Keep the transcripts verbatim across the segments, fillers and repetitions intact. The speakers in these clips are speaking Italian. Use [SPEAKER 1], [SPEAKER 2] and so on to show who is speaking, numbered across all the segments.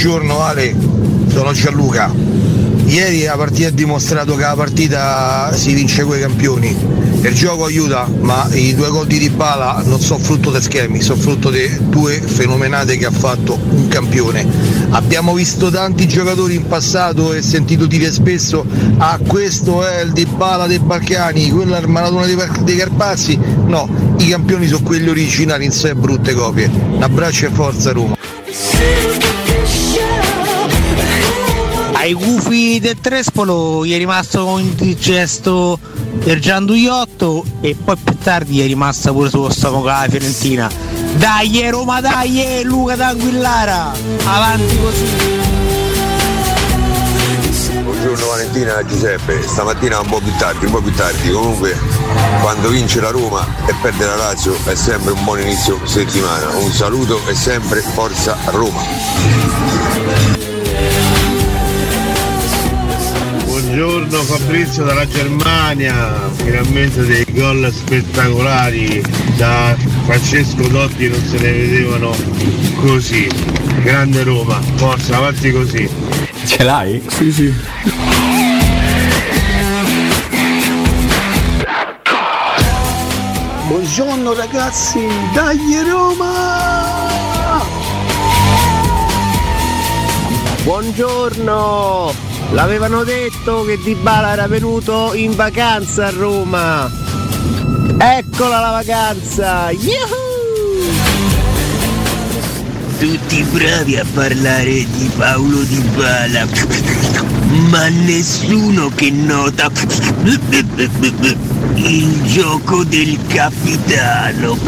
[SPEAKER 1] Buongiorno Ale, sono Gianluca. Ieri la partita ha dimostrato che la partita si vince coi campioni. Il gioco aiuta, ma i due gol di Dybala non sono frutto di schemi, sono frutto di due fenomenate che ha fatto un campione. Abbiamo visto tanti giocatori in passato e sentito dire spesso ah questo è il Dybala dei Balcani, quella è il Maradona dei, dei Carpazzi. No, i campioni sono quelli originali in sé brutte copie. Un abbraccio e forza Roma.
[SPEAKER 2] Ai gufi del Trespolo gli è rimasto il gesto del Gianduiotto e poi più tardi gli è rimasta pure sullo stomaco la Fiorentina. Dai Roma, dai Luca d'Anguillara, avanti così.
[SPEAKER 3] Buongiorno Valentina, Giuseppe, stamattina un po' più tardi, un po' più tardi, comunque quando vince la Roma e perde la Lazio è sempre un buon inizio settimana. Un saluto e sempre forza Roma.
[SPEAKER 4] Buongiorno Fabrizio dalla Germania, finalmente dei gol spettacolari da Francesco Totti, non se ne vedevano così. Grande Roma, forza, avanti così.
[SPEAKER 5] Ce l'hai?
[SPEAKER 4] Sì, sì.
[SPEAKER 6] Buongiorno ragazzi, dai Roma!
[SPEAKER 7] Buongiorno! L'avevano detto che Dybala era venuto in vacanza a Roma. Eccola la vacanza! Yuhu!
[SPEAKER 8] Tutti bravi a parlare di Paolo Dybala, ma nessuno che nota il gioco del capitano.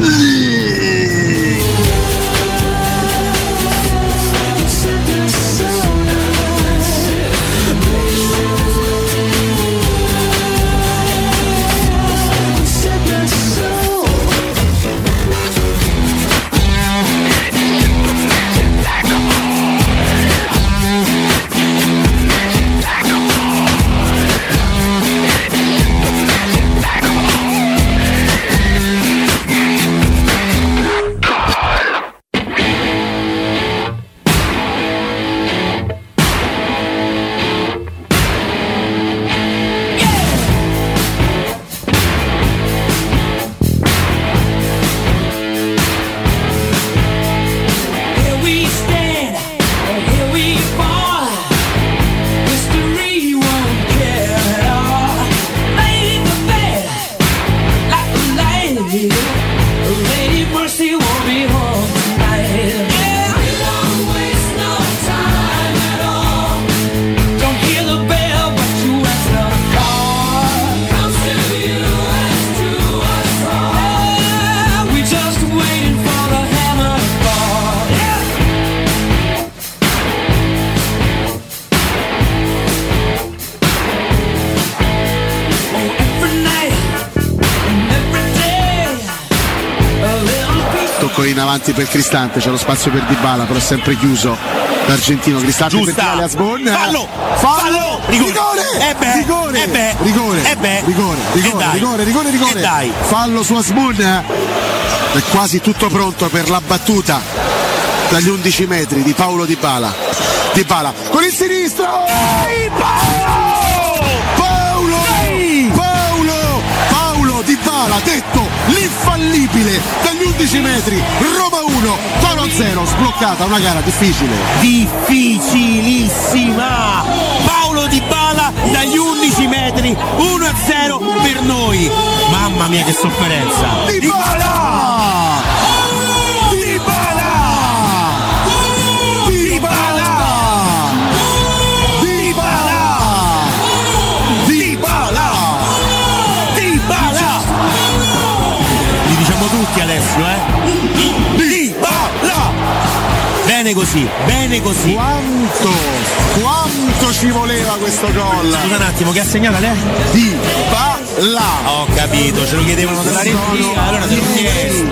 [SPEAKER 6] In avanti per Cristante, c'è lo spazio per Dybala, però è sempre chiuso l'argentino. Cristante
[SPEAKER 9] Giusta.
[SPEAKER 6] per Italia, Sbon,
[SPEAKER 9] fallo,
[SPEAKER 6] fallo,
[SPEAKER 9] rigore,
[SPEAKER 6] rigore,
[SPEAKER 9] eh beh,
[SPEAKER 6] rigore,
[SPEAKER 9] eh beh,
[SPEAKER 6] rigore,
[SPEAKER 9] eh beh,
[SPEAKER 6] rigore, rigore,
[SPEAKER 9] eh
[SPEAKER 6] rigore, rigore, rigore,
[SPEAKER 9] eh dai.
[SPEAKER 6] fallo su Asbun, è quasi tutto pronto per la battuta dagli undici metri di Paolo Dybala. Dybala con il sinistro, Paolo, Paolo, Paolo Dybala, detto l'infallibile dagli undici metri. Roma uno, Toro zero, sbloccata una gara difficile,
[SPEAKER 9] difficilissima. Paolo Dybala dagli undici metri, uno a zero per noi. Mamma mia che sofferenza.
[SPEAKER 6] Dybala! Dybala! Dybala! Dybala! Dybala!
[SPEAKER 9] Dybala! Li diciamo tutti adesso, eh? Dybala! Bene così, bene così.
[SPEAKER 6] Quanto, quanto ci voleva questo gol?
[SPEAKER 9] Scusa un attimo, che ha segnato lei?
[SPEAKER 6] Dybala!
[SPEAKER 9] Ho capito, ce lo chiedevano dalla regia, allora te l'ho chiesto.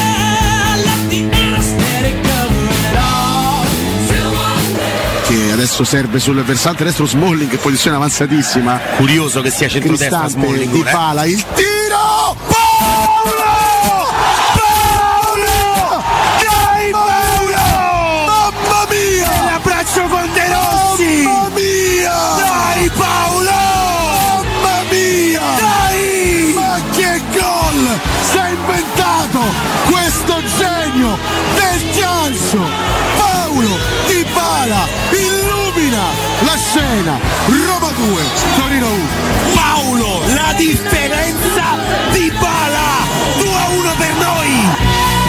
[SPEAKER 6] Che adesso adesso serve sul versante destro Smalling, posizione avanzatissima.
[SPEAKER 9] Curioso che sia centrodestra Smalling.
[SPEAKER 6] Di Pala, il tiro! Paolo! Paolo! Dai Paolo! Mamma mia!
[SPEAKER 9] L'abbraccio con De Rossi!
[SPEAKER 6] Mamma mia!
[SPEAKER 9] Dai Paolo!
[SPEAKER 6] Mamma mia!
[SPEAKER 9] Dai!
[SPEAKER 6] Ma che gol! Si è inventato questo genio del calcio! Paolo Di Bala illumina la scena. Roma due, Torino uno.
[SPEAKER 9] Paolo, la differenza di Bala, due a uno per noi.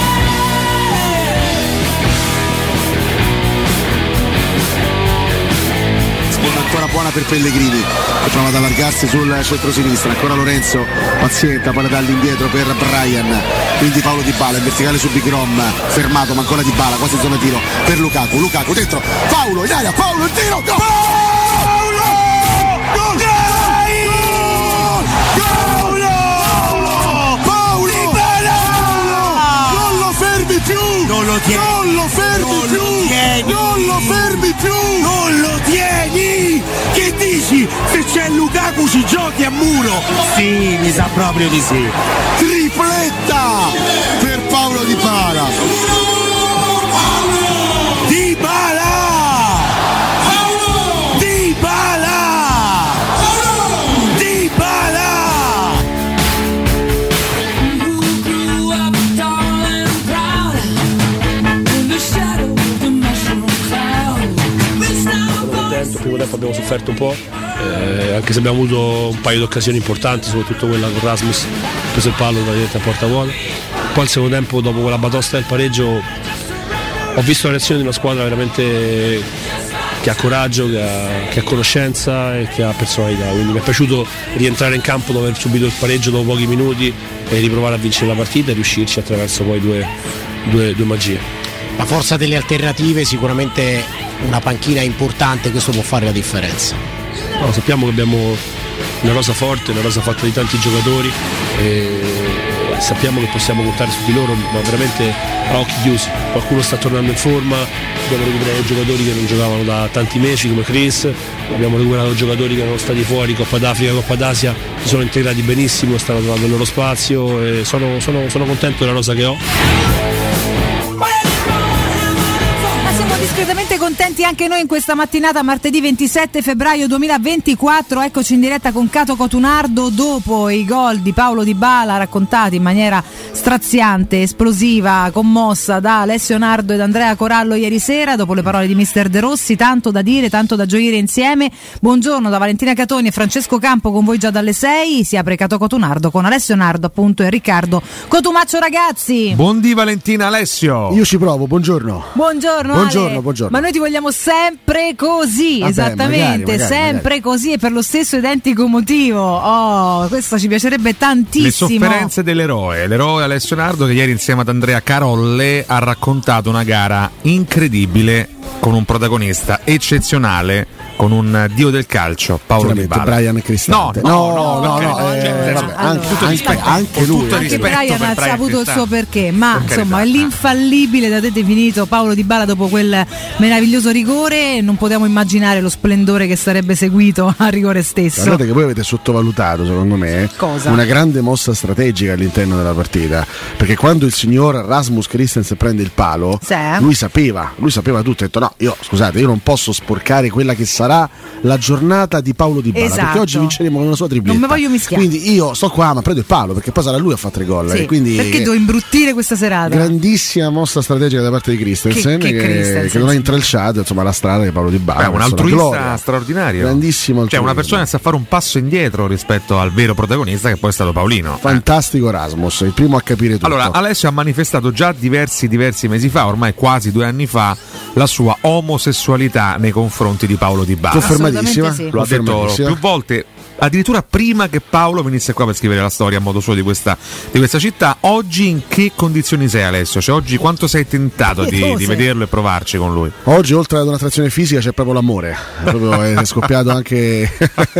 [SPEAKER 6] Sponda ancora buona per Pellegrini che prova ad allargarsi sul centro-sinistra. Ancora Lorenzo paziente, palla dall'indietro per Brian, quindi Paolo Di Bala in verticale su Big Rom, fermato ma ancora Di Bala quasi in zona tiro per Lukaku. Lukaku dentro, Paolo in aria, Paolo il tiro, no! Paolo! Gol! Paolo! Paolo! Di Bala! Non lo fermi più!
[SPEAKER 9] Non lo tieni!
[SPEAKER 6] Non lo fermi
[SPEAKER 9] Non
[SPEAKER 6] più!
[SPEAKER 9] lo tieni!
[SPEAKER 6] Non lo fermi più!
[SPEAKER 9] Non lo tieni! Che dici? Se c'è Lukaku ci giochi a muro! Sì, mi sa proprio di sì!
[SPEAKER 6] Tripletta per Paolo Di Bala.
[SPEAKER 9] Di Bala! Di Bala! Di Bala!
[SPEAKER 5] Il primo tempo abbiamo sofferto un po', eh, anche se abbiamo avuto un paio di occasioni importanti, soprattutto quella con Rasmus, ha preso il palo praticamente a porta vuota. Poi al secondo tempo, dopo quella batosta del pareggio, ho visto la reazione di una squadra veramente che ha coraggio, che ha, che ha conoscenza e che ha personalità, quindi mi è piaciuto rientrare in campo dopo aver subito il pareggio dopo pochi minuti e riprovare a vincere la partita e riuscirci attraverso poi due, due, due magie.
[SPEAKER 10] La forza delle alternative, sicuramente una panchina importante, questo può fare la differenza.
[SPEAKER 5] No, sappiamo che abbiamo una rosa forte, una rosa fatta di tanti giocatori e sappiamo che possiamo contare su di loro, ma veramente a occhi chiusi. Qualcuno sta tornando in forma, abbiamo recuperato giocatori che non giocavano da tanti mesi come Chris, abbiamo recuperato giocatori che erano stati fuori Coppa d'Africa, Coppa d'Asia, si sono integrati benissimo, stanno trovando il loro spazio e sono, sono, sono contento della rosa che ho.
[SPEAKER 11] Discretamente contenti anche noi in questa mattinata, martedì ventisette febbraio duemilaventiquattro. Eccoci in diretta con Cato Cotunardo dopo i gol di Paolo Di Bala, raccontati in maniera straziante, esplosiva, commossa da Alessio Nardo ed Andrea Corallo ieri sera, dopo le parole di mister De Rossi. Tanto da dire, tanto da gioire insieme. Buongiorno da Valentina Catoni e Francesco Campo con voi già dalle sei. Si apre Cato Cotunardo con Alessio Nardo appunto e Riccardo Cotumaccio, ragazzi.
[SPEAKER 12] Buondì Valentina, Alessio.
[SPEAKER 6] Io ci provo, buongiorno.
[SPEAKER 11] Buongiorno,
[SPEAKER 6] buongiorno,
[SPEAKER 11] Ale.
[SPEAKER 6] buongiorno.
[SPEAKER 11] Ma noi ti vogliamo sempre così,
[SPEAKER 6] Vabbè,
[SPEAKER 11] esattamente,
[SPEAKER 6] magari, magari,
[SPEAKER 11] sempre
[SPEAKER 6] magari.
[SPEAKER 11] così e per lo stesso identico motivo. Oh, questo ci piacerebbe tantissimo.
[SPEAKER 12] Le sofferenze dell'eroe, l'eroe Alessio Nardo, che ieri insieme ad Andrea Carolle ha raccontato una gara incredibile con un protagonista eccezionale, con un dio del calcio, Paolo Di Bala.
[SPEAKER 6] Brian Cristante.
[SPEAKER 12] No, no, no,
[SPEAKER 6] no, no,
[SPEAKER 12] no,
[SPEAKER 6] eh,
[SPEAKER 12] cioè,
[SPEAKER 6] vabbè,
[SPEAKER 11] allora,
[SPEAKER 6] anche,
[SPEAKER 11] tutto
[SPEAKER 6] anche,
[SPEAKER 11] rispetto,
[SPEAKER 6] anche lui.
[SPEAKER 12] tutto
[SPEAKER 11] Anche
[SPEAKER 12] rispetto
[SPEAKER 11] Brian
[SPEAKER 12] per
[SPEAKER 11] ha
[SPEAKER 12] Brian
[SPEAKER 11] saputo il suo
[SPEAKER 12] Cristante.
[SPEAKER 11] perché, ma
[SPEAKER 12] Per
[SPEAKER 11] insomma
[SPEAKER 12] carità.
[SPEAKER 11] è l'infallibile da te definito Paolo Di Bala dopo quel meraviglioso rigore. Non potevamo immaginare lo splendore che sarebbe seguito al rigore stesso.
[SPEAKER 6] Guardate che voi avete sottovalutato, secondo me,
[SPEAKER 11] Cosa?
[SPEAKER 6] una grande mossa strategica all'interno della partita, perché quando il signor Rasmus Christensen prende il palo,
[SPEAKER 11] Sì.
[SPEAKER 6] lui sapeva, lui sapeva tutto, ha detto no, io scusate, io non posso sporcare quella che sarà la giornata di Paolo Di Bala,
[SPEAKER 11] Esatto.
[SPEAKER 6] perché oggi vinceremo con una sua tripletta.
[SPEAKER 11] Non mi voglio mischiare.
[SPEAKER 6] Quindi io sto qua, ma prendo il palo, perché poi sarà lui a fare tre gol.
[SPEAKER 11] Sì,
[SPEAKER 6] e quindi
[SPEAKER 11] perché devo imbruttire questa serata?
[SPEAKER 6] grandissima mossa strategica da parte di Christensen,
[SPEAKER 11] Che- che
[SPEAKER 6] che,
[SPEAKER 11] Christensen,
[SPEAKER 6] che non ha
[SPEAKER 11] sì.
[SPEAKER 6] intralciato insomma la strada di Paolo Di Bala.
[SPEAKER 12] Beh, un
[SPEAKER 6] verso la
[SPEAKER 12] altruista
[SPEAKER 6] gloria.
[SPEAKER 12] straordinario.
[SPEAKER 6] Grandissimo
[SPEAKER 12] Cioè
[SPEAKER 6] altruismo.
[SPEAKER 12] una persona che sa fare un passo indietro rispetto al vero protagonista, che poi è stato Paolino.
[SPEAKER 6] Fantastico Rasmus, il primo a capire tutto.
[SPEAKER 12] Allora, Alessio ha manifestato già diversi diversi mesi fa, ormai quasi due anni fa, la sua omosessualità nei confronti di Paolo Di Bala.
[SPEAKER 6] Confermatissima,
[SPEAKER 11] Assolutamente sì.
[SPEAKER 12] Lo ha detto
[SPEAKER 6] confermatissima.
[SPEAKER 12] più volte. addirittura prima che Paolo venisse qua per scrivere la storia a modo suo di questa, di questa città. Oggi in che condizioni sei, Alessio? Cioè oggi quanto sei tentato di, di vederlo e provarci con lui?
[SPEAKER 6] Oggi oltre ad un'attrazione fisica c'è proprio l'amore, proprio è scoppiato anche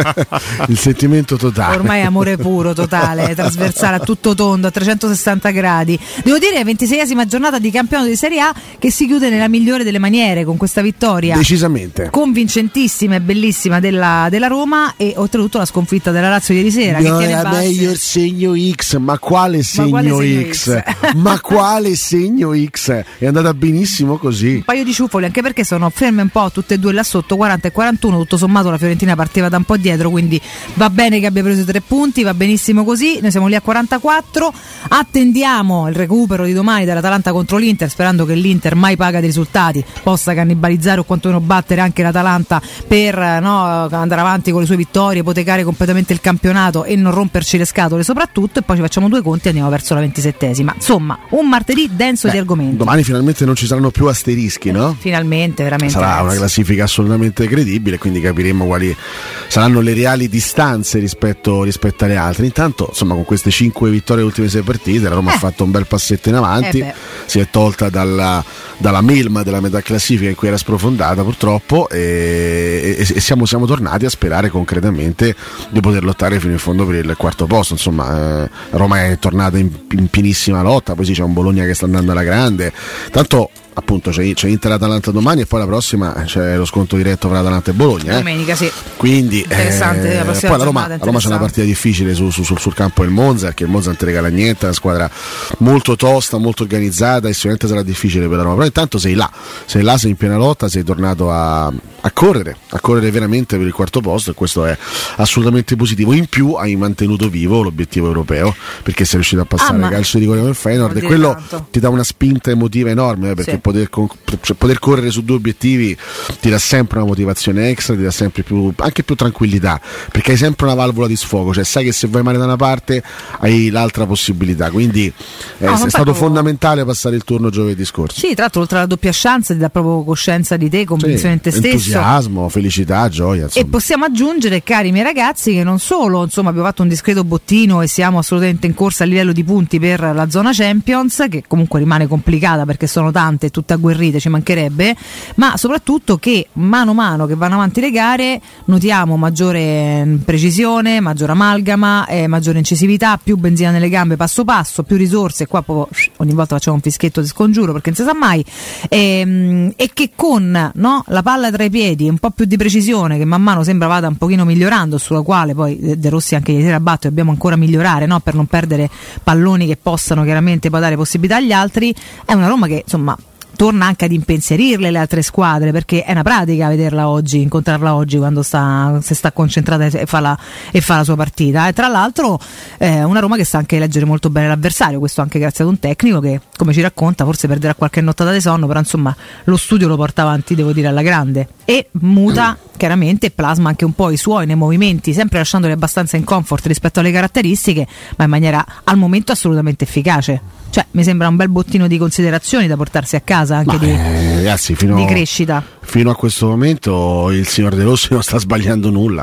[SPEAKER 6] il sentimento totale.
[SPEAKER 11] Ormai amore puro, totale, trasversale, a tutto tondo, a trecentosessanta gradi. Devo dire, ventiseiesima giornata di campionato di Serie A che si chiude nella migliore delle maniere con questa vittoria
[SPEAKER 6] decisamente
[SPEAKER 11] convincentissima e bellissima della, della Roma, e oltretutto la sconfitta della Lazio ieri sera.
[SPEAKER 6] No,
[SPEAKER 11] che
[SPEAKER 6] era meglio il segno X, ma quale segno, ma quale segno X? X? Ma quale segno X? È andata benissimo così.
[SPEAKER 11] Un paio di ciuffoli, anche perché sono ferme un po' tutte e due là sotto, quaranta e quarantuno. Tutto sommato la Fiorentina partiva da un po' dietro, quindi va bene che abbia preso i tre punti, va benissimo così. Noi siamo lì a quarantaquattro, attendiamo il recupero di domani dall'Atalanta contro l'Inter, sperando che l'Inter, mai paga dei risultati, possa cannibalizzare o quantomeno battere anche l'Atalanta per no, andare avanti con le sue vittorie, ipotecare completamente il campionato e non romperci le scatole soprattutto, e poi ci facciamo due conti e andiamo verso la ventisettesima. Insomma, un martedì denso Beh, di argomenti.
[SPEAKER 6] Domani finalmente non ci saranno più asterischi, no?
[SPEAKER 11] Finalmente, veramente.
[SPEAKER 6] Sarà
[SPEAKER 11] ragazzi.
[SPEAKER 6] una classifica assolutamente credibile, quindi capiremo quali saranno le reali distanze rispetto, rispetto alle altre. Intanto, insomma, con queste cinque vittorie alle ultime sei partite, la Roma eh. ha fatto un bel passetto in avanti, eh si è tolta dalla, dalla melma della metà classifica in cui era sprofondata purtroppo, e, e, e siamo, siamo tornati a sperare concretamente di poter lottare fino in fondo per il quarto posto. Insomma, eh, Roma è tornata in, in pienissima lotta, poi sì, c'è un Bologna che sta andando alla grande, tanto appunto c'è, c'è Inter Atalanta domani e poi la prossima c'è lo sconto diretto tra Atalanta e Bologna, eh?
[SPEAKER 11] domenica sì,
[SPEAKER 6] quindi
[SPEAKER 11] interessante,
[SPEAKER 6] eh,
[SPEAKER 11] la
[SPEAKER 6] poi la Roma, la Roma c'è una partita difficile su, su, sul, sul campo del Monza, perché il Monza non ti regala niente, è una squadra molto tosta, molto organizzata e sicuramente sarà difficile per la Roma, però intanto sei là sei là, sei in piena lotta, sei tornato a, a correre a correre veramente per il quarto posto, e questo è assolutamente positivo. In più hai mantenuto vivo l'obiettivo europeo, perché sei riuscito a passare ah, calcio di rigore con il Feyenoord, e quello tanto. Ti dà una spinta emotiva enorme, eh, perché sì. Poter, cioè, poter correre su due obiettivi ti dà sempre una motivazione extra, ti dà sempre più, anche più tranquillità, perché hai sempre una valvola di sfogo, cioè sai che se vai male da una parte hai l'altra possibilità, quindi eh, no, è stato proprio fondamentale passare il turno giovedì scorso.
[SPEAKER 11] Sì, tra l'altro oltre alla doppia chance ti dà proprio coscienza di te, convinzione in te stesso,
[SPEAKER 6] entusiasmo, felicità, gioia, insomma.
[SPEAKER 11] E possiamo aggiungere, cari miei ragazzi, che non solo insomma abbiamo fatto un discreto bottino e siamo assolutamente in corsa a livello di punti per la zona Champions, che comunque rimane complicata perché sono tante, tutte agguerrite, ci mancherebbe, ma soprattutto che mano a mano che vanno avanti le gare notiamo maggiore precisione, maggiore amalgama, eh, maggiore incisività, più benzina nelle gambe passo passo, più risorse, qua proprio ogni volta facciamo un fischietto di scongiuro perché non si sa mai, e, e che con no, la palla tra i piedi e un po' più di precisione, che man mano sembra vada un pochino migliorando, sulla quale poi De Rossi anche ieri sera batte, dobbiamo ancora migliorare, no, per non perdere palloni che possano chiaramente poi dare possibilità agli altri. È una Roma che insomma torna anche ad impensierirle le altre squadre, perché è una pratica vederla oggi, incontrarla oggi quando sta, se sta concentrata e fa la, e fa la sua partita. E tra l'altro eh, una Roma che sa anche leggere molto bene l'avversario, questo anche grazie ad un tecnico che, come ci racconta, forse perderà qualche nottata di sonno, però insomma lo studio lo porta avanti, devo dire, alla grande, e muta chiaramente e plasma anche un po' i suoi nei movimenti, sempre lasciandoli abbastanza in comfort rispetto alle caratteristiche, ma in maniera al momento assolutamente efficace. Cioè mi sembra un bel bottino di considerazioni da portarsi a casa anche ma, di,
[SPEAKER 6] eh, ragazzi, fino,
[SPEAKER 11] di crescita.
[SPEAKER 6] Fino a questo momento il signor De Rossi non sta sbagliando nulla,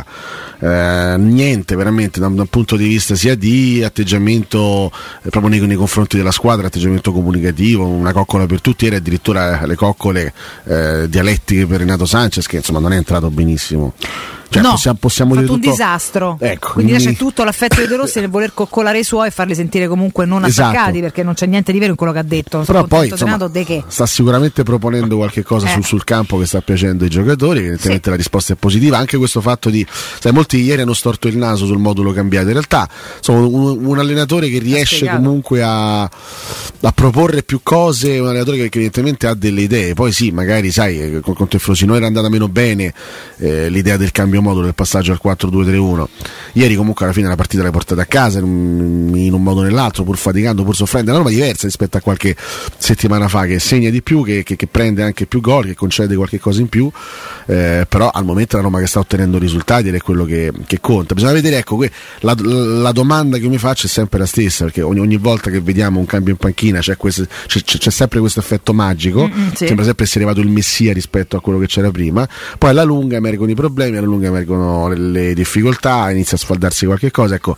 [SPEAKER 6] eh, niente veramente da un, da un punto di vista sia di atteggiamento eh, proprio nei, nei confronti della squadra, atteggiamento comunicativo, una coccola per tutti, era addirittura le coccole eh, dialettiche per Renato Sanchez, che insomma non è entrato benissimo. Cioè,
[SPEAKER 11] no,
[SPEAKER 6] possiamo, possiamo
[SPEAKER 11] fatto
[SPEAKER 6] dire
[SPEAKER 11] un
[SPEAKER 6] tutto...
[SPEAKER 11] disastro,
[SPEAKER 6] ecco,
[SPEAKER 11] quindi
[SPEAKER 6] quindi...
[SPEAKER 11] c'è tutto l'affetto di De Rossi nel voler coccolare i suoi e farli sentire comunque non attaccati, esatto. Perché non c'è niente di vero in quello che ha detto. Non
[SPEAKER 6] però poi insomma, de che. sta sicuramente proponendo qualche cosa eh. sul, sul campo che sta piacendo ai giocatori, evidentemente sì. La risposta è positiva, anche questo fatto di, sai, molti ieri hanno storto il naso sul modulo cambiato, in realtà insomma, un, un allenatore che riesce comunque a, a proporre più cose, un allenatore che, che evidentemente ha delle idee, poi sì, magari sai, con, con Frosinone era andata meno bene eh, l'idea del cambio modulo, del passaggio al quattro due tre uno. Ieri comunque alla fine la partita l'hai portata a casa in un, in un modo o nell'altro, pur faticando, pur soffrendo. È una norma diversa rispetto a qualche settimana fa, che segna di più, che, che, che prende anche più gol, che concede qualche cosa in più, eh, però al momento è la Roma che sta ottenendo risultati ed è quello che, che conta. Bisogna vedere, ecco, que- la, la domanda che mi faccio è sempre la stessa, perché ogni, ogni volta che vediamo un cambio in panchina c'è, questo, c'è, c'è sempre questo effetto magico, mm-hmm, sì. Sembra sempre essere arrivato il messia rispetto a quello che c'era prima, poi alla lunga emergono i problemi, alla lunga lunga emergono le, le difficoltà, inizia a sfaldarsi qualche cosa, ecco.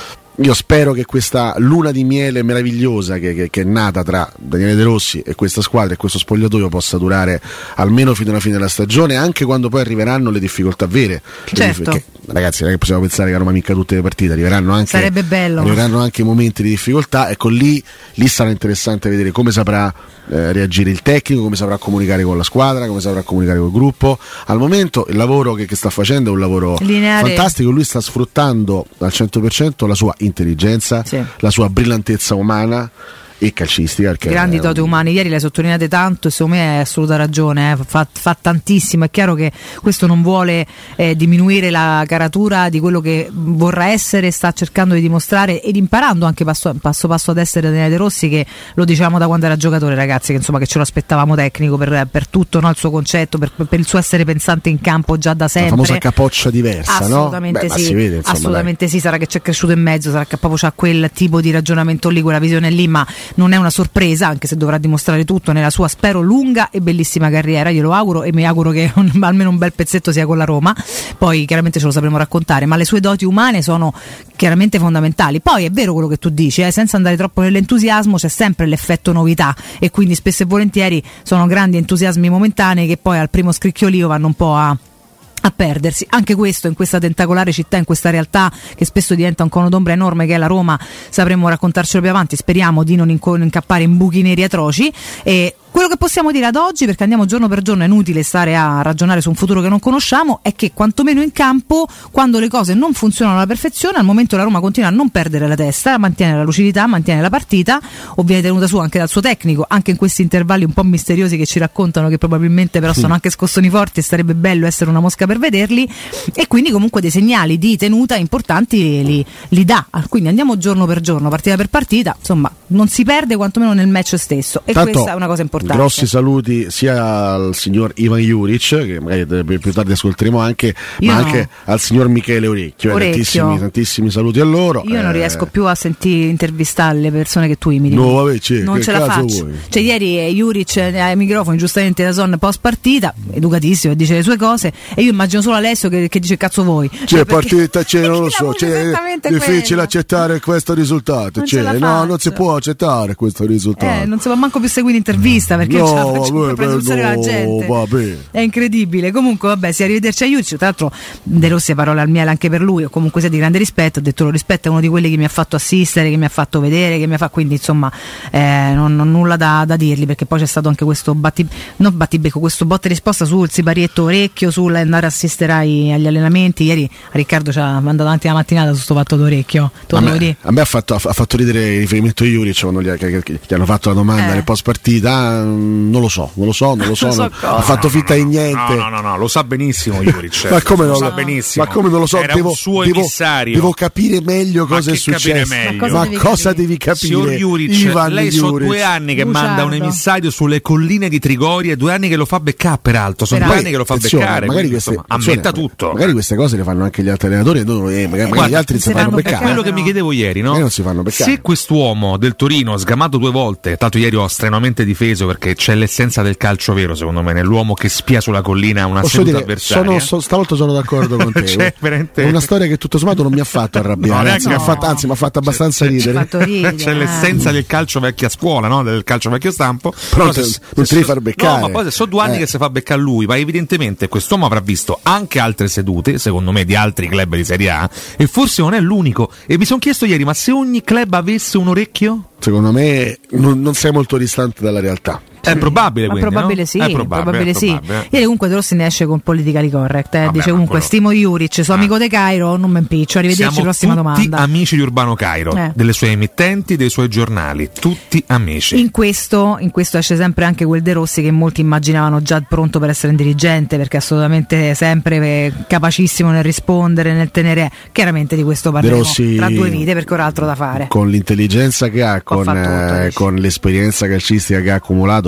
[SPEAKER 6] Io spero che questa luna di miele meravigliosa che, che, che è nata tra Daniele De Rossi e questa squadra e questo spogliatoio possa durare almeno fino alla fine della stagione, anche quando poi arriveranno le difficoltà vere.
[SPEAKER 11] Certo.
[SPEAKER 6] Che, ragazzi, non è che possiamo pensare che Roma vinca tutte le partite, arriveranno anche,
[SPEAKER 11] sarebbe bello.
[SPEAKER 6] Arriveranno anche momenti di difficoltà, ecco lì, lì sarà interessante vedere come saprà eh, reagire il tecnico, come saprà comunicare con la squadra, come saprà comunicare col gruppo. Al momento il lavoro che, che sta facendo è un lavoro
[SPEAKER 11] lineare,
[SPEAKER 6] fantastico, lui sta sfruttando al cento per cento la sua intelligenza, sì, la sua brillantezza umana e calcistica.
[SPEAKER 11] Grandi
[SPEAKER 6] è...
[SPEAKER 11] doti umane, ieri le hai sottolineate tanto e secondo me è assoluta ragione, eh. fa, fa tantissimo. È chiaro che questo non vuole eh, diminuire la caratura di quello che vorrà essere, sta cercando di dimostrare ed imparando anche passo passo, passo ad essere Daniele De Rossi, che lo diciamo da quando era giocatore, ragazzi, che insomma che ce lo aspettavamo tecnico per, per tutto, no? Il suo concetto, per, per il suo essere pensante in campo già da sempre,
[SPEAKER 6] la famosa capoccia diversa,
[SPEAKER 11] assolutamente,
[SPEAKER 6] no?
[SPEAKER 11] sì,
[SPEAKER 6] Beh, si vede, insomma,
[SPEAKER 11] assolutamente dai. Sì, sarà che c'è cresciuto in mezzo, sarà che proprio c'ha quel tipo di ragionamento lì, quella visione lì, ma non è una sorpresa, anche se dovrà dimostrare tutto nella sua, spero, lunga e bellissima carriera. Glielo auguro e mi auguro che un, almeno un bel pezzetto sia con la Roma, poi chiaramente ce lo sapremo raccontare, ma le sue doti umane sono chiaramente fondamentali. Poi è vero quello che tu dici, eh, senza andare troppo nell'entusiasmo c'è sempre l'effetto novità e quindi spesso e volentieri sono grandi entusiasmi momentanei che poi al primo scricchiolio vanno un po' a a perdersi. Anche questo in questa tentacolare città, in questa realtà che spesso diventa un cono d'ombra enorme che è la Roma, sapremo raccontarcelo più avanti, speriamo di non incappare in buchi neri atroci. E quello che possiamo dire ad oggi, perché andiamo giorno per giorno, è inutile stare a ragionare su un futuro che non conosciamo, è che quantomeno in campo, quando le cose non funzionano alla perfezione, al momento la Roma continua a non perdere la testa, mantiene la lucidità, mantiene la partita, o viene tenuta su anche dal suo tecnico, anche in questi intervalli un po' misteriosi che ci raccontano, che probabilmente però sono anche scossoni forti e sarebbe bello essere una mosca per vederli, e quindi comunque dei segnali di tenuta importanti li, li dà. Quindi andiamo giorno per giorno, partita per partita, insomma non si perde quantomeno nel match stesso, e
[SPEAKER 6] tanto,
[SPEAKER 11] questa è una cosa importante.
[SPEAKER 6] Grossi saluti sia al signor Ivan Juric, che magari più tardi ascolteremo anche,
[SPEAKER 11] Io
[SPEAKER 6] ma
[SPEAKER 11] no.
[SPEAKER 6] anche al signor Michele Orecchio,
[SPEAKER 11] Orecchio.
[SPEAKER 6] Eh, tantissimi, tantissimi saluti a loro.
[SPEAKER 11] Io
[SPEAKER 6] eh,
[SPEAKER 11] non riesco più a sentire intervistare le persone che tu imiti.
[SPEAKER 6] No, vabbè, c'è,
[SPEAKER 11] non
[SPEAKER 6] che
[SPEAKER 11] ce la
[SPEAKER 6] caso
[SPEAKER 11] faccio.
[SPEAKER 6] vuoi?
[SPEAKER 11] Cioè, ieri Juric ai microfoni, giustamente da Son post partita, educatissimo, dice le sue cose, e io immagino solo Alessio che, che dice cazzo voi.
[SPEAKER 6] C'è
[SPEAKER 11] Cioè,
[SPEAKER 6] partita, c'è, non lo so, c'è
[SPEAKER 11] esattamente
[SPEAKER 6] difficile
[SPEAKER 11] quello.
[SPEAKER 6] accettare questo risultato.
[SPEAKER 11] Non ce la
[SPEAKER 6] C'è, no,
[SPEAKER 11] faccio.
[SPEAKER 6] non si può accettare questo risultato.
[SPEAKER 11] Eh, non si può manco più seguire l'intervista perché
[SPEAKER 6] No,
[SPEAKER 11] non ce la faccio
[SPEAKER 6] vabbè,
[SPEAKER 11] per prendere sul serio la
[SPEAKER 6] no,
[SPEAKER 11] gente.
[SPEAKER 6] vabbè.
[SPEAKER 11] È incredibile. Comunque, vabbè, sì, arrivederci a Juric. Tra l'altro, De Rossi, parole al miele anche per lui, o comunque sia di grande rispetto. Ha detto lo rispetto, è uno di quelli che mi ha fatto assistere, che mi ha fatto vedere, che mi ha fatto. Quindi, insomma, eh, non ho nulla da, da dirgli, perché poi c'è stato anche questo batti, non battibecco, questo botta e risposta sul siparietto Orecchio, sull'andare a assistere ai, agli allenamenti. Ieri Riccardo ci ha mandato avanti la mattinata su sto fatto d'Orecchio.
[SPEAKER 6] A me, a me ha fatto, ha fatto ridere il riferimento di Juric quando gli, che, che, gli hanno fatto la domanda
[SPEAKER 11] Eh.
[SPEAKER 6] nel post partita. Non lo so, non lo so, non lo so.
[SPEAKER 11] Non so
[SPEAKER 6] non-
[SPEAKER 11] cosa.
[SPEAKER 6] ha fatto finta di niente.
[SPEAKER 12] No, no, no, no, lo sa benissimo Juric.
[SPEAKER 6] Ma come
[SPEAKER 12] lo
[SPEAKER 6] non
[SPEAKER 12] sa
[SPEAKER 6] lo-
[SPEAKER 12] benissimo.
[SPEAKER 6] Ma come non lo so?
[SPEAKER 12] Era
[SPEAKER 6] devo,
[SPEAKER 12] un suo
[SPEAKER 6] devo,
[SPEAKER 12] emissario.
[SPEAKER 6] devo capire meglio
[SPEAKER 12] Ma
[SPEAKER 6] cosa è
[SPEAKER 12] che capire
[SPEAKER 6] successo.
[SPEAKER 12] meglio?
[SPEAKER 6] Ma
[SPEAKER 11] devi
[SPEAKER 6] cosa
[SPEAKER 11] capire?
[SPEAKER 6] devi capire?
[SPEAKER 12] Signor Juric,
[SPEAKER 6] Ivan
[SPEAKER 12] lei sono
[SPEAKER 6] Juric.
[SPEAKER 12] due anni che
[SPEAKER 11] Bugiardo.
[SPEAKER 12] manda un emissario sulle colline di Trigoria, due anni che lo fa beccare, peraltro. Sono due
[SPEAKER 11] Peraltro.
[SPEAKER 12] anni che lo fa
[SPEAKER 6] Attenzione,
[SPEAKER 12] beccare.
[SPEAKER 6] magari
[SPEAKER 12] quindi,
[SPEAKER 6] queste,
[SPEAKER 12] insomma,
[SPEAKER 6] attenzione,
[SPEAKER 12] ammetta tutto.
[SPEAKER 6] Magari queste cose le fanno anche gli altri allenatori e noi, eh, magari, magari
[SPEAKER 12] Guarda,
[SPEAKER 6] gli altri
[SPEAKER 11] si
[SPEAKER 6] si fanno
[SPEAKER 11] fanno
[SPEAKER 6] beccare.
[SPEAKER 11] beccare.
[SPEAKER 12] Quello che mi chiedevo ieri, no?
[SPEAKER 6] Magari non si fanno beccare.
[SPEAKER 12] Se quest'uomo del Torino, sgamato due volte, tanto ieri ho strenuamente difeso perché c'è l'essenza del calcio vero, secondo me, nell'uomo che spia sulla collina una
[SPEAKER 6] Posso
[SPEAKER 12] seduta
[SPEAKER 6] dire,
[SPEAKER 12] avversaria.
[SPEAKER 6] sono, so- stavolta sono d'accordo con te.
[SPEAKER 12] Cioè, veramente-
[SPEAKER 6] È una storia che tutto sommato non mi ha fatto arrabbiare,
[SPEAKER 12] No,
[SPEAKER 6] anzi,
[SPEAKER 12] no.
[SPEAKER 6] mi ha fatto, anzi mi ha fatto abbastanza ridere.
[SPEAKER 11] Fatto ridere,
[SPEAKER 12] C'è
[SPEAKER 11] eh.
[SPEAKER 12] l'essenza del calcio vecchia scuola, no? Del calcio vecchio stampo.
[SPEAKER 6] Però
[SPEAKER 12] se-
[SPEAKER 6] te-
[SPEAKER 12] se-
[SPEAKER 6] non ti
[SPEAKER 12] se-
[SPEAKER 6] devi far beccare.
[SPEAKER 12] No, ma poi se sono due anni
[SPEAKER 6] Eh.
[SPEAKER 12] che si fa beccare lui, ma evidentemente quest'uomo avrà visto anche altre sedute, secondo me, di altri club di Serie A, e forse non è l'unico. E mi sono chiesto ieri, ma se ogni club avesse un orecchio?
[SPEAKER 6] Secondo me non, non sei molto distante dalla realtà.
[SPEAKER 12] È probabile,
[SPEAKER 11] Ma
[SPEAKER 12] quindi,
[SPEAKER 11] probabile
[SPEAKER 12] no?
[SPEAKER 11] sì,
[SPEAKER 12] È probabile,
[SPEAKER 11] probabile
[SPEAKER 12] è
[SPEAKER 11] sì.
[SPEAKER 12] probabile.
[SPEAKER 11] Ieri comunque De Rossi ne esce con politically correct, eh.
[SPEAKER 12] Vabbè,
[SPEAKER 11] dice
[SPEAKER 12] ma
[SPEAKER 11] comunque
[SPEAKER 12] quello-
[SPEAKER 11] stimo Juric, suo
[SPEAKER 12] Ah.
[SPEAKER 11] amico De Cairo, non mi impiccio, arrivederci,
[SPEAKER 12] Siamo
[SPEAKER 11] prossima
[SPEAKER 12] tutti
[SPEAKER 11] domanda.
[SPEAKER 12] amici di Urbano Cairo,
[SPEAKER 11] Eh.
[SPEAKER 12] delle sue emittenti, dei suoi giornali, tutti amici.
[SPEAKER 11] In questo, in questo esce sempre anche quel De Rossi che molti immaginavano già pronto per essere un dirigente, perché è assolutamente sempre eh, capacissimo nel rispondere, nel tenere. Chiaramente di questo parleremo
[SPEAKER 6] Rossi-
[SPEAKER 11] tra due vite, perché ora altro da fare.
[SPEAKER 6] Con l'intelligenza che ha, con,
[SPEAKER 11] fatto tutto,
[SPEAKER 6] eh,
[SPEAKER 11] dici.
[SPEAKER 6] con l'esperienza calcistica che ha accumulato,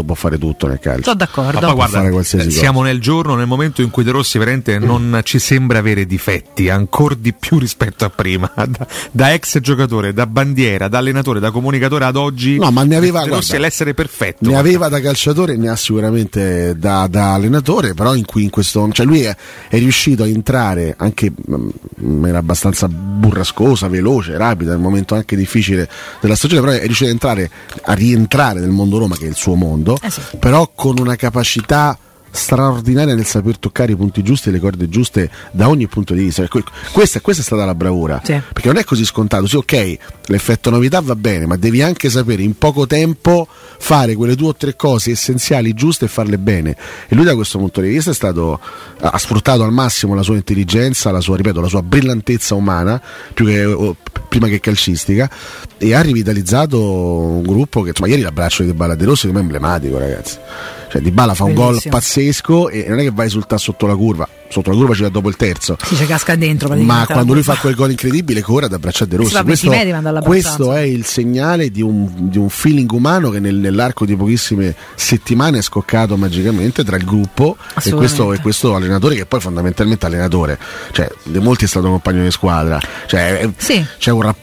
[SPEAKER 6] Leonardo può fare tutto nel calcio.
[SPEAKER 11] Sono d'accordo.
[SPEAKER 12] Ma poi guarda,
[SPEAKER 6] fare qualsiasi
[SPEAKER 12] eh,
[SPEAKER 6] cosa.
[SPEAKER 12] siamo nel giorno, nel momento in cui De Rossi veramente non ci sembra avere difetti, ancora di più rispetto a prima. Da, da ex giocatore, da bandiera, da allenatore, da comunicatore ad oggi.
[SPEAKER 6] No, ma ne aveva,
[SPEAKER 12] De Rossi
[SPEAKER 6] guarda,
[SPEAKER 12] è l'essere perfetto.
[SPEAKER 6] Ne
[SPEAKER 12] guarda.
[SPEAKER 6] aveva da calciatore, ne ha sicuramente da, da allenatore, però in cui in questo, cioè lui è, è riuscito a entrare anche mh, era abbastanza burrascosa, veloce, rapida, nel momento anche difficile della stagione, però è riuscito a entrare, a rientrare nel mondo Roma, che è il suo mondo,
[SPEAKER 11] Eh sì.
[SPEAKER 6] però con una capacità straordinaria nel saper toccare i punti giusti e le corde giuste da ogni punto di vista. Questa, questa è stata la bravura,
[SPEAKER 11] Sì.
[SPEAKER 6] perché non è così scontato. Sì, ok, l'effetto novità va bene, ma devi anche sapere in poco tempo fare quelle due o tre cose essenziali giuste e farle bene, e lui da questo punto di vista è stato, ha sfruttato al massimo la sua intelligenza, la sua, ripeto, la sua brillantezza umana più che o, prima che calcistica, e ha rivitalizzato un gruppo che, insomma, ieri l'abbraccio di Dybala De Rossi come emblematico, ragazzi. Cioè Dybala fa un gol
[SPEAKER 11] Bellissimo.
[SPEAKER 6] pazzesco e non è che vai a esultare sotto la curva, sotto la curva ci va dopo il terzo.
[SPEAKER 11] Sì, ci casca dentro
[SPEAKER 6] Ma
[SPEAKER 11] praticamente.
[SPEAKER 6] quando lui fa quel gol incredibile corre ad abbracciare De Rossi.
[SPEAKER 11] Si va a venti
[SPEAKER 6] Questo,
[SPEAKER 11] metri, manda all'abbracciato.
[SPEAKER 6] questo è il segnale di un, di un feeling umano che nel- nell'arco di pochissime settimane è scoccato magicamente tra il gruppo e questo, e questo allenatore, che poi fondamentalmente è allenatore, cioè De Molti è stato un compagno di squadra, cioè, è-
[SPEAKER 11] Sì.
[SPEAKER 6] c'è un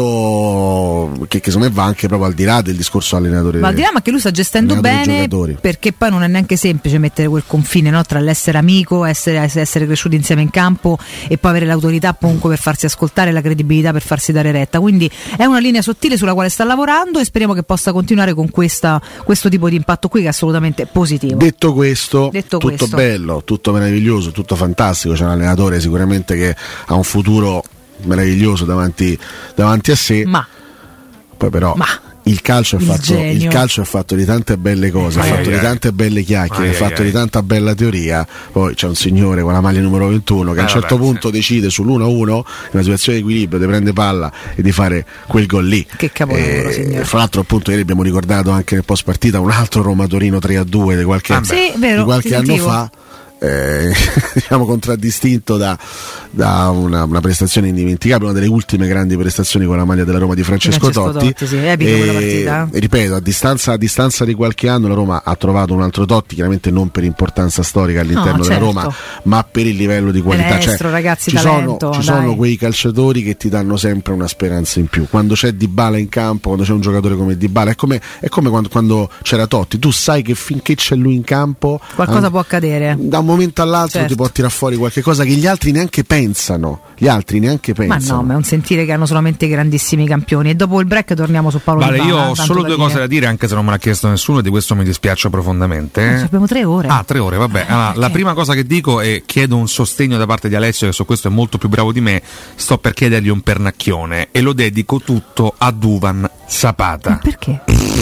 [SPEAKER 6] rapporto che, che secondo me va anche proprio al di là del discorso allenatore.
[SPEAKER 11] Ma al di là, ma che lui sta gestendo
[SPEAKER 6] Allenatori
[SPEAKER 11] bene,
[SPEAKER 6] giocatori.
[SPEAKER 11] perché poi non è neanche semplice mettere quel confine, no, tra l'essere amico, essere, essere cresciuti insieme in campo e poi avere l'autorità comunque per farsi ascoltare, la credibilità per farsi dare retta. Quindi è una linea sottile sulla quale sta lavorando e speriamo che possa continuare con questa, questo tipo di impatto qui, che è assolutamente positivo.
[SPEAKER 6] Detto questo,
[SPEAKER 11] Detto
[SPEAKER 6] tutto
[SPEAKER 11] questo.
[SPEAKER 6] bello, tutto meraviglioso, tutto fantastico. C'è un allenatore sicuramente che ha un futuro meraviglioso davanti, davanti a sé.
[SPEAKER 11] Ma
[SPEAKER 6] Poi però
[SPEAKER 11] Ma
[SPEAKER 6] il calcio, è
[SPEAKER 11] il
[SPEAKER 6] fatto,
[SPEAKER 11] genio.
[SPEAKER 6] il calcio è fatto di tante belle cose, è
[SPEAKER 12] Ai,
[SPEAKER 6] fatto
[SPEAKER 12] ai,
[SPEAKER 6] di
[SPEAKER 12] ai.
[SPEAKER 6] tante belle chiacchiere,
[SPEAKER 12] Ai,
[SPEAKER 6] è fatto
[SPEAKER 12] ai,
[SPEAKER 6] di
[SPEAKER 12] ai.
[SPEAKER 6] tanta bella teoria. Poi c'è un signore con la maglia numero ventuno che a un
[SPEAKER 12] Eh,
[SPEAKER 6] certo
[SPEAKER 12] vabbè,
[SPEAKER 6] punto decide sull'uno a uno, in una situazione di equilibrio, di prendere palla e di fare quel gol lì.
[SPEAKER 11] che capolavoro,
[SPEAKER 6] Eh,
[SPEAKER 11] signore.
[SPEAKER 6] fra l'altro appunto ieri abbiamo ricordato anche nel post partita un altro Roma-Torino tre a due di qualche,
[SPEAKER 12] Ah,
[SPEAKER 11] sì, vero,
[SPEAKER 6] di qualche
[SPEAKER 11] ti
[SPEAKER 6] anno
[SPEAKER 11] sentivo.
[SPEAKER 6] fa, eh, diciamo contraddistinto da, da una, una prestazione indimenticabile, una delle ultime grandi prestazioni con la maglia della Roma di Francesco,
[SPEAKER 11] Francesco
[SPEAKER 6] Totti,
[SPEAKER 11] Totti, sì, epico quella partita.
[SPEAKER 6] e ripeto, a distanza, a distanza di qualche anno la Roma ha trovato un altro Totti, chiaramente non per importanza storica all'interno
[SPEAKER 11] No,
[SPEAKER 6] della
[SPEAKER 11] certo.
[SPEAKER 6] Roma, ma per il livello di qualità.
[SPEAKER 11] Benestro, ragazzi,
[SPEAKER 6] ci
[SPEAKER 11] talento,
[SPEAKER 6] sono, ci
[SPEAKER 11] dai.
[SPEAKER 6] sono quei calciatori che ti danno sempre una speranza in più. Quando c'è Dybala in campo, quando c'è un giocatore come Dybala, è come, è come quando, quando c'era Totti, tu sai che finché c'è lui in campo
[SPEAKER 11] qualcosa
[SPEAKER 6] an-
[SPEAKER 11] può accadere.
[SPEAKER 6] da un momento all'altro
[SPEAKER 11] Certo.
[SPEAKER 6] ti può tirare fuori qualche cosa che gli altri neanche pensano. Gli altri neanche
[SPEAKER 11] Ma
[SPEAKER 6] pensano.
[SPEAKER 11] no, ma è un sentire che hanno solamente grandissimi campioni. E dopo il break torniamo su Paolo
[SPEAKER 12] Vale,
[SPEAKER 11] Di Bala,
[SPEAKER 12] io ho
[SPEAKER 11] tanto
[SPEAKER 12] solo
[SPEAKER 11] da
[SPEAKER 12] due
[SPEAKER 11] dire.
[SPEAKER 12] cose da dire, anche se non me l'ha chiesto nessuno, e di questo mi dispiaccio profondamente.
[SPEAKER 11] Eh, abbiamo tre ore.
[SPEAKER 12] Ah, tre ore, vabbè. Allora, la prima cosa che dico è chiedo un sostegno da parte di Alessio, che su questo è molto più bravo di me. Sto per chiedergli un pernacchione e lo dedico tutto a Duvan Zapata.
[SPEAKER 11] Perché?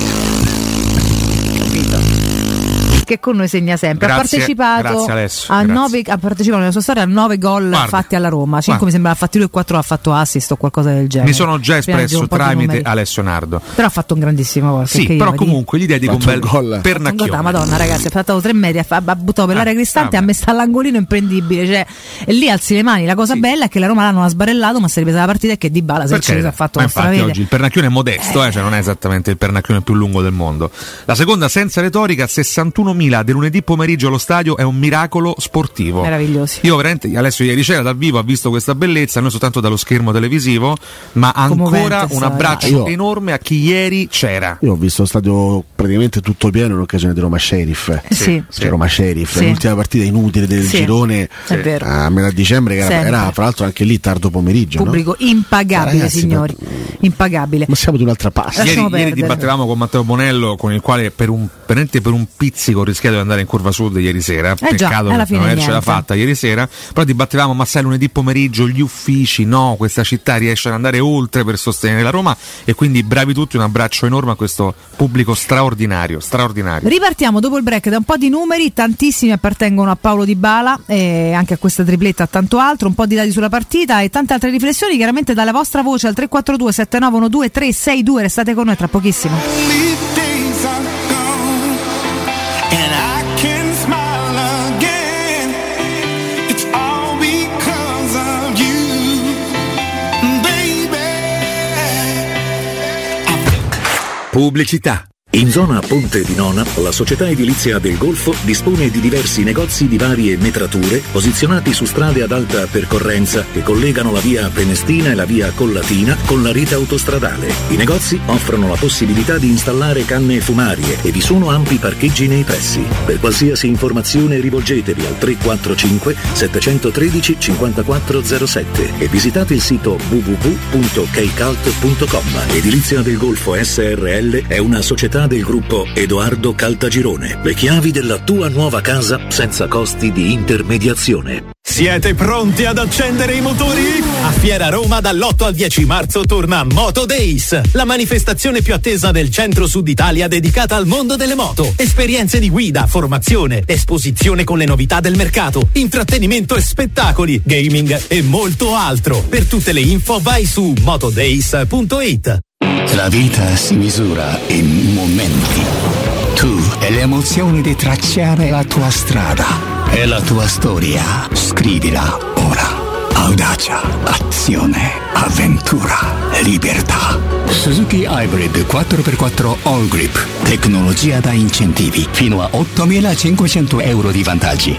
[SPEAKER 11] Che con noi segna sempre.
[SPEAKER 12] Grazie,
[SPEAKER 11] ha partecipato
[SPEAKER 12] grazie Alessio,
[SPEAKER 11] a
[SPEAKER 12] grazie.
[SPEAKER 11] nove, ha partecipato nella sua storia a nove gol
[SPEAKER 12] Guarda,
[SPEAKER 11] fatti alla Roma. cinque
[SPEAKER 12] guarda.
[SPEAKER 11] mi sembra ha fatti lui e quattro ha fatto assist o qualcosa del genere.
[SPEAKER 12] Mi sono già
[SPEAKER 11] Prima di
[SPEAKER 12] espresso
[SPEAKER 11] un po' di
[SPEAKER 12] tramite
[SPEAKER 11] numeri.
[SPEAKER 12] Alessio Nardo.
[SPEAKER 11] Però ha fatto un grandissimo gol.
[SPEAKER 12] Sì,
[SPEAKER 11] che
[SPEAKER 12] però
[SPEAKER 11] io,
[SPEAKER 12] comunque gli dedico un
[SPEAKER 6] Fatto
[SPEAKER 12] bel
[SPEAKER 6] un gol.
[SPEAKER 11] Un
[SPEAKER 12] pernacchione.
[SPEAKER 11] gol, Madonna, ragazzi, ha fatto tre metri, ha, fa- ha buttato per
[SPEAKER 12] Ah,
[SPEAKER 11] l'area cristante,
[SPEAKER 12] vabbè.
[SPEAKER 11] ha messo all'angolino imprendibile. Cioè, e lì alzi le mani. La cosa
[SPEAKER 12] Sì.
[SPEAKER 11] bella è che la Roma l'hanno sbarellato, ma si è ripresa la partita e che Dybala si è
[SPEAKER 12] Perché?
[SPEAKER 11] acceso, ha fatto
[SPEAKER 12] Ma
[SPEAKER 11] una
[SPEAKER 12] infatti
[SPEAKER 11] stravede.
[SPEAKER 12] oggi il pernacchione è modesto, eh, cioè non è esattamente il pernacchione più lungo del mondo. La seconda, senza retorica, sessantunomila del lunedì pomeriggio allo stadio è un miracolo sportivo.
[SPEAKER 11] Meravigliosi.
[SPEAKER 12] Io veramente, Alessio ieri c'era dal vivo, ha visto questa bellezza, noi soltanto dallo schermo televisivo, ma ancora
[SPEAKER 11] Commovente,
[SPEAKER 12] un
[SPEAKER 11] sai.
[SPEAKER 12] abbraccio
[SPEAKER 6] Io-
[SPEAKER 12] enorme a chi ieri c'era.
[SPEAKER 6] Io ho visto lo stadio praticamente tutto pieno in occasione di Roma Sheriff.
[SPEAKER 11] Eh, sì.
[SPEAKER 6] Cioè, Roma Sheriff,
[SPEAKER 11] Sì.
[SPEAKER 6] l'ultima partita inutile del
[SPEAKER 11] Sì.
[SPEAKER 6] girone
[SPEAKER 11] È vero.
[SPEAKER 6] a metà dicembre, che era,
[SPEAKER 11] Sempre.
[SPEAKER 6] era fra l'altro anche lì tardo pomeriggio. no?
[SPEAKER 11] Pubblico impagabile,
[SPEAKER 6] Ragazzi,
[SPEAKER 11] signori. Impagabile.
[SPEAKER 6] Ma siamo di un'altra pasta.
[SPEAKER 12] Ieri,
[SPEAKER 11] Lasciamo
[SPEAKER 12] ieri
[SPEAKER 11] perdere.
[SPEAKER 12] dibattevamo con Matteo Bonello, con il quale per un, veramente per un pizzico ho rischiato di andare in curva sud ieri sera.
[SPEAKER 11] Eh già,
[SPEAKER 12] Peccato
[SPEAKER 11] alla
[SPEAKER 12] che
[SPEAKER 11] fine
[SPEAKER 12] non avercela
[SPEAKER 11] niente.
[SPEAKER 12] fatta ieri sera. Però dibattevamo, ma sai, lunedì pomeriggio gli uffici, no, questa città riesce ad andare oltre per sostenere la Roma, e quindi bravi tutti, un abbraccio enorme a questo pubblico straordinario, straordinario.
[SPEAKER 11] Ripartiamo dopo il break da un po' di numeri, tantissimi appartengono a Paolo Di Bala e anche a questa tripletta, a tanto altro, un po' di dati sulla partita e tante altre riflessioni, chiaramente dalla vostra voce al tre quattro due sette nove uno due tre sei due. Restate con noi tra pochissimo.
[SPEAKER 13] Pubblicità. In zona Ponte di Nona, la società edilizia del Golfo dispone di diversi negozi di varie metrature posizionati su strade ad alta percorrenza che collegano la via Prenestina e la via Collatina con la rete autostradale. I negozi offrono la possibilità di installare canne fumarie e vi sono ampi parcheggi nei pressi. Per qualsiasi informazione rivolgetevi al tre quattro cinque sette uno tre cinque zero sette e visitate il sito w w w punto keicalt punto com. Edilizia del Golfo S R L è una società del gruppo Edoardo Caltagirone. Le chiavi della tua nuova casa senza costi di intermediazione.
[SPEAKER 14] Siete pronti ad accendere i motori? A Fiera Roma dall'otto al dieci marzo torna Moto Days, la manifestazione più attesa del centro-sud Italia dedicata al mondo delle moto. Esperienze di guida, formazione, esposizione con le novità del mercato, intrattenimento e spettacoli, gaming e molto altro. Per tutte le info vai su motodays punto it.
[SPEAKER 15] La vita si misura in momenti. Tu e le emozioni di tracciare la tua strada e la tua storia. Scrivila ora. Audacia, azione, avventura, libertà. Suzuki Hybrid quattro per quattro All Grip. Tecnologia da incentivi. Fino a ottomilacinquecento euro di vantaggi.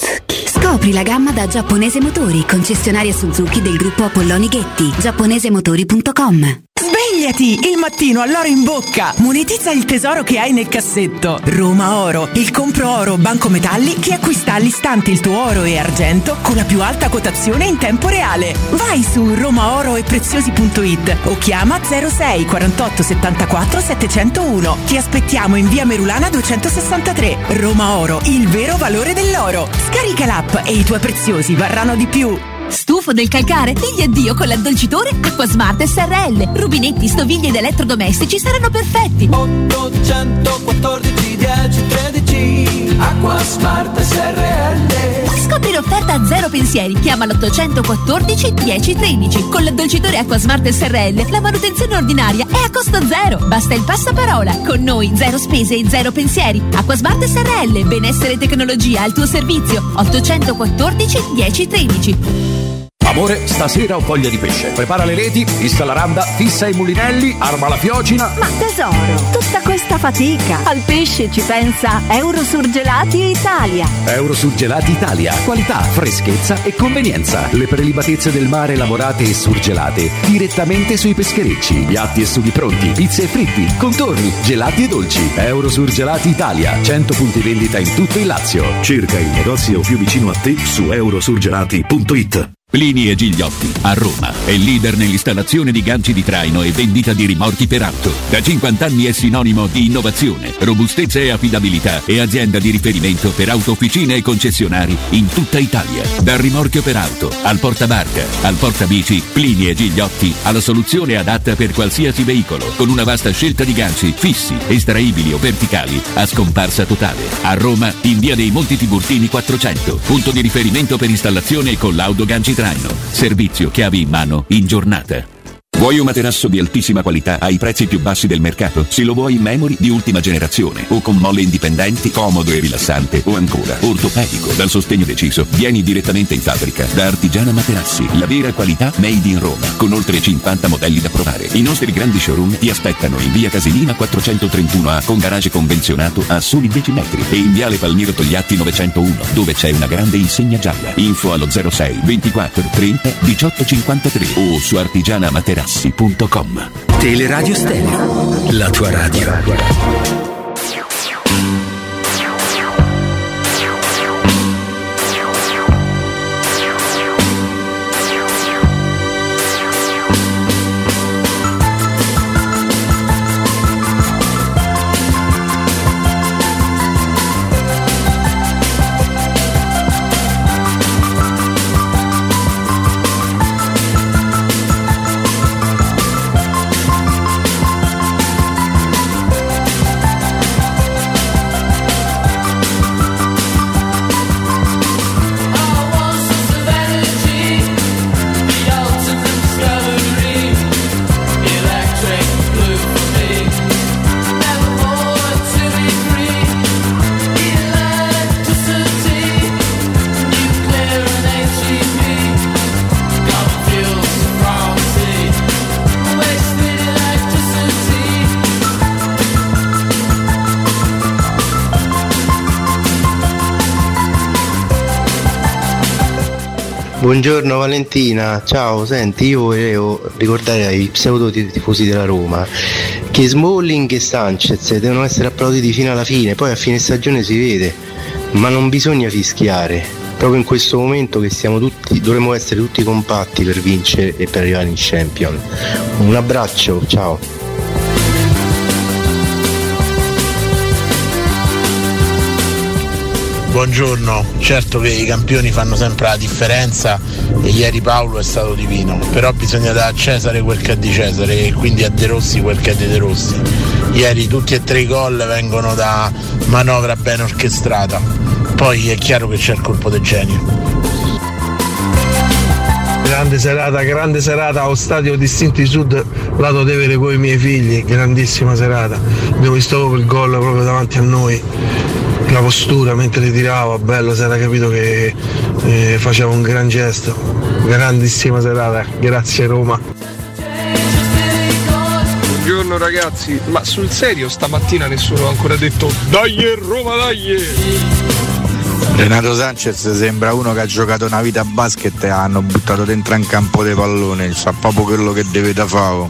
[SPEAKER 16] Scopri la gamma da Giapponese Motori, concessionaria Suzuki del gruppo Apolloni Ghetti. giapponesemotori punto com.
[SPEAKER 17] Svegliati! Il mattino all'oro in bocca! Monetizza il tesoro che hai nel cassetto. Roma Oro, il compro oro banco metalli che acquista all'istante il tuo oro e argento con la più alta quotazione in tempo reale. Vai su romaoro e preziosi punto it o chiama zero sei quarantotto settantaquattro settecentouno. Ti aspettiamo in via Merulana duecentosessantatré. Roma Oro, il vero valore dell'oro. Scarica l'app e i tuoi preziosi varranno di più.
[SPEAKER 18] Stufo del calcare? Digli addio con l'addolcitore Acquasmart S R L. Rubinetti, stoviglie ed elettrodomestici saranno perfetti.
[SPEAKER 19] ottocentoquattordici dieci tredici Acquasmart S R L.
[SPEAKER 18] Scopri l'offerta a zero pensieri. Chiama l'ottocentoquattordici dieci tredici. Con l'addolcitore Acquasmart S R L la manutenzione ordinaria è a costo zero. Basta il passaparola. Con noi zero spese e zero pensieri. Acquasmart S R L. Benessere e tecnologia al tuo servizio. ottocentoquattordici dieci tredici.
[SPEAKER 20] Amore, stasera ho voglia di pesce. Prepara le reti, fissa la randa, fissa i mulinelli, arma la fiocina.
[SPEAKER 21] Ma tesoro, tutta questa fatica. Al pesce ci pensa Eurosurgelati Italia.
[SPEAKER 20] Eurosurgelati Italia. Qualità, freschezza e convenienza. Le prelibatezze del mare lavorate e surgelate direttamente sui pescherecci. Piatti e sughi pronti, pizze e fritti, contorni, gelati e dolci. Eurosurgelati Italia. cento punti vendita in tutto il Lazio. Cerca il negozio più vicino a te su eurosurgelati punto it.
[SPEAKER 22] Plini e Gigliotti, a Roma, è leader nell'installazione di ganci di traino e vendita di rimorchi per auto. Da cinquanta anni è sinonimo di innovazione, robustezza e affidabilità e azienda di riferimento per autofficine e concessionari in tutta Italia. Dal rimorchio per auto, al portabarca, al portabici, Plini e Gigliotti ha la soluzione adatta per qualsiasi veicolo, con una vasta scelta di ganci fissi, estraibili o verticali, a scomparsa totale. A Roma, in via dei Monti Tiburtini quattrocento, punto di riferimento per installazione con l'auto ganci traino. Servizio chiavi in mano in giornata. Vuoi un materasso di altissima qualità ai prezzi più bassi del mercato? Se lo vuoi in memory di ultima generazione o con molle indipendenti, comodo e rilassante, o ancora ortopedico dal sostegno deciso, vieni direttamente in fabbrica da Artigiana Materassi, la vera qualità made in Roma, con oltre cinquanta modelli da provare. I nostri grandi showroom ti aspettano in via Casilina quattrocentotrentuno A con garage convenzionato a soli dieci metri e in viale Palmiro Togliatti novecentouno dove c'è una grande insegna gialla. Info allo zero sei ventiquattro trenta diciotto cinquantatré o su artigiana materassi punto com.
[SPEAKER 23] Teleradio Stereo, la tua radio.
[SPEAKER 1] Buongiorno Valentina, ciao, senti, io volevo ricordare ai pseudo tifosi della Roma che Smalling e Sanchez devono essere applauditi fino alla fine, poi a fine stagione si vede, ma non bisogna fischiare, proprio in questo momento che siamo tutti, dovremmo essere tutti compatti per vincere e per arrivare in Champions. Un abbraccio, ciao.
[SPEAKER 9] Buongiorno, certo che i campioni fanno sempre la differenza e ieri Paolo è stato divino, però bisogna dare a Cesare quel che è di Cesare e quindi a De Rossi quel che è di De Rossi. Ieri tutti e tre i gol vengono da manovra ben orchestrata, poi è chiaro che c'è il colpo del genio.
[SPEAKER 2] Grande serata, grande serata allo stadio Distinti Sud, lato Tevere con i miei figli, grandissima serata. Abbiamo visto proprio il gol proprio davanti a noi, la postura mentre tirava, bello, si era capito che eh, faceva un gran gesto. Grandissima serata, grazie Roma.
[SPEAKER 3] Buongiorno ragazzi, ma sul serio stamattina nessuno ha ancora detto dai Roma dai!
[SPEAKER 24] Renato Sanchez sembra uno che ha giocato una vita a basket e hanno buttato dentro un campo di pallone, sa proprio quello che deve da fare.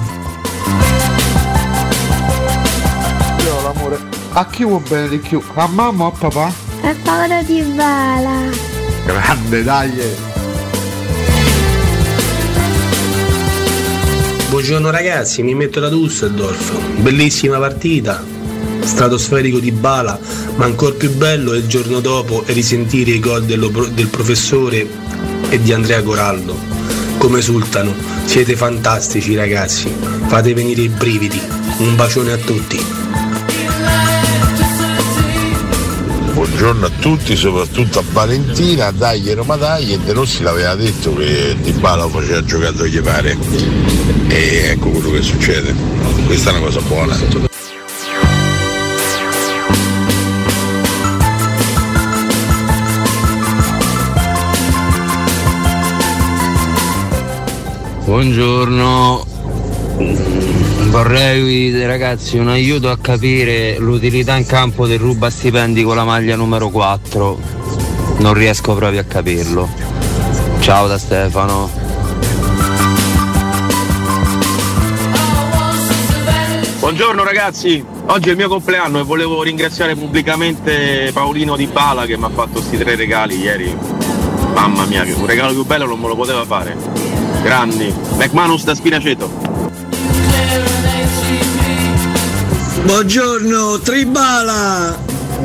[SPEAKER 25] Io l'amore, a chi vuoi bene di più? A mamma o a papà?
[SPEAKER 26] A Paolo Dybala.
[SPEAKER 25] Grande, dai!
[SPEAKER 27] Buongiorno ragazzi, mi metto da Düsseldorf, bellissima partita. Stratosferico Dybala, ma ancora più bello è il giorno dopo e risentire i gol dello, del professore e di Andrea Coraldo. Come esultano, siete fantastici ragazzi, fate venire i brividi. Un bacione a tutti.
[SPEAKER 4] Buongiorno a tutti, soprattutto a Valentina, dai Roma dai, e De Rossi l'aveva detto che Dybala lo faceva giocare dove gli pare e ecco quello che succede. Questa è una cosa buona.
[SPEAKER 28] Buongiorno, vorrei ragazzi un aiuto a capire l'utilità in campo del ruba stipendi con la maglia numero quattro, non riesco proprio a capirlo. Ciao da Stefano.
[SPEAKER 29] Buongiorno ragazzi, oggi è il mio compleanno e volevo ringraziare pubblicamente Paolino Dybala che mi ha fatto sti tre regali ieri. Mamma mia, un regalo più bello non me lo poteva fare. Grandi, McManus da Spinaceto.
[SPEAKER 30] Buongiorno Tribala.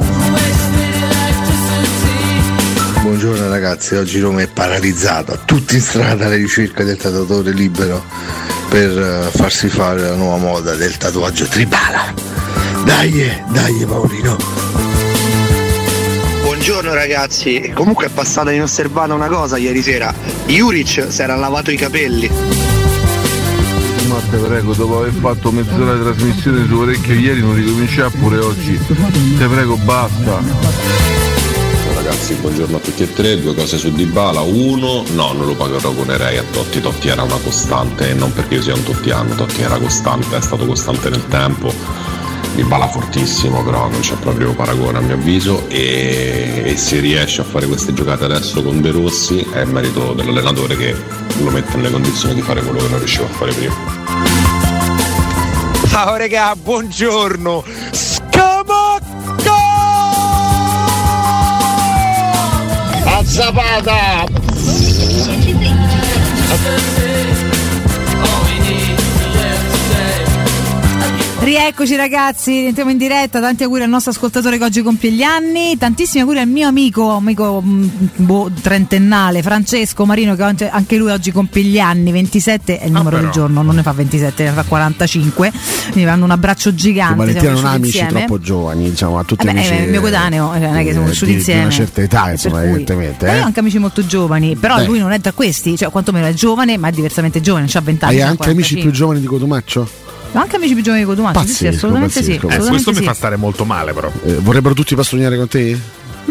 [SPEAKER 4] Buongiorno ragazzi, oggi Roma è paralizzata, tutti in strada alla ricerca del tatuatore libero per farsi fare la nuova moda del tatuaggio Tribala. Dai, dai Paolino.
[SPEAKER 31] Buongiorno ragazzi, comunque è passata inosservata una cosa ieri sera, Juric si era lavato i capelli.
[SPEAKER 32] Ma te prego, dopo aver fatto mezz'ora di trasmissione su Orecchio ieri non ricominciare pure oggi, te prego basta.
[SPEAKER 33] Ragazzi, buongiorno a tutti e tre, due cose su Dybala. Uno, no, non lo paragonerei a Totti, Totti era una costante e non perché io sia un tottiano, Totti era costante, è stato costante nel tempo. Dybala fortissimo, però non c'è proprio paragone a mio avviso e, e se riesce a fare queste giocate adesso con De Rossi è merito dell'allenatore che lo mette nelle condizioni di fare quello che non riusciva a fare prima.
[SPEAKER 34] Ciao regà, buongiorno. Scamacca!
[SPEAKER 4] A Zapata!
[SPEAKER 11] Rieccoci ragazzi, entriamo in diretta, tanti auguri al nostro ascoltatore che oggi compie gli anni, tantissimi auguri al mio amico, amico boh, trentennale, Francesco Marino, che anche lui oggi compie gli anni, ventisette è il numero ah, del giorno, non ne fa ventisette, ne fa quarantacinque, mi fanno un abbraccio gigante.
[SPEAKER 6] Valentina non ha amici
[SPEAKER 11] insieme.
[SPEAKER 6] Troppo giovani, diciamo, a tutti
[SPEAKER 11] Vabbè,
[SPEAKER 6] amici.
[SPEAKER 11] È il mio coetaneo, non è che siamo cresciuti
[SPEAKER 6] di,
[SPEAKER 11] insieme.
[SPEAKER 6] Di una certa età, insomma, evidentemente.
[SPEAKER 11] Eh?
[SPEAKER 6] Eh?
[SPEAKER 11] Io ho anche amici molto giovani, però Beh. lui non è tra questi, cioè quantomeno è giovane, ma è diversamente giovane, non ha venti anni.
[SPEAKER 6] Hai anche amici più giovani di Cotumaccio?
[SPEAKER 11] Ho anche amici più giovani di Cotumaccio, sì, sì, assolutamente
[SPEAKER 12] pazzesco.
[SPEAKER 11] sì.
[SPEAKER 12] Eh,
[SPEAKER 11] assolutamente
[SPEAKER 12] questo
[SPEAKER 11] sì.
[SPEAKER 12] mi fa stare molto male, però.
[SPEAKER 6] Eh, vorrebbero tutti pastrugnaire con te?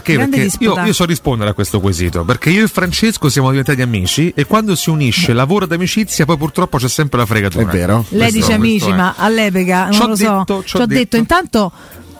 [SPEAKER 12] perché?
[SPEAKER 11] Grande
[SPEAKER 12] Perché
[SPEAKER 11] disputa.
[SPEAKER 12] io, io so rispondere a questo quesito, perché io e Francesco siamo diventati amici e quando si unisce lavoro d'amicizia poi purtroppo c'è sempre la fregatura.
[SPEAKER 6] È vero.
[SPEAKER 11] Lei
[SPEAKER 12] Questo-
[SPEAKER 11] dice amici,
[SPEAKER 12] questo è.
[SPEAKER 11] ma all'epoca
[SPEAKER 12] C'ho
[SPEAKER 11] non lo so.
[SPEAKER 12] detto,
[SPEAKER 11] Ci
[SPEAKER 12] c'ho
[SPEAKER 11] ho detto
[SPEAKER 12] detto.
[SPEAKER 11] intanto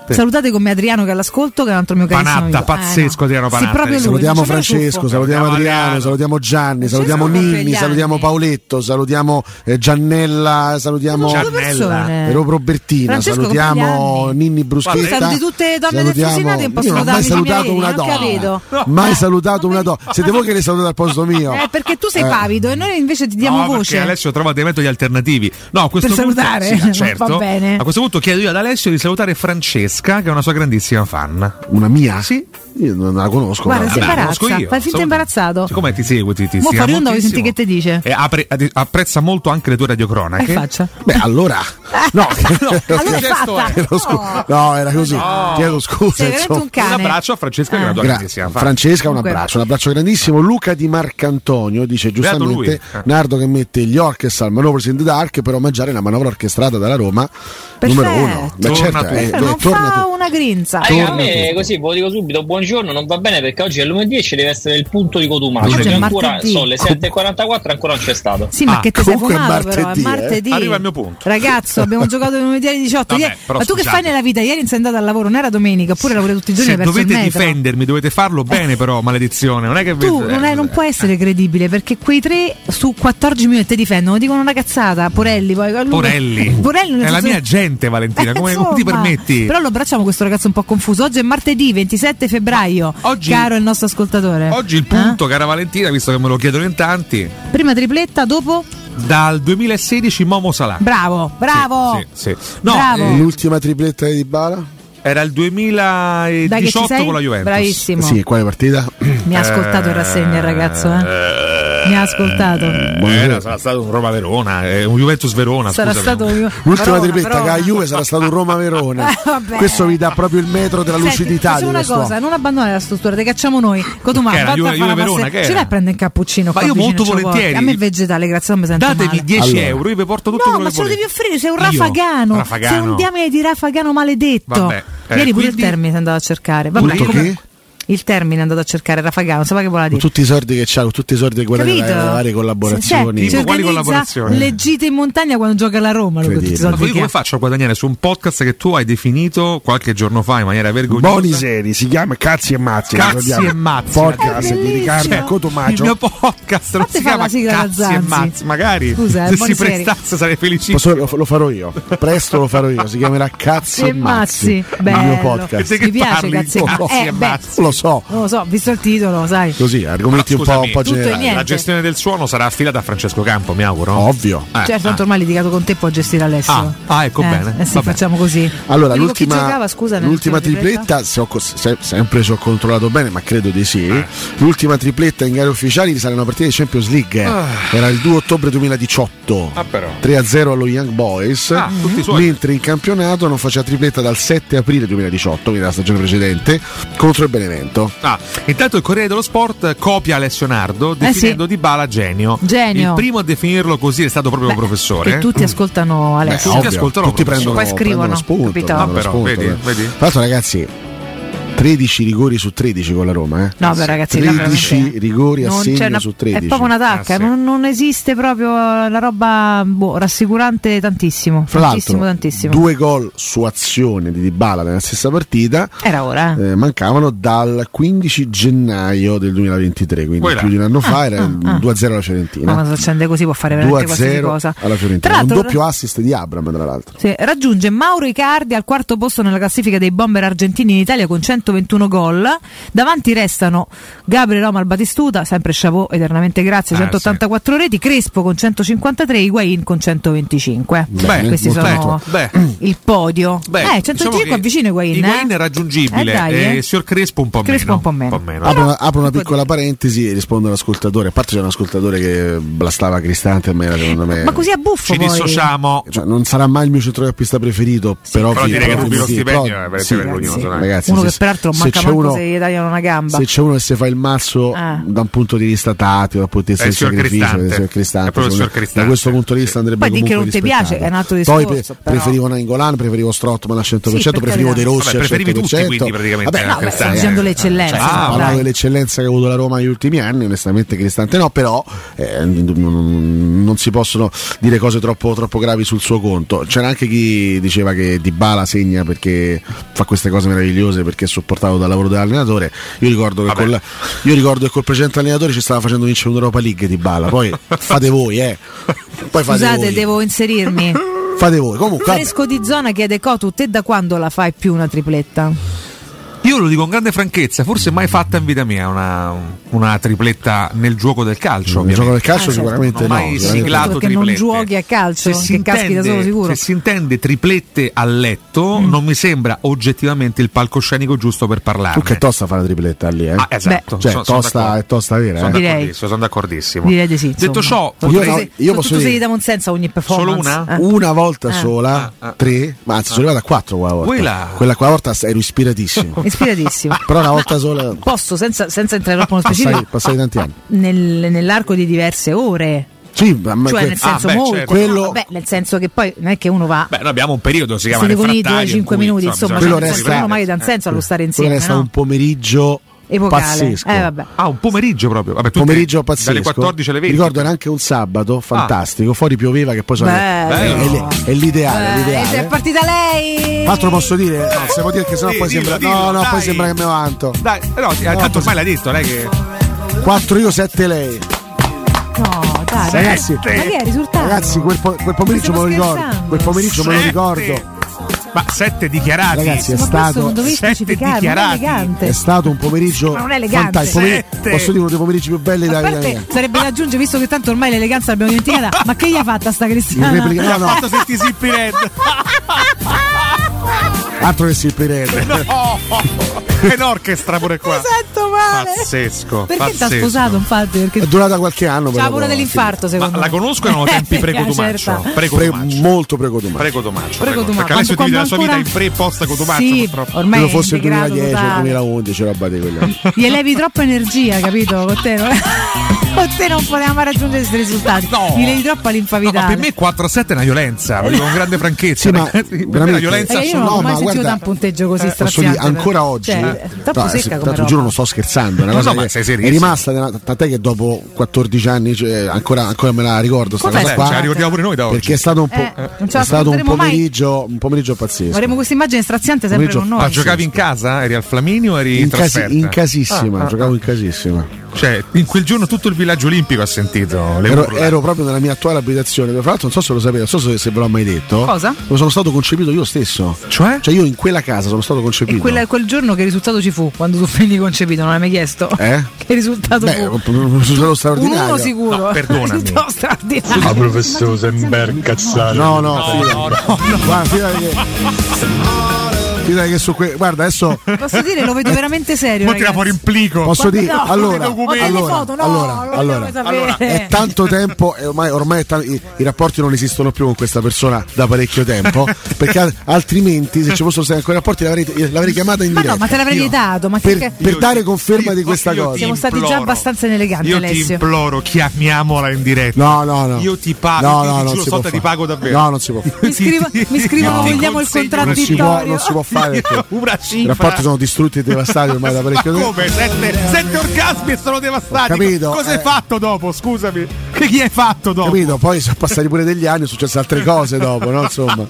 [SPEAKER 12] Sì.
[SPEAKER 11] Salutate con me Adriano che è all'ascolto, che è un altro mio carissimo
[SPEAKER 12] Panatta,
[SPEAKER 11] amico.
[SPEAKER 12] pazzesco
[SPEAKER 11] eh, no.
[SPEAKER 12] Adriano Panatta.
[SPEAKER 11] Sì, proprio lui,
[SPEAKER 6] salutiamo
[SPEAKER 11] non c'è
[SPEAKER 6] Francesco,
[SPEAKER 11] tuffo.
[SPEAKER 6] salutiamo Adriano, salutiamo Gianni, salutiamo Ninni, salutiamo Pauletto, salutiamo eh, Giannella, salutiamo
[SPEAKER 11] Giannella,
[SPEAKER 6] Ero Robertina,
[SPEAKER 11] Francesco,
[SPEAKER 6] salutiamo Ninni Bruschetta.
[SPEAKER 11] Saluti tutte le donne del Fusinato e un po'
[SPEAKER 6] Io non ho mai salutato una
[SPEAKER 11] donna.
[SPEAKER 6] donna. Mai salutato una donna. Siete voi che le salutate al posto mio?
[SPEAKER 11] Eh, perché tu sei
[SPEAKER 6] Eh.
[SPEAKER 11] pavido e noi invece ti diamo
[SPEAKER 12] no,
[SPEAKER 11] voce.
[SPEAKER 12] perché Alessio trova dei metodi alternativi. No, a questo
[SPEAKER 11] Per
[SPEAKER 12] punto,
[SPEAKER 11] salutare?
[SPEAKER 12] sì, certo.
[SPEAKER 11] Va bene.
[SPEAKER 12] A questo punto chiedo io ad Alessio di salutare Francesca, che è una sua grandissima fan.
[SPEAKER 6] Una mia?
[SPEAKER 12] Sì.
[SPEAKER 6] Io non la conosco.
[SPEAKER 11] Guarda,
[SPEAKER 6] ma-
[SPEAKER 11] si
[SPEAKER 12] Vabbè,
[SPEAKER 11] imbarazza,
[SPEAKER 12] conosco io,
[SPEAKER 11] fai finta
[SPEAKER 12] saluta.
[SPEAKER 11] imbarazzato.
[SPEAKER 12] Siccome ti segue, ti, ti
[SPEAKER 11] Mo
[SPEAKER 12] stima
[SPEAKER 11] fuori onda
[SPEAKER 12] moltissimo.
[SPEAKER 11] senti che ti dice.
[SPEAKER 12] E apre- ad- apprezza molto anche le tue radiocronache.
[SPEAKER 11] Che faccia?
[SPEAKER 6] Beh, allora. No,
[SPEAKER 11] allora è fatta.
[SPEAKER 6] chiedo scu- no, era così.
[SPEAKER 12] No.
[SPEAKER 6] Chiedo scusa.
[SPEAKER 11] Sei veramente
[SPEAKER 6] insomma.
[SPEAKER 11] un cane.
[SPEAKER 12] Un abbraccio a Francesca, che è una tua
[SPEAKER 6] Gra-
[SPEAKER 12] grandissima fan.
[SPEAKER 6] Francesca, un
[SPEAKER 11] Comunque-
[SPEAKER 6] abbraccio, un abbraccio grandissimo. Luca Di Marcantonio dice
[SPEAKER 12] Beato lui.
[SPEAKER 6] giustamente
[SPEAKER 12] Eh.
[SPEAKER 6] Nardo che mette gli Orchestral Manovers in the Dark per omaggiare la manovra orchestrata dalla Roma numero uno. Beh,
[SPEAKER 12] Torna
[SPEAKER 6] certo,
[SPEAKER 12] tu.
[SPEAKER 6] eh,
[SPEAKER 11] Eh,
[SPEAKER 6] eh,
[SPEAKER 11] non
[SPEAKER 6] torna
[SPEAKER 11] fa
[SPEAKER 6] tu.
[SPEAKER 11] una grinza.
[SPEAKER 5] Raga, a me così ve lo dico subito, buongiorno, non va bene perché oggi è lunedì e ci deve essere il punto di Cotumaccio.
[SPEAKER 11] Oggi è
[SPEAKER 5] Ancora
[SPEAKER 11] martedì.
[SPEAKER 5] sono le sette e quarantaquattro ancora non c'è stato.
[SPEAKER 11] Sì, ma
[SPEAKER 12] Ah,
[SPEAKER 11] che te sei
[SPEAKER 6] comunque è
[SPEAKER 11] fumato però, è
[SPEAKER 6] martedì, eh.
[SPEAKER 11] martedì.
[SPEAKER 12] Arriva il mio punto.
[SPEAKER 11] Ragazzo, abbiamo giocato lunedì alle diciotto.
[SPEAKER 12] Vabbè,
[SPEAKER 11] Ieri-
[SPEAKER 12] però
[SPEAKER 11] ma tu che
[SPEAKER 12] scusate.
[SPEAKER 11] fai nella vita? Ieri non sei andato al lavoro, non era domenica, oppure lavori tutti i giorni
[SPEAKER 12] Se
[SPEAKER 11] e hai perso il
[SPEAKER 12] dovete
[SPEAKER 11] metro.
[SPEAKER 12] difendermi, dovete farlo bene, però, maledizione. Non è che
[SPEAKER 11] Tu
[SPEAKER 12] eh,
[SPEAKER 11] non, è, non puoi essere credibile perché quei tre su quattordici minuti ti difendono, dicono una cazzata. Porelli, poi lui-
[SPEAKER 12] Porelli.
[SPEAKER 11] Porelli nel
[SPEAKER 12] È la
[SPEAKER 11] senso-
[SPEAKER 12] mia gente, Valentina.
[SPEAKER 11] Eh,
[SPEAKER 12] Come, come
[SPEAKER 11] insomma,
[SPEAKER 12] ti permetti?
[SPEAKER 11] Però lo abbracciamo questo ragazzo un po' confuso. Oggi è martedì ventisette febbraio.
[SPEAKER 12] Oggi-
[SPEAKER 11] Caro il nostro ascoltatore.
[SPEAKER 12] Oggi il punto, cara Valentina, visto che me lo chiedono in tanti,
[SPEAKER 11] Prima tripletta, dopo?
[SPEAKER 12] dal duemilasedici Momo Salah.
[SPEAKER 11] Bravo, bravo.
[SPEAKER 12] Sì, sì. No,
[SPEAKER 11] Bravo.
[SPEAKER 12] eh,
[SPEAKER 6] L'ultima tripletta di Dybala?
[SPEAKER 12] era il
[SPEAKER 11] Dai, che ci
[SPEAKER 12] duemiladiciotto
[SPEAKER 11] sei?
[SPEAKER 12] con la Juventus.
[SPEAKER 11] Bravissimo.
[SPEAKER 6] Sì, quale partita?
[SPEAKER 11] Mi ha ascoltato in rassegna il ragazzo, eh? Mi ha ascoltato.
[SPEAKER 12] Era, sarà stato un Roma Verona, eh, un Juventus Verona.
[SPEAKER 11] Sarà
[SPEAKER 12] scusami.
[SPEAKER 11] stato un-
[SPEAKER 6] L'ultima
[SPEAKER 11] Verona,
[SPEAKER 6] tripletta
[SPEAKER 11] Verona.
[SPEAKER 6] che ha Juve sarà stato un Roma-Verona.
[SPEAKER 11] Eh, vabbè.
[SPEAKER 6] Questo vi dà proprio il metro della
[SPEAKER 11] Senti,
[SPEAKER 6] lucidità di
[SPEAKER 11] facciamo una
[SPEAKER 6] questo.
[SPEAKER 11] cosa, non abbandonare la struttura, ti cacciamo noi. Cotumaccio,
[SPEAKER 12] Che era?
[SPEAKER 11] vatti a
[SPEAKER 12] Juve-
[SPEAKER 11] fare
[SPEAKER 12] Juve
[SPEAKER 11] una
[SPEAKER 12] Verona,
[SPEAKER 11] passeggiata.
[SPEAKER 12] che era?
[SPEAKER 11] Ce l'hai a prendere in cappuccino
[SPEAKER 12] Ma
[SPEAKER 11] qua
[SPEAKER 12] io
[SPEAKER 11] vicino,
[SPEAKER 12] molto
[SPEAKER 11] ce lo vuoi?
[SPEAKER 12] volentieri.
[SPEAKER 11] A me è vegetale, grazie, non mi sento
[SPEAKER 12] Datemi
[SPEAKER 11] male.
[SPEAKER 12] dieci
[SPEAKER 6] Allora.
[SPEAKER 12] euro, io vi porto tutto
[SPEAKER 11] No,
[SPEAKER 12] quello
[SPEAKER 11] ma
[SPEAKER 12] che
[SPEAKER 11] ce lo
[SPEAKER 12] volete.
[SPEAKER 11] devi offrire, sei un
[SPEAKER 12] Io?
[SPEAKER 11] rafagano.
[SPEAKER 12] Rafagano.
[SPEAKER 11] Sei un diamine di rafagano maledetto.
[SPEAKER 12] Vabbè, eh,
[SPEAKER 11] Ieri pure
[SPEAKER 12] quindi-
[SPEAKER 11] il termine è andato a cercare. Vabbè,
[SPEAKER 6] Tutto
[SPEAKER 11] comunque-
[SPEAKER 6] che?
[SPEAKER 11] Il termine è andato a cercare rafagano, sapeva che voleva
[SPEAKER 6] Con
[SPEAKER 11] dire.
[SPEAKER 6] tutti i soldi che c'ha, con tutti i soldi che guadagna
[SPEAKER 11] Capito?
[SPEAKER 6] dalle varie collaborazioni.
[SPEAKER 11] Sì, si
[SPEAKER 12] Tipo, quali
[SPEAKER 11] organizza
[SPEAKER 12] collaborazioni?
[SPEAKER 11] le gite in montagna quando gioca alla Roma. Lui, con tutti i
[SPEAKER 6] Incredibile.
[SPEAKER 11] soldi
[SPEAKER 12] Ma io
[SPEAKER 11] che
[SPEAKER 12] come
[SPEAKER 11] ha.
[SPEAKER 12] faccio a guadagnare su un podcast che tu hai definito qualche giorno fa in maniera vergognosa?
[SPEAKER 6] Boni seri, si chiama Cazzi e Mazzi.
[SPEAKER 12] Cazzi
[SPEAKER 6] ricordiamo.
[SPEAKER 12] e Mazzi.
[SPEAKER 6] Podcast
[SPEAKER 11] È
[SPEAKER 6] di Riccardo
[SPEAKER 11] bellissimo.
[SPEAKER 12] Il
[SPEAKER 6] Cotumaccio.
[SPEAKER 12] mio podcast non
[SPEAKER 11] Fate
[SPEAKER 12] si
[SPEAKER 11] fare
[SPEAKER 12] chiama
[SPEAKER 11] la sigla da
[SPEAKER 12] Cazzi e
[SPEAKER 11] Zanzi.
[SPEAKER 12] Mazzi. Magari
[SPEAKER 11] Scusa, eh,
[SPEAKER 12] se
[SPEAKER 11] buoni
[SPEAKER 12] si
[SPEAKER 11] seri.
[SPEAKER 12] prestasse sarei felicissimo.
[SPEAKER 6] Posso- lo, lo farò io. Presto lo farò io. Si chiamerà Cazzi
[SPEAKER 11] Sì,
[SPEAKER 6] e Mazzi.
[SPEAKER 11] Mazzi,
[SPEAKER 6] Il
[SPEAKER 11] bello.
[SPEAKER 6] mio podcast.
[SPEAKER 12] Che
[SPEAKER 11] Mi piace
[SPEAKER 12] parli?
[SPEAKER 11] cazzi e
[SPEAKER 12] Cazzi
[SPEAKER 11] Mazzi.
[SPEAKER 12] e
[SPEAKER 11] Eh, beh,
[SPEAKER 12] Mazzi.
[SPEAKER 6] Lo so.
[SPEAKER 11] non lo so, visto il titolo, sai.
[SPEAKER 6] Così, argomenti un po',
[SPEAKER 12] Scusami,
[SPEAKER 6] un po'
[SPEAKER 11] tutto e
[SPEAKER 6] generali.
[SPEAKER 11] niente.
[SPEAKER 12] La gestione del suono sarà affidata a Francesco Campo, mi auguro.
[SPEAKER 6] Ovvio.
[SPEAKER 12] Eh,
[SPEAKER 11] Certo, tanto ormai litigato con te può gestire Alessio.
[SPEAKER 12] Ah, ah, ecco
[SPEAKER 11] Eh,
[SPEAKER 12] bene.
[SPEAKER 11] Eh sì,
[SPEAKER 12] Vabbè.
[SPEAKER 11] facciamo così.
[SPEAKER 6] Allora,
[SPEAKER 11] Dico chi
[SPEAKER 6] l'ultima,
[SPEAKER 11] giocava, scusa, nell'ultima
[SPEAKER 6] l'ultima tripletta, se ho co- se- sempre ci ho controllato bene, ma credo di sì.
[SPEAKER 12] Eh.
[SPEAKER 6] L'ultima tripletta in gare ufficiali risale a una partita di Champions League.
[SPEAKER 12] Ah.
[SPEAKER 6] Era il due ottobre duemiladiciotto.
[SPEAKER 12] Ah, però.
[SPEAKER 6] tre a zero allo Young Boys.
[SPEAKER 12] Ah, tutti i suoi.
[SPEAKER 6] Mentre in campionato non faceva tripletta dal sette aprile duemiladiciotto, quindi la stagione precedente, contro il Benevento.
[SPEAKER 12] Ah, intanto il Corriere dello Sport copia Alessio Nardo definendo Dybala genio.
[SPEAKER 11] Genio.
[SPEAKER 12] Il primo a definirlo così è stato proprio il professore.
[SPEAKER 11] Che tutti ascoltano Alessio.
[SPEAKER 6] Beh,
[SPEAKER 12] tutti
[SPEAKER 6] ovvio,
[SPEAKER 12] ascoltano
[SPEAKER 6] tutti
[SPEAKER 12] il professore.
[SPEAKER 6] prendono,
[SPEAKER 11] Poi scrivono,
[SPEAKER 6] prendono spunto,
[SPEAKER 11] capito?
[SPEAKER 6] prendono
[SPEAKER 12] Ah, però,
[SPEAKER 6] spunto,
[SPEAKER 12] vedi,
[SPEAKER 6] eh.
[SPEAKER 12] vedi.
[SPEAKER 6] Tra l'altro, ragazzi, tredici rigori su tredici con la Roma, eh?
[SPEAKER 11] No, beh, ragazzi,
[SPEAKER 6] tredici
[SPEAKER 11] veramente.
[SPEAKER 6] rigori a
[SPEAKER 11] Non c'è
[SPEAKER 6] segno
[SPEAKER 11] una-
[SPEAKER 6] su tredici.
[SPEAKER 11] È proprio una tacca,
[SPEAKER 12] Ah, sì.
[SPEAKER 11] non, non esiste proprio la roba boh, rassicurante tantissimo.
[SPEAKER 6] Fra
[SPEAKER 11] tantissimo,
[SPEAKER 6] l'altro,
[SPEAKER 11] tantissimo.
[SPEAKER 6] due gol su azione di Dybala nella stessa partita
[SPEAKER 11] Era ora.
[SPEAKER 6] eh, mancavano dal quindici gennaio del duemilaventitré, quindi
[SPEAKER 12] Quella.
[SPEAKER 6] più di un anno fa. Era il
[SPEAKER 11] ah.
[SPEAKER 6] due a zero alla
[SPEAKER 11] Ma
[SPEAKER 6] Fiorentina.
[SPEAKER 11] quando si accende così può fare veramente
[SPEAKER 6] due a
[SPEAKER 11] qualsiasi
[SPEAKER 6] zero
[SPEAKER 11] cosa.
[SPEAKER 6] alla Fiorentina.
[SPEAKER 11] Tra
[SPEAKER 6] Un
[SPEAKER 11] l'altro,
[SPEAKER 6] doppio assist di Abram, tra l'altro.
[SPEAKER 11] sì, raggiunge Mauro Icardi al quarto posto nella classifica dei bomber argentini in Italia con centoventuno gol. Davanti restano Gabriel Omar Batistuta, sempre chapeau, eternamente grazie,
[SPEAKER 12] Ah,
[SPEAKER 11] centottantaquattro reti, Crespo con centocinquantatré, Higuain con centoventicinque.
[SPEAKER 12] Beh,
[SPEAKER 11] Questi
[SPEAKER 12] molto
[SPEAKER 11] sono
[SPEAKER 12] bene.
[SPEAKER 11] il podio.
[SPEAKER 12] Beh,
[SPEAKER 11] eh, centoventicinque
[SPEAKER 12] diciamo che
[SPEAKER 11] vicino Higuain.
[SPEAKER 12] Higuain
[SPEAKER 11] eh?
[SPEAKER 12] è raggiungibile,
[SPEAKER 11] Eh, dai,
[SPEAKER 12] e
[SPEAKER 11] eh.
[SPEAKER 12] il signor Crespo un po'
[SPEAKER 11] Crespo
[SPEAKER 12] meno.
[SPEAKER 11] un po' meno.
[SPEAKER 6] Apro una, apro una piccola parentesi e rispondo all'ascoltatore. A parte c'è un ascoltatore che blastava Cristante, ma era secondo me.
[SPEAKER 11] Ma così a buffo
[SPEAKER 12] Ci
[SPEAKER 11] poi.
[SPEAKER 12] dissociamo.
[SPEAKER 6] Cioè, non sarà mai il mio centrocampista preferito, però,
[SPEAKER 12] però
[SPEAKER 6] vi-
[SPEAKER 12] dire che
[SPEAKER 6] però
[SPEAKER 12] rubi lo
[SPEAKER 6] sì,
[SPEAKER 12] stipendio
[SPEAKER 6] però-
[SPEAKER 12] è veramente
[SPEAKER 6] sì,
[SPEAKER 12] vergognoso,
[SPEAKER 6] ragazzi,
[SPEAKER 12] dai.
[SPEAKER 6] ragazzi,
[SPEAKER 11] Uno
[SPEAKER 6] si,
[SPEAKER 11] che l'altro
[SPEAKER 6] se
[SPEAKER 11] manca
[SPEAKER 6] c'è
[SPEAKER 11] manco
[SPEAKER 6] uno,
[SPEAKER 11] se gli tagliano una gamba.
[SPEAKER 6] se c'è uno che si fa il mazzo
[SPEAKER 11] Ah.
[SPEAKER 6] da un punto di vista tattico, dal punto di vista
[SPEAKER 12] È
[SPEAKER 6] del
[SPEAKER 12] il signor
[SPEAKER 6] sacrificio,
[SPEAKER 12] Cristante.
[SPEAKER 6] del signor Cristante,
[SPEAKER 12] È proprio il signor
[SPEAKER 6] secondo me,
[SPEAKER 12] Cristante.
[SPEAKER 6] da questo punto di vista andrebbe
[SPEAKER 11] Poi di che
[SPEAKER 6] comunque
[SPEAKER 11] non ti piace
[SPEAKER 6] rispettato.
[SPEAKER 11] è un altro
[SPEAKER 6] Poi
[SPEAKER 11] discorso,
[SPEAKER 6] pre-
[SPEAKER 11] però.
[SPEAKER 6] preferivo Nainggolan, preferivo Strootman al cento per cento,
[SPEAKER 11] Sì, per
[SPEAKER 6] preferivo De
[SPEAKER 11] carità.
[SPEAKER 6] Rossi
[SPEAKER 12] Vabbè,
[SPEAKER 6] al
[SPEAKER 12] preferivi
[SPEAKER 6] cento per cento.
[SPEAKER 12] tutti, quindi, praticamente,
[SPEAKER 6] Vabbè,
[SPEAKER 12] a
[SPEAKER 6] no, beh,
[SPEAKER 12] Cristante.
[SPEAKER 11] Stai dicendo le eccellenze.
[SPEAKER 6] Cioè,
[SPEAKER 11] Ah,
[SPEAKER 6] parlando
[SPEAKER 11] dai.
[SPEAKER 6] delle eccellenze che ha avuto la Roma negli ultimi anni, onestamente Cristante no, però eh, non, non si possono dire cose troppo, troppo gravi sul suo conto. C'era anche chi diceva che Dybala segna perché fa queste cose meravigliose, perché è supportato dal lavoro dell'allenatore. Io ricordo che, col, io ricordo che col precedente allenatore ci stava facendo vincere un'Europa League Dybala, poi fate voi, eh. Poi fate
[SPEAKER 11] Scusate,
[SPEAKER 6] voi.
[SPEAKER 11] devo inserirmi.
[SPEAKER 6] Fate voi. Comunque, vabbè.
[SPEAKER 11] Fresco di zona chiede Cotu, te da quando la fai più una tripletta?
[SPEAKER 12] Io lo dico con grande franchezza, forse mai fatta in vita mia una, una tripletta nel gioco del calcio.
[SPEAKER 6] Nel gioco del calcio
[SPEAKER 11] Ah, certo.
[SPEAKER 6] sicuramente
[SPEAKER 12] non ho
[SPEAKER 6] no.
[SPEAKER 12] mai
[SPEAKER 6] sicuramente
[SPEAKER 12] siglato
[SPEAKER 11] Perché
[SPEAKER 12] triplette.
[SPEAKER 11] non giochi a calcio,
[SPEAKER 12] Se si
[SPEAKER 11] che caschi da solo
[SPEAKER 12] intende-
[SPEAKER 11] sicuro.
[SPEAKER 12] Se si intende triplette a letto,
[SPEAKER 11] Mm.
[SPEAKER 12] non mi sembra oggettivamente il palcoscenico giusto per parlarne.
[SPEAKER 6] Tu che tosta fare la tripletta lì, eh?
[SPEAKER 12] Ah, esatto.
[SPEAKER 6] Cioè,
[SPEAKER 12] Sono- sono
[SPEAKER 6] tosta
[SPEAKER 12] d'accordo.
[SPEAKER 6] è tosta vera,
[SPEAKER 12] Sono
[SPEAKER 6] eh?
[SPEAKER 11] Direi.
[SPEAKER 12] d'accordissimo, sono d'accordissimo.
[SPEAKER 11] Direi di sì.
[SPEAKER 12] Detto
[SPEAKER 11] insomma.
[SPEAKER 12] ciò,
[SPEAKER 11] Soprattutto
[SPEAKER 6] io no,
[SPEAKER 11] se-
[SPEAKER 6] io
[SPEAKER 11] soprattutto
[SPEAKER 6] posso
[SPEAKER 11] se
[SPEAKER 6] dire-
[SPEAKER 11] gli dà un senso a ogni performance.
[SPEAKER 12] Solo una?
[SPEAKER 11] Eh.
[SPEAKER 6] Una volta
[SPEAKER 11] Ah.
[SPEAKER 6] sola, tre, ma anzi sono arrivato a quattro quella volta.
[SPEAKER 12] Vuoi là?
[SPEAKER 6] Quella quella volta ero ispiratissimo.
[SPEAKER 11] Ispiratissimo.
[SPEAKER 6] Però una volta sola
[SPEAKER 11] Posso, senza, senza entrare troppo nello specifico,
[SPEAKER 6] passai, passai tanti anni.
[SPEAKER 11] nel- nell'arco di diverse ore.
[SPEAKER 6] Sì, ma ma
[SPEAKER 11] Cioè,
[SPEAKER 6] que-
[SPEAKER 11] nel senso,
[SPEAKER 12] Ah, beh,
[SPEAKER 11] molto.
[SPEAKER 12] certo.
[SPEAKER 6] Quello-
[SPEAKER 11] No, vabbè, nel senso che poi non è che uno va.
[SPEAKER 12] Beh, noi abbiamo un periodo, si chiama
[SPEAKER 11] Siete con i
[SPEAKER 12] refrattario,
[SPEAKER 11] due cinque
[SPEAKER 12] in cui,
[SPEAKER 11] minuti, insomma,
[SPEAKER 6] Quello
[SPEAKER 11] cioè, nel
[SPEAKER 6] resta-
[SPEAKER 11] senso, uno magari dà un senso allo stare
[SPEAKER 6] quello
[SPEAKER 11] insieme.
[SPEAKER 6] resta
[SPEAKER 11] no?
[SPEAKER 6] un pomeriggio
[SPEAKER 11] Epocale.
[SPEAKER 6] pazzesco.
[SPEAKER 11] Eh, vabbè.
[SPEAKER 12] Ah, un pomeriggio proprio. Vabbè, tu
[SPEAKER 6] Pomeriggio
[SPEAKER 12] te-
[SPEAKER 6] pazzesco.
[SPEAKER 12] Dalle quattordici alle
[SPEAKER 6] Mi
[SPEAKER 12] venti.
[SPEAKER 6] ricordo era anche un sabato fantastico. Fuori pioveva, che poi sono
[SPEAKER 11] Bello.
[SPEAKER 6] è, è- è l'ideale. è
[SPEAKER 11] Eh,
[SPEAKER 6] l'ideale.
[SPEAKER 11] è partita lei.
[SPEAKER 6] Altro posso dire? No, se può dire che sennò
[SPEAKER 12] Sì,
[SPEAKER 6] poi
[SPEAKER 12] dillo,
[SPEAKER 6] sembra.
[SPEAKER 12] dillo,
[SPEAKER 6] no, no,
[SPEAKER 12] dai.
[SPEAKER 6] poi sembra che me vanto.
[SPEAKER 12] Dai, no, ti- tanto ormai l'ha detto, lei che.
[SPEAKER 6] quattro io, sette lei.
[SPEAKER 11] No, dai,
[SPEAKER 12] Sette.
[SPEAKER 6] Ragazzi,
[SPEAKER 11] ma che è risultato?
[SPEAKER 6] Ragazzi, quel, po- quel pomeriggio me lo
[SPEAKER 11] Stiamo
[SPEAKER 6] ricordo.
[SPEAKER 11] scherzando?
[SPEAKER 6] Quel pomeriggio me lo
[SPEAKER 12] Sette.
[SPEAKER 6] ricordo.
[SPEAKER 12] Ma sette dichiarati.
[SPEAKER 6] Ragazzi, è
[SPEAKER 11] ma
[SPEAKER 6] stato.
[SPEAKER 11] questo non dovevi
[SPEAKER 12] sette
[SPEAKER 11] specificare, non è
[SPEAKER 12] dichiarati.
[SPEAKER 11] elegante.
[SPEAKER 6] È stato un pomeriggio
[SPEAKER 11] Ma non è elegante.
[SPEAKER 6] fantastico. Pomeri-
[SPEAKER 12] Sette.
[SPEAKER 6] Posso dire uno dei pomeriggi più belli
[SPEAKER 11] A
[SPEAKER 6] della vita
[SPEAKER 11] parte
[SPEAKER 6] mia.
[SPEAKER 11] sarebbe da aggiungere, visto che tanto ormai l'eleganza l'abbiamo dimenticata, ma che gli ha fatta sta
[SPEAKER 6] In
[SPEAKER 11] Cristiana?
[SPEAKER 6] replica- no, no,
[SPEAKER 12] Fatto senti Zippi Red.
[SPEAKER 6] altro che si perede.
[SPEAKER 12] No. È un'orchestra pure qua.
[SPEAKER 11] Mi sento male.
[SPEAKER 12] Pazzesco.
[SPEAKER 11] Perché ti ha
[SPEAKER 12] pazzesco.
[SPEAKER 11] sposato, infatti? Perché
[SPEAKER 6] È durata qualche anno.
[SPEAKER 11] c'ha
[SPEAKER 6] però,
[SPEAKER 11] paura
[SPEAKER 6] poi,
[SPEAKER 11] dell'infarto,
[SPEAKER 12] Ma
[SPEAKER 11] secondo
[SPEAKER 12] la
[SPEAKER 11] me.
[SPEAKER 12] conosco, erano tempi
[SPEAKER 11] Eh,
[SPEAKER 12] pre-Cotumaccio.
[SPEAKER 11] certo.
[SPEAKER 6] Pre-
[SPEAKER 12] Pre-Cotumaccio.
[SPEAKER 6] molto precotumaccio.
[SPEAKER 12] Pre-Cotumaccio.
[SPEAKER 11] Pre-Cotumaccio.
[SPEAKER 12] Perché adesso
[SPEAKER 11] Quando-
[SPEAKER 12] divide la sua vita
[SPEAKER 11] quando
[SPEAKER 12] in pre e post Cotumaccio,
[SPEAKER 11] Sì,
[SPEAKER 12] purtroppo.
[SPEAKER 11] ormai
[SPEAKER 6] Quello
[SPEAKER 11] è
[SPEAKER 6] fosse il
[SPEAKER 11] integrato
[SPEAKER 6] duemiladieci,
[SPEAKER 11] totale.
[SPEAKER 6] duemilaundici, roba di quelle.
[SPEAKER 11] Gli elevi troppa energia, capito? Con te, non- con te non potevamo mai raggiungere questi risultati.
[SPEAKER 12] No.
[SPEAKER 11] Gli levi troppa linfa
[SPEAKER 12] No, ma
[SPEAKER 11] vitale.
[SPEAKER 12] per me quattro a sette è una violenza, lo dico con grande franchezza.
[SPEAKER 6] Sì, ma
[SPEAKER 12] ragazzi. per me è una
[SPEAKER 6] veramente-
[SPEAKER 12] violenza
[SPEAKER 11] Eh, io non
[SPEAKER 6] No,
[SPEAKER 11] ho mai
[SPEAKER 6] ma
[SPEAKER 11] sentito
[SPEAKER 6] guarda,
[SPEAKER 11] da un punteggio così
[SPEAKER 6] Posso
[SPEAKER 11] straziante.
[SPEAKER 6] dire, ancora
[SPEAKER 11] però.
[SPEAKER 6] oggi,
[SPEAKER 11] Cioè, è troppo
[SPEAKER 6] no,
[SPEAKER 11] secca
[SPEAKER 6] se-
[SPEAKER 11] come
[SPEAKER 6] tanto
[SPEAKER 11] roba.
[SPEAKER 6] giuro non sto scherzando, è una
[SPEAKER 12] No,
[SPEAKER 6] cosa
[SPEAKER 12] no, ma
[SPEAKER 6] che
[SPEAKER 12] sei
[SPEAKER 6] è
[SPEAKER 12] serissimo.
[SPEAKER 6] rimasta, tant'è che dopo quattordici anni cioè, ancora, ancora me la ricordo sta
[SPEAKER 11] Com'è
[SPEAKER 6] cosa
[SPEAKER 12] Beh,
[SPEAKER 6] qua,
[SPEAKER 12] ce la ricordiamo pure noi da oggi.
[SPEAKER 6] perché è stato un po',
[SPEAKER 11] Eh, non ce la
[SPEAKER 6] è stato un
[SPEAKER 11] racconteremo mai.
[SPEAKER 6] pomeriggio, un pomeriggio pazzesco.
[SPEAKER 11] Avremo questa immagine straziante sempre
[SPEAKER 6] Pomeriggio-
[SPEAKER 11] con
[SPEAKER 12] Ma
[SPEAKER 11] noi.
[SPEAKER 12] giocavi in casa? Eri al Flaminio o eri in,
[SPEAKER 6] in, casi-
[SPEAKER 12] trasferta?
[SPEAKER 6] in casissima,
[SPEAKER 12] Ah, ah,
[SPEAKER 6] giocavo in casissima.
[SPEAKER 12] Cioè, in quel giorno tutto il villaggio olimpico ha sentito le
[SPEAKER 6] Ero,
[SPEAKER 12] urla.
[SPEAKER 6] ero proprio nella mia attuale abitazione, tra l'altro non so se lo sapete, non so se, se ve l'ho mai detto.
[SPEAKER 11] Cosa?
[SPEAKER 6] Dove sono stato concepito io stesso.
[SPEAKER 12] Cioè?
[SPEAKER 6] Cioè io in quella casa sono stato concepito.
[SPEAKER 11] E quella- quel giorno che risultato ci fu? Quando tu venivi concepito, non l'hai mai chiesto?
[SPEAKER 6] Eh?
[SPEAKER 11] Che risultato
[SPEAKER 6] Beh,
[SPEAKER 11] fu?
[SPEAKER 6] un risultato
[SPEAKER 11] Un
[SPEAKER 6] straordinario.
[SPEAKER 11] uno sicuro.
[SPEAKER 12] No, perdonami.
[SPEAKER 11] Un risultato straordinario.
[SPEAKER 4] La professore sembra incazzare.
[SPEAKER 6] No, no,
[SPEAKER 12] No,
[SPEAKER 6] fidati.
[SPEAKER 12] no, no, no.
[SPEAKER 6] Guarda, fidati che, fidati che su que- guarda adesso
[SPEAKER 11] Posso dire, lo vedo veramente serio.
[SPEAKER 12] Mo tira
[SPEAKER 11] ragazzi.
[SPEAKER 12] fuori un plico.
[SPEAKER 6] posso
[SPEAKER 11] Guarda,
[SPEAKER 6] dire
[SPEAKER 11] no,
[SPEAKER 6] allora,
[SPEAKER 11] ho delle
[SPEAKER 6] allora,
[SPEAKER 11] foto, no,
[SPEAKER 6] allora,
[SPEAKER 11] lo
[SPEAKER 6] allora,
[SPEAKER 11] vogliamo sapere.
[SPEAKER 6] è tanto tempo e ormai, ormai è ta- i, i rapporti non esistono più con questa persona da parecchio tempo perché al- altrimenti se ci fossero stati ancora i rapporti l'avrei, l'avrei chiamata in
[SPEAKER 11] Ma
[SPEAKER 6] diretta
[SPEAKER 11] no, ma te l'avrei
[SPEAKER 12] Io-
[SPEAKER 11] vietato. Ma
[SPEAKER 6] per,
[SPEAKER 11] che...
[SPEAKER 6] per dare conferma
[SPEAKER 12] Io-
[SPEAKER 6] di questa
[SPEAKER 12] io
[SPEAKER 6] cosa.
[SPEAKER 12] ti
[SPEAKER 11] Siamo stati già
[SPEAKER 12] imploro.
[SPEAKER 11] abbastanza ineleganti,
[SPEAKER 12] Io ti
[SPEAKER 11] Alessio.
[SPEAKER 12] imploro, chiamiamola in diretta.
[SPEAKER 6] No, no, no.
[SPEAKER 12] Io ti pago,
[SPEAKER 6] No,
[SPEAKER 12] ti
[SPEAKER 6] no, non
[SPEAKER 12] giuro,
[SPEAKER 6] si può
[SPEAKER 12] sotto ti
[SPEAKER 6] fare.
[SPEAKER 12] pago davvero.
[SPEAKER 6] No, non si può fare.
[SPEAKER 11] Mi, scrivo, mi scrivono,
[SPEAKER 6] No.
[SPEAKER 11] vogliamo il
[SPEAKER 12] Consegno-
[SPEAKER 6] Non si può,
[SPEAKER 11] contraddittorio.
[SPEAKER 6] non si può fare perché
[SPEAKER 12] Una
[SPEAKER 6] i
[SPEAKER 12] cifra.
[SPEAKER 6] rapporti sono distrutti e devastati ormai da parecchio tempo.
[SPEAKER 12] Come? Sette, sette orgasmi e sono devastati.
[SPEAKER 6] Ho capito,
[SPEAKER 12] Cosa hai
[SPEAKER 6] eh.
[SPEAKER 12] fatto dopo? Scusami. Che chi hai fatto dopo?
[SPEAKER 6] Capito? Poi sono passati pure degli anni, sono successe altre cose dopo, no? Insomma.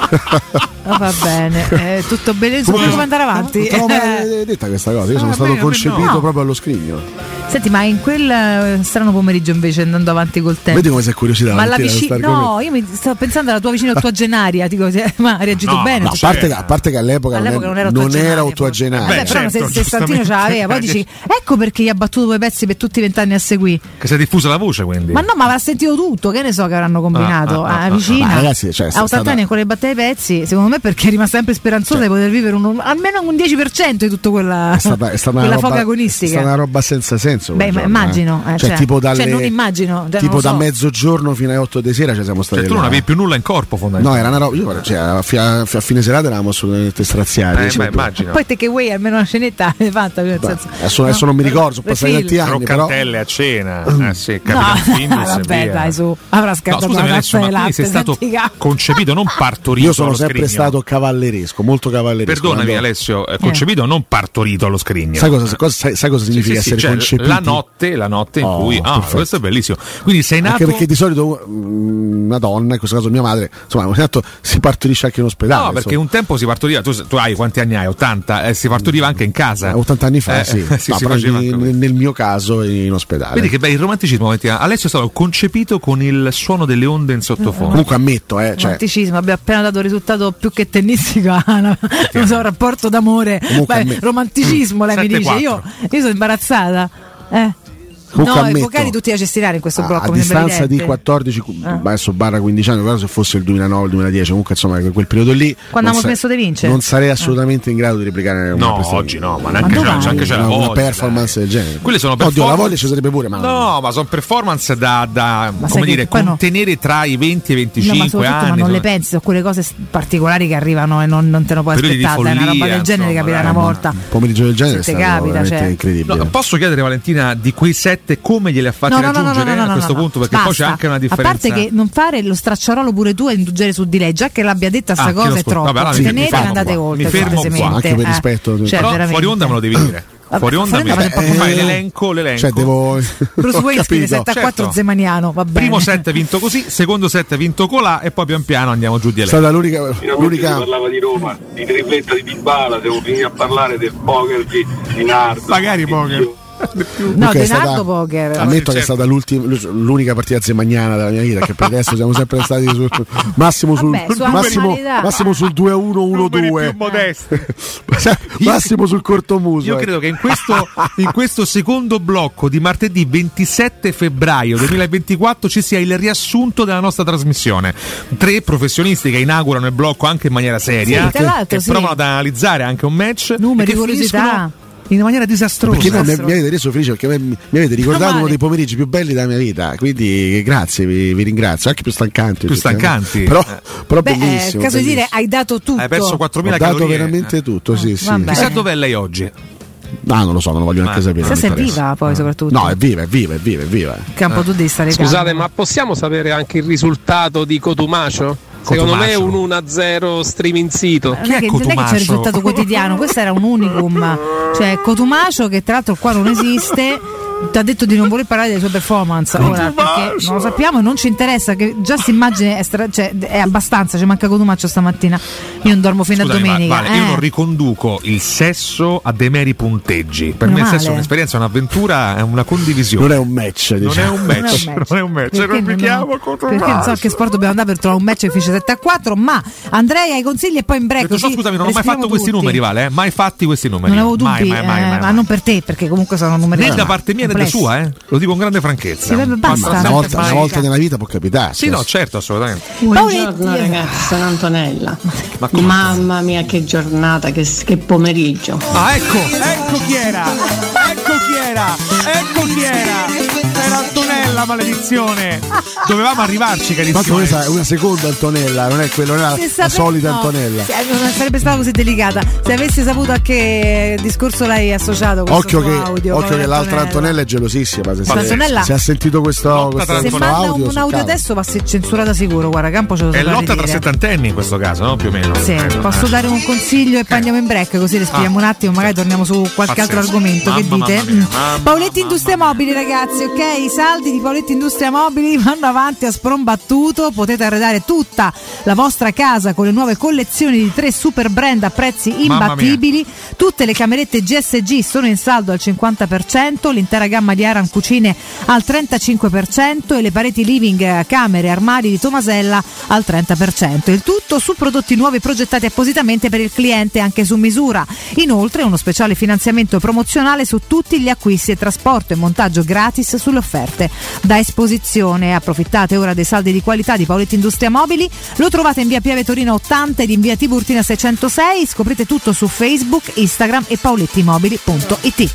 [SPEAKER 11] Ah, va bene, eh, tutto bene. Su
[SPEAKER 6] Come-
[SPEAKER 11] come andare avanti?
[SPEAKER 6] Non te l'ho mai detta questa cosa, io sono
[SPEAKER 11] Ah,
[SPEAKER 6] stato
[SPEAKER 11] bene,
[SPEAKER 6] concepito
[SPEAKER 11] no.
[SPEAKER 6] proprio allo scrigno.
[SPEAKER 11] Senti, ma in quel eh, strano pomeriggio invece andando avanti col tempo.
[SPEAKER 6] Vedi come sei curiosità.
[SPEAKER 11] Ma la
[SPEAKER 6] Valentina,
[SPEAKER 11] vicina,
[SPEAKER 6] questo argomento.
[SPEAKER 11] no, io mi stavo pensando alla tua vicina ottuagenaria, dico, se- ma ha reagito
[SPEAKER 12] No,
[SPEAKER 11] bene.
[SPEAKER 6] No, a
[SPEAKER 11] cioè,
[SPEAKER 6] parte, che, a parte che all'epoca,
[SPEAKER 11] all'epoca non
[SPEAKER 6] non,
[SPEAKER 11] era
[SPEAKER 6] non
[SPEAKER 11] ottuagenaria,
[SPEAKER 6] era
[SPEAKER 11] forse.
[SPEAKER 6] ottuagenaria.
[SPEAKER 11] Vabbè,
[SPEAKER 12] Beh,
[SPEAKER 11] però
[SPEAKER 12] certo,
[SPEAKER 11] se sessantino ce l'aveva, poi dici, ecco perché gli ha battuto due pezzi per tutti i vent'anni a seguire.
[SPEAKER 12] Che si è diffusa la voce, quindi.
[SPEAKER 11] Ma no, ma avrà sentito tutto, che ne so che avranno combinato.
[SPEAKER 12] Ah, ah, ah,
[SPEAKER 11] a
[SPEAKER 12] ah,
[SPEAKER 11] vicina.
[SPEAKER 6] Ma ragazzi, cioè, è
[SPEAKER 11] a ottanta
[SPEAKER 6] stata-
[SPEAKER 11] anni ancora le battute davanti ai pezzi, secondo me perché è rimasta sempre speranzosa cioè, di poter vivere un, almeno un dieci per cento di tutto quella,
[SPEAKER 7] è stata, è stata
[SPEAKER 11] quella
[SPEAKER 7] roba,
[SPEAKER 11] foga agonistica.
[SPEAKER 7] È stata una roba senza senso.
[SPEAKER 11] Beh,
[SPEAKER 7] giorno,
[SPEAKER 11] immagino,
[SPEAKER 7] eh.
[SPEAKER 11] Eh,
[SPEAKER 7] cioè,
[SPEAKER 11] cioè,
[SPEAKER 7] tipo, dalle,
[SPEAKER 11] cioè non immagino, cioè,
[SPEAKER 7] tipo
[SPEAKER 11] non
[SPEAKER 7] da
[SPEAKER 11] so.
[SPEAKER 7] mezzogiorno fino alle otto di sera ci siamo stati.
[SPEAKER 12] Cioè, tu non avevi più nulla in corpo, fondamentalmente.
[SPEAKER 7] No, era una roba. Io, cioè, a, fine, a fine serata eravamo assolutamente straziati.
[SPEAKER 12] Eh,
[SPEAKER 7] cioè,
[SPEAKER 12] beh, immagino.
[SPEAKER 11] Poi take away almeno una scenetta l'hai fatta. Nel
[SPEAKER 7] Beh,
[SPEAKER 11] senso,
[SPEAKER 7] adesso,
[SPEAKER 11] no?
[SPEAKER 7] adesso non mi ricordo, sono passati tanti anni.
[SPEAKER 12] Croccantelle
[SPEAKER 7] però...
[SPEAKER 12] a cena, eh sì, Capitan
[SPEAKER 11] no,
[SPEAKER 12] Findus
[SPEAKER 11] vabbè,
[SPEAKER 12] via.
[SPEAKER 11] dai, su, avrà scattato
[SPEAKER 12] no, scusami,
[SPEAKER 11] una
[SPEAKER 12] Alessio,
[SPEAKER 11] tazza
[SPEAKER 12] ma
[SPEAKER 11] di
[SPEAKER 12] quindi sei
[SPEAKER 11] latte.
[SPEAKER 12] stato concepito, non partorito.
[SPEAKER 7] Io sono
[SPEAKER 12] allo
[SPEAKER 7] sempre
[SPEAKER 12] scrigno.
[SPEAKER 7] stato cavalleresco, molto cavalleresco.
[SPEAKER 12] Perdonami,
[SPEAKER 7] quando...
[SPEAKER 12] Alessio, eh, concepito, eh. non partorito allo scrigno.
[SPEAKER 7] Sai cosa, cosa, sai, sai cosa significa
[SPEAKER 12] sì, sì,
[SPEAKER 7] essere
[SPEAKER 12] sì, cioè,
[SPEAKER 7] concepiti?
[SPEAKER 12] La notte, la notte in
[SPEAKER 7] oh,
[SPEAKER 12] cui. Ah,
[SPEAKER 7] perfetto.
[SPEAKER 12] questo è bellissimo. Quindi sei nato.
[SPEAKER 7] Anche perché di solito mh, una donna, in questo caso mia madre, insomma, ogni tanto si partorisce anche in ospedale.
[SPEAKER 12] No, perché
[SPEAKER 7] insomma.
[SPEAKER 12] un tempo si partoriva. Tu, tu hai quanti anni hai? ottanta? Eh, si partoriva anche in casa.
[SPEAKER 7] ottanta anni fa,
[SPEAKER 12] eh,
[SPEAKER 7] sì.
[SPEAKER 12] sì
[SPEAKER 7] no,
[SPEAKER 12] si
[SPEAKER 7] però
[SPEAKER 12] faceva
[SPEAKER 7] in,
[SPEAKER 12] anche...
[SPEAKER 7] nel mio caso in ospedale.
[SPEAKER 12] Vedi che beh, il romanticismo. Alessio è stato concepito con il suono delle onde in sottofondo.
[SPEAKER 7] Comunque ammetto, eh. Cioè...
[SPEAKER 11] Romanticismo, abbiamo appena dato un risultato più che tennistico a una, non so, un rapporto d'amore. Beh, romanticismo, lei mi dice. Io, io sono imbarazzata. Eh.
[SPEAKER 7] Comunque
[SPEAKER 11] no,
[SPEAKER 7] ammetto,
[SPEAKER 11] evocati tutti da cestinare in questo
[SPEAKER 7] a,
[SPEAKER 11] blocco.
[SPEAKER 7] a distanza di quattordici, eh. adesso barra quindici anni, però se fosse il duemilanove duemiladieci, comunque insomma quel periodo lì.
[SPEAKER 11] Quando abbiamo
[SPEAKER 7] sa-
[SPEAKER 11] smesso di vincere?
[SPEAKER 7] Non sarei assolutamente eh. in grado di replicare una
[SPEAKER 12] No,
[SPEAKER 7] prestazione.
[SPEAKER 12] oggi no, ma neanche ma c'è, anche c'è la
[SPEAKER 7] una
[SPEAKER 12] voglia,
[SPEAKER 7] performance
[SPEAKER 12] dai.
[SPEAKER 7] del genere.
[SPEAKER 12] Quelle sono
[SPEAKER 7] Oddio,
[SPEAKER 12] performance.
[SPEAKER 7] la voglia ci sarebbe pure, ma
[SPEAKER 12] no, ma sono performance da, da come dire,
[SPEAKER 11] no.
[SPEAKER 12] contenere tra i venti e i venticinque
[SPEAKER 11] no, ma
[SPEAKER 12] anni.
[SPEAKER 11] Ma non
[SPEAKER 12] so...
[SPEAKER 11] le pensi a quelle cose particolari che arrivano e non, non te lo puoi
[SPEAKER 12] periodi
[SPEAKER 11] aspettare. È una roba del genere
[SPEAKER 12] insomma,
[SPEAKER 11] capita
[SPEAKER 12] dai,
[SPEAKER 11] una volta.
[SPEAKER 7] Un pomeriggio del genere è
[SPEAKER 11] Se
[SPEAKER 7] stato
[SPEAKER 11] capita,
[SPEAKER 7] veramente
[SPEAKER 11] cioè.
[SPEAKER 7] incredibile.
[SPEAKER 12] No, posso chiedere, Valentina, di quei sette come glieli ha fatti
[SPEAKER 11] No, no, no,
[SPEAKER 12] raggiungere
[SPEAKER 11] no, no, no,
[SPEAKER 12] a questo
[SPEAKER 11] no,
[SPEAKER 12] punto? Perché
[SPEAKER 11] basta.
[SPEAKER 12] poi c'è anche una differenza.
[SPEAKER 11] A parte che non fare lo stracciarolo pure tu e indugere su di lei, già che l'abbia detta sta
[SPEAKER 12] Ah,
[SPEAKER 11] cosa è troppo.
[SPEAKER 12] Vabbè, allora
[SPEAKER 11] Tenete e
[SPEAKER 12] mi
[SPEAKER 11] andate
[SPEAKER 12] qua.
[SPEAKER 11] oltre.
[SPEAKER 12] Mi fermo qua.
[SPEAKER 7] Anche per rispetto.
[SPEAKER 11] Eh, cioè,
[SPEAKER 12] però
[SPEAKER 11] veramente.
[SPEAKER 12] fuori onda me lo devi dire. Fuori onda mi
[SPEAKER 11] Vabbè,
[SPEAKER 12] fai l'elenco, l'elenco.
[SPEAKER 7] Cioè devo
[SPEAKER 11] Bruce Wayne scrive sette a quattro
[SPEAKER 12] Certo.
[SPEAKER 11] Zemaniano, va bene.
[SPEAKER 12] Primo set vinto così, secondo set vinto colà e poi pian piano andiamo giù di
[SPEAKER 7] È
[SPEAKER 12] elenco.
[SPEAKER 7] stata l'unica, l'unica...
[SPEAKER 8] Si parlava di Roma, di tripletta di Dybala, siamo finiti a parlare del poker di, di Nardo.
[SPEAKER 12] Magari poker.
[SPEAKER 11] No,
[SPEAKER 7] Okay,
[SPEAKER 11] Denardo
[SPEAKER 7] stata,
[SPEAKER 11] Poker.
[SPEAKER 7] ammetto che è stata l'unica partita zemagnana della mia vita, che per adesso siamo sempre stati sul, massimo sul,
[SPEAKER 11] Vabbè, su
[SPEAKER 7] massimo, massimo sul due a uno uno due massimo sul cortomuso.
[SPEAKER 12] Io credo che in questo, in questo secondo blocco di martedì ventisette febbraio duemilaventiquattro ci sia il riassunto della nostra trasmissione. Tre professionisti che inaugurano il blocco anche in maniera seria,
[SPEAKER 11] Sì, tra l'altro,
[SPEAKER 12] che
[SPEAKER 11] sì.
[SPEAKER 12] provano ad analizzare anche un match,
[SPEAKER 11] Numeri,
[SPEAKER 12] e che
[SPEAKER 11] curiosità.
[SPEAKER 12] finiscono in maniera disastrosa.
[SPEAKER 7] Perché no, mi, mi avete reso felice, perché mi, mi avete ricordato
[SPEAKER 11] male.
[SPEAKER 7] uno dei pomeriggi più belli della mia vita, quindi grazie, vi, vi ringrazio, anche più stancanti,
[SPEAKER 12] Più stancanti.
[SPEAKER 7] però, però
[SPEAKER 11] Beh,
[SPEAKER 7] bellissimo,
[SPEAKER 11] è caso di dire,
[SPEAKER 7] bellissimo.
[SPEAKER 11] hai dato tutto.
[SPEAKER 12] Hai perso quattromila
[SPEAKER 7] Ho dato
[SPEAKER 12] calorie.
[SPEAKER 7] veramente tutto, sì, sì.
[SPEAKER 11] vabbè.
[SPEAKER 12] Chissà dov'è lei oggi.
[SPEAKER 7] No, non lo so, non lo voglio neanche
[SPEAKER 12] Ma-
[SPEAKER 7] sapere.
[SPEAKER 11] Chissà se
[SPEAKER 7] non
[SPEAKER 11] è
[SPEAKER 7] mi interessa.
[SPEAKER 11] viva poi soprattutto.
[SPEAKER 7] No, è viva, è viva, è viva, è viva.
[SPEAKER 11] Che un po' tu devi stare
[SPEAKER 3] Scusate,
[SPEAKER 11] calmo.
[SPEAKER 3] ma possiamo sapere anche il risultato di Cotumacio? Secondo me è un uno a zero streaming sito.
[SPEAKER 11] Non è, che, non è che c'è il risultato quotidiano, questo era un unicum. Cioè Cotumacio, che tra l'altro qua non esiste, ti ha detto di non voler parlare delle sue performance ora, perché non lo sappiamo e non ci interessa, che già si immagine è, stra- cioè, è abbastanza, ci manca Cotumaccio stamattina, io non dormo fino
[SPEAKER 12] Scusami,
[SPEAKER 11] a domenica.
[SPEAKER 12] Vale,
[SPEAKER 11] eh.
[SPEAKER 12] io non riconduco il sesso a dei meri punteggi. Per
[SPEAKER 11] Meno
[SPEAKER 12] me il sesso
[SPEAKER 11] male.
[SPEAKER 12] è un'esperienza, è un'avventura, è una condivisione.
[SPEAKER 7] Non è un match,
[SPEAKER 12] Non è
[SPEAKER 7] diciamo.
[SPEAKER 12] un match, non è un match.
[SPEAKER 11] Perché
[SPEAKER 12] Non mi
[SPEAKER 11] non-
[SPEAKER 12] chiamo
[SPEAKER 11] perché non so a che sport dobbiamo andare per trovare un match che finisce sette a quattro, ma Andrea i consigli e poi in break.
[SPEAKER 12] Detto ciò,
[SPEAKER 11] così
[SPEAKER 12] scusami, non ho mai
[SPEAKER 11] respiriamo
[SPEAKER 12] fatto questi
[SPEAKER 11] tutti.
[SPEAKER 12] numeri, Vale, eh? Mai fatti questi numeri.
[SPEAKER 11] Non avevo
[SPEAKER 12] Mai,
[SPEAKER 11] dubbi,
[SPEAKER 12] mai, mai,
[SPEAKER 11] eh,
[SPEAKER 12] mai,
[SPEAKER 11] ma
[SPEAKER 12] mai.
[SPEAKER 11] non per te, perché comunque sono numeri
[SPEAKER 12] Né da parte mia né da
[SPEAKER 11] complessi.
[SPEAKER 12] sua, eh? Lo dico con grande franchezza.
[SPEAKER 11] Sì, vabbè, basta.
[SPEAKER 7] Una
[SPEAKER 11] Senza
[SPEAKER 7] volta,
[SPEAKER 11] mai-
[SPEAKER 7] una volta nella vita può capitare.
[SPEAKER 12] Sì, no, certo, assolutamente.
[SPEAKER 10] Buongiorno ragazzi, sono Antonella.
[SPEAKER 12] Ma come?
[SPEAKER 10] Mamma mia che giornata, che, che pomeriggio.
[SPEAKER 12] Ah, ecco, ecco chi era, ecco chi era, ecco chi era. Era Antonella, maledizione. Dovevamo arrivarci,
[SPEAKER 7] Ma
[SPEAKER 12] carissimo.
[SPEAKER 7] questa è una seconda Antonella, non è quella, non è
[SPEAKER 11] Se
[SPEAKER 7] la,
[SPEAKER 11] sape-
[SPEAKER 7] solita
[SPEAKER 11] no,
[SPEAKER 7] Antonella.
[SPEAKER 11] se- non sarebbe stata così delicata. Se avessi saputo a che discorso l'hai associato questo
[SPEAKER 7] Occhio
[SPEAKER 11] suo
[SPEAKER 7] che,
[SPEAKER 11] audio,
[SPEAKER 7] occhio
[SPEAKER 11] povera
[SPEAKER 7] che l'altra Antonella è gelosissima. Se,
[SPEAKER 11] Ma Antonella-
[SPEAKER 7] se ha sentito questo, questo,
[SPEAKER 11] Se
[SPEAKER 7] questo
[SPEAKER 11] manda
[SPEAKER 7] audio,
[SPEAKER 11] un, un
[SPEAKER 7] sul
[SPEAKER 11] audio
[SPEAKER 7] cavolo.
[SPEAKER 11] adesso va a essere censurata sicuro, guarda, Campo ce lo so
[SPEAKER 12] È
[SPEAKER 11] far
[SPEAKER 12] lotta tra
[SPEAKER 11] ridire.
[SPEAKER 12] settantenni in questo caso, no? Più o meno.
[SPEAKER 11] Sì,
[SPEAKER 12] Credo.
[SPEAKER 11] posso
[SPEAKER 12] Eh.
[SPEAKER 11] dare un consiglio e poi andiamo in break così respiriamo
[SPEAKER 12] Ah.
[SPEAKER 11] un attimo, magari torniamo su qualche
[SPEAKER 12] Pazzesco.
[SPEAKER 11] altro argomento.
[SPEAKER 12] Mamma,
[SPEAKER 11] che dite?
[SPEAKER 12] mamma mia,
[SPEAKER 11] Mm.
[SPEAKER 12] mamma,
[SPEAKER 11] Paoletti Industria Mobili, ragazzi, ok? I saldi di Paoletti Industria Mobili vanno avanti a sprombattuto, potete arredare tutta la vostra casa con le nuove collezioni di tre super brand a prezzi
[SPEAKER 12] Mamma
[SPEAKER 11] imbattibili. Tutte le camerette G S G sono in saldo al cinquanta per cento, l'intera gamma di Aran Cucine al trentacinque per cento e le pareti living, camere, armadi di Tomasella al trenta per cento. Il tutto su prodotti nuovi progettati appositamente per il cliente, anche su misura. Inoltre uno speciale finanziamento promozionale su tutti gli acquisti e trasporto e montaggio gratis sulle offerte offerte da Esposizione. Approfittate ora dei saldi di qualità di Paoletti Industria Mobili, lo trovate in via Piave Torino ottanta ed in via Tiburtina seicentosei. Scoprite tutto su Facebook, Instagram e paolettimobili punto it.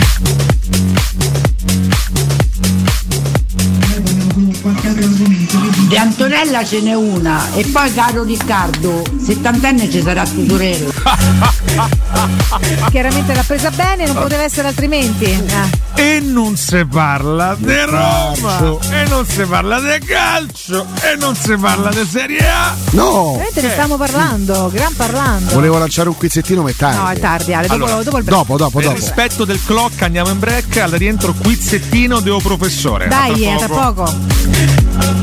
[SPEAKER 1] Di Antonella ce n'è una e poi caro Riccardo, settantenne ci sarà tua sorella.
[SPEAKER 11] Chiaramente l'ha presa bene, non poteva essere altrimenti. Eh.
[SPEAKER 12] E non si parla di Roma, e non si parla di calcio, e non si parla di Serie A.
[SPEAKER 7] No!
[SPEAKER 11] Veramente ne stiamo parlando, gran parlando.
[SPEAKER 7] Volevo lanciare un quizzettino, ma è tardi.
[SPEAKER 11] No, è tardi, Ale, dopo,
[SPEAKER 12] Allora,
[SPEAKER 11] dopo il break.
[SPEAKER 7] Dopo, dopo,
[SPEAKER 12] Per
[SPEAKER 7] dopo.
[SPEAKER 12] rispetto del clock andiamo in break, al rientro quizzettino Deo Professore.
[SPEAKER 11] Dai,
[SPEAKER 12] A
[SPEAKER 11] eh, tra poco.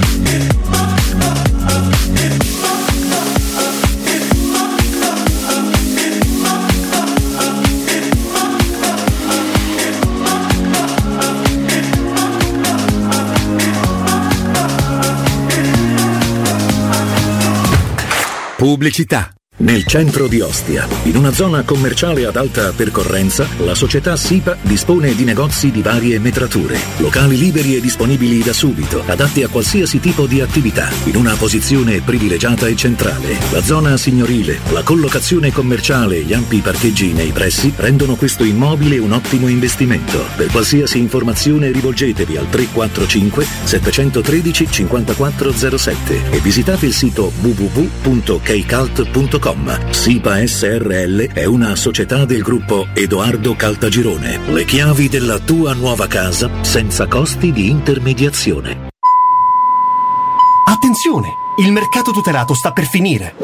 [SPEAKER 2] Pubblicità. Nel centro di Ostia, in una zona commerciale ad alta percorrenza, la società SIPA dispone di negozi di varie metrature, locali liberi e disponibili da subito, adatti a qualsiasi tipo di attività, in una posizione privilegiata e centrale. La zona signorile, la collocazione commerciale e gli ampi parcheggi nei pressi rendono questo immobile un ottimo investimento. Per qualsiasi informazione rivolgetevi al tre quattro cinque sette uno tre cinque zero sette e visitate il sito w w w punto keicalt punto com. SIPA S R L è una società del gruppo Edoardo Caltagirone. Le chiavi della tua nuova casa senza costi di intermediazione.
[SPEAKER 9] Attenzione! Il mercato tutelato sta per finire.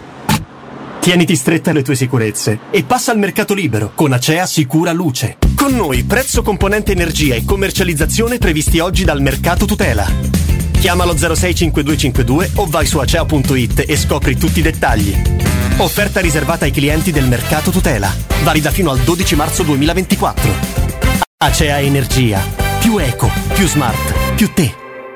[SPEAKER 9] Tieniti stretta alle tue sicurezze e passa al mercato libero con Acea Sicura Luce. Con noi prezzo, componente energia e commercializzazione previsti oggi dal mercato tutela. Chiamalo zero sei cinquantadue cinquantadue o vai su acea punto it e scopri tutti i dettagli. Offerta riservata ai clienti del mercato tutela. Valida fino al dodici marzo duemilaventiquattro. Acea Energia. Più eco, più smart, più te.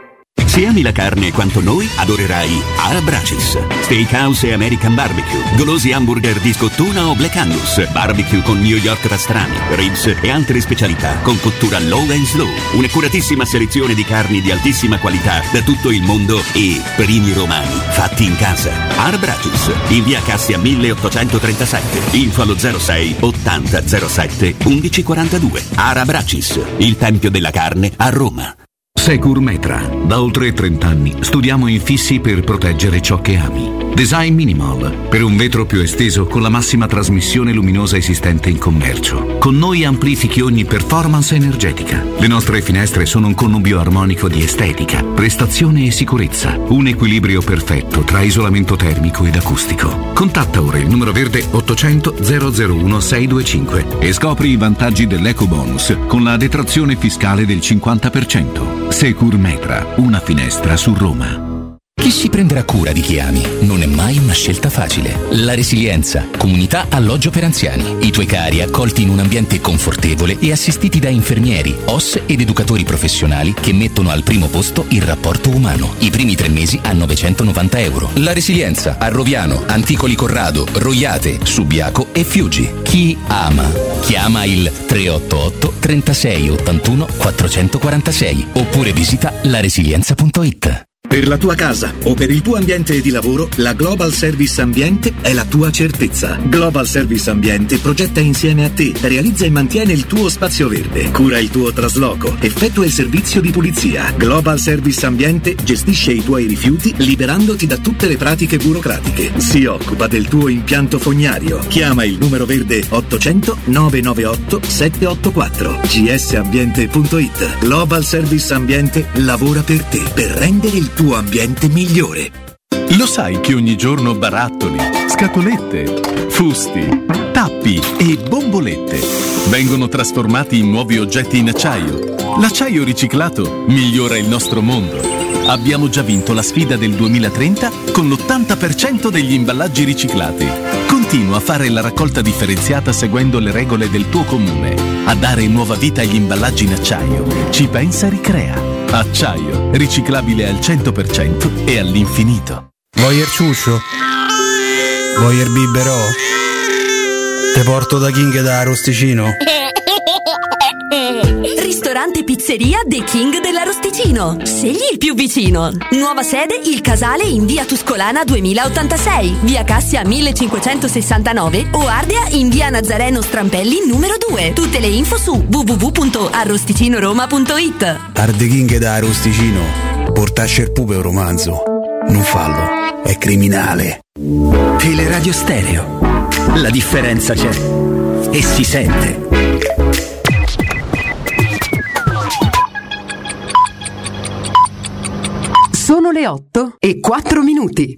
[SPEAKER 13] Se ami la carne quanto noi, adorerai Arabracis. Steakhouse e American Barbecue, golosi hamburger di scottuna o Black Angus, barbecue con New York pastrami, ribs e altre specialità con cottura low and slow. Un'accuratissima selezione di carni di altissima qualità da tutto il mondo e primi romani fatti in casa. Arabracis, in via Cassia milleottocentotrentasette, info allo zero sei ottanta zero sette undici quarantadue. Arabracis, il tempio della carne a Roma.
[SPEAKER 14] Securmetra. Da oltre trenta anni studiamo infissi per proteggere ciò che ami. Design Minimal, per un vetro più esteso con la massima trasmissione luminosa esistente in commercio. Con noi amplifichi ogni performance energetica. Le nostre finestre sono un connubio armonico di estetica, prestazione e sicurezza. Un equilibrio perfetto tra isolamento termico ed acustico. Contatta ora il numero verde ottocento zero zero uno sei due cinque e scopri i vantaggi dell'eco bonus con la detrazione fiscale del cinquanta per cento. Securmetra, una finestra su Roma.
[SPEAKER 15] Chi si prenderà cura di chi ami non è mai una scelta facile. La Resilienza, comunità alloggio per anziani. I tuoi cari accolti in un ambiente confortevole e assistiti da infermieri, O S ed educatori professionali che mettono al primo posto il rapporto umano. I primi tre mesi a novecentonovanta euro. La Resilienza a Roviano, Anticoli Corrado, Roiate, Subiaco e Fiuggi. Chi ama chiama il tre otto otto trentasei ottantuno quattrocentoquarantasei oppure visita la resilienza punto it.
[SPEAKER 2] Per la tua casa o per il tuo ambiente di lavoro, la Global Service Ambiente è la tua certezza. Global Service Ambiente progetta insieme a te, realizza e mantiene il tuo spazio verde, cura il tuo trasloco, effettua il servizio di pulizia. Global Service Ambiente gestisce i tuoi rifiuti liberandoti da tutte le pratiche burocratiche. Si occupa del tuo impianto fognario. Chiama il numero verde ottocento nove nove otto sette otto quattro. g s ambiente punto it. Global Service Ambiente lavora per te, per rendere il tuo ambiente migliore.
[SPEAKER 16] Lo sai che ogni giorno barattoli, scatolette, fusti, tappi e bombolette vengono trasformati in nuovi oggetti in acciaio? L'acciaio riciclato migliora il nostro mondo. Abbiamo già vinto la sfida del duemilatrenta con l'ottanta per cento degli imballaggi riciclati. Continua a fare la raccolta differenziata seguendo le regole del tuo comune. A dare nuova vita agli imballaggi in acciaio ci pensa Ricrea. Acciaio, riciclabile al cento per cento e all'infinito.
[SPEAKER 17] Voyer ciuscio? Voyer biberò? Te porto da King da Rosticino?
[SPEAKER 18] ristorante pizzeria The King dell'Arosticino. Scegli il più vicino. Nuova sede Il Casale in via Tuscolana duemilaottantasei, via Cassia millecinquecentosessantanove o Ardea in via Nazareno Strampelli numero due. Tutte le info su w w w punto arrosticinoroma punto it.
[SPEAKER 17] Arde King da Arosticino. Portasce il pupe un romanzo. Non fallo, è criminale.
[SPEAKER 19] Teleradio Stereo. La differenza c'è e si sente.
[SPEAKER 20] Sono le otto e quattro minuti.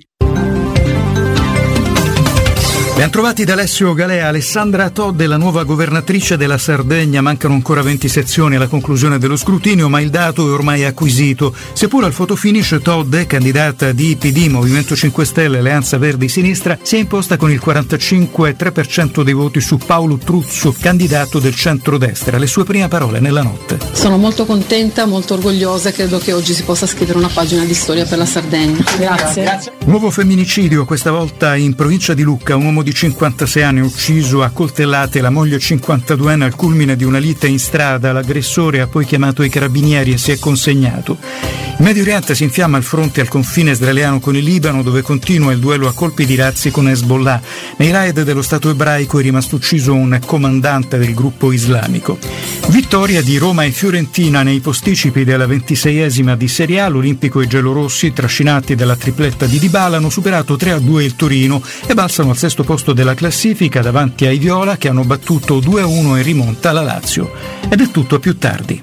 [SPEAKER 21] Ben trovati da Alessio Galea. Alessandra Todd è la nuova governatrice della Sardegna. Mancano ancora venti sezioni alla conclusione dello scrutinio, ma il dato è ormai acquisito. Seppur al fotofinish Todd, candidata di P D, Movimento cinque Stelle, Alleanza Verdi Sinistra, si è imposta con il quarantacinque virgola tre per cento dei voti su Paolo Truzzo, candidato del centrodestra. Le sue prime parole nella notte.
[SPEAKER 10] Sono molto contenta, molto orgogliosa e credo che oggi si possa scrivere una pagina di storia per la Sardegna. Grazie. Grazie.
[SPEAKER 21] Nuovo femminicidio, questa volta in provincia di Lucca. Un uomo di cinquantasei anni ucciso a coltellate la moglie cinquantaduenne al culmine di una lite in strada. L'aggressore ha poi chiamato i carabinieri e si è consegnato. In Medio Oriente si infiamma il fronte al confine israeliano con il Libano, dove continua il duello a colpi di razzi con Hezbollah. Nei raid dello Stato ebraico è rimasto ucciso un comandante del gruppo islamico. Vittoria di Roma e Fiorentina nei posticipi della ventiseiesima di Serie A. L'Olimpico e i giallorossi, trascinati dalla tripletta di Dybala, hanno superato tre a due il Torino e balzano al sesto posto della classifica davanti ai Viola, che hanno battuto due a uno in rimonta alla Lazio. Ed è tutto a più tardi.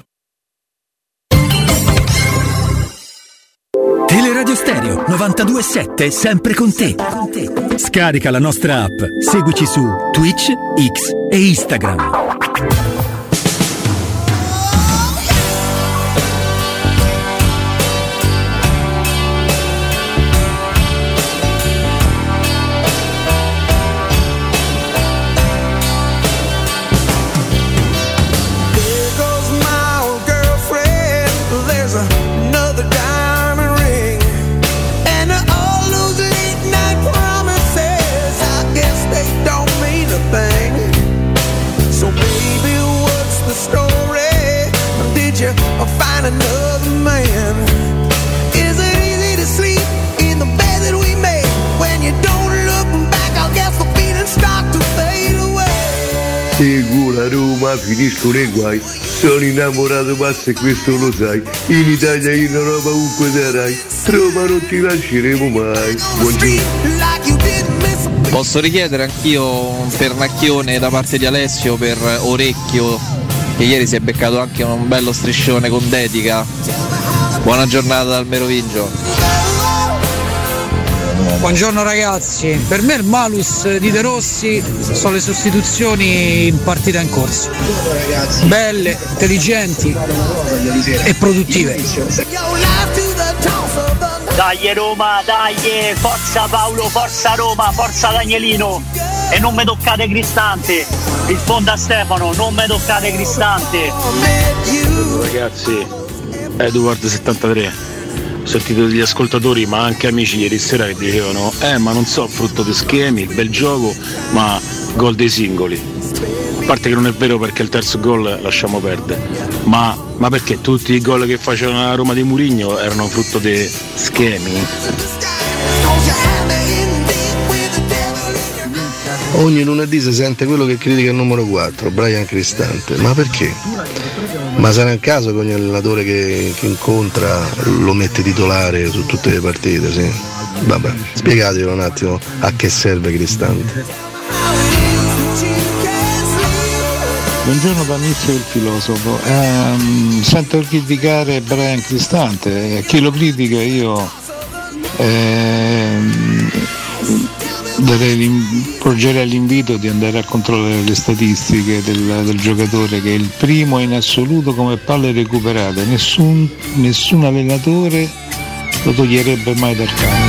[SPEAKER 19] Teleradio Stereo novantadue virgola sette, sempre con te. Scarica la nostra app, seguici su Twitch, X e Instagram.
[SPEAKER 22] Find another man. Is it easy to sleep in the bed that we made? When you don't look back, I guess the feelings start to fade away.
[SPEAKER 4] Segura Roma, finisco nei guai. Sono innamorato pazzo e questo lo sai. In Italia in Europa ovunque sarai. Roma non ti lasceremo mai. Buongiorno.
[SPEAKER 3] Posso richiedere anch'io un pernacchione da parte di Alessio per Orecchio, che ieri si è beccato anche un bello striscione con dedica. Buona giornata dal Merovingio.
[SPEAKER 23] Buongiorno ragazzi, per me il malus di De Rossi sono le sostituzioni in partita in corso. Belle, intelligenti e produttive.
[SPEAKER 24] Dai Roma, dai, forza Paolo, forza Roma, forza Danielino. E non me toccate Cristante, risponda a Stefano, non me toccate Cristante.
[SPEAKER 25] Ragazzi, Edward settantatré, ho sentito degli ascoltatori ma anche amici ieri sera che dicevano eh ma non so, frutto di schemi, bel gioco, ma gol dei singoli. A parte che non è vero, perché il terzo gol lasciamo perdere, ma, ma perché tutti i gol che facevano la Roma di Mourinho erano frutto di schemi?
[SPEAKER 4] Ogni lunedì si sente quello che critica il numero quattro, Brian Cristante. Ma perché? Ma sarà un caso che ogni allenatore che, che incontra lo mette titolare su tutte le partite, sì? Vabbè, spiegatelo un attimo a che serve Cristante.
[SPEAKER 26] Buongiorno da Mizio il filosofo. Eh, sento criticare Brian Cristante, a chi lo critica io eh, porgerei l'invito di andare a controllare le statistiche del, del giocatore, che è il primo in assoluto come palle recuperate. Nessun, nessun allenatore lo toglierebbe mai dal campo.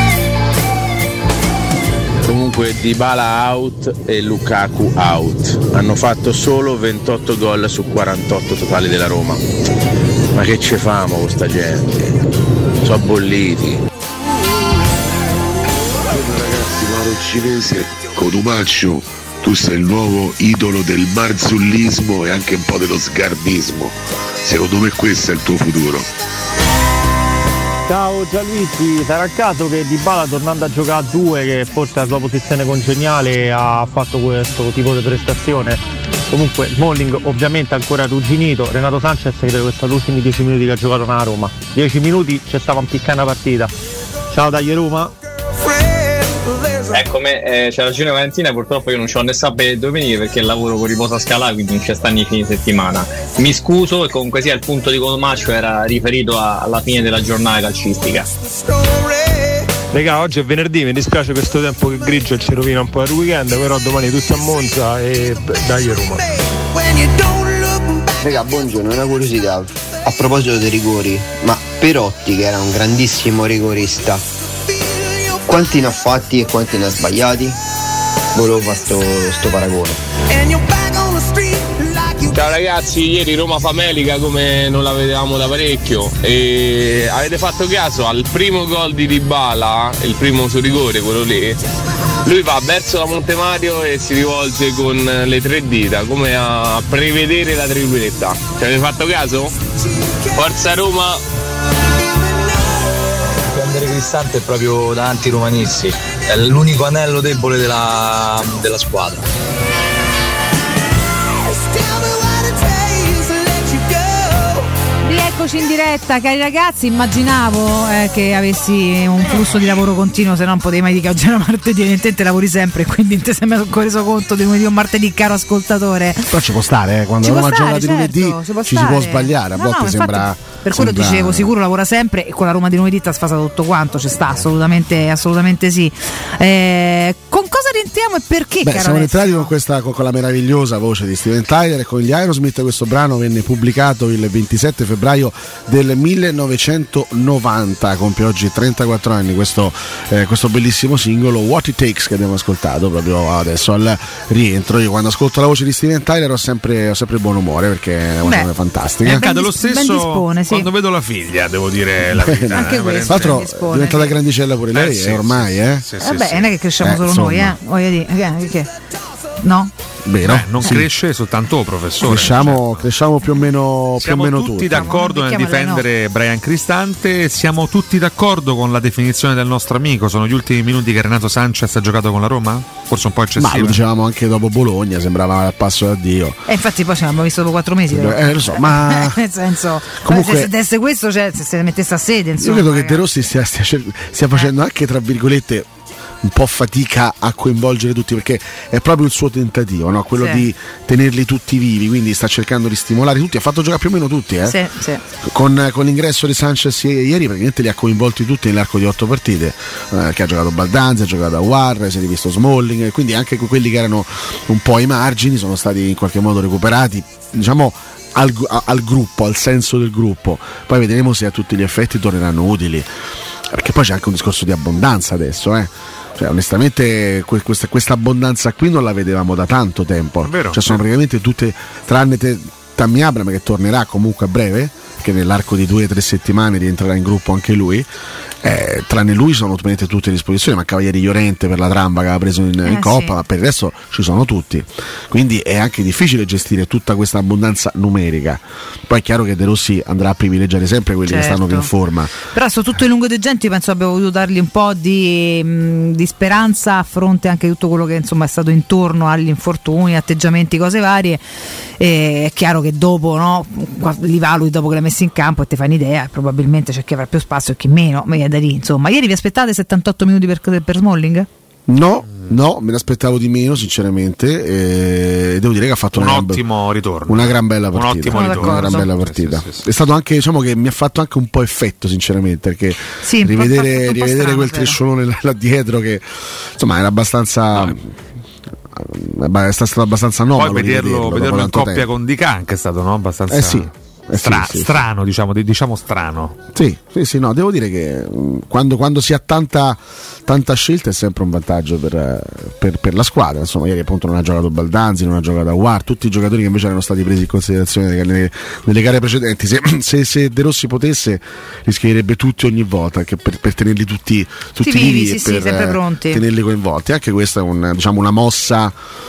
[SPEAKER 27] Comunque Dybala out e Lukaku out. Hanno fatto solo ventotto gol su quarantotto totali della Roma. Ma che ce famo con sta gente? Sono bolliti.
[SPEAKER 4] Cinese, Cotumaccio,
[SPEAKER 1] tu sei il nuovo idolo del marzullismo e anche un po' dello sgarbismo. Secondo me questo è il tuo futuro.
[SPEAKER 5] Ciao Gianluigi, sarà il caso che Dybala, tornando a giocare a due, che forse è la sua posizione congeniale, ha fatto questo tipo di prestazione? Comunque Smalling ovviamente ancora arrugginito, Renato Sanchez credo che sta gli ultimi dieci minuti che ha giocato nella Roma, dieci minuti ci stava un piccana partita. Ciao dagli Roma.
[SPEAKER 6] Ecco me, eh, c'è ragione Valentina, purtroppo io non c'ho né sabato dove venire perché lavoro con riposo a Scala, quindi non c'è sta nei fine settimana. Mi scuso e comunque sia il punto di Cotomaccio era riferito a, alla fine della giornata calcistica.
[SPEAKER 5] Regà, oggi è venerdì, mi dispiace questo tempo che grigio ci rovina un po' il weekend, però domani tutto a Monza e dai Roma.
[SPEAKER 7] Regà, buongiorno, una curiosità a proposito dei rigori, ma Perotti, che era un grandissimo rigorista, quanti ne ha fatti e quanti ne ha sbagliati? Volevo fare sto, sto paragone.
[SPEAKER 27] Ciao ragazzi, ieri Roma Famelica come non la vedevamo da parecchio e avete fatto caso al primo gol di Dybala, il primo su rigore, quello lì, lui va verso la Montemario e si rivolge con le tre dita come a prevedere la tripletta. Ci avete fatto caso? Forza Roma!
[SPEAKER 8] Prendere Cristante è proprio da anti-romanisti, è l'unico anello debole della, della squadra.
[SPEAKER 11] Rieccoci in diretta, cari ragazzi. Immaginavo eh, che avessi un flusso di lavoro continuo, se no non potevi mai dire che oggi era martedì, evidentemente lavori sempre, quindi ti sei reso conto di lunedì o martedì, caro ascoltatore.
[SPEAKER 12] Però ci può stare, eh, quando
[SPEAKER 11] ci
[SPEAKER 12] è una
[SPEAKER 11] stare,
[SPEAKER 12] giornata di lunedì
[SPEAKER 11] certo, ci,
[SPEAKER 12] ci si può sbagliare, a
[SPEAKER 11] no,
[SPEAKER 12] volte
[SPEAKER 11] no,
[SPEAKER 12] sembra.
[SPEAKER 11] Infatti, per quello
[SPEAKER 12] sembra...
[SPEAKER 11] dicevo, sicuro lavora sempre e con la Roma di lunedì ti ha sfasato tutto quanto, ci sta, assolutamente, assolutamente sì. Eh, con cosa rientriamo e perché?
[SPEAKER 12] Beh,
[SPEAKER 11] caro
[SPEAKER 12] siamo
[SPEAKER 11] Alessio?
[SPEAKER 12] entrati con questa con, con la meravigliosa voce di Steven Tyler e con gli Aerosmith. Questo brano venne pubblicato il ventisette febbraio del millenovecentonovanta, compie oggi trentaquattro anni questo, eh, questo bellissimo singolo What It Takes che abbiamo ascoltato proprio adesso al rientro. Io quando ascolto la voce di Steven Tyler ho sempre, ho sempre buon umore perché è una voce fantastica.
[SPEAKER 28] E accade lo stesso
[SPEAKER 11] dispone, sì.
[SPEAKER 28] quando vedo la figlia, devo dire la verità.
[SPEAKER 11] Anche
[SPEAKER 28] eh,
[SPEAKER 11] questo
[SPEAKER 12] tra l'altro
[SPEAKER 11] dispone,
[SPEAKER 12] è diventata
[SPEAKER 11] sì.
[SPEAKER 12] grandicella pure lei,
[SPEAKER 28] Eh, sì,
[SPEAKER 12] eh, ormai eh.
[SPEAKER 28] Sì, sì,
[SPEAKER 11] Vabbè,
[SPEAKER 28] sì.
[SPEAKER 11] non è che cresciamo
[SPEAKER 12] Eh,
[SPEAKER 11] solo
[SPEAKER 12] insomma.
[SPEAKER 11] noi, eh. Voglio dire, che, che, no?
[SPEAKER 12] Vero?
[SPEAKER 28] Beh, non
[SPEAKER 12] Sì.
[SPEAKER 28] cresce soltanto professore.
[SPEAKER 12] Cresciamo,
[SPEAKER 28] certo.
[SPEAKER 12] cresciamo più o meno,
[SPEAKER 28] Siamo
[SPEAKER 12] più o meno
[SPEAKER 28] tutti
[SPEAKER 12] tutti.
[SPEAKER 28] d'accordo nel
[SPEAKER 11] Mettiamola,
[SPEAKER 28] difendere Brian Cristante, siamo tutti d'accordo con la definizione del nostro amico. Sono gli ultimi minuti che Renato Sanchez ha giocato con la Roma? Forse un po' eccessivo.
[SPEAKER 12] Ma lo dicevamo anche dopo Bologna, sembrava al passo d'addio.
[SPEAKER 11] E infatti poi ce l'abbiamo visto dopo quattro mesi. Però.
[SPEAKER 12] Eh, lo so, ma
[SPEAKER 11] nel senso,
[SPEAKER 12] comunque-
[SPEAKER 11] se desse questo, cioè, se se ne mettesse a sede,
[SPEAKER 12] io
[SPEAKER 11] insomma.
[SPEAKER 12] credo che
[SPEAKER 11] ragazzi.
[SPEAKER 12] De Rossi stia, stia, cer- stia facendo anche tra virgolette un po' fatica a coinvolgere tutti, perché è proprio il suo tentativo, no? Quello
[SPEAKER 11] Sì.
[SPEAKER 12] di tenerli tutti vivi, quindi sta cercando di stimolare tutti, ha fatto giocare più o meno tutti, eh?
[SPEAKER 11] Sì, sì.
[SPEAKER 12] Con, con l'ingresso di Sanchez ieri praticamente li ha coinvolti tutti nell'arco di otto partite, eh, che ha giocato Baldanzi, ha giocato Aouar, si è rivisto Smalling, quindi anche quelli che erano un po' ai margini sono stati in qualche modo recuperati, diciamo al, al gruppo, al senso del gruppo. Poi vedremo se a tutti gli effetti torneranno utili, perché poi c'è anche un discorso di abbondanza adesso, eh. Cioè, onestamente que- questa, questa abbondanza qui non la vedevamo da tanto tempo.
[SPEAKER 28] È vero.
[SPEAKER 12] Cioè, sono praticamente tutte, tranne te, Tammy Abraham che tornerà comunque a breve, che nell'arco di due o tre settimane rientrerà in gruppo anche lui. Eh, tranne lui sono praticamente tutte a disposizione. Mancava ieri Llorente per la tramba che aveva preso in,
[SPEAKER 11] Eh,
[SPEAKER 12] in Coppa,
[SPEAKER 11] sì.
[SPEAKER 12] ma per il resto ci sono tutti. Quindi è anche difficile gestire tutta questa abbondanza numerica. Poi è chiaro che De Rossi andrà a privilegiare sempre quelli
[SPEAKER 11] Certo.
[SPEAKER 12] che stanno più in forma.
[SPEAKER 11] Però soprattutto i lungotegenti penso abbia voluto dargli un po' di, mh, di speranza a fronte anche di tutto quello che insomma è stato intorno agli infortuni, atteggiamenti, cose varie. E è chiaro che dopo, no, qua- li valuti dopo che l'hai messo in campo e ti fai un'idea, probabilmente c'è chi avrà più spazio e chi meno, ma è da lì, insomma. Ieri vi aspettate settantotto minuti per, per Smalling?
[SPEAKER 12] No, no, me l'aspettavo di meno sinceramente, e devo dire che ha fatto
[SPEAKER 28] Un
[SPEAKER 12] una gran be-
[SPEAKER 28] ottimo ritorno.
[SPEAKER 12] una gran bella
[SPEAKER 28] Un
[SPEAKER 12] partita,
[SPEAKER 28] ottimo ritorno.
[SPEAKER 12] una gran bella
[SPEAKER 28] Sì,
[SPEAKER 12] partita.
[SPEAKER 28] sì, sì, sì.
[SPEAKER 12] È stato anche, diciamo che mi ha fatto anche un po' effetto sinceramente, perché
[SPEAKER 11] Sì, un po' fatto
[SPEAKER 12] rivedere,
[SPEAKER 11] un po'
[SPEAKER 12] rivedere
[SPEAKER 11] strano,
[SPEAKER 12] quel
[SPEAKER 11] vero.
[SPEAKER 12] trisciolone là, là dietro che insomma era abbastanza è stato abbastanza anomalo
[SPEAKER 28] Poi vederlo,
[SPEAKER 12] rivederlo
[SPEAKER 28] vederlo
[SPEAKER 12] dopo
[SPEAKER 28] in
[SPEAKER 12] tanto
[SPEAKER 28] coppia
[SPEAKER 12] tempo.
[SPEAKER 28] con Di Canca è stato, no? Abbastanza
[SPEAKER 12] Eh sì. Eh
[SPEAKER 28] stra-
[SPEAKER 12] sì, sì,
[SPEAKER 28] strano, diciamo, diciamo strano.
[SPEAKER 12] Sì, sì, sì, no, devo dire che mh, quando, quando si ha tanta, tanta scelta è sempre un vantaggio per, eh, per, per la squadra. Insomma, ieri appunto non ha giocato Baldanzi, non ha giocato Aouar, tutti i giocatori che invece erano stati presi in considerazione nelle, nelle, nelle gare precedenti. Se, se, se De Rossi potesse, rischierebbe tutti ogni volta, anche per, per tenerli tutti, tutti
[SPEAKER 11] Sì, vivi,
[SPEAKER 12] vivi
[SPEAKER 11] sì,
[SPEAKER 12] e
[SPEAKER 11] sì,
[SPEAKER 12] per
[SPEAKER 11] sempre
[SPEAKER 12] eh,
[SPEAKER 11] pronti.
[SPEAKER 12] tenerli coinvolti. Anche questa è un, diciamo, una mossa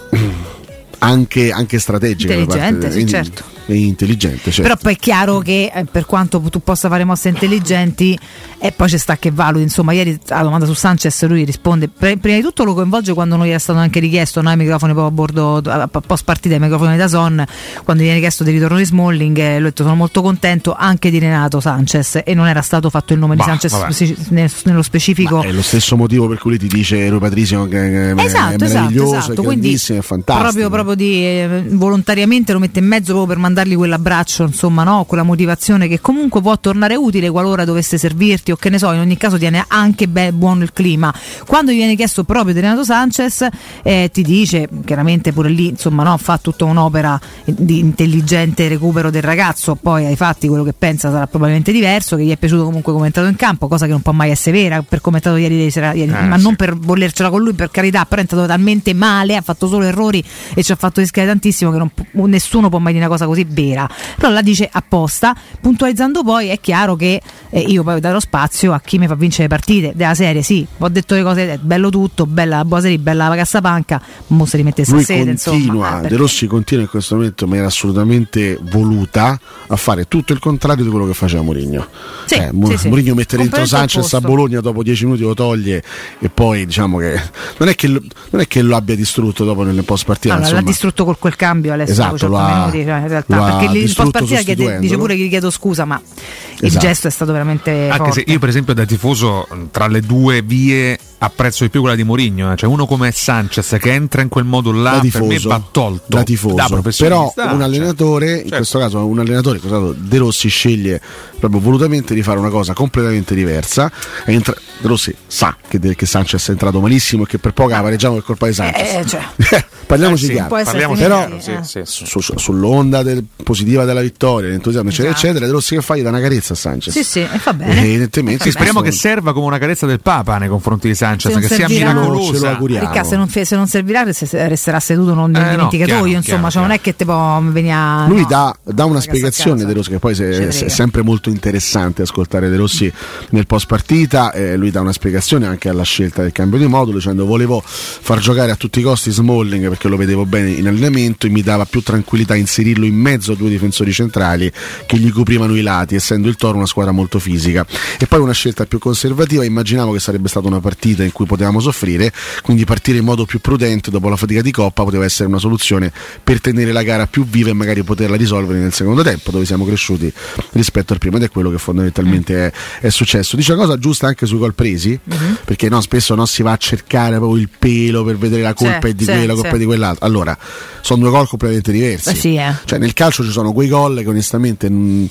[SPEAKER 12] anche, anche strategica da parte
[SPEAKER 11] Intelligente,
[SPEAKER 12] de-
[SPEAKER 11] sì, certo.
[SPEAKER 12] è intelligente, certo.
[SPEAKER 11] Però poi è chiaro che eh, per quanto tu possa fare mosse intelligenti, e poi c'è sta che valuti. Insomma, ieri alla domanda su Sanchez lui risponde, pre- prima di tutto lo coinvolge quando non gli era stato anche richiesto, no, ai microfoni proprio a bordo, a post partita ai microfoni da Son, quando gli viene chiesto di ritorno di Smalling, eh, lui ha detto sono molto contento anche di Renato Sanchez, e non era stato fatto il nome
[SPEAKER 12] Bah,
[SPEAKER 11] di Sanchez
[SPEAKER 12] vabbè.
[SPEAKER 11] si- nello, nello specifico.
[SPEAKER 12] Ma è lo stesso motivo per cui lui ti dice Rui Patricio che che è
[SPEAKER 11] Esatto, esatto,
[SPEAKER 12] meraviglioso,
[SPEAKER 11] esatto.
[SPEAKER 12] è
[SPEAKER 11] Quindi
[SPEAKER 12] grandissimo, è fantastico.
[SPEAKER 11] proprio, proprio di eh, volontariamente lo mette in mezzo proprio per mandargli quell'abbraccio, insomma, no? Quella motivazione che comunque può tornare utile qualora dovesse servirti, o che ne so, in ogni caso tiene anche be- buono il clima. Quando gli viene chiesto proprio di Renato Sanchez, eh, ti dice chiaramente pure lì, insomma, no, fa tutta un'opera di intelligente recupero del ragazzo. Poi ai fatti quello che pensa sarà probabilmente diverso, che gli è piaciuto comunque come è entrato in campo, cosa che non può mai essere vera per come è entrato ieri sera, ieri,
[SPEAKER 28] Eh,
[SPEAKER 11] ma
[SPEAKER 28] sì.
[SPEAKER 11] non per volercela con lui, per carità, però è entrato talmente male, ha fatto solo errori e ci ha fatto rischiare tantissimo che non pu- nessuno può mai dire una cosa così vera. Però la dice apposta, puntualizzando poi è chiaro che eh, io poi darò spazio a chi mi fa vincere le partite della serie. Sì, ho detto le cose, eh, bello tutto, bella la Boaseri, bella la Cassapanca, mo si rimettesse a
[SPEAKER 12] Lui
[SPEAKER 11] sede,
[SPEAKER 12] continua,
[SPEAKER 11] insomma, eh,
[SPEAKER 12] De
[SPEAKER 11] perché-
[SPEAKER 12] Rossi continua in questo momento in maniera assolutamente voluta a fare tutto il contrario di quello che faceva Mourinho.
[SPEAKER 11] Sì,
[SPEAKER 12] eh, Mo-
[SPEAKER 11] sì, sì.
[SPEAKER 12] Mourinho mette dentro
[SPEAKER 11] Completamente
[SPEAKER 12] Sanchez a
[SPEAKER 11] opposto.
[SPEAKER 12] Bologna, dopo dieci minuti lo toglie, e poi diciamo che non è che lo, non è che lo abbia distrutto dopo nelle post partita.
[SPEAKER 11] Allora, l'ha distrutto con quel cambio Alessio,
[SPEAKER 12] Esatto,
[SPEAKER 11] dopo
[SPEAKER 12] lo
[SPEAKER 11] diciotto
[SPEAKER 12] ha-
[SPEAKER 11] minuti, cioè, in realtà,
[SPEAKER 12] lo ha
[SPEAKER 11] perché lì in post
[SPEAKER 12] distrutto
[SPEAKER 11] partita chiede- dice
[SPEAKER 12] sostituendolo.
[SPEAKER 11] pure che gli chiedo scusa, ma il
[SPEAKER 12] Esatto.
[SPEAKER 11] gesto è stato veramente
[SPEAKER 28] Anche
[SPEAKER 11] forte.
[SPEAKER 28] se io, per esempio, da tifoso, tra le due vie apprezzo di più quella di Mourinho. eh. Cioè, uno come Sanchez che entra in quel modo là,
[SPEAKER 12] Da
[SPEAKER 28] per me
[SPEAKER 12] tifoso,
[SPEAKER 28] va tolto
[SPEAKER 12] da tifoso.
[SPEAKER 28] da
[SPEAKER 12] Però
[SPEAKER 28] professionista.
[SPEAKER 12] un allenatore, in
[SPEAKER 28] certo.
[SPEAKER 12] questo caso un allenatore, in questo caso De Rossi sceglie proprio volutamente di fare una cosa completamente diversa. Entra, De Rossi sa che, che Sanchez è entrato malissimo e che per poco ha pareggiato per colpa di Sanchez.
[SPEAKER 11] Eh, cioè.
[SPEAKER 12] Parliamoci
[SPEAKER 28] Eh sì,
[SPEAKER 12] chiaro.
[SPEAKER 28] può essere
[SPEAKER 12] Parliamoci
[SPEAKER 28] però,
[SPEAKER 12] chiaro.
[SPEAKER 28] sì, sì.
[SPEAKER 12] Su- su- sull'onda del- positiva della vittoria, l'entusiasmo, eccetera,
[SPEAKER 11] Esatto.
[SPEAKER 12] eccetera, De Rossi che fa? Gli dà una carezza a Sanchez.
[SPEAKER 11] Sì, sì, e fa
[SPEAKER 12] E
[SPEAKER 11] bene.
[SPEAKER 12] evidentemente
[SPEAKER 28] Sì, speriamo che
[SPEAKER 12] questo-
[SPEAKER 28] serva come una carezza del Papa nei confronti di Sanchez,
[SPEAKER 11] Se non
[SPEAKER 28] che sia
[SPEAKER 11] servirà-
[SPEAKER 28] miracolosa.
[SPEAKER 12] Ce lo auguriamo.
[SPEAKER 11] Ricca, se non, fe- se non servirà rest- resterà seduto non nel
[SPEAKER 28] Eh, no,
[SPEAKER 11] dimenticatoio,
[SPEAKER 28] chiaro,
[SPEAKER 11] insomma,
[SPEAKER 28] chiaro,
[SPEAKER 11] cioè non è che te può venire.
[SPEAKER 12] Lui
[SPEAKER 11] no,
[SPEAKER 12] dà, dà una
[SPEAKER 11] a
[SPEAKER 12] spiegazione
[SPEAKER 11] casa.
[SPEAKER 12] De Rossi, che poi se-
[SPEAKER 11] Ci
[SPEAKER 12] è,
[SPEAKER 11] frega.
[SPEAKER 12] sempre molto interessante ascoltare De Rossi nel post partita. Eh, lui dà una spiegazione anche alla scelta del cambio di modulo, dicendo volevo far giocare a tutti i costi Smalling perché lo vedevo bene in allenamento e mi dava più tranquillità inserirlo in mezzo a due difensori centrali che gli coprivano i lati, essendo il Toro una squadra molto fisica. E poi una scelta più conservativa, immaginavo che sarebbe stata una partita in cui potevamo soffrire, quindi partire in modo più prudente dopo la fatica di Coppa poteva essere una soluzione per tenere la gara più viva e magari poterla risolvere nel secondo tempo, dove siamo cresciuti rispetto al primo, ed è quello che fondamentalmente è, è successo. Dice una cosa giusta anche sui gol presi,
[SPEAKER 11] Mhm.
[SPEAKER 12] perché no, spesso no, si va a cercare proprio il pelo per vedere la colpa
[SPEAKER 11] Sì,
[SPEAKER 12] è di
[SPEAKER 11] sì,
[SPEAKER 12] quello, la colpa
[SPEAKER 11] sì.
[SPEAKER 12] è di quell'altro. Allora, sono due gol completamente diversi.
[SPEAKER 11] Eh sì, eh.
[SPEAKER 12] Cioè, nel calcio ci sono quei gol che onestamente mh,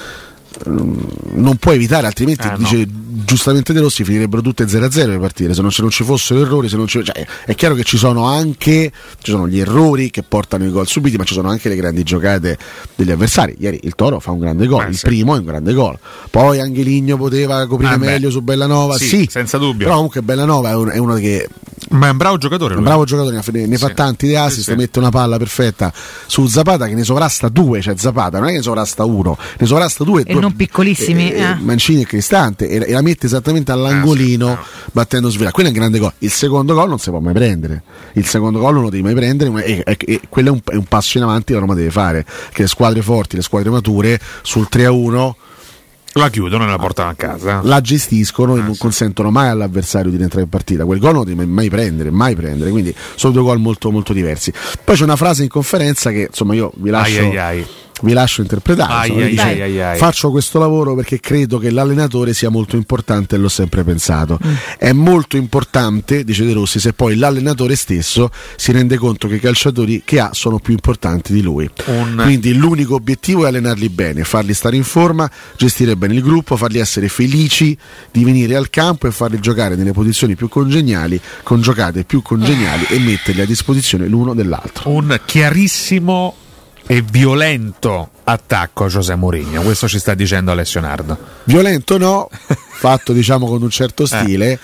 [SPEAKER 12] non può evitare, altrimenti
[SPEAKER 28] Eh, no.
[SPEAKER 12] dice giustamente De Rossi finirebbero tutte zero a zero le partite se non, se non ci fossero errori, se non ci, cioè, è chiaro che ci sono anche ci sono gli errori che portano i gol subiti, ma ci sono anche le grandi giocate degli avversari. Ieri il Toro fa un grande gol,
[SPEAKER 28] Eh,
[SPEAKER 12] il
[SPEAKER 28] sì.
[SPEAKER 12] primo è un grande gol, poi Angeligno poteva coprire
[SPEAKER 28] Ah, beh.
[SPEAKER 12] meglio su Bellanova,
[SPEAKER 28] Sì,
[SPEAKER 12] sì,
[SPEAKER 28] senza dubbio.
[SPEAKER 12] però comunque Bellanova è, un- è uno che
[SPEAKER 28] Ma è un bravo giocatore.
[SPEAKER 12] un
[SPEAKER 28] lui.
[SPEAKER 12] bravo giocatore, ne, ne fa
[SPEAKER 28] Sì.
[SPEAKER 12] tanti di assist,
[SPEAKER 28] Sì, sì.
[SPEAKER 12] mette una palla perfetta su Zapata che ne sovrasta due, cioè Zapata non è che ne sovrasta uno, ne sovrasta due
[SPEAKER 11] E
[SPEAKER 12] due-
[SPEAKER 11] non piccolissimi,
[SPEAKER 12] eh,
[SPEAKER 11] eh.
[SPEAKER 12] Mancini e Cristante, e, e la mette esattamente all'angolino
[SPEAKER 28] Ah, sì,
[SPEAKER 12] battendo Svila. Quello è un grande gol. Il secondo gol non si può mai prendere, il secondo gol non lo devi mai prendere, e, e- e quello è un, è un passo in avanti che la Roma deve fare, che le squadre forti, le squadre mature sul tre a uno
[SPEAKER 28] La chiudono e la portano a casa.
[SPEAKER 12] la gestiscono e
[SPEAKER 28] Ah,
[SPEAKER 12] non
[SPEAKER 28] sì.
[SPEAKER 12] consentono mai all'avversario di rientrare in partita. Quel gol non lo devi mai prendere, mai prendere. Quindi sono due gol molto molto diversi. Poi c'è una frase in conferenza che insomma io vi lascio,
[SPEAKER 28] Ai, ai, ai.
[SPEAKER 12] vi lascio interpretare.
[SPEAKER 28] Ai,
[SPEAKER 12] Insomma,
[SPEAKER 28] ai,
[SPEAKER 12] dice,
[SPEAKER 28] ai, ai, ai.
[SPEAKER 12] faccio questo lavoro perché credo che l'allenatore sia molto importante e l'ho sempre pensato. È molto importante, dice De Rossi, se poi l'allenatore stesso si rende conto che i calciatori che ha sono più importanti di lui.
[SPEAKER 28] Un-
[SPEAKER 12] Quindi l'unico obiettivo è allenarli bene, farli stare in forma, gestire bene il gruppo, farli essere felici di venire al campo e farli giocare nelle posizioni più congeniali, con giocate più congeniali e metterli a disposizione l'uno dell'altro.
[SPEAKER 28] Un chiarissimo e violento attacco a José Mourinho. Questo ci sta dicendo Alessio Nardo.
[SPEAKER 12] Violento no, fatto diciamo con un certo stile,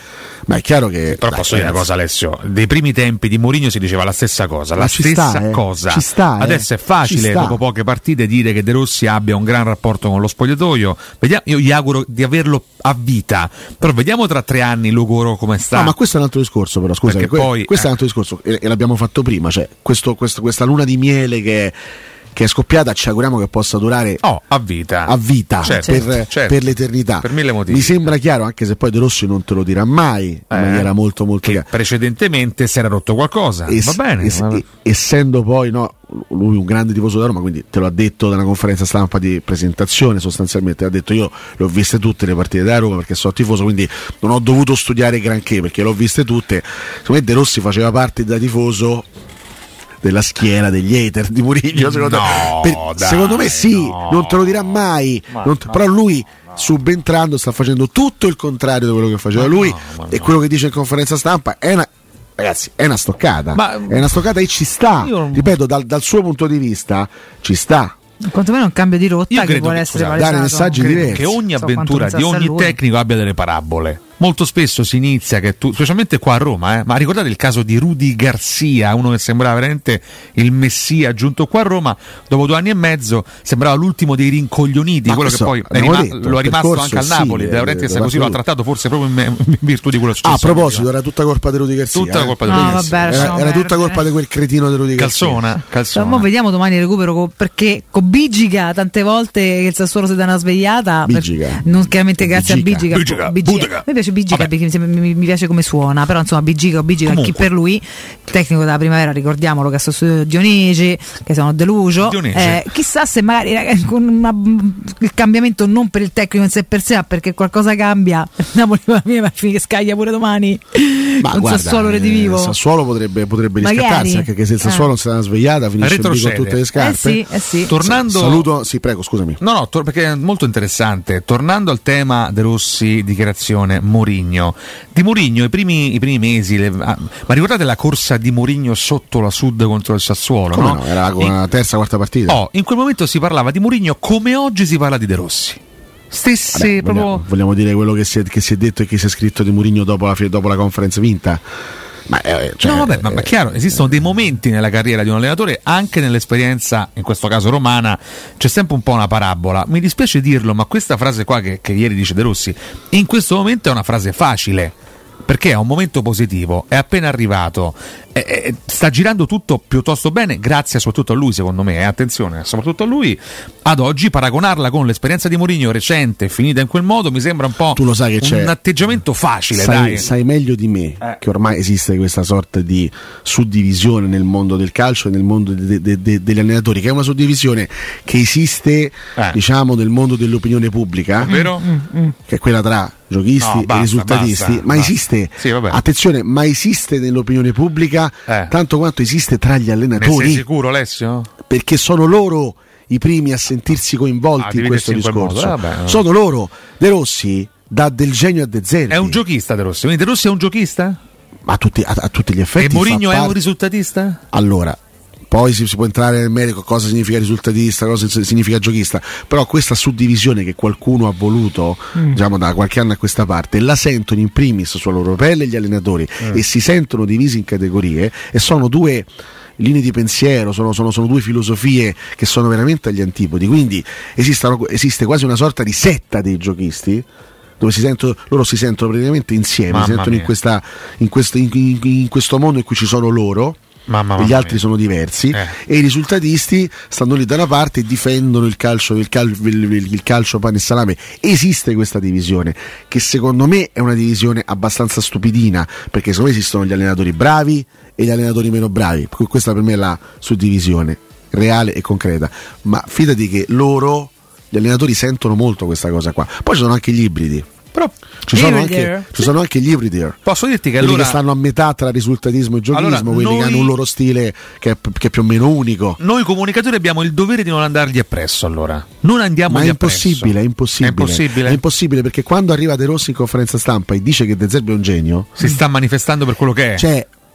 [SPEAKER 12] Ma è chiaro che.
[SPEAKER 28] Però
[SPEAKER 12] dai,
[SPEAKER 28] posso dire una
[SPEAKER 12] ragazzi.
[SPEAKER 28] cosa, Alessio. Dei primi tempi di Mourinho si diceva la stessa cosa.
[SPEAKER 12] Ma
[SPEAKER 28] La
[SPEAKER 12] ci
[SPEAKER 28] stessa
[SPEAKER 12] sta, eh.
[SPEAKER 28] cosa.
[SPEAKER 12] Ci sta, eh.
[SPEAKER 28] Adesso è
[SPEAKER 12] Ci
[SPEAKER 28] facile,
[SPEAKER 12] sta.
[SPEAKER 28] dopo poche partite, dire che De Rossi abbia un gran rapporto con lo spogliatoio. Vediamo, io gli auguro di averlo a vita. Però vediamo tra tre anni Lugoro come sta.
[SPEAKER 12] No, ma questo è un altro discorso, però scusa,
[SPEAKER 28] Perché
[SPEAKER 12] que-
[SPEAKER 28] poi,
[SPEAKER 12] questo è un altro discorso e, e l'abbiamo fatto prima, cioè questo, questo- questa luna di miele che, che è scoppiata, ci auguriamo che possa durare
[SPEAKER 28] oh, a vita,
[SPEAKER 12] a vita
[SPEAKER 28] Certo,
[SPEAKER 12] per,
[SPEAKER 28] certo.
[SPEAKER 12] per l'eternità.
[SPEAKER 28] Per mille motivi.
[SPEAKER 12] Mi sembra chiaro, anche se poi De Rossi non te lo dirà mai in maniera molto molto
[SPEAKER 28] che
[SPEAKER 12] chiara.
[SPEAKER 28] precedentemente si era rotto qualcosa.
[SPEAKER 12] Es-
[SPEAKER 28] Va bene.
[SPEAKER 12] es-
[SPEAKER 28] va-
[SPEAKER 12] e- essendo poi no, lui un grande tifoso da Roma, quindi te l'ha detto nella conferenza stampa di presentazione, sostanzialmente ha detto io le ho viste tutte le partite da Roma perché sono tifoso, quindi non ho dovuto studiare granché perché le ho viste tutte. Secondo me De Rossi faceva parte da tifoso della schiera degli hater di Mourinho, secondo,
[SPEAKER 28] No,
[SPEAKER 12] me. Per-
[SPEAKER 28] dai,
[SPEAKER 12] secondo me sì,
[SPEAKER 28] no.
[SPEAKER 12] non te lo dirà mai,
[SPEAKER 28] Ma
[SPEAKER 12] non te-
[SPEAKER 28] no.
[SPEAKER 12] però lui subentrando sta facendo tutto il contrario di quello che faceva
[SPEAKER 28] Ma
[SPEAKER 12] lui
[SPEAKER 28] no, ma
[SPEAKER 12] e
[SPEAKER 28] no.
[SPEAKER 12] quello che dice in conferenza stampa è una, ragazzi, è una stoccata,
[SPEAKER 28] Ma-
[SPEAKER 12] è una stoccata e ci sta,
[SPEAKER 28] Io non-
[SPEAKER 12] ripeto, dal, dal suo punto di vista ci sta.
[SPEAKER 11] Quantomeno un cambio di rotta
[SPEAKER 28] Io
[SPEAKER 11] che
[SPEAKER 28] credo
[SPEAKER 11] vuole
[SPEAKER 28] che-
[SPEAKER 11] essere
[SPEAKER 28] scusate,
[SPEAKER 11] palesato.
[SPEAKER 12] dare messaggi
[SPEAKER 28] Credo
[SPEAKER 12] diversi.
[SPEAKER 28] che ogni
[SPEAKER 11] So
[SPEAKER 28] avventura
[SPEAKER 11] quanto
[SPEAKER 28] di
[SPEAKER 11] pensasse
[SPEAKER 28] ogni
[SPEAKER 11] a lui.
[SPEAKER 28] tecnico abbia delle parabole. Molto spesso si inizia che tu, specialmente qua a Roma, eh, ma ricordate il caso di Rudy Garcia, uno che sembrava veramente il messia giunto qua a Roma, dopo due anni e mezzo sembrava l'ultimo dei rincoglioniti,
[SPEAKER 12] Ma
[SPEAKER 28] quello che
[SPEAKER 12] questo
[SPEAKER 28] poi è
[SPEAKER 12] abbiamo
[SPEAKER 28] rima-
[SPEAKER 12] detto,
[SPEAKER 28] lo è
[SPEAKER 12] il
[SPEAKER 28] rimasto
[SPEAKER 12] percorso
[SPEAKER 28] anche al
[SPEAKER 12] sì,
[SPEAKER 28] Napoli.
[SPEAKER 12] eh,
[SPEAKER 28] De Laurentiis
[SPEAKER 12] della
[SPEAKER 28] così lo ha
[SPEAKER 12] Roma.
[SPEAKER 28] trattato forse proprio in, in virtù di quello successo.
[SPEAKER 12] Ah, a proposito, era tutta colpa di Rudy Garcia.
[SPEAKER 28] Tutta
[SPEAKER 12] eh?
[SPEAKER 28] colpa di
[SPEAKER 11] No,
[SPEAKER 28] Rudy
[SPEAKER 11] vabbè,
[SPEAKER 28] Garcia.
[SPEAKER 11] lasciamo
[SPEAKER 12] Era, era tutta
[SPEAKER 11] perdere.
[SPEAKER 12] colpa di quel cretino di Rudy Garcia.
[SPEAKER 28] Calzona, calzona.
[SPEAKER 11] Ma vediamo domani il recupero co- perché con Bigiga tante volte che il Sassuolo si dà una svegliata per-
[SPEAKER 12] Bigiga.
[SPEAKER 11] non chiaramente grazie
[SPEAKER 12] Bigiga.
[SPEAKER 11] a Bigiga,
[SPEAKER 28] Bigiga,
[SPEAKER 11] Bigiga.
[SPEAKER 28] Budica.
[SPEAKER 11] mi piace Bigiga
[SPEAKER 28] Vabbè.
[SPEAKER 11] perché mi, sembra- mi- mi piace come suona, però insomma Bigiga o Bigiga chi
[SPEAKER 28] Comunque.
[SPEAKER 11] per lui tecnico della primavera, ricordiamolo che ha sostituito Dionigi che sono deluso.
[SPEAKER 28] Dionigi.
[SPEAKER 11] Eh, chissà se magari ragazzi, con una- il cambiamento non per il tecnico in sé per sé ma perché qualcosa cambia Napoli va via, ma finché scaglia pure domani
[SPEAKER 12] Ma
[SPEAKER 11] un
[SPEAKER 12] guarda,
[SPEAKER 11] Sassuolo
[SPEAKER 12] eh,
[SPEAKER 11] redivivo.
[SPEAKER 12] il Sassuolo potrebbe, potrebbe
[SPEAKER 11] Magari.
[SPEAKER 12] riscattarsi, anche che se il Sassuolo
[SPEAKER 11] Eh.
[SPEAKER 12] non si era svegliata finisce lì con
[SPEAKER 28] Retrocede.
[SPEAKER 12] tutte le
[SPEAKER 11] eh
[SPEAKER 12] scarpe.
[SPEAKER 11] sì, eh sì.
[SPEAKER 28] Tornando
[SPEAKER 12] Saluto, sì, prego, scusami.
[SPEAKER 28] No, no, tor- perché è molto interessante. Tornando al tema De Rossi, dichiarazione Mourinho. Di Mourinho i primi, i primi mesi, le- ah, ma ricordate la corsa di Mourinho sotto la Sud contro il Sassuolo?
[SPEAKER 12] Come
[SPEAKER 28] no?
[SPEAKER 12] no? Era con
[SPEAKER 28] In-
[SPEAKER 12] la terza, quarta partita.
[SPEAKER 28] oh, in quel momento si parlava di Mourinho come oggi si parla di De Rossi. Stesse
[SPEAKER 12] Vabbè,
[SPEAKER 28] proprio.
[SPEAKER 12] vogliamo, vogliamo dire quello che si, è, che si è detto e che si è scritto di Mourinho dopo la, fi- dopo la conference vinta? Ma, eh, cioè,
[SPEAKER 28] no, vabbè, ma, ma è chiaro, esistono dei momenti nella carriera di un allenatore, anche nell'esperienza, in questo caso romana, c'è sempre un po' una parabola. Mi dispiace dirlo, ma questa frase qua che, che ieri dice De Rossi, in questo momento è una frase facile. Perché è un momento positivo, è appena arrivato, è- è- sta girando tutto piuttosto bene, grazie soprattutto a lui, secondo me, eh, attenzione, soprattutto a lui. Ad oggi paragonarla con l'esperienza di Mourinho recente, finita in quel modo, mi sembra un po'
[SPEAKER 12] Tu lo sai che
[SPEAKER 28] un
[SPEAKER 12] c'è-
[SPEAKER 28] atteggiamento facile,
[SPEAKER 12] sai,
[SPEAKER 28] dai.
[SPEAKER 12] sai meglio di me
[SPEAKER 28] Eh.
[SPEAKER 12] che ormai esiste questa sorta di suddivisione nel mondo del calcio e nel mondo de- de- de- degli allenatori, che è una suddivisione che esiste
[SPEAKER 28] Eh.
[SPEAKER 12] diciamo nel mondo dell'opinione pubblica,
[SPEAKER 28] Vero?
[SPEAKER 12] che è quella tra giochisti
[SPEAKER 28] No,
[SPEAKER 12] e
[SPEAKER 28] basta,
[SPEAKER 12] risultatisti,
[SPEAKER 28] basta,
[SPEAKER 12] ma
[SPEAKER 28] basta.
[SPEAKER 12] esiste,
[SPEAKER 28] Sì, vabbè.
[SPEAKER 12] attenzione, ma esiste nell'opinione pubblica
[SPEAKER 28] Eh.
[SPEAKER 12] tanto quanto esiste tra gli
[SPEAKER 28] Ne sei
[SPEAKER 12] allenatori,
[SPEAKER 28] sicuro, Alessio?
[SPEAKER 12] perché sono loro i primi a sentirsi
[SPEAKER 28] Ah,
[SPEAKER 12] coinvolti in questo
[SPEAKER 28] dividersi in quel
[SPEAKER 12] discorso.
[SPEAKER 28] modo, vabbè, no.
[SPEAKER 12] Sono loro. De Rossi dà del genio a De Zerbi.
[SPEAKER 28] È un giochista De Rossi, quindi De Rossi è un giochista?
[SPEAKER 12] Ma a tutti, a, a tutti gli effetti.
[SPEAKER 28] E Mourinho
[SPEAKER 12] fa
[SPEAKER 28] è un
[SPEAKER 12] parte-
[SPEAKER 28] risultatista?
[SPEAKER 12] Allora, poi si, si può entrare nel merito cosa significa risultatista, cosa significa giochista, però questa suddivisione che qualcuno ha voluto,
[SPEAKER 11] Mm.
[SPEAKER 12] diciamo da qualche anno a questa parte, la sentono in primis sulla loro pelle gli allenatori
[SPEAKER 28] Mm.
[SPEAKER 12] e si sentono divisi in categorie e sono due linee di pensiero, sono, sono- sono due filosofie che sono veramente agli antipodi, quindi esistono- esiste quasi una sorta di setta dei giochisti dove si sentono, loro si sentono praticamente insieme,
[SPEAKER 28] Mamma
[SPEAKER 12] si sentono in,
[SPEAKER 28] mia.
[SPEAKER 12] questa, in, questo, in- in- in questo mondo in cui ci sono loro
[SPEAKER 28] Mamma,
[SPEAKER 12] e
[SPEAKER 28] mamma
[SPEAKER 12] gli altri
[SPEAKER 28] mia.
[SPEAKER 12] sono diversi
[SPEAKER 28] Eh.
[SPEAKER 12] e i risultatisti stanno lì da una parte e difendono il calcio, il, cal- il- il- il calcio pane e salame. Esiste questa divisione che secondo me è una divisione abbastanza stupidina, perché secondo me esistono gli allenatori bravi e gli allenatori meno bravi, per cui questa per me è la suddivisione reale e concreta, ma fidati che loro, gli allenatori, sentono molto questa cosa qua. Poi ci sono anche gli ibridi.
[SPEAKER 28] Però
[SPEAKER 12] Ci sono,
[SPEAKER 11] Ibridi.
[SPEAKER 12] anche, ci sono anche gli ibridi.
[SPEAKER 28] posso dirti che
[SPEAKER 12] Quelli
[SPEAKER 28] allora
[SPEAKER 12] che stanno a metà tra risultatismo e giochiismo,
[SPEAKER 28] Allora,
[SPEAKER 12] quelli
[SPEAKER 28] noi-
[SPEAKER 12] che hanno un loro stile che è, che è più o meno unico.
[SPEAKER 28] noi comunicatori abbiamo il dovere di non andargli appresso, allora. Non andiamo
[SPEAKER 12] Ma è
[SPEAKER 28] appresso.
[SPEAKER 12] impossibile, è impossibile.
[SPEAKER 28] È impossibile?
[SPEAKER 12] È impossibile perché quando arriva De Rossi in conferenza stampa e dice che De Zerbi è un genio,
[SPEAKER 28] Si sta manifestando per quello che è.
[SPEAKER 12] cioè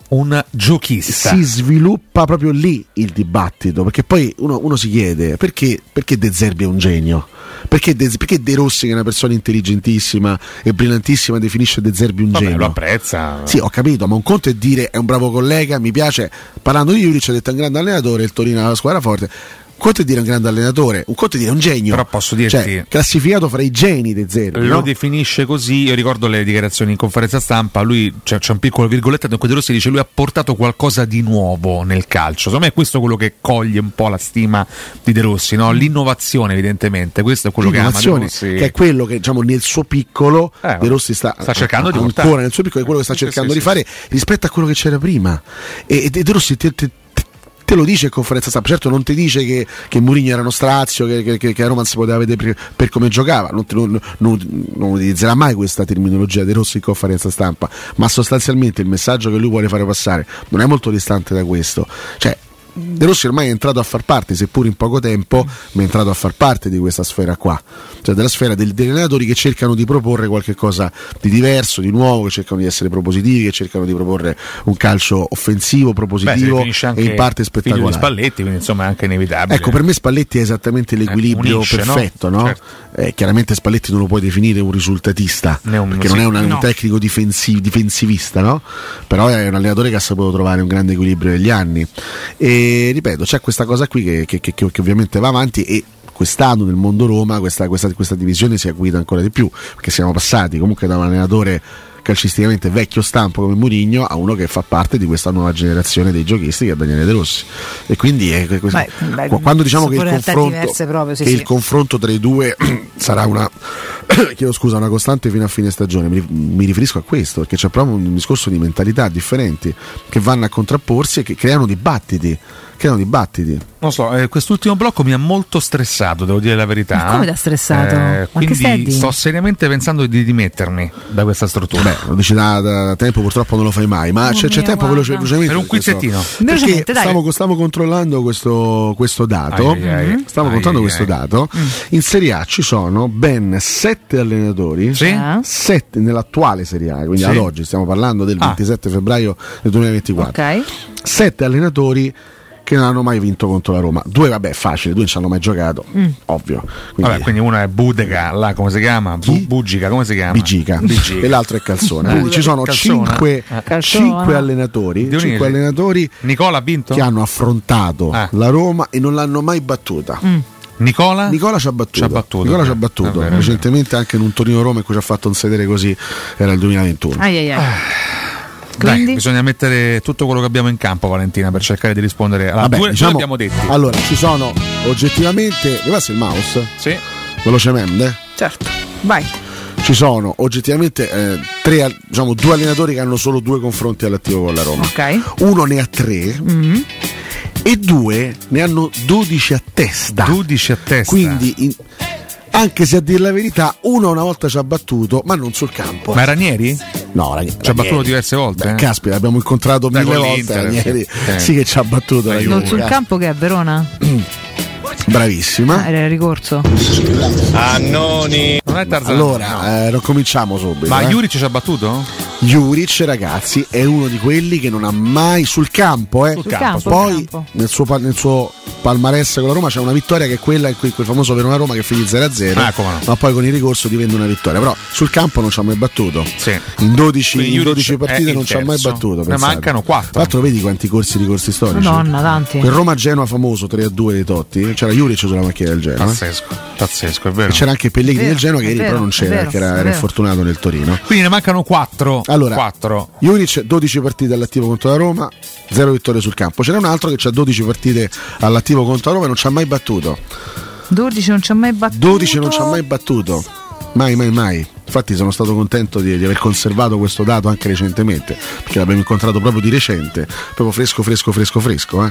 [SPEAKER 28] un giochista.
[SPEAKER 12] Si sviluppa proprio lì il dibattito, perché poi uno, uno si chiede perché, perché De Zerbi è un genio, perché De, perché De Rossi, che è una persona intelligentissima e brillantissima, definisce De Zerbi un
[SPEAKER 28] Vabbè,
[SPEAKER 12] genio.
[SPEAKER 28] lo apprezza.
[SPEAKER 12] Sì, ho capito, ma un conto è dire è un bravo collega, mi piace. Parlando di Juric, ha detto è un grande allenatore, il Torino è una squadra forte. Un conto è dire un grande allenatore, un conto è dire un genio.
[SPEAKER 28] Però posso dirti,
[SPEAKER 12] cioè, classificato fra i geni De Zerbi,
[SPEAKER 28] lo
[SPEAKER 12] no?
[SPEAKER 28] definisce così. Io ricordo le dichiarazioni in conferenza stampa. Lui cioè, c'è un piccolo virgoletto in cui De Rossi dice: lui ha portato qualcosa di nuovo nel calcio. Secondo me questo è quello che coglie un po' la stima di De Rossi, no? L'innovazione, evidentemente. Questo è quello che ama De Rossi,
[SPEAKER 12] che è quello che, diciamo, nel suo piccolo
[SPEAKER 28] eh,
[SPEAKER 12] De Rossi sta,
[SPEAKER 28] sta cercando di
[SPEAKER 12] ancora
[SPEAKER 28] portare.
[SPEAKER 12] nel suo piccolo, è quello che sta
[SPEAKER 28] Sì,
[SPEAKER 12] cercando
[SPEAKER 28] sì,
[SPEAKER 12] di
[SPEAKER 28] sì,
[SPEAKER 12] fare
[SPEAKER 28] sì.
[SPEAKER 12] rispetto a quello che c'era prima. E, e De Rossi te, te, te lo dice in conferenza stampa. Certo, non ti dice che, che Mourinho era uno strazio, che, che, che a Roma non si poteva vedere per, per come giocava, non, non, non, non utilizzerà mai questa terminologia De Rossi in conferenza stampa, ma sostanzialmente il messaggio che lui vuole fare passare non è molto distante da questo. Cioè, De Rossi ormai è entrato a far parte, seppur in poco tempo, ma è entrato a far parte di questa sfera qua, cioè della sfera degli allenatori che cercano di proporre qualche cosa di diverso, di nuovo, che cercano di essere propositivi, che cercano di proporre un calcio offensivo, propositivo e in parte spettacolare.
[SPEAKER 28] Figlio di Spalletti, quindi insomma è anche inevitabile.
[SPEAKER 12] Ecco, per me Spalletti è esattamente l'equilibrio
[SPEAKER 28] unisce,
[SPEAKER 12] perfetto, no?
[SPEAKER 28] no? Certo.
[SPEAKER 12] Eh, chiaramente Spalletti non lo puoi definire un risultatista,
[SPEAKER 28] un,
[SPEAKER 12] perché
[SPEAKER 28] sì,
[SPEAKER 12] non è una,
[SPEAKER 28] no.
[SPEAKER 12] un tecnico difensi- difensivista, no? Però è un allenatore che ha saputo trovare un grande equilibrio negli anni. E ripeto, c'è questa cosa qui che, che, che, che ovviamente va avanti, e quest'anno nel mondo Roma questa, questa, questa divisione si acuita ancora di più, perché siamo passati comunque da un allenatore calcisticamente vecchio stampo come Mourinho a uno che fa parte di questa nuova generazione dei giochisti, che è Daniele De Rossi. E quindi è, è,
[SPEAKER 11] beh, beh,
[SPEAKER 12] quando diciamo che, il confronto,
[SPEAKER 11] proprio, sì,
[SPEAKER 12] che
[SPEAKER 11] sì.
[SPEAKER 12] il confronto tra i due sarà una chiedo scusa, una costante fino a fine stagione, mi, mi riferisco a questo, perché c'è proprio un discorso di mentalità differenti che vanno a contrapporsi e che creano dibattiti creano dibattiti.
[SPEAKER 28] Non so, eh, quest'ultimo blocco mi ha molto stressato, devo dire la verità.
[SPEAKER 11] Ma come da stressato?
[SPEAKER 28] Eh,
[SPEAKER 11] Ma che stai a
[SPEAKER 28] quindi
[SPEAKER 11] dire?
[SPEAKER 28] sto seriamente pensando di dimettermi da questa struttura.
[SPEAKER 12] Beh, lo dici da, da tempo, purtroppo non lo fai mai, ma
[SPEAKER 11] Oh
[SPEAKER 12] c'è, c'è
[SPEAKER 11] mia,
[SPEAKER 12] tempo
[SPEAKER 11] guarda.
[SPEAKER 12] velocemente.
[SPEAKER 28] Per un quizzettino.
[SPEAKER 11] Velocemente,
[SPEAKER 12] Perché
[SPEAKER 11] dai.
[SPEAKER 12] stavo, stavo controllando questo, questo dato.
[SPEAKER 28] Ai, ai, ai.
[SPEAKER 12] Stavo
[SPEAKER 28] Ai,
[SPEAKER 12] controllando
[SPEAKER 28] ai,
[SPEAKER 12] questo
[SPEAKER 28] ai.
[SPEAKER 12] dato.
[SPEAKER 11] Mm.
[SPEAKER 12] In Serie A ci sono ben sette allenatori.
[SPEAKER 28] Sì?
[SPEAKER 12] Sette nell'attuale Serie A, quindi
[SPEAKER 28] Sì.
[SPEAKER 12] ad oggi stiamo parlando del
[SPEAKER 28] Ah.
[SPEAKER 12] ventisette febbraio del duemilaventiquattro.
[SPEAKER 11] Ok.
[SPEAKER 12] Sette allenatori che non hanno mai vinto contro la Roma. Due, vabbè, facile, due non ci hanno mai giocato,
[SPEAKER 11] Mm.
[SPEAKER 12] ovvio. Quindi,
[SPEAKER 28] Vabbè, quindi uno è Budega, là come si chiama? Bu- Bugica, come si chiama?
[SPEAKER 12] Bigica.
[SPEAKER 28] Bigica.
[SPEAKER 12] E l'altro è Calzone.
[SPEAKER 28] Eh.
[SPEAKER 12] Quindi ci sono
[SPEAKER 28] Calzone.
[SPEAKER 12] cinque,
[SPEAKER 28] Eh.
[SPEAKER 11] Calzone.
[SPEAKER 12] cinque allenatori,
[SPEAKER 28] Dionisi.
[SPEAKER 12] cinque allenatori
[SPEAKER 28] Nicola ha vinto?
[SPEAKER 12] che hanno affrontato
[SPEAKER 28] Ah.
[SPEAKER 12] la Roma e non l'hanno mai battuta.
[SPEAKER 11] Mm.
[SPEAKER 28] Nicola?
[SPEAKER 12] Nicola ci ha battuto,
[SPEAKER 28] Ci ha battuto,
[SPEAKER 12] Nicola
[SPEAKER 28] ok.
[SPEAKER 12] ci ha battuto.
[SPEAKER 28] È vero, è
[SPEAKER 12] recentemente anche in un Torino-Roma in cui ci ha fatto un sedere così, era il duemilaventuno.
[SPEAKER 11] Ai ai ai.
[SPEAKER 28] Dai,
[SPEAKER 11] Quindi?
[SPEAKER 28] bisogna mettere tutto quello che abbiamo in campo, Valentina, per cercare di rispondere alla
[SPEAKER 12] Vabbè,
[SPEAKER 28] due,
[SPEAKER 12] diciamo,
[SPEAKER 28] due abbiamo detti.
[SPEAKER 12] allora, ci sono oggettivamente, mi passi il mouse?
[SPEAKER 28] Sì.
[SPEAKER 12] Velocemente.
[SPEAKER 11] Certo. Vai.
[SPEAKER 12] Ci sono oggettivamente eh, tre, diciamo, due allenatori che hanno solo due confronti all'attivo con la Roma.
[SPEAKER 11] Ok.
[SPEAKER 12] Uno ne ha tre
[SPEAKER 11] Mm.
[SPEAKER 12] e due ne hanno dodici a testa.
[SPEAKER 28] dodici a testa.
[SPEAKER 12] Quindi, in- anche se a dire la verità, uno una volta ci ha battuto, ma non sul campo.
[SPEAKER 28] Ma Ranieri?
[SPEAKER 12] No, Ranieri.
[SPEAKER 28] Ci ha battuto diverse volte?
[SPEAKER 12] Beh,
[SPEAKER 28] eh?
[SPEAKER 12] caspita, l'abbiamo incontrato
[SPEAKER 28] Dai,
[SPEAKER 12] mille
[SPEAKER 28] con
[SPEAKER 12] volte.
[SPEAKER 28] l'Inter,
[SPEAKER 12] Ranieri.
[SPEAKER 28] sì. Eh.
[SPEAKER 12] Sì, che ci ha battuto.
[SPEAKER 28] Dai,
[SPEAKER 12] Ranieri.
[SPEAKER 11] Non sul campo che è a Verona?
[SPEAKER 12] Bravissima.
[SPEAKER 11] Ah, era ricorso.
[SPEAKER 28] Annoni. Non è Tarzan.
[SPEAKER 12] Allora,
[SPEAKER 28] no.
[SPEAKER 12] eh, non cominciamo subito.
[SPEAKER 28] Ma
[SPEAKER 12] eh.
[SPEAKER 28] Juric ci ha battuto?
[SPEAKER 12] Juric, ragazzi, è uno di quelli che non ha mai sul campo, eh.
[SPEAKER 28] Sul
[SPEAKER 11] campo, sul
[SPEAKER 12] Poi
[SPEAKER 11] campo.
[SPEAKER 12] nel suo, pa- nel suo palmarès con la Roma c'è una vittoria che è quella in cui quel famoso Verona-Roma che finì zero a zero,
[SPEAKER 28] Ah, come no.
[SPEAKER 12] ma poi con il ricorso diventa una vittoria. Però sul campo non ci ha mai battuto.
[SPEAKER 28] Sì.
[SPEAKER 12] In dodici,
[SPEAKER 28] Quindi
[SPEAKER 12] in
[SPEAKER 28] Juric
[SPEAKER 12] dodici
[SPEAKER 28] è
[SPEAKER 12] partite
[SPEAKER 28] il
[SPEAKER 12] non ci ha mai
[SPEAKER 28] terzo.
[SPEAKER 12] battuto.
[SPEAKER 28] Ne
[SPEAKER 12] pensate.
[SPEAKER 28] mancano quattro.
[SPEAKER 12] Tra l'altro vedi quanti corsi di corsi storici.
[SPEAKER 11] Madonna, tanti.
[SPEAKER 12] Quel Roma-Genoa famoso tre a due dei Totti, c'era Juric sulla macchina del Genoa.
[SPEAKER 28] Pazzesco, pazzesco, è vero.
[SPEAKER 12] E c'era anche Pellegrini
[SPEAKER 11] È vero,
[SPEAKER 12] del Genoa che
[SPEAKER 11] è
[SPEAKER 12] ieri
[SPEAKER 11] vero,
[SPEAKER 12] però non
[SPEAKER 11] è
[SPEAKER 12] c'era
[SPEAKER 11] vero,
[SPEAKER 12] perché era,
[SPEAKER 11] è
[SPEAKER 12] era
[SPEAKER 11] vero.
[SPEAKER 12] infortunato nel Torino.
[SPEAKER 28] Quindi ne mancano quattro.
[SPEAKER 12] Allora,
[SPEAKER 28] quattro.
[SPEAKER 12] Juric dodici partite all'attivo contro la Roma, zero vittorie sul campo. C'era un altro che ha dodici partite all'attivo contro la Roma e non ci ha mai battuto.
[SPEAKER 11] dodici non ci ha mai battuto.
[SPEAKER 12] dodici non ci ha mai battuto. Mai, mai, mai. Infatti sono stato contento di, di aver conservato questo dato anche recentemente, perché l'abbiamo incontrato proprio di recente, proprio fresco, fresco, fresco, fresco. Eh.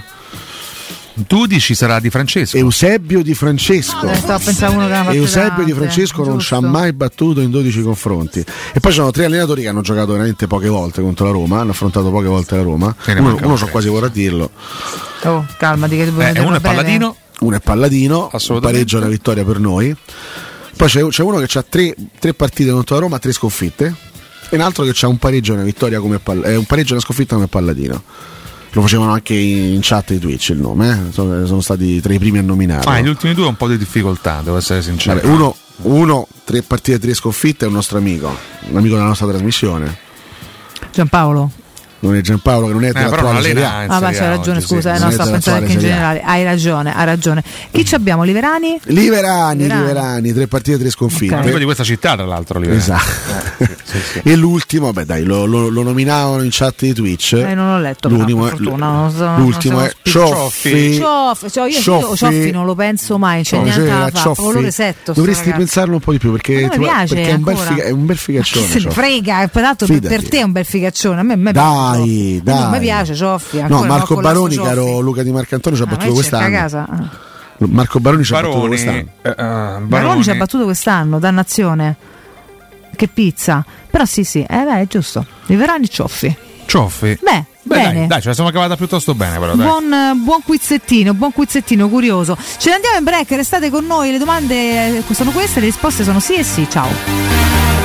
[SPEAKER 28] dodici sarà di Francesco.
[SPEAKER 12] Eusebio Di Francesco.
[SPEAKER 11] Eh, stavo a pensare a uno che aveva fatto
[SPEAKER 12] Eusebio Di
[SPEAKER 11] tante,
[SPEAKER 12] Francesco non ci ha
[SPEAKER 11] giusto.
[SPEAKER 12] mai battuto in dodici confronti. E poi ci sono tre allenatori che hanno giocato veramente poche volte contro la Roma, hanno affrontato poche volte la Roma.
[SPEAKER 28] ne
[SPEAKER 12] Uno,
[SPEAKER 28] mancano
[SPEAKER 12] uno so
[SPEAKER 28] tre.
[SPEAKER 12] quasi vorrà dirlo.
[SPEAKER 11] Oh, calmati che devo
[SPEAKER 28] Eh,
[SPEAKER 11] vederlo
[SPEAKER 28] uno è
[SPEAKER 11] breve.
[SPEAKER 28] Palladino.
[SPEAKER 12] Uno è Palladino, un
[SPEAKER 28] Assolutamente.
[SPEAKER 12] pareggio e una vittoria per noi. Poi c'è, c'è uno che ha tre, tre partite contro la Roma, tre sconfitte. e un altro che c'ha un pareggio e una vittoria come Pall- eh, un pareggio e una sconfitta come Palladino. Lo facevano anche in chat di Twitch il nome, eh? sono, sono stati tra i primi a nominarlo.
[SPEAKER 28] Ah, gli ultimi due un po' di difficoltà, devo essere sincero.
[SPEAKER 12] Vabbè, uno, uno, tre partite, tre sconfitte, è un nostro amico, un amico della nostra trasmissione.
[SPEAKER 11] Giampaolo.
[SPEAKER 12] Non è Giampaolo, che non è
[SPEAKER 28] Eh, però
[SPEAKER 12] dell'attuale
[SPEAKER 28] non
[SPEAKER 12] Serie
[SPEAKER 28] allena
[SPEAKER 12] A.
[SPEAKER 28] in
[SPEAKER 11] Ah, ma
[SPEAKER 28] Serie
[SPEAKER 11] c'hai
[SPEAKER 28] A
[SPEAKER 11] ragione,
[SPEAKER 28] oggi,
[SPEAKER 11] scusa,
[SPEAKER 28] sì.
[SPEAKER 11] eh, no, sto pensando anche in generale. Hai ragione, hai ragione. Chi ci abbiamo? Liverani?
[SPEAKER 12] Liverani,
[SPEAKER 11] Liverani.
[SPEAKER 12] Liverani, tre partite, tre sconfitte.
[SPEAKER 28] Amico di questa città, tra l'altro. Liverani.
[SPEAKER 12] Esatto.
[SPEAKER 28] Eh, sì, sì.
[SPEAKER 12] E l'ultimo, beh dai, lo, lo, lo nominavano in chat di Twitch.
[SPEAKER 11] Eh, non l'ho letto, però,
[SPEAKER 12] L'ultimo
[SPEAKER 11] per
[SPEAKER 12] è,
[SPEAKER 11] fortuna, non so-
[SPEAKER 12] l'ultimo
[SPEAKER 11] non
[SPEAKER 12] è
[SPEAKER 11] sono
[SPEAKER 12] Cioffi.
[SPEAKER 11] Cioffi, cioè io
[SPEAKER 12] Cioffi.
[SPEAKER 11] Cioffi non lo penso mai, c'è
[SPEAKER 12] No,
[SPEAKER 11] niente
[SPEAKER 12] sì,
[SPEAKER 11] da
[SPEAKER 12] la
[SPEAKER 11] fare,
[SPEAKER 12] Cioffi.
[SPEAKER 11] proprio lo resetto. sto
[SPEAKER 12] Dovresti
[SPEAKER 11] ragazzo.
[SPEAKER 12] pensarlo un po' di più perché,
[SPEAKER 11] Ma non mi
[SPEAKER 12] tu-
[SPEAKER 11] piace
[SPEAKER 12] perché è, un bel
[SPEAKER 11] ancora.
[SPEAKER 12] figa- è un bel
[SPEAKER 11] Chi
[SPEAKER 12] figaccione.
[SPEAKER 11] se ne
[SPEAKER 12] Cioffi.
[SPEAKER 11] frega, peraltro per, per
[SPEAKER 12] Fidati.
[SPEAKER 11] te è un bel figaccione, a me, a me
[SPEAKER 12] Dai,
[SPEAKER 11] piace.
[SPEAKER 12] dai.
[SPEAKER 11] Non mi piace Cioffi.
[SPEAKER 12] No,
[SPEAKER 11] ancora
[SPEAKER 12] Marco
[SPEAKER 11] con la
[SPEAKER 12] Baroni,
[SPEAKER 11] Cioffi.
[SPEAKER 12] caro Luca Di Marcantonio, ci ha
[SPEAKER 11] Ah, ma
[SPEAKER 12] battuto
[SPEAKER 11] io cerco a
[SPEAKER 12] quest'anno.
[SPEAKER 11] casa. Ah.
[SPEAKER 12] Marco Baroni ci ha battuto
[SPEAKER 28] Baroni,
[SPEAKER 12] quest'anno.
[SPEAKER 28] eh, eh,
[SPEAKER 11] Baroni
[SPEAKER 28] Baroni.
[SPEAKER 11] ci ha battuto quest'anno, dannazione. Che pizza. Però sì, sì, eh, beh, è giusto. Liverani Cioffi.
[SPEAKER 28] Cioffi.
[SPEAKER 11] Beh,
[SPEAKER 28] Beh,
[SPEAKER 11] bene.
[SPEAKER 28] dai, dai, ce la siamo cavata piuttosto bene, però. Dai.
[SPEAKER 11] Buon, buon quizzettino, buon quizzettino curioso. Ce ne andiamo in break, restate con noi, le domande sono queste, le risposte sono sì e sì, ciao.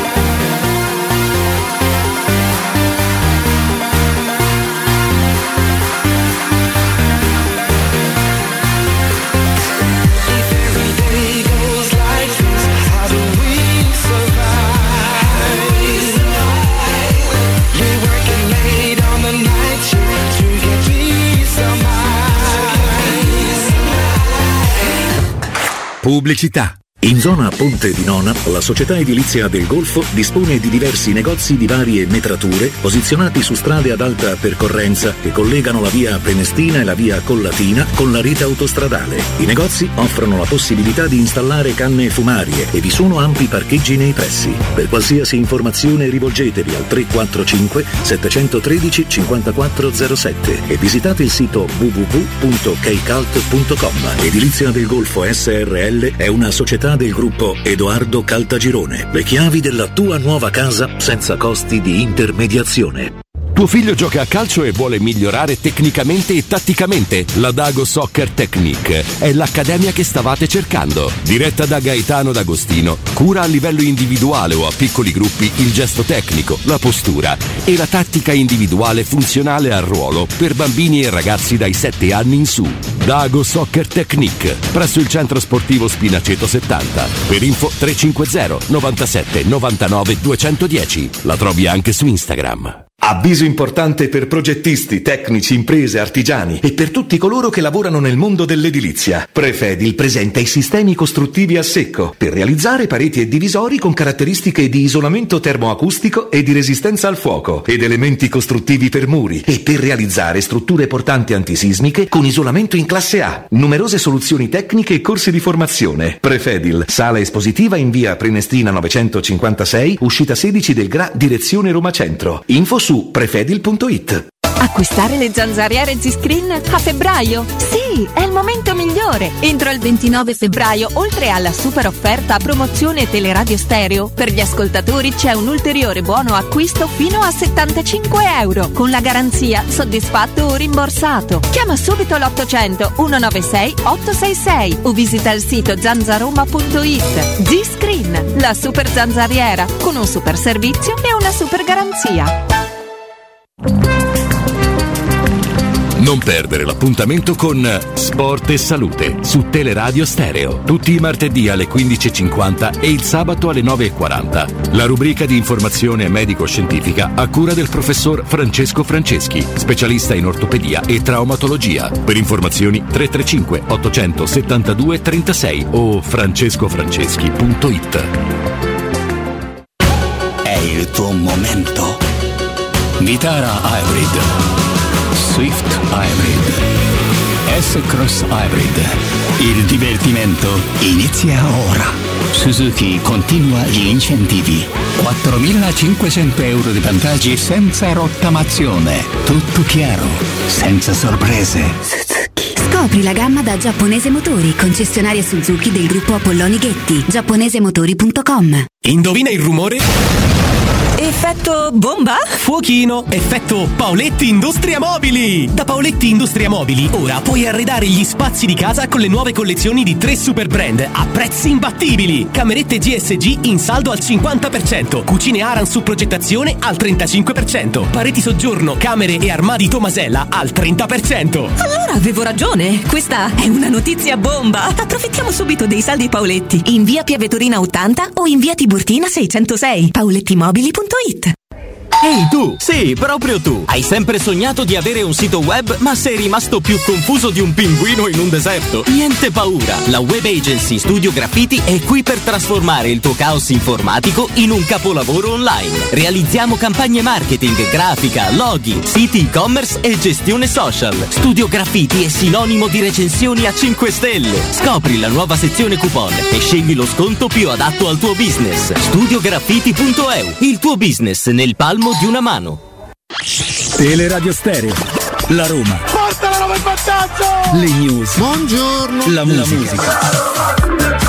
[SPEAKER 2] Pubblicità. In zona Ponte di Nona, la società edilizia del Golfo dispone di diversi negozi di varie metrature posizionati su strade ad alta percorrenza che collegano la via Prenestina e la via Collatina con la rete autostradale. I negozi offrono la possibilità di installare canne fumarie e vi sono ampi parcheggi nei pressi. Per qualsiasi informazione rivolgetevi al tre quattro cinque sette uno tre cinque zero sette e visitate il sito w w w punto keicalt punto com. Edilizia del Golfo S R L è una società del gruppo Edoardo Caltagirone. Le chiavi della tua nuova casa senza costi di intermediazione.
[SPEAKER 9] Tuo figlio gioca a calcio e vuole migliorare tecnicamente e tatticamente? La Dago Soccer Technique è l'accademia che stavate cercando. Diretta da Gaetano D'Agostino, cura a livello individuale o a piccoli gruppi il gesto tecnico, la postura e la tattica individuale funzionale al ruolo per bambini e ragazzi dai sette anni in su. Dago Soccer Technique, presso il centro sportivo Spinaceto settanta. Per info tre cinque zero novantasette novantanove duecentodieci. La trovi anche su Instagram.
[SPEAKER 13] Avviso importante per progettisti, tecnici, imprese, artigiani e per tutti coloro che lavorano nel mondo dell'edilizia. Prefedil presenta i sistemi costruttivi a secco per realizzare pareti e divisori con caratteristiche di isolamento termoacustico e di resistenza al fuoco ed elementi costruttivi per muri e per realizzare strutture portanti antisismiche con isolamento in classe A. Numerose soluzioni tecniche e corsi di formazione. Prefedil, sala espositiva in via Prenestina novecentocinquantasei, uscita sedici del Gra, direzione Roma Centro. Info su prefedil punto it.
[SPEAKER 14] Acquistare le zanzariere Z-Screen a febbraio? Sì, è il momento migliore! Entro il ventinove febbraio, oltre alla super offerta a promozione Teleradio Stereo, per gli ascoltatori c'è un ulteriore buono acquisto fino a settantacinque euro, con la garanzia soddisfatto o rimborsato. Chiama subito l'ottocento centonovantasei ottocentosessantasei o visita il sito zanzaroma punto it. Z-Screen, la super zanzariera, con un super servizio e una super garanzia.
[SPEAKER 9] Non perdere l'appuntamento con Sport e Salute su Teleradio Stereo, tutti i martedì alle quindici e cinquanta e il sabato alle nove e quaranta. La rubrica di informazione medico-scientifica a cura del professor Francesco Franceschi, specialista in ortopedia e traumatologia. Per informazioni tre tre cinque ottocentosettantadue trentasei o francescofranceschi punto it.
[SPEAKER 15] È il tuo momento. Vitara Hybrid, Swift Hybrid, S-Cross Hybrid. Il divertimento inizia ora. Suzuki continua gli incentivi. quattromilacinquecento euro di vantaggi senza rottamazione. Tutto chiaro, senza sorprese.
[SPEAKER 16] Scopri la gamma da Giapponese Motori, concessionaria Suzuki del gruppo Apolloni Ghetti. giapponesemotori punto com.
[SPEAKER 9] Indovina il rumore?
[SPEAKER 3] Effetto bomba?
[SPEAKER 10] Fuochino, effetto Paoletti Industria Mobili. Da Paoletti Industria Mobili ora puoi arredare gli spazi di casa con le nuove collezioni di tre super brand a prezzi imbattibili. Camerette G S G in saldo al cinquanta per cento, cucine Aran su progettazione al trentacinque per cento, pareti soggiorno, camere e armadi Tomasella al trenta per cento.
[SPEAKER 3] Allora avevo ragione, questa è una notizia bomba. Approfittiamo subito dei saldi Paoletti in via Piave Torina ottanta o in via Tiburtina seicentosei. paolettimobili punto it.
[SPEAKER 10] Ehi tu! Sì, proprio tu! Hai sempre sognato di avere un sito web, ma sei rimasto più confuso di un pinguino in un deserto? Niente paura! La web agency Studio Graffiti è qui per trasformare il tuo caos informatico in un capolavoro online. Realizziamo campagne marketing, grafica, loghi, siti e-commerce e gestione social. Studio Graffiti è sinonimo di recensioni a cinque stelle. Scopri la nuova sezione coupon e scegli lo sconto più adatto al tuo business. studio graffiti punto e u, il tuo business nel palmo di una mano.
[SPEAKER 2] Teleradio Stereo, la Roma.
[SPEAKER 17] Porta la Roma in vantaggio!
[SPEAKER 2] Le news.
[SPEAKER 17] Buongiorno.
[SPEAKER 2] La musica. La musica.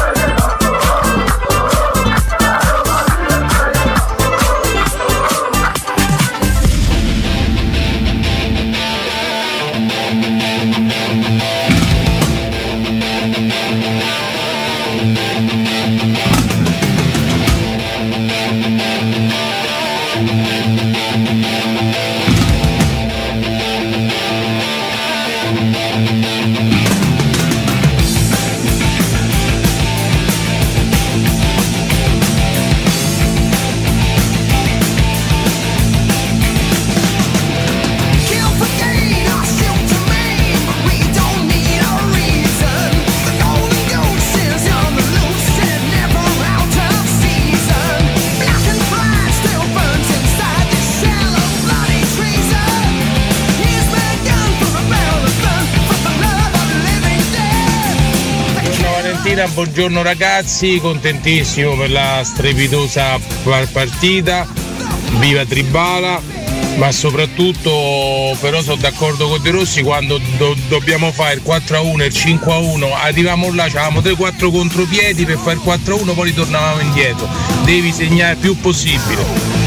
[SPEAKER 25] Buongiorno ragazzi, contentissimo per la strepitosa partita, viva Tribala, ma soprattutto però sono d'accordo con De Rossi quando do- dobbiamo fare il quattro a uno e il cinque a uno, arriviamo là, avevamo tre quattro contropiedi per fare il quattro a uno, poi ritornavamo indietro, devi segnare il più possibile.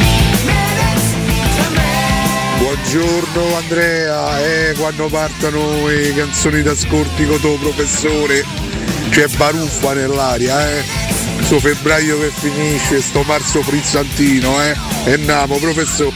[SPEAKER 18] Buongiorno Andrea, eh, quando partono le canzoni da scortico professore c'è baruffa nell'aria, eh. Sto febbraio che finisce, sto marzo frizzantino, eh. E andiamo, professore.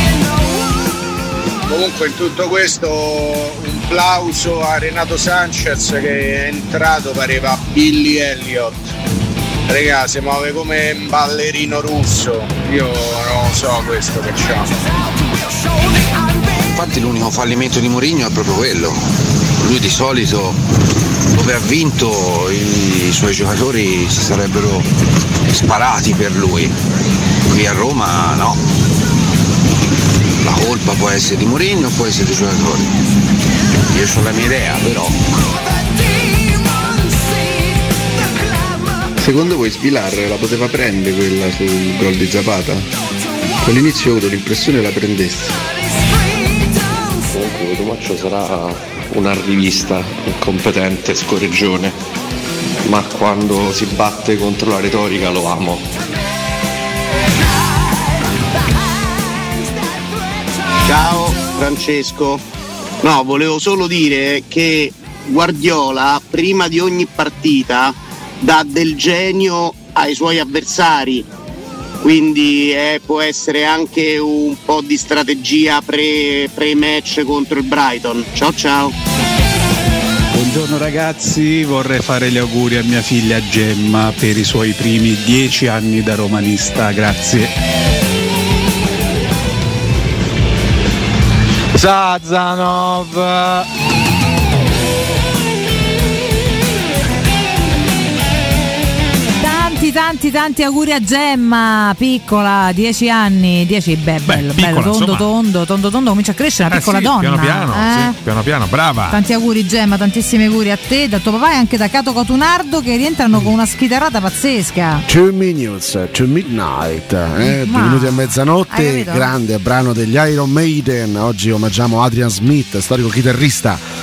[SPEAKER 19] Comunque in tutto questo un plauso a Renato Sanchez che è entrato, pareva Billy Elliott. Regà, si muove come un ballerino russo. Io non lo so questo che c'ha.
[SPEAKER 20] Infatti l'unico fallimento di Mourinho è proprio quello. Lui di solito dove ha vinto i suoi giocatori si sarebbero sparati per lui. Qui a Roma no. La colpa può essere di Mourinho o può essere dei giocatori. Io ho la mia idea, però.
[SPEAKER 21] Secondo voi Svilar la poteva prendere quella sul gol di Zapata? All'inizio ho avuto l'impressione la prendesse.
[SPEAKER 22] Comunque Cotumaccio sarà una rivista incompetente, scorreggione, ma quando si batte contro la retorica lo amo.
[SPEAKER 19] Ciao Francesco, no, volevo solo dire che Guardiola prima di ogni partita dà del genio ai suoi avversari, quindi eh, può essere anche un po' di strategia pre, pre-match contro il Brighton. Ciao ciao.
[SPEAKER 26] Buongiorno ragazzi, vorrei fare gli auguri a mia figlia Gemma per i suoi primi dieci anni da romanista, grazie.
[SPEAKER 29] Zazanov.
[SPEAKER 11] Tanti tanti auguri a Gemma, piccola, dieci anni, dieci, beh, bello,
[SPEAKER 28] Beh,
[SPEAKER 11] bello,
[SPEAKER 28] piccola,
[SPEAKER 11] tondo,
[SPEAKER 28] insomma.
[SPEAKER 11] tondo, tondo, tondo, comincia a crescere una
[SPEAKER 28] Eh
[SPEAKER 11] piccola
[SPEAKER 28] sì,
[SPEAKER 11] donna.
[SPEAKER 28] Piano piano,
[SPEAKER 11] eh?
[SPEAKER 28] sì, piano piano, brava.
[SPEAKER 11] Tanti auguri Gemma, tantissimi auguri a te, da tuo papà e anche da Cato Cotunardo che rientrano con una schiterata pazzesca.
[SPEAKER 12] Two minutes to midnight, eh?
[SPEAKER 11] Ma-
[SPEAKER 12] due minuti a
[SPEAKER 11] Hai
[SPEAKER 12] mezzanotte,
[SPEAKER 11] capito?
[SPEAKER 12] grande brano degli Iron Maiden. Oggi omaggiamo Adrian Smith, storico chitarrista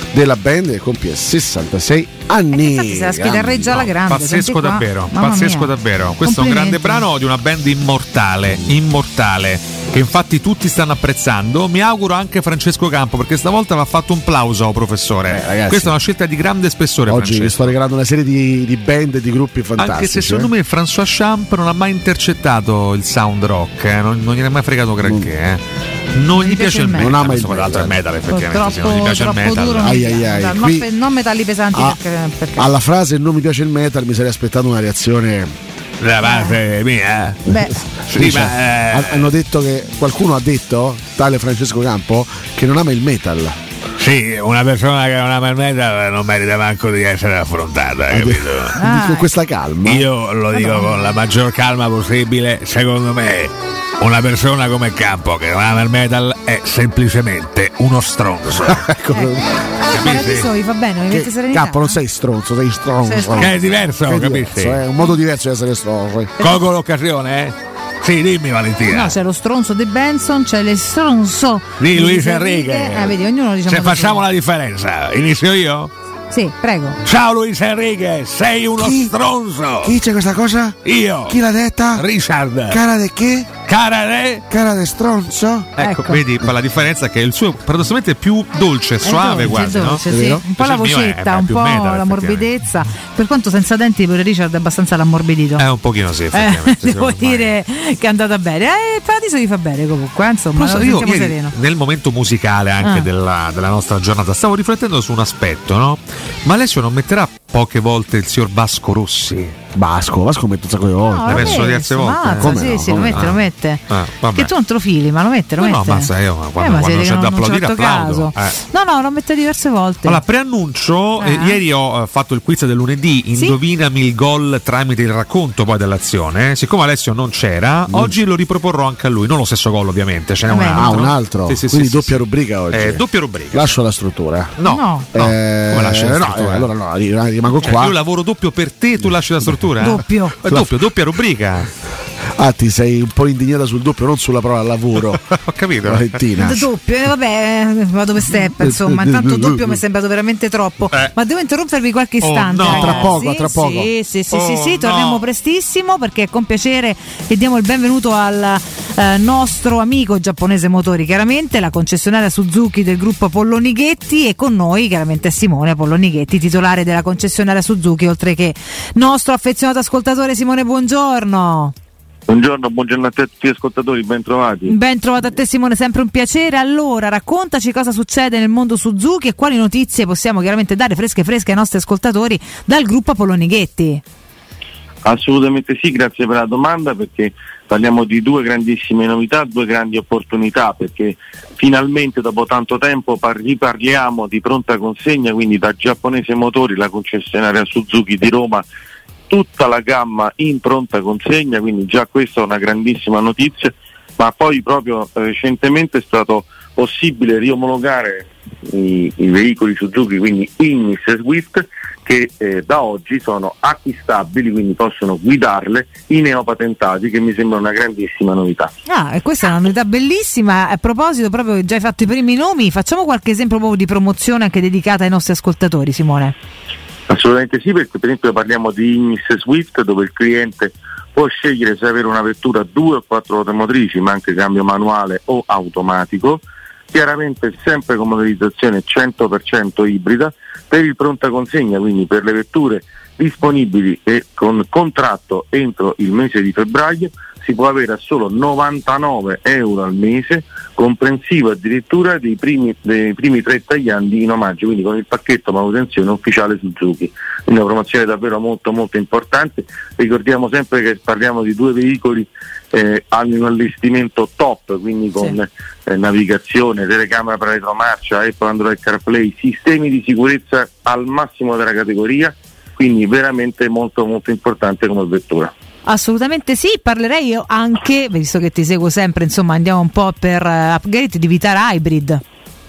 [SPEAKER 12] della band che compie sessantasei anni.
[SPEAKER 11] Infatti se la schitarreggia alla grande.
[SPEAKER 28] Pazzesco davvero,
[SPEAKER 11] Mamma
[SPEAKER 28] pazzesco
[SPEAKER 11] mia.
[SPEAKER 28] davvero. Questo è un grande brano di una band immortale, immortale, che infatti tutti stanno apprezzando. Mi auguro anche Francesco Campo, perché stavolta va fatto un plauso, professore.
[SPEAKER 12] Eh,
[SPEAKER 28] Questa è una scelta di grande spessore.
[SPEAKER 12] Oggi
[SPEAKER 28] Francesco.
[SPEAKER 12] vi sto regalando una serie di, di band e di gruppi fantastici.
[SPEAKER 28] Anche se secondo me François Champ non ha mai intercettato il sound rock, eh? non, non gliene è mai fregato granché. Eh? Non gli piace il metal.
[SPEAKER 12] Non ama il
[SPEAKER 28] metal.
[SPEAKER 12] metal.
[SPEAKER 28] il metal, effettivamente.
[SPEAKER 11] Troppo,
[SPEAKER 28] sì, non gli piace il
[SPEAKER 11] troppo
[SPEAKER 28] metal.
[SPEAKER 11] duro, non,
[SPEAKER 12] Ai, ai, ai.
[SPEAKER 11] non
[SPEAKER 12] Qui-
[SPEAKER 11] pe- non metalli pesanti
[SPEAKER 12] Ah,
[SPEAKER 11] perché, perché-
[SPEAKER 12] alla frase non mi piace il metal mi sarei aspettato una reazione
[SPEAKER 28] da parte mia.
[SPEAKER 11] Beh,
[SPEAKER 28] Sì,
[SPEAKER 12] cioè,
[SPEAKER 28] ma, eh,
[SPEAKER 12] ha- hanno detto che qualcuno ha detto, tale Francesco Campo, che non ama il metal.
[SPEAKER 28] Sì, una persona che non ama il metal non merita manco di essere affrontata, capito?
[SPEAKER 11] Ah.
[SPEAKER 12] Con questa calma.
[SPEAKER 28] Io lo dico con la maggior calma possibile, secondo me una persona come Campo che non ama il metal è semplicemente uno stronzo.
[SPEAKER 12] Ecco,
[SPEAKER 11] Paradiso vi fa bene, mi mette serenità.
[SPEAKER 12] Campo, non sei stronzo, sei stronzo.
[SPEAKER 11] Sei stronzo.
[SPEAKER 28] Che è diverso,
[SPEAKER 12] Che è
[SPEAKER 28] capisci?
[SPEAKER 12] diverso, è un modo diverso di essere stronzo.
[SPEAKER 28] Colgo l'occasione, eh? Sì, dimmi Valentina.
[SPEAKER 11] No, c'è lo stronzo De Benson, c'è le stronzo
[SPEAKER 28] Di Luis Enrique.
[SPEAKER 11] Eh, vedi, ognuno diciamo
[SPEAKER 28] Se
[SPEAKER 11] così.
[SPEAKER 28] facciamo la differenza, inizio io?
[SPEAKER 11] Sì, prego.
[SPEAKER 28] Ciao Luis Enrique, sei uno
[SPEAKER 12] Chi?
[SPEAKER 28] stronzo.
[SPEAKER 12] Chi c'è questa cosa?
[SPEAKER 28] Io.
[SPEAKER 12] Chi l'ha detta?
[SPEAKER 28] Richard.
[SPEAKER 12] Cara de che?
[SPEAKER 28] Cara de?
[SPEAKER 12] Cara de stronzo?
[SPEAKER 28] Ecco,
[SPEAKER 11] Ecco.
[SPEAKER 28] vedi, ma la differenza è che il suo paradossalmente è più dolce,
[SPEAKER 11] È
[SPEAKER 28] suave
[SPEAKER 11] dolce,
[SPEAKER 28] quasi,
[SPEAKER 11] è dolce,
[SPEAKER 28] no?
[SPEAKER 11] sì.
[SPEAKER 12] Vero?
[SPEAKER 11] Un po' la
[SPEAKER 28] Invece il mio è-
[SPEAKER 11] vocetta,
[SPEAKER 28] è
[SPEAKER 11] un
[SPEAKER 28] più
[SPEAKER 11] po'
[SPEAKER 28] metal,
[SPEAKER 11] la morbidezza. Per quanto senza denti, pure Richard è abbastanza l'ammorbidito.
[SPEAKER 28] È un pochino sì,
[SPEAKER 11] Eh,
[SPEAKER 28] effettivamente. sì,
[SPEAKER 11] devo
[SPEAKER 28] ormai.
[SPEAKER 11] dire che è andata bene. Eh, Paradiso gli fa bene comunque, eh, insomma,
[SPEAKER 28] Non so,
[SPEAKER 11] lo
[SPEAKER 28] io
[SPEAKER 11] sentiamo
[SPEAKER 28] ieri,
[SPEAKER 11] sereno.
[SPEAKER 28] nel momento musicale anche
[SPEAKER 11] Ah.
[SPEAKER 28] della, della nostra giornata stavo riflettendo su un aspetto, no? Ma Alessio non metterà poche volte il signor Vasco Rossi?
[SPEAKER 12] Vasco, Vasco mette un sacco di volte.
[SPEAKER 11] No,
[SPEAKER 28] L'hai
[SPEAKER 11] l'ha
[SPEAKER 28] messo diverse volte?
[SPEAKER 11] mazza,
[SPEAKER 12] Come
[SPEAKER 11] sì,
[SPEAKER 12] no,
[SPEAKER 11] sì, lo
[SPEAKER 12] come
[SPEAKER 11] mette,
[SPEAKER 28] no?
[SPEAKER 11] lo mette.
[SPEAKER 28] Ah, vabbè.
[SPEAKER 11] Che tu non te lo fili, ma lo mette, lo
[SPEAKER 28] No, no,
[SPEAKER 11] mette.
[SPEAKER 28] mazza, io quando-
[SPEAKER 11] eh, ma
[SPEAKER 28] quando
[SPEAKER 11] si vede
[SPEAKER 28] c'è
[SPEAKER 11] che
[SPEAKER 28] da
[SPEAKER 11] non- non ci ha
[SPEAKER 28] applaudire,
[SPEAKER 11] fatto
[SPEAKER 28] applaudo.
[SPEAKER 11] caso.
[SPEAKER 28] Eh.
[SPEAKER 11] No, no, lo mette diverse volte.
[SPEAKER 28] Allora, preannuncio, eh,
[SPEAKER 11] Ah.
[SPEAKER 28] ieri ho eh, fatto il quiz del lunedì,
[SPEAKER 11] Sì?
[SPEAKER 28] indovinami il gol tramite il racconto poi dell'azione. Siccome Alessio non c'era, oggi lo riproporrò anche a lui, non lo stesso gol ovviamente, ce n'è
[SPEAKER 11] Va
[SPEAKER 28] un
[SPEAKER 11] bene.
[SPEAKER 28] altro.
[SPEAKER 12] Ah, un altro?
[SPEAKER 28] Sì, sì,
[SPEAKER 12] Quindi
[SPEAKER 28] sì,
[SPEAKER 12] doppia
[SPEAKER 28] sì,
[SPEAKER 12] rubrica oggi.
[SPEAKER 28] sì. Eh, doppia rubrica.
[SPEAKER 12] Lascio la struttura.
[SPEAKER 28] No,
[SPEAKER 11] No.
[SPEAKER 28] no.
[SPEAKER 12] Eh,
[SPEAKER 28] Come lasci la
[SPEAKER 12] no,
[SPEAKER 28] struttura?
[SPEAKER 12] eh, allora no, rimango
[SPEAKER 28] Cioè,
[SPEAKER 12] qua.
[SPEAKER 28] io lavoro doppio per te, tu lasci la struttura?
[SPEAKER 11] Doppio.
[SPEAKER 28] Eh, doppio, doppia rubrica.
[SPEAKER 12] Ah, ti sei un po' indignata sul doppio, non sulla parola lavoro.
[SPEAKER 28] Ho capito.
[SPEAKER 12] Valentina.
[SPEAKER 11] D- Doppio, eh, vabbè, eh, vado per step, insomma, intanto doppio mi è sembrato veramente troppo.
[SPEAKER 28] Eh.
[SPEAKER 11] Ma devo interrompervi qualche
[SPEAKER 28] Oh,
[SPEAKER 11] istante.
[SPEAKER 28] no.
[SPEAKER 11] ragazzi.
[SPEAKER 12] Tra poco, tra poco.
[SPEAKER 11] Sì, sì, sì,
[SPEAKER 28] Oh,
[SPEAKER 11] sì, sì, torniamo
[SPEAKER 28] no.
[SPEAKER 11] prestissimo perché è con piacere e diamo il benvenuto al eh, nostro amico giapponese motori, chiaramente, la concessionaria Suzuki del gruppo Pollonighetti, e con noi chiaramente è Simone Pollonighetti, titolare della concessionaria Suzuki, oltre che nostro affezionato ascoltatore. Simone, buongiorno.
[SPEAKER 1] Buongiorno, buongiorno a te, tutti gli ascoltatori, ben trovati.
[SPEAKER 11] Ben trovato a te Simone, sempre un piacere. Allora, raccontaci cosa succede nel mondo Suzuki e quali notizie possiamo chiaramente dare fresche fresche ai nostri ascoltatori dal gruppo Pollonighetti.
[SPEAKER 1] Assolutamente sì, grazie per la domanda, perché parliamo di due grandissime novità, due grandi opportunità, perché finalmente dopo tanto tempo par- riparliamo di pronta consegna, quindi da Giapponese Motori, la concessionaria Suzuki di Roma, tutta la gamma in pronta consegna, quindi già questa è una grandissima notizia, ma poi proprio eh, recentemente è stato possibile riomologare i, i veicoli Suzuki, quindi Ignis e Swift, che eh, da oggi sono acquistabili, quindi possono guidarle i neopatentati, che mi sembra una grandissima novità.
[SPEAKER 11] Ah, e questa è una novità bellissima. A proposito, proprio già hai fatto i primi nomi, facciamo qualche esempio proprio di promozione anche dedicata ai nostri ascoltatori, Simone.
[SPEAKER 1] Assolutamente sì, perché per esempio parliamo di Ignis e Swift, dove il cliente può scegliere se avere una vettura due o quattro ruote motrici, ma anche cambio manuale o automatico, chiaramente sempre con modellizzazione cento per cento ibrida, per il pronta consegna, quindi per le vetture disponibili e con contratto entro il mese di febbraio, si può avere a solo novantanove euro al mese, comprensivo addirittura dei primi, dei primi tre tagliandi in omaggio, quindi con il pacchetto manutenzione ufficiale Suzuki. Quindi una promozione davvero molto molto importante. Ricordiamo sempre che parliamo di due veicoli eh, hanno un allestimento top, quindi con sì. eh, navigazione, telecamera per retromarcia, Apple Android CarPlay, sistemi di sicurezza al massimo della categoria, quindi veramente molto molto importante come vettura.
[SPEAKER 11] Assolutamente sì, parlerei io anche, visto che ti seguo sempre, insomma andiamo un po' per uh, upgrade, di Vitara Hybrid.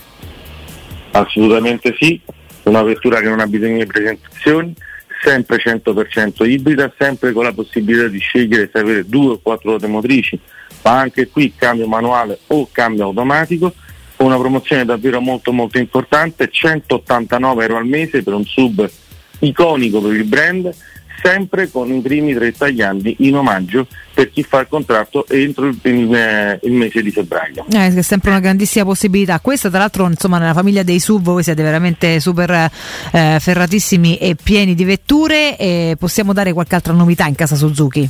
[SPEAKER 1] Assolutamente sì, una vettura che non ha bisogno di presentazioni, sempre cento per cento ibrida, sempre con la possibilità di scegliere se avere due o quattro ruote motrici, ma anche qui cambio manuale o cambio automatico, con una promozione davvero molto molto importante, centottantanove euro al mese per un sub iconico per il brand, sempre con i primi tre tagliandi in omaggio per chi fa il contratto entro il, il, il mese di febbraio.
[SPEAKER 11] Eh, è sempre una grandissima possibilità. Questa tra l'altro, insomma, nella famiglia dei S U V voi siete veramente super eh, ferratissimi e pieni di vetture, e possiamo dare qualche altra novità in casa Suzuki?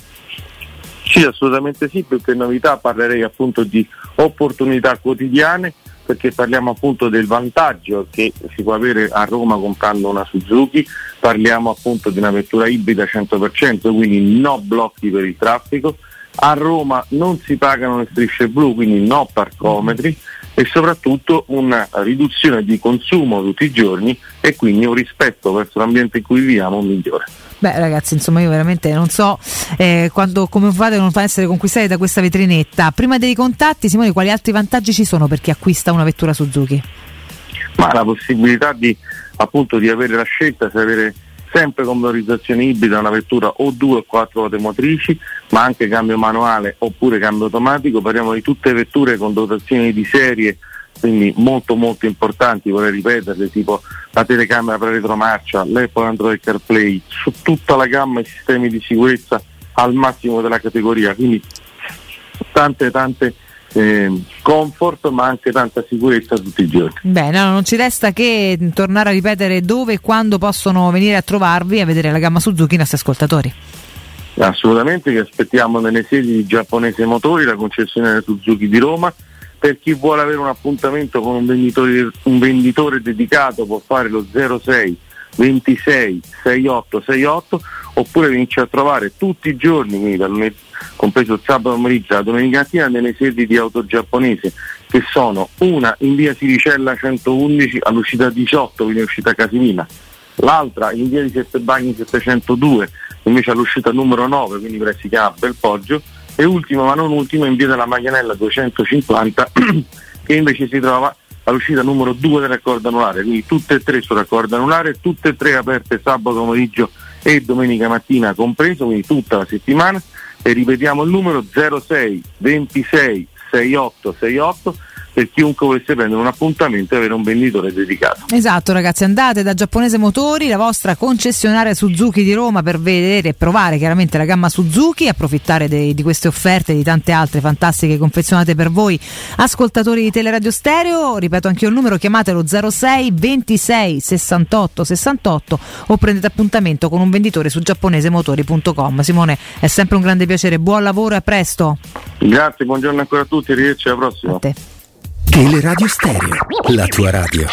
[SPEAKER 1] Sì, assolutamente sì, più che novità parlerei appunto di opportunità quotidiane, perché parliamo appunto del vantaggio che si può avere a Roma comprando una Suzuki, parliamo appunto di una vettura ibrida cento per cento, quindi no blocchi per il traffico, a Roma non si pagano le strisce blu, quindi no parcometri, e soprattutto una riduzione di consumo tutti i giorni e quindi un rispetto verso l'ambiente in cui viviamo migliore.
[SPEAKER 11] Beh ragazzi, insomma, io veramente non so eh, quando, come fate a non essere conquistati da questa vetrinetta. Prima dei contatti, Simone, quali altri vantaggi ci sono per chi acquista una vettura Suzuki?
[SPEAKER 1] Ma la possibilità di appunto di avere la scelta, di avere sempre con motorizzazione ibrida una vettura o due o quattro ruote motrici, ma anche cambio manuale oppure cambio automatico. Parliamo di tutte vetture con dotazioni di serie, quindi molto molto importanti, vorrei ripeterle, tipo la telecamera per retromarcia, l'Apple Android CarPlay, su tutta la gamma e sistemi di sicurezza al massimo della categoria, quindi tante tante eh, comfort, ma anche tanta sicurezza tutti i giorni.
[SPEAKER 11] Bene, no, non ci resta che tornare a ripetere dove e quando possono venire a trovarvi a vedere la gamma Suzuki i nostri ascoltatori.
[SPEAKER 1] Assolutamente, vi aspettiamo nelle sedi di Giapponese Motori, la concessionaria Suzuki di Roma. Per chi vuole avere un appuntamento con un venditore, un venditore dedicato, può fare lo zero sei ventisei sessantotto sessantotto, oppure venirci a trovare tutti i giorni, quindi dal lunedì, compreso il sabato pomeriggio, la domenica mattina, nelle sedi di Auto Giapponese, che sono una in via Siricella centoundici all'uscita diciotto, quindi uscita Casilina, l'altra in via di Sette Bagni settecentodue, invece all'uscita numero nove, quindi si chiama Belpoggio, e ultimo ma non ultimo in via della Maglianella duecentocinquanta che invece si trova all'uscita numero due del raccordo anulare, quindi tutte e tre sul raccordo anulare, tutte e tre aperte sabato pomeriggio e domenica mattina compreso, quindi tutta la settimana. E ripetiamo il numero zero sei ventisei sessantotto sessantotto per chiunque volesse prendere un appuntamento e avere un venditore dedicato.
[SPEAKER 11] Esatto ragazzi, andate da Giapponese Motori, la vostra concessionaria Suzuki di Roma, per vedere e provare chiaramente la gamma Suzuki, approfittare de- di queste offerte e di tante altre fantastiche confezionate per voi ascoltatori di Teleradio Stereo. Ripeto anche io il numero, chiamatelo zero sei ventisei sessantotto sessantotto o prendete appuntamento con un venditore su giapponesemotori punto com. Simone, è sempre un grande piacere, buon lavoro e a presto.
[SPEAKER 1] Grazie, buongiorno ancora a tutti, arrivederci alla prossima.
[SPEAKER 11] A te.
[SPEAKER 2] Teleradio Stereo, la tua radio.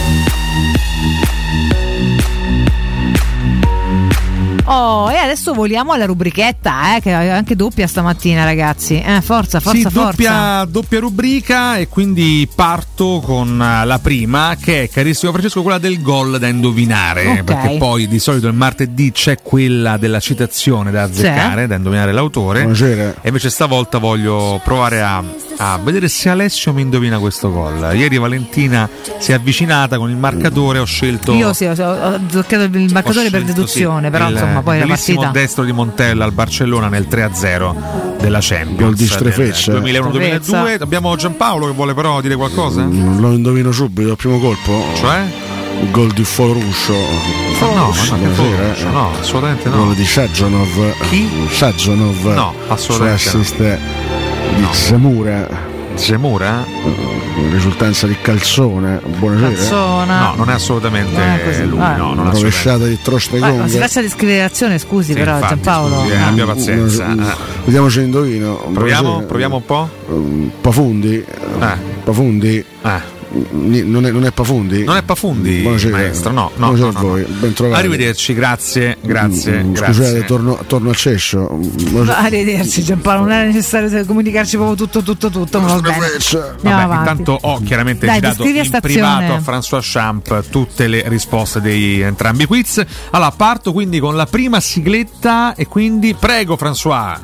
[SPEAKER 11] Oh, e adesso voliamo alla rubrichetta, eh, che è anche doppia stamattina, ragazzi. Eh, forza, forza,
[SPEAKER 28] sì,
[SPEAKER 11] forza.
[SPEAKER 28] Doppia, doppia rubrica, e quindi parto con la prima, che è, carissimo Francesco, quella del gol da indovinare.
[SPEAKER 11] Okay.
[SPEAKER 28] Perché poi di solito il martedì c'è quella della citazione da azzeccare, da indovinare l'autore.
[SPEAKER 12] Buonasera.
[SPEAKER 28] E invece stavolta voglio provare a, a vedere se Alessio mi indovina questo gol. Ieri Valentina si è avvicinata con il marcatore, ho scelto.
[SPEAKER 11] Io sì, ho, ho toccato il marcatore per deduzione, sì, però
[SPEAKER 28] il,
[SPEAKER 11] insomma poi la
[SPEAKER 28] bellissimo
[SPEAKER 11] partita.
[SPEAKER 28] destro di Montella al Barcellona nel tre a zero della Champions.
[SPEAKER 12] Gol di Strefeccia.
[SPEAKER 28] duemilauno duemiladue. Abbiamo Giampaolo che vuole però dire qualcosa?
[SPEAKER 12] Mm, lo indovino subito al primo colpo.
[SPEAKER 28] Cioè?
[SPEAKER 12] Il gol di Foloruscio.
[SPEAKER 28] No, no, ma no, Foloruscio, no, assolutamente no.
[SPEAKER 12] Gol di Shajonov.
[SPEAKER 28] Chi?
[SPEAKER 12] Shajonov.
[SPEAKER 28] No, assolutamente
[SPEAKER 12] su assist no. di
[SPEAKER 28] no.
[SPEAKER 12] Zemura.
[SPEAKER 28] Zemura?
[SPEAKER 12] Risultanza di Calzone. Buonasera.
[SPEAKER 11] Calzona.
[SPEAKER 28] No, non è assolutamente non è così. Lui, ah. no, non
[SPEAKER 12] una rovesciata di Trostegong.
[SPEAKER 11] Ma si faccia discriminazione, scusi, sì, però infatti,
[SPEAKER 28] Giampaolo. Scusi, eh, abbia pazienza.
[SPEAKER 12] Uh, vediamoci l'indovino.
[SPEAKER 28] Proviamo, proviamo un po'.
[SPEAKER 12] Um, Pafundi.
[SPEAKER 28] Eh.
[SPEAKER 12] Pafundi.
[SPEAKER 28] Eh.
[SPEAKER 12] Non è, non è Pafundi?
[SPEAKER 28] Non è Pafundi,
[SPEAKER 12] buonasera.
[SPEAKER 28] Maestro, no, no, no, no,
[SPEAKER 12] voi. Ben trovato.
[SPEAKER 28] Arrivederci, grazie, grazie,
[SPEAKER 12] mm,
[SPEAKER 28] grazie.
[SPEAKER 12] Scusate, torno, torno al cesso.
[SPEAKER 11] Arrivederci Giampaolo, non era necessario comunicarci proprio tutto, tutto, tutto, ma va bene.
[SPEAKER 28] Vabbè, intanto ho chiaramente
[SPEAKER 11] Dai,
[SPEAKER 28] girato in privato a François Champ tutte le risposte di entrambi i quiz. Allora, parto quindi con la prima sigletta e quindi prego François.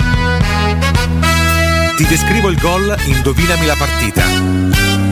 [SPEAKER 2] Ti descrivo il gol, indovinami la partita.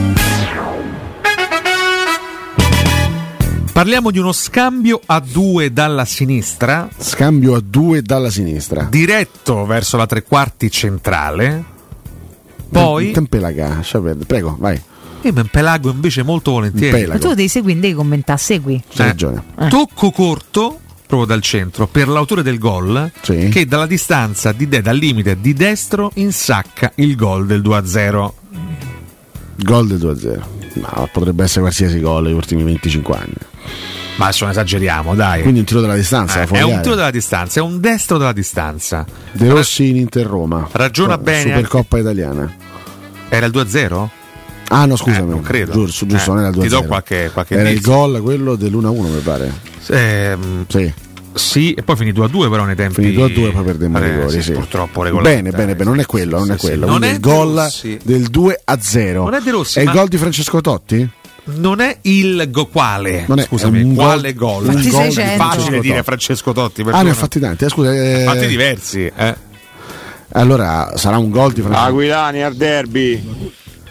[SPEAKER 28] Parliamo di uno scambio a due dalla sinistra.
[SPEAKER 12] Scambio a due dalla sinistra.
[SPEAKER 28] Diretto verso la tre quarti centrale. Poi.
[SPEAKER 12] Tempelaga, prego, vai.
[SPEAKER 28] Io mi impelago invece molto volentieri.
[SPEAKER 11] Ma tu devi seguire, devi commentare, segui.
[SPEAKER 28] Eh, Tocco corto proprio dal centro per l'autore del gol,
[SPEAKER 12] sì,
[SPEAKER 28] che dalla distanza di de- dal limite di destro insacca il gol del due a zero.
[SPEAKER 12] Gol del due a zero. Ma potrebbe essere qualsiasi gol negli ultimi venticinque anni.
[SPEAKER 28] Ma adesso non esageriamo, dai.
[SPEAKER 12] Quindi un tiro dalla distanza,
[SPEAKER 28] eh,
[SPEAKER 12] fuori
[SPEAKER 28] è un
[SPEAKER 12] area.
[SPEAKER 28] tiro dalla distanza, è un destro dalla distanza.
[SPEAKER 12] De Rossi in Inter Roma.
[SPEAKER 28] Ragiona bene.
[SPEAKER 12] Supercoppa italiana.
[SPEAKER 28] Era il due a zero?
[SPEAKER 12] Ah no, scusami,
[SPEAKER 28] eh, non credo.
[SPEAKER 12] Giusto, giusto
[SPEAKER 28] eh,
[SPEAKER 12] non era il due a zero.
[SPEAKER 28] Ti do qualche, qualche
[SPEAKER 12] era
[SPEAKER 28] indizio.
[SPEAKER 12] il gol quello dell'uno a uno, mi pare.
[SPEAKER 28] Ehm,
[SPEAKER 12] sì.
[SPEAKER 28] Sì, e poi finì due a due però nei tempi.
[SPEAKER 12] Finì due a due, poi perdemmo i rigori,
[SPEAKER 28] sì,
[SPEAKER 12] sì.
[SPEAKER 28] Purtroppo regolare.
[SPEAKER 12] Bene, bene, bene, non è quello, non
[SPEAKER 28] sì,
[SPEAKER 12] è quello.
[SPEAKER 28] Sì. Non
[SPEAKER 12] è
[SPEAKER 28] è
[SPEAKER 12] il gol
[SPEAKER 28] Rossi.
[SPEAKER 12] del due a zero.
[SPEAKER 28] Non è De Rossi.
[SPEAKER 12] È il
[SPEAKER 28] ma...
[SPEAKER 12] gol di Francesco Totti?
[SPEAKER 28] Non è il go- quale?
[SPEAKER 12] Non è,
[SPEAKER 28] Scusami,
[SPEAKER 12] un
[SPEAKER 28] quale
[SPEAKER 12] gol?
[SPEAKER 28] gol?
[SPEAKER 12] Un
[SPEAKER 28] gol
[SPEAKER 12] gol
[SPEAKER 28] di facile
[SPEAKER 12] Francesco
[SPEAKER 28] dire
[SPEAKER 12] Totti.
[SPEAKER 28] Francesco Totti.
[SPEAKER 12] Ah, ne ha fatti tanti, eh, scusa. Eh...
[SPEAKER 28] Fatti diversi, eh.
[SPEAKER 12] Allora sarà un gol di Francesco.
[SPEAKER 4] Aquilani al derby.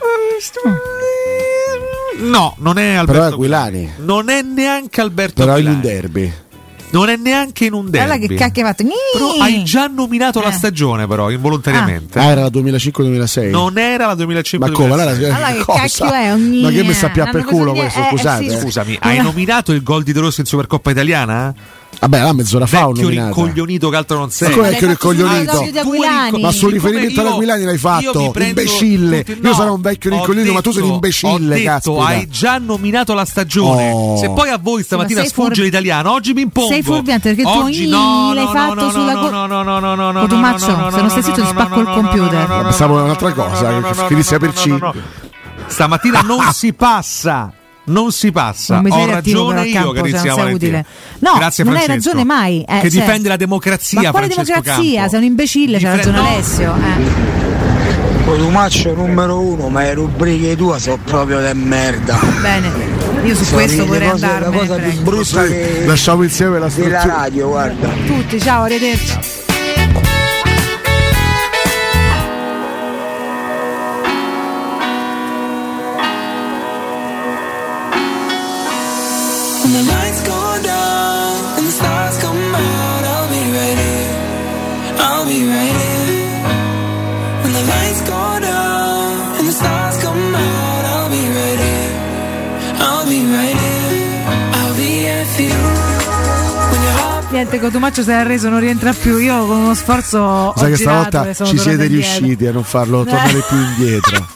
[SPEAKER 28] No, non è Alberto.
[SPEAKER 12] Però è Aquilani.
[SPEAKER 28] Non è neanche Alberto
[SPEAKER 12] Però
[SPEAKER 28] Aquilani.
[SPEAKER 12] in un derby.
[SPEAKER 28] Non è neanche in un derby.
[SPEAKER 11] Guarda che cacchio hai fatto.
[SPEAKER 28] Però hai già nominato la stagione, però, involontariamente.
[SPEAKER 12] Ah, era la duemilacinque duemilasei.
[SPEAKER 28] Non era la duemilacinque
[SPEAKER 12] Ma come? Allora,
[SPEAKER 11] allora che
[SPEAKER 12] cosa?
[SPEAKER 11] cacchio è? Ogni...
[SPEAKER 12] Ma che mi sta più per culo
[SPEAKER 11] cosa
[SPEAKER 12] questo,
[SPEAKER 11] eh,
[SPEAKER 12] scusate.
[SPEAKER 11] eh, sì,
[SPEAKER 28] Scusami, hai nominato il gol di De Rossi in Supercoppa Italiana?
[SPEAKER 12] Vabbè, là mezz'ora fa ho
[SPEAKER 28] Vecchio
[SPEAKER 12] nominato.
[SPEAKER 28] rincoglionito che altro non sei.
[SPEAKER 12] Ma come vecchio rincoglionito? Ma sul riferimento ad Aquilani l'hai fatto, imbecille.
[SPEAKER 28] Tutti,
[SPEAKER 12] io
[SPEAKER 28] no,
[SPEAKER 12] sarò un vecchio rincoglionito, ma tu sei un imbecille,
[SPEAKER 28] ho detto,
[SPEAKER 12] caspita.
[SPEAKER 28] hai già nominato la stagione.
[SPEAKER 12] Oh.
[SPEAKER 28] Se poi a voi stamattina
[SPEAKER 11] sei
[SPEAKER 28] sfugge
[SPEAKER 11] fur-
[SPEAKER 28] l'italiano, oggi mi impongo.
[SPEAKER 11] Sei fuorviante perché tu
[SPEAKER 28] oggi
[SPEAKER 11] ogni
[SPEAKER 28] no,
[SPEAKER 11] l'hai
[SPEAKER 28] no,
[SPEAKER 11] fatto
[SPEAKER 28] no,
[SPEAKER 11] sulla
[SPEAKER 28] no,
[SPEAKER 11] co-
[SPEAKER 28] no, no, no, no, no, no,
[SPEAKER 11] Cotumaccio,
[SPEAKER 28] no, no,
[SPEAKER 11] se non stai zitto ti spacco il computer.
[SPEAKER 12] Pensavo a un'altra cosa, che finisse per C.
[SPEAKER 28] Stamattina non si passa. Non si passa,
[SPEAKER 11] Non mi sei
[SPEAKER 28] ho
[SPEAKER 11] attivo
[SPEAKER 28] ragione
[SPEAKER 11] però al
[SPEAKER 28] io,
[SPEAKER 11] campo, se non
[SPEAKER 28] carissima
[SPEAKER 11] sei
[SPEAKER 28] Valentina.
[SPEAKER 11] utile. No,
[SPEAKER 28] Grazie,
[SPEAKER 11] non hai
[SPEAKER 28] Francesco,
[SPEAKER 11] ragione mai. Eh,
[SPEAKER 28] che
[SPEAKER 11] cioè,
[SPEAKER 28] difende la democrazia.
[SPEAKER 11] ma quale
[SPEAKER 28] Francesco
[SPEAKER 11] democrazia?
[SPEAKER 28] Campo.
[SPEAKER 11] Sei un imbecille, c'ha
[SPEAKER 28] Difende-
[SPEAKER 11] ragione
[SPEAKER 28] no.
[SPEAKER 11] Alessio. Eh.
[SPEAKER 5] Cotumaccio numero uno, ma le rubriche tue sono proprio de merda.
[SPEAKER 11] Bene, io su
[SPEAKER 5] Sono
[SPEAKER 11] questo
[SPEAKER 5] le
[SPEAKER 11] vorrei
[SPEAKER 5] cose-
[SPEAKER 11] andarmene.
[SPEAKER 5] La cosa
[SPEAKER 11] prego.
[SPEAKER 5] più brutta che
[SPEAKER 12] Lasciamo insieme la
[SPEAKER 5] della
[SPEAKER 12] struttura.
[SPEAKER 5] radio, guarda.
[SPEAKER 11] Tutti, ciao, arrivederci.
[SPEAKER 6] When the lights go down and the stars come out, I'll be right here. I'll be right here. When the lights go down and the stars come out, I'll be right here. I'll be right here. I'll be here for you. When your heart
[SPEAKER 11] Niente, Cotumaccio si è arreso, non rientra più. Io con uno sforzo ho
[SPEAKER 12] Sai che
[SPEAKER 11] girato
[SPEAKER 12] stavolta
[SPEAKER 11] e sono
[SPEAKER 12] ci
[SPEAKER 11] tornata
[SPEAKER 12] siete
[SPEAKER 11] indietro.
[SPEAKER 12] riusciti a non farlo tornare più indietro.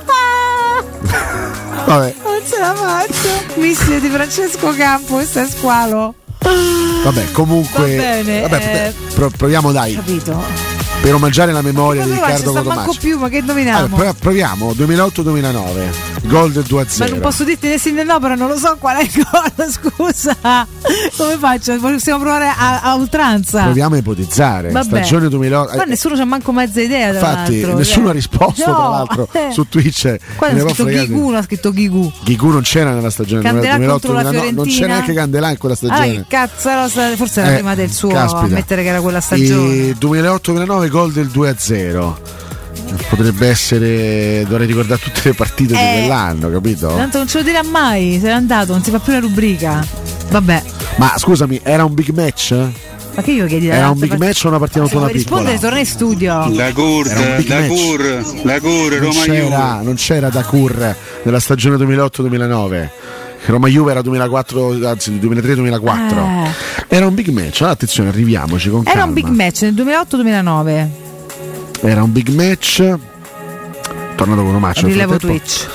[SPEAKER 12] Vabbè,
[SPEAKER 11] Non ce la faccio. Missile di Francesco Campo, questo è squalo.
[SPEAKER 12] vabbè, comunque.
[SPEAKER 11] Va bene,
[SPEAKER 12] vabbè,
[SPEAKER 11] eh,
[SPEAKER 12] pro- proviamo dai.
[SPEAKER 11] Capito?
[SPEAKER 12] Per omaggiare la memoria di
[SPEAKER 11] Ma ci
[SPEAKER 12] Riccardo
[SPEAKER 11] sta manco
[SPEAKER 12] Cotomaccio.
[SPEAKER 11] più, ma che
[SPEAKER 12] Allora,
[SPEAKER 11] indoviniamo?
[SPEAKER 12] prov- proviamo duemilaotto duemilanove, gol del due a
[SPEAKER 11] Ma
[SPEAKER 12] zero.
[SPEAKER 11] non posso dirti né sì né no, però non lo so qual è il gol, scusa. Come faccio? Possiamo provare a, a oltranza.
[SPEAKER 12] Proviamo a ipotizzare.
[SPEAKER 11] Vabbè.
[SPEAKER 12] Stagione duemilaotto.
[SPEAKER 11] Ma nessuno c'ha manco mezza idea. Tra
[SPEAKER 12] Infatti,
[SPEAKER 11] l'altro.
[SPEAKER 12] nessuno
[SPEAKER 11] Cioè,
[SPEAKER 12] ha risposto,
[SPEAKER 11] no,
[SPEAKER 12] tra l'altro,
[SPEAKER 11] eh.
[SPEAKER 12] su Twitch.
[SPEAKER 11] Qua
[SPEAKER 12] Me ne
[SPEAKER 11] ha
[SPEAKER 12] può
[SPEAKER 11] scritto
[SPEAKER 12] fregare.
[SPEAKER 11] Ghigu, non ha scritto Ghigu.
[SPEAKER 12] Ghigu non c'era nella stagione
[SPEAKER 11] Candelà
[SPEAKER 12] duemilaotto
[SPEAKER 11] contro la
[SPEAKER 12] duemilanove, non c'era
[SPEAKER 11] Fiorentina.
[SPEAKER 12] neanche Candelà in quella
[SPEAKER 11] Ah,
[SPEAKER 12] stagione.
[SPEAKER 11] che cazzo era sta- forse era
[SPEAKER 12] Eh,
[SPEAKER 11] prima del suo
[SPEAKER 12] caspita.
[SPEAKER 11] ammettere che era quella stagione.
[SPEAKER 12] E duemilaotto duemilanove, gol del due a zero. Potrebbe essere, dovrei ricordare tutte le partite di
[SPEAKER 11] Eh.
[SPEAKER 12] quell'anno, capito?
[SPEAKER 11] Tanto non ce lo dirà mai, se n'è andato, non si fa più la rubrica. Vabbè,
[SPEAKER 12] Ma scusami, era un big match?
[SPEAKER 11] ma che io chiedi?
[SPEAKER 12] Era un big match o una partita
[SPEAKER 11] Se vuoi
[SPEAKER 12] molto piccola?
[SPEAKER 11] rispondere, torna in studio.
[SPEAKER 21] La Cur,
[SPEAKER 12] Era un big
[SPEAKER 21] la
[SPEAKER 12] match.
[SPEAKER 21] Cur, la Cur,
[SPEAKER 12] Non
[SPEAKER 21] Roma
[SPEAKER 12] c'era,
[SPEAKER 21] Juve.
[SPEAKER 12] non c'era da Cur nella stagione duemilaotto duemilanove. Roma Juve era duemilaquattro, anzi duemilatré duemilaquattro.
[SPEAKER 11] Eh.
[SPEAKER 12] Era un big match. Allora, attenzione, arriviamoci con
[SPEAKER 11] Era
[SPEAKER 12] calma.
[SPEAKER 11] un big match nel duemilaotto duemilanove.
[SPEAKER 12] Era un big match. Tornato con un match. nel
[SPEAKER 11] Rilevo
[SPEAKER 12] frattempo.
[SPEAKER 11] Twitch.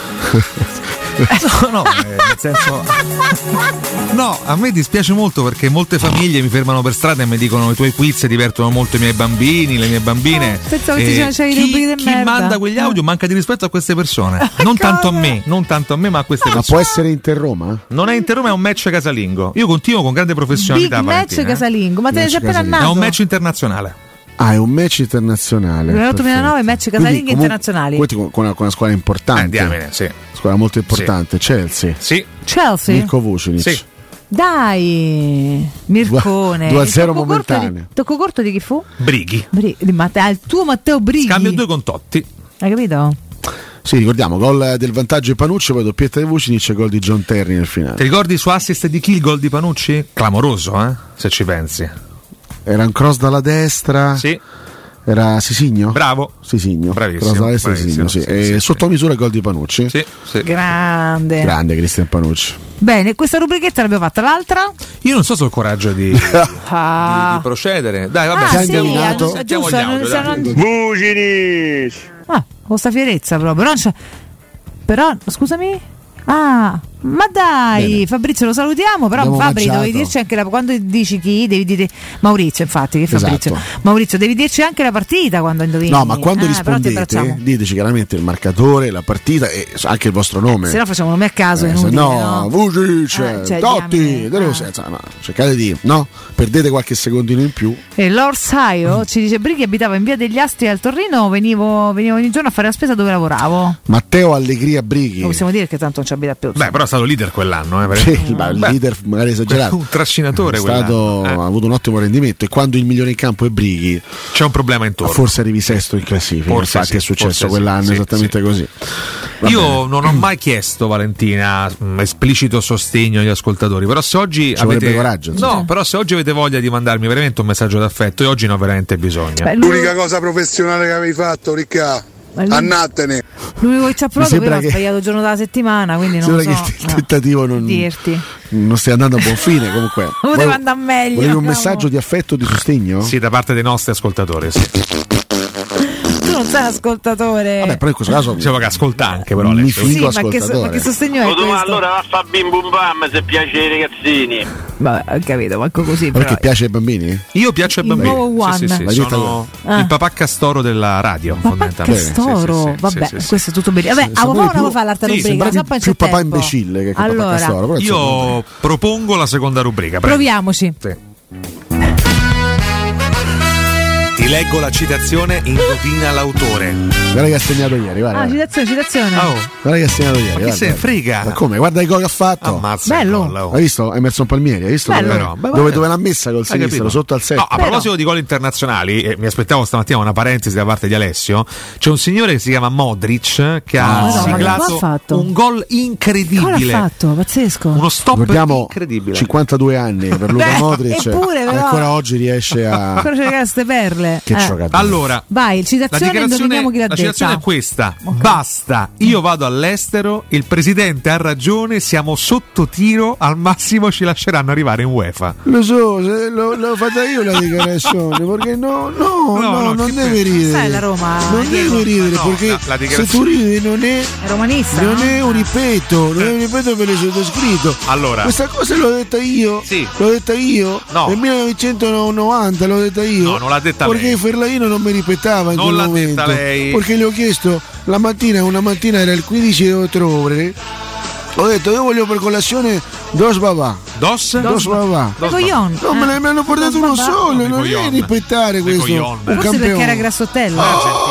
[SPEAKER 28] No, no, eh, nel senso. No, a me dispiace molto perché molte famiglie mi fermano per strada e mi dicono i tuoi quiz divertono molto i miei bambini, le mie bambine.
[SPEAKER 11] pensavo che ti
[SPEAKER 28] E
[SPEAKER 11] facevi le
[SPEAKER 28] chi,
[SPEAKER 11] rubriche di
[SPEAKER 28] chi
[SPEAKER 11] merda.
[SPEAKER 28] manda quegli audio manca di rispetto a queste persone. Non tanto a me, non tanto a me, ma a queste
[SPEAKER 12] Ma
[SPEAKER 28] persone.
[SPEAKER 12] può essere Inter Roma?
[SPEAKER 28] Non è Inter Roma, è un match casalingo. Io continuo con grande
[SPEAKER 11] Big
[SPEAKER 28] professionalità.
[SPEAKER 11] match
[SPEAKER 28] Valentina, eh.
[SPEAKER 11] casalingo, ma te ne
[SPEAKER 12] Match
[SPEAKER 11] sei appena
[SPEAKER 12] casalingo.
[SPEAKER 28] È
[SPEAKER 11] andato?
[SPEAKER 28] un match internazionale.
[SPEAKER 12] Ah, è un match internazionale.
[SPEAKER 11] duemilaotto duemilanove match casalinghi
[SPEAKER 12] Quindi, comunque,
[SPEAKER 11] internazionali.
[SPEAKER 12] questi Con, con una, con una squadra importante.
[SPEAKER 28] Eh, diamine, sì.
[SPEAKER 12] Squadra molto importante. Chelsea.
[SPEAKER 28] Sì.
[SPEAKER 11] Chelsea?
[SPEAKER 12] Mirko Vucinic.
[SPEAKER 28] Sì.
[SPEAKER 11] Dai, Mircone.
[SPEAKER 12] due a
[SPEAKER 11] Il
[SPEAKER 12] zero
[SPEAKER 11] tocco corto
[SPEAKER 12] momentaneo.
[SPEAKER 11] di- Tocco corto di chi fu?
[SPEAKER 28] Brighi.
[SPEAKER 11] Bri- di Matteo, il tuo Matteo Brighi.
[SPEAKER 28] Scambio due con Totti.
[SPEAKER 11] Hai capito?
[SPEAKER 12] Sì, ricordiamo, gol del vantaggio di Panucci, poi doppietta di Vucinic e gol di John Terry nel finale.
[SPEAKER 28] Ti ricordi su assist di chi il gol di Panucci? Clamoroso, eh? Se ci pensi.
[SPEAKER 12] Era un cross dalla destra.
[SPEAKER 28] Sì.
[SPEAKER 12] Era Sisigno?
[SPEAKER 28] Bravo.
[SPEAKER 12] Sisigno.
[SPEAKER 28] Bravissimo.
[SPEAKER 12] Però destra
[SPEAKER 28] bravissimo,
[SPEAKER 12] Sisigno, sì.
[SPEAKER 28] sì,
[SPEAKER 12] E
[SPEAKER 28] sì,
[SPEAKER 12] sotto
[SPEAKER 28] sì.
[SPEAKER 12] misura il gol di Panucci.
[SPEAKER 28] Sì, sì.
[SPEAKER 11] Grande.
[SPEAKER 12] Grande Cristian Panucci.
[SPEAKER 11] Bene, questa rubrichetta l'abbiamo fatta. L'altra?
[SPEAKER 28] Io non so se ho il coraggio di, di,
[SPEAKER 11] Ah,
[SPEAKER 28] di procedere. Dai, vabbè,
[SPEAKER 11] Ah,
[SPEAKER 28] sentiamo,
[SPEAKER 11] sì, hanno-
[SPEAKER 28] sentiamo
[SPEAKER 11] giusto,
[SPEAKER 28] gli audio,
[SPEAKER 11] hanno-
[SPEAKER 28] dai.
[SPEAKER 11] hanno-
[SPEAKER 4] Vucinic!
[SPEAKER 11] ah, con sta fierezza proprio. Non c'è- Però, scusami. Ah, ma dai,
[SPEAKER 12] Bene.
[SPEAKER 11] Fabrizio lo salutiamo, però
[SPEAKER 12] Abbiamo
[SPEAKER 11] Fabri
[SPEAKER 12] mangiato.
[SPEAKER 11] devi dirci anche la, quando dici chi, devi dire Maurizio, infatti, che Fabrizio.
[SPEAKER 12] Esatto.
[SPEAKER 11] Maurizio, devi dirci anche la partita quando indovini.
[SPEAKER 12] No, ma quando
[SPEAKER 11] Ah, però ti
[SPEAKER 12] rispondete,
[SPEAKER 11] abbracciamo.
[SPEAKER 12] diteci chiaramente il marcatore, la partita e anche il vostro nome.
[SPEAKER 11] Se no facciamo nome a caso, è
[SPEAKER 12] Eh, se
[SPEAKER 11] inutile,
[SPEAKER 12] no,
[SPEAKER 11] no?
[SPEAKER 12] Vucic,
[SPEAKER 11] Eh, cioè,
[SPEAKER 12] Totti,
[SPEAKER 11] diamine.
[SPEAKER 12] De Rossi, insomma, no, cercate di, no? Perdete qualche secondino in più.
[SPEAKER 11] E Lord
[SPEAKER 12] Mm.
[SPEAKER 11] Saio ci dice: Brighi abitava in via degli Astri al Torino, venivo, venivo ogni giorno a fare la spesa dove lavoravo.
[SPEAKER 12] Matteo Allegria Brighi.
[SPEAKER 11] Lo possiamo dire che tanto non ci abita più.
[SPEAKER 28] Beh, però è stato leader quell'anno. Eh, perché-
[SPEAKER 12] Sì, ma il
[SPEAKER 28] Beh,
[SPEAKER 12] leader magari esagerato.
[SPEAKER 28] un trascinatore
[SPEAKER 12] è
[SPEAKER 28] quell'anno.
[SPEAKER 12] stato,
[SPEAKER 28] Eh.
[SPEAKER 12] ha avuto un ottimo rendimento e quando il migliore in campo è Brighi
[SPEAKER 28] C'è un problema intorno.
[SPEAKER 12] forse arrivi sesto in classifica.
[SPEAKER 28] Forse
[SPEAKER 12] Infatti
[SPEAKER 28] sì,
[SPEAKER 12] è successo
[SPEAKER 28] forse
[SPEAKER 12] quell'anno
[SPEAKER 28] sì, sì,
[SPEAKER 12] esattamente
[SPEAKER 28] sì.
[SPEAKER 12] così. Va
[SPEAKER 28] Io
[SPEAKER 12] bene.
[SPEAKER 28] non ho mai chiesto, Valentina, mh, esplicito sostegno agli ascoltatori, però se oggi
[SPEAKER 12] Ci vorrebbe
[SPEAKER 28] avete
[SPEAKER 12] coraggio, insomma.
[SPEAKER 28] No, però se oggi avete voglia di mandarmi veramente un messaggio d'affetto, e oggi ne ho veramente bisogno.
[SPEAKER 11] Beh, lui-
[SPEAKER 18] L'unica cosa professionale che avevi fatto, Ricca,
[SPEAKER 11] Ma lui-
[SPEAKER 18] annattene.
[SPEAKER 11] L'unico che ci ha provato
[SPEAKER 12] sembra
[SPEAKER 11] prima ha
[SPEAKER 12] che-
[SPEAKER 11] sbagliato il giorno della settimana, quindi non
[SPEAKER 12] Sembra
[SPEAKER 11] lo so.
[SPEAKER 12] che il
[SPEAKER 11] no.
[SPEAKER 12] tentativo non,
[SPEAKER 11] Dirti.
[SPEAKER 12] non stia andando a buon fine. Comunque,
[SPEAKER 11] Poteva
[SPEAKER 12] Volevo-
[SPEAKER 11] andare meglio.
[SPEAKER 12] volevi un
[SPEAKER 11] no.
[SPEAKER 12] messaggio di affetto, di sostegno?
[SPEAKER 28] Sì, da parte dei nostri ascoltatori, sì.
[SPEAKER 11] Tu non sei un ascoltatore.
[SPEAKER 12] Vabbè, però in questo caso
[SPEAKER 28] Diciamo che ascolta anche, però
[SPEAKER 12] mi
[SPEAKER 28] Alessio.
[SPEAKER 11] sì,
[SPEAKER 12] figo
[SPEAKER 11] ma che, so- ma
[SPEAKER 12] ascoltatore.
[SPEAKER 11] che sostegno è
[SPEAKER 17] Oh, tu,
[SPEAKER 11] questo?
[SPEAKER 17] allora va a fa bim bum bam se piace ai ragazzini.
[SPEAKER 11] Vabbè, ho capito, manco così.
[SPEAKER 12] Perché
[SPEAKER 11] Però.
[SPEAKER 12] piace ai bambini?
[SPEAKER 28] Io piaccio ai
[SPEAKER 11] Il
[SPEAKER 28] bambini.
[SPEAKER 11] nuovo
[SPEAKER 28] Sì, sì,
[SPEAKER 11] One.
[SPEAKER 28] sì,
[SPEAKER 12] L'hai detto
[SPEAKER 28] sono
[SPEAKER 11] tu? Ah.
[SPEAKER 28] il papà castoro della radio,
[SPEAKER 11] Papà
[SPEAKER 28] fondamentalmente.
[SPEAKER 11] Castoro,
[SPEAKER 28] Sì, sì, sì,
[SPEAKER 11] vabbè,
[SPEAKER 28] sì, sì, sì.
[SPEAKER 11] questo è tutto bene. Vabbè,
[SPEAKER 12] Sì,
[SPEAKER 11] a
[SPEAKER 12] sapore
[SPEAKER 11] Vovò
[SPEAKER 12] più-
[SPEAKER 11] non fa l'altra
[SPEAKER 28] sì,
[SPEAKER 11] rubrica,
[SPEAKER 12] sembravi
[SPEAKER 11] so poi
[SPEAKER 12] più
[SPEAKER 11] c'è
[SPEAKER 12] papà
[SPEAKER 11] tempo.
[SPEAKER 12] imbecille che papà
[SPEAKER 11] Allora,
[SPEAKER 12] Castoro, però insomma,
[SPEAKER 28] Io propongo la seconda rubrica. prego.
[SPEAKER 11] proviamoci.
[SPEAKER 28] Sì. Ti leggo la citazione, indovina l'autore.
[SPEAKER 12] guarda che ha segnato ieri, guarda.
[SPEAKER 11] Ah, citazione, citazione.
[SPEAKER 28] Oh,
[SPEAKER 12] Guarda che ha segnato ieri.
[SPEAKER 28] ma chi
[SPEAKER 12] guarda.
[SPEAKER 28] se ne frega?
[SPEAKER 12] Ma come? Guarda i gol che ha fatto.
[SPEAKER 28] Ammazza
[SPEAKER 11] Bello.
[SPEAKER 28] il gol, oh.
[SPEAKER 12] Hai visto Emerson Palmieri? Hai visto
[SPEAKER 11] Bello.
[SPEAKER 12] dove,
[SPEAKER 28] Però, beh,
[SPEAKER 12] dove,
[SPEAKER 28] vabbè.
[SPEAKER 12] dove l'ha messa col
[SPEAKER 28] Hai
[SPEAKER 12] sinistro?
[SPEAKER 28] capito?
[SPEAKER 12] Sotto al set.
[SPEAKER 28] No, a
[SPEAKER 11] Però-
[SPEAKER 28] proposito di gol internazionali, eh, mi aspettavo stamattina una parentesi da parte di Alessio. C'è un signore che si chiama Modric che ha
[SPEAKER 12] Ah, no, ma
[SPEAKER 11] che
[SPEAKER 28] siglato
[SPEAKER 11] gol ha fatto?
[SPEAKER 28] un gol
[SPEAKER 11] Cosa
[SPEAKER 28] incredibile.
[SPEAKER 11] ha fatto? Pazzesco.
[SPEAKER 28] Uno stop
[SPEAKER 12] Ricordiamo
[SPEAKER 28] incredibile.
[SPEAKER 12] cinquantadue anni per Luka
[SPEAKER 11] Beh,
[SPEAKER 12] Modric.
[SPEAKER 11] eppure,
[SPEAKER 12] e
[SPEAKER 11] però-
[SPEAKER 12] ancora oggi riesce a.
[SPEAKER 11] Ancora c'è queste perle.
[SPEAKER 12] Che
[SPEAKER 11] Eh.
[SPEAKER 12] giocatore.
[SPEAKER 28] Allora,
[SPEAKER 11] Vai,
[SPEAKER 28] la
[SPEAKER 11] citazione,
[SPEAKER 28] dichiarazione,
[SPEAKER 11] indoviniamo chi l'ha
[SPEAKER 28] la citazione
[SPEAKER 11] detta.
[SPEAKER 28] è questa: basta, io vado all'estero, il presidente ha ragione, siamo sotto tiro, al massimo ci lasceranno arrivare in UEFA.
[SPEAKER 12] Lo so, se l'ho, l'ho fatta io la dichiarazione, perché no, no,
[SPEAKER 28] No,
[SPEAKER 12] no,
[SPEAKER 28] no,
[SPEAKER 12] non
[SPEAKER 28] che
[SPEAKER 12] deve
[SPEAKER 28] per-
[SPEAKER 12] ridere.
[SPEAKER 11] Sai la Roma,
[SPEAKER 12] Non
[SPEAKER 11] Diego?
[SPEAKER 12] deve ridere,
[SPEAKER 28] Ma no,
[SPEAKER 12] perché
[SPEAKER 28] la- la
[SPEAKER 12] se
[SPEAKER 28] dichiarazione-
[SPEAKER 12] tu ridi non è.
[SPEAKER 11] È romanista?
[SPEAKER 12] Non
[SPEAKER 11] no?
[SPEAKER 12] è un ripeto, non è un ripeto per il sottoscritto.
[SPEAKER 28] Allora.
[SPEAKER 12] Questa cosa l'ho detta io.
[SPEAKER 28] Sì.
[SPEAKER 12] L'ho detta io.
[SPEAKER 28] No.
[SPEAKER 12] Nel millenovecentonovanta l'ho detta io.
[SPEAKER 28] No, non l'ha detta
[SPEAKER 12] perché
[SPEAKER 28] lei.
[SPEAKER 12] Ferlaino non mi rispettava in
[SPEAKER 28] Non
[SPEAKER 12] quel
[SPEAKER 28] l'ha
[SPEAKER 12] momento.
[SPEAKER 28] detta lei.
[SPEAKER 12] Perché le ho chiesto la mattina, una mattina era il quindici di ottobre. Ho detto io voglio per colazione dos babà.
[SPEAKER 28] Dos?
[SPEAKER 12] Dos babà.
[SPEAKER 11] Le coglion.
[SPEAKER 12] No, me ne mi hanno portato
[SPEAKER 11] Dos
[SPEAKER 12] uno
[SPEAKER 11] babà.
[SPEAKER 12] solo,
[SPEAKER 28] Le
[SPEAKER 12] non
[SPEAKER 28] coglion.
[SPEAKER 12] è rispettare
[SPEAKER 28] Le
[SPEAKER 12] questo.
[SPEAKER 28] coglion.
[SPEAKER 12] Un
[SPEAKER 11] Forse
[SPEAKER 12] campione.
[SPEAKER 11] perché era grassottello.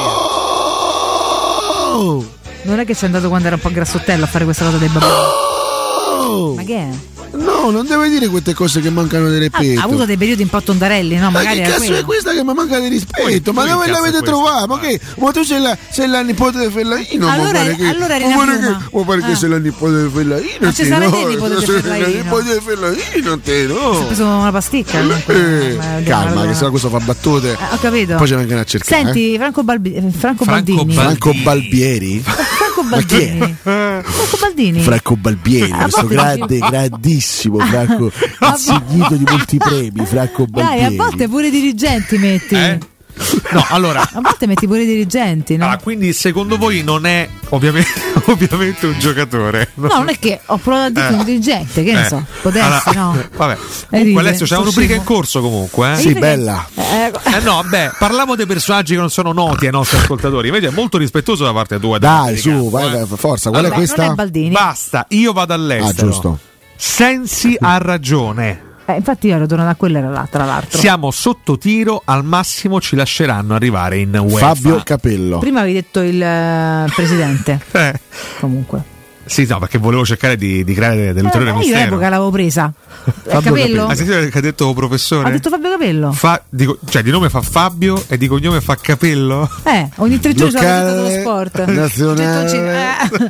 [SPEAKER 12] Oh!
[SPEAKER 11] Non è che c'è andato quando era un po' grassottello a fare questa cosa dei bambini.
[SPEAKER 12] Oh!
[SPEAKER 11] Ma che è?
[SPEAKER 12] No, non deve dire queste cose che mancano di
[SPEAKER 11] Ha,
[SPEAKER 12] rispetto.
[SPEAKER 11] ha avuto dei periodi un po' tondarelli, no?
[SPEAKER 12] Ma
[SPEAKER 11] Magari
[SPEAKER 12] che
[SPEAKER 11] era
[SPEAKER 12] cazzo
[SPEAKER 11] quello.
[SPEAKER 12] è questa che mi manca di rispetto?
[SPEAKER 28] Poi-
[SPEAKER 12] Ma
[SPEAKER 28] poi
[SPEAKER 12] dove
[SPEAKER 28] che cazzo
[SPEAKER 12] l'avete
[SPEAKER 28] è questo?
[SPEAKER 12] trovata? Ma che? Ma tu sei la, sei la nipote di Fellaino? ma
[SPEAKER 11] Allora-
[SPEAKER 12] pare che,
[SPEAKER 11] allora eri
[SPEAKER 12] ma
[SPEAKER 11] una
[SPEAKER 12] pare
[SPEAKER 11] piuma.
[SPEAKER 12] che, ma pare che
[SPEAKER 11] Ah.
[SPEAKER 12] sei la nipote di Fellaino?
[SPEAKER 11] Non ci
[SPEAKER 12] te,
[SPEAKER 11] sarà
[SPEAKER 12] no?
[SPEAKER 11] te il nipote di
[SPEAKER 12] Sei la
[SPEAKER 11] Fellaino.
[SPEAKER 12] nipote di Fellaino, te
[SPEAKER 11] Si è
[SPEAKER 12] no?
[SPEAKER 11] preso una pasticca. comunque.
[SPEAKER 12] Eh,
[SPEAKER 11] Ma-
[SPEAKER 12] calma,
[SPEAKER 11] ma-
[SPEAKER 12] che sennò questo fa battute.
[SPEAKER 11] Eh, ho capito.
[SPEAKER 12] Poi ci vengono a cercare.
[SPEAKER 11] Senti, Franco, Balbi- eh, Franco
[SPEAKER 28] Franco
[SPEAKER 11] Baldini.
[SPEAKER 28] Bal-
[SPEAKER 12] Franco Balbieri?
[SPEAKER 11] Franco
[SPEAKER 12] Ma chi è?
[SPEAKER 11] Baldini. Franco Baldini.
[SPEAKER 12] Franco Balbieri,
[SPEAKER 11] A
[SPEAKER 12] questo
[SPEAKER 11] volte
[SPEAKER 12] grande,
[SPEAKER 11] dici-
[SPEAKER 12] grandissimo Franco, insignito di molti premi, Franco
[SPEAKER 11] Dai,
[SPEAKER 12] Balbieri.
[SPEAKER 11] a volte pure i dirigenti metti.
[SPEAKER 28] Eh? No, allora.
[SPEAKER 11] A volte metti pure i dirigenti, no?
[SPEAKER 28] Ah, quindi secondo voi non è ovviamente, ovviamente un giocatore?
[SPEAKER 11] No, non è che ho provato a dire
[SPEAKER 28] Eh.
[SPEAKER 11] un dirigente, che ne
[SPEAKER 28] Eh.
[SPEAKER 11] so, potessi,
[SPEAKER 28] Allora,
[SPEAKER 11] no?
[SPEAKER 28] Vabbè.
[SPEAKER 11] ride,
[SPEAKER 28] Comunque Alessio c'è una
[SPEAKER 11] sto
[SPEAKER 28] rubrica
[SPEAKER 11] scemo.
[SPEAKER 28] in corso comunque, eh?
[SPEAKER 12] Sì, bella.
[SPEAKER 11] Eh,
[SPEAKER 28] Eh no, beh, parliamo dei personaggi che non sono noti ai nostri ascoltatori. Invece è molto rispettoso da parte tua.
[SPEAKER 12] Dai,
[SPEAKER 28] del
[SPEAKER 12] su,
[SPEAKER 28] campo,
[SPEAKER 12] vai,
[SPEAKER 28] eh.
[SPEAKER 12] vai, forza, qual è
[SPEAKER 28] Allora,
[SPEAKER 12] questa?
[SPEAKER 11] non è Baldini.
[SPEAKER 28] Basta, io vado all'estero.
[SPEAKER 12] Ah, giusto.
[SPEAKER 28] Sensi ha ragione.
[SPEAKER 11] Eh, infatti io ero tornato a quella era là, tra l'altro.
[SPEAKER 28] Siamo sotto tiro, al massimo ci lasceranno arrivare in UEFA.
[SPEAKER 12] Fabio Capello.
[SPEAKER 11] Prima avevi detto il eh, presidente.
[SPEAKER 28] Eh,
[SPEAKER 11] Comunque.
[SPEAKER 28] sì, no, perché volevo cercare di, di creare dell'ulteriore
[SPEAKER 11] Eh, io
[SPEAKER 28] mistero.
[SPEAKER 11] all'epoca l'avevo presa. È
[SPEAKER 12] Fabio
[SPEAKER 11] Capello?
[SPEAKER 12] Capello.
[SPEAKER 28] Hai sentito che ha detto professore?
[SPEAKER 11] Ha detto Fabio Capello?
[SPEAKER 28] Fa- dico- cioè di nome fa Fabio e di cognome fa Capello?
[SPEAKER 11] Eh, ogni tre giorni c'è la
[SPEAKER 12] Locale,
[SPEAKER 11] dello sport.
[SPEAKER 12] nazionale.
[SPEAKER 11] Gettoncini, eh.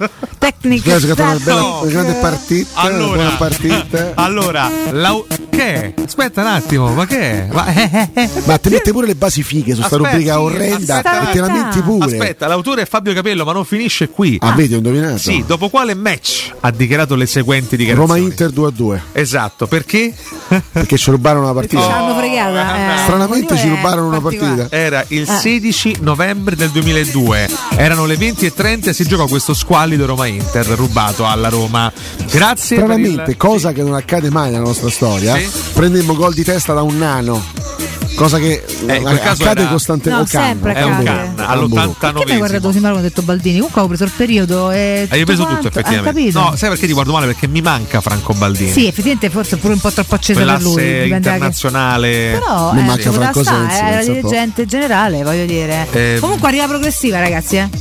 [SPEAKER 11] Tecnic
[SPEAKER 12] Hai giocato una bella,
[SPEAKER 28] No.
[SPEAKER 12] una grande partita,
[SPEAKER 28] Allora,
[SPEAKER 12] una buona partita.
[SPEAKER 28] allora la, che è? Aspetta un attimo, ma che è? Ma, eh, eh,
[SPEAKER 12] Ma te mette pure le basi fighe su sta
[SPEAKER 28] Aspetta,
[SPEAKER 12] rubrica
[SPEAKER 28] sì,
[SPEAKER 12] orrenda
[SPEAKER 28] aspetta,
[SPEAKER 12] e te la metti pure.
[SPEAKER 28] Aspetta, l'autore è Fabio Capello, ma non finisce qui.
[SPEAKER 12] Ah, vedi, ho indovinato.
[SPEAKER 28] Sì, dopo quale match ha dichiarato le seguenti dichiarazioni?
[SPEAKER 12] Roma-Inter due a due.
[SPEAKER 28] Esatto, perché?
[SPEAKER 12] Perché ci rubarono una partita.
[SPEAKER 11] Ci hanno fregata. eh.
[SPEAKER 12] Stranamente ci rubarono una
[SPEAKER 11] particolare.
[SPEAKER 12] partita.
[SPEAKER 28] Era il
[SPEAKER 11] Eh.
[SPEAKER 28] sedici novembre del duemiladue, erano le venti e trenta e si giocò questo squallido Roma-Inter rubato alla Roma. Grazie per
[SPEAKER 12] Stranamente,
[SPEAKER 28] il...
[SPEAKER 12] cosa che non accade mai nella nostra storia,
[SPEAKER 28] Sì.
[SPEAKER 12] prendemmo gol di testa da un nano. Cosa che
[SPEAKER 28] Eh, in quel caso
[SPEAKER 12] accade
[SPEAKER 28] era-
[SPEAKER 12] costantemente.
[SPEAKER 11] No, sempre
[SPEAKER 28] È un
[SPEAKER 11] accade.
[SPEAKER 28] can
[SPEAKER 11] Che
[SPEAKER 28] all'ottantanovesimo.
[SPEAKER 11] mi hai guardato così male quando ho detto Baldini? Comunque avevo preso il periodo e
[SPEAKER 28] Hai preso
[SPEAKER 11] quanto-
[SPEAKER 28] tutto effettivamente.
[SPEAKER 11] Hai capito?
[SPEAKER 28] No, sai perché ti guardo male? Perché mi manca Franco Baldini.
[SPEAKER 11] Sì, effettivamente forse è pure un po' troppo accesa per lui.
[SPEAKER 28] Quell'asse
[SPEAKER 11] dipende da che-
[SPEAKER 28] internazionale.
[SPEAKER 11] Però
[SPEAKER 12] Mi
[SPEAKER 11] eh,
[SPEAKER 12] manca
[SPEAKER 11] ci poteva
[SPEAKER 12] Franco
[SPEAKER 11] stare,
[SPEAKER 12] Sensi,
[SPEAKER 11] era la
[SPEAKER 12] pensa un po'.
[SPEAKER 11] dirigente generale, voglio dire.
[SPEAKER 28] Eh,
[SPEAKER 11] Comunque arriva progressiva, ragazzi, eh.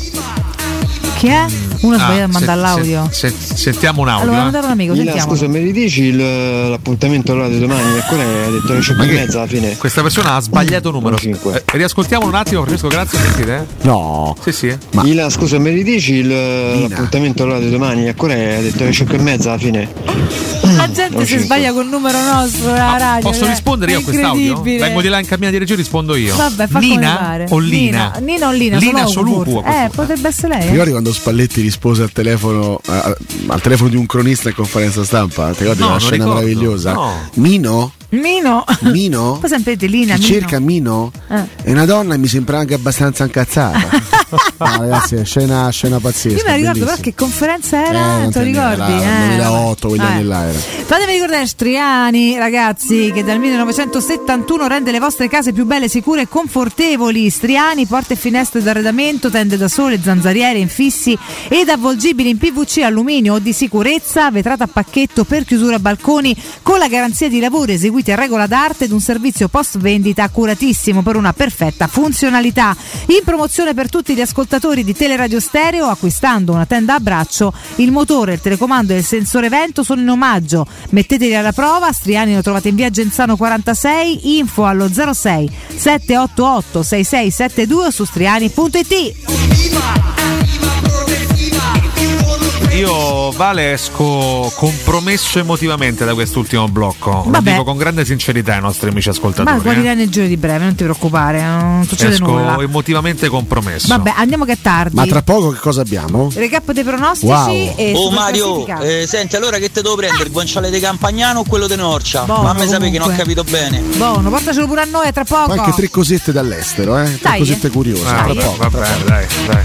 [SPEAKER 11] Che è? Uno ha sbagliato a mandare l'audio.
[SPEAKER 28] se- se- sentiamo un audio.
[SPEAKER 11] Allora,
[SPEAKER 28] eh.
[SPEAKER 11] mandare un amico,
[SPEAKER 21] Mila,
[SPEAKER 11] sentiamo.
[SPEAKER 21] scusa, me li dici il- l'appuntamento allora di domani? Ancora hai detto le cinque e mezza alla fine.
[SPEAKER 28] Questa persona ha sbagliato numero. Eh, riascoltiamo un attimo, Francesco, grazie, sentite. eh?
[SPEAKER 12] No.
[SPEAKER 28] Sì, sì.
[SPEAKER 21] Mila, scusa, me li dici il- l'appuntamento allora di domani? Ancora hai detto le cinque e mezza alla fine.
[SPEAKER 11] La gente
[SPEAKER 21] Non
[SPEAKER 11] si
[SPEAKER 21] cinque.
[SPEAKER 11] sbaglia col numero nostro alla radio.
[SPEAKER 28] Posso
[SPEAKER 11] eh.
[SPEAKER 28] rispondere io a quest'audio?
[SPEAKER 11] Incredibile.
[SPEAKER 28] Vengo di là in cabina di regia e rispondo io.
[SPEAKER 11] Vabbè, fa come
[SPEAKER 28] Nina
[SPEAKER 11] pare.
[SPEAKER 28] o Lina?
[SPEAKER 11] Nina, Nina o Lina?
[SPEAKER 28] Lina
[SPEAKER 11] Soluku,
[SPEAKER 28] Soluku, a
[SPEAKER 11] forse.
[SPEAKER 28] questo
[SPEAKER 11] Eh, potrebbe essere lei.
[SPEAKER 12] Ti
[SPEAKER 11] eh.
[SPEAKER 12] ricordi quando Spalletti rispose al telefono a- al telefono di un cronista in conferenza stampa? Ti ricordi
[SPEAKER 28] No,
[SPEAKER 12] quella
[SPEAKER 28] non
[SPEAKER 12] scena
[SPEAKER 28] ricordo.
[SPEAKER 12] meravigliosa?
[SPEAKER 28] No.
[SPEAKER 12] Mino?
[SPEAKER 11] Mino.
[SPEAKER 12] Mino?
[SPEAKER 11] Poi sempre di Lina.
[SPEAKER 12] Ti
[SPEAKER 11] Mino.
[SPEAKER 12] cerca Mino?
[SPEAKER 11] Eh.
[SPEAKER 12] È una donna e mi sembra anche abbastanza incazzata. No, ragazzi, è scena, scena pazzesca.
[SPEAKER 11] Io me la ricordo, però
[SPEAKER 12] bellissima.
[SPEAKER 11] che conferenza era?
[SPEAKER 12] Eh, non
[SPEAKER 11] te lo
[SPEAKER 12] te ne-
[SPEAKER 11] ricordi?
[SPEAKER 12] era
[SPEAKER 11] Eh,
[SPEAKER 12] duemilaotto, quegli
[SPEAKER 11] vabbè.
[SPEAKER 12] anni là era.
[SPEAKER 11] Fatemi ricordare Striani, ragazzi, che dal millenovecentosettantuno rende le vostre case più belle, sicure e confortevoli. Striani, porte e finestre d'arredamento, tende da sole, zanzariere, infissi ed avvolgibili in P V C, alluminio o di sicurezza, vetrata a pacchetto per chiusura balconi, con la garanzia di lavori eseguiti a regola d'arte ed un servizio post vendita accuratissimo per una perfetta funzionalità. In promozione per tutti gli ascoltatori di Teleradio Stereo, acquistando una tenda a braccio, il motore, il telecomando e il sensore vento sono in omaggio. Metteteli alla prova. Striani lo trovate in via Genzano quarantasei, info allo zero sei sette otto otto sei sei sette due o su striani punto it.
[SPEAKER 28] Io, Vale, esco compromesso emotivamente da quest'ultimo blocco. Lo
[SPEAKER 11] Vabbè.
[SPEAKER 28] dico con grande sincerità ai nostri amici ascoltatori.
[SPEAKER 11] Ma guarirai
[SPEAKER 28] eh.
[SPEAKER 11] nel giro di breve, non ti preoccupare, non succede
[SPEAKER 28] Esco
[SPEAKER 11] nulla.
[SPEAKER 28] emotivamente compromesso.
[SPEAKER 11] Vabbè, andiamo che è tardi.
[SPEAKER 12] Ma tra poco che cosa abbiamo?
[SPEAKER 11] Recap dei pronostici
[SPEAKER 12] Wow.
[SPEAKER 11] e
[SPEAKER 7] Oh
[SPEAKER 11] super
[SPEAKER 7] Mario,
[SPEAKER 11] classifica.
[SPEAKER 7] eh, senti, allora che te devo prendere? Il guanciale di Campagnano o quello di Norcia?
[SPEAKER 11] Buono,
[SPEAKER 7] Ma a me sapere che non ho
[SPEAKER 11] comunque.
[SPEAKER 7] capito bene.
[SPEAKER 11] Buono, portacelo pure a noi, a tra poco.
[SPEAKER 12] Anche tre cosette dall'estero, eh? Tre
[SPEAKER 11] Dai,
[SPEAKER 12] cosette
[SPEAKER 11] eh.
[SPEAKER 12] curiose.
[SPEAKER 28] Ah,
[SPEAKER 12] tra
[SPEAKER 28] vabbè,
[SPEAKER 12] poco.
[SPEAKER 28] va bene, dai, dai.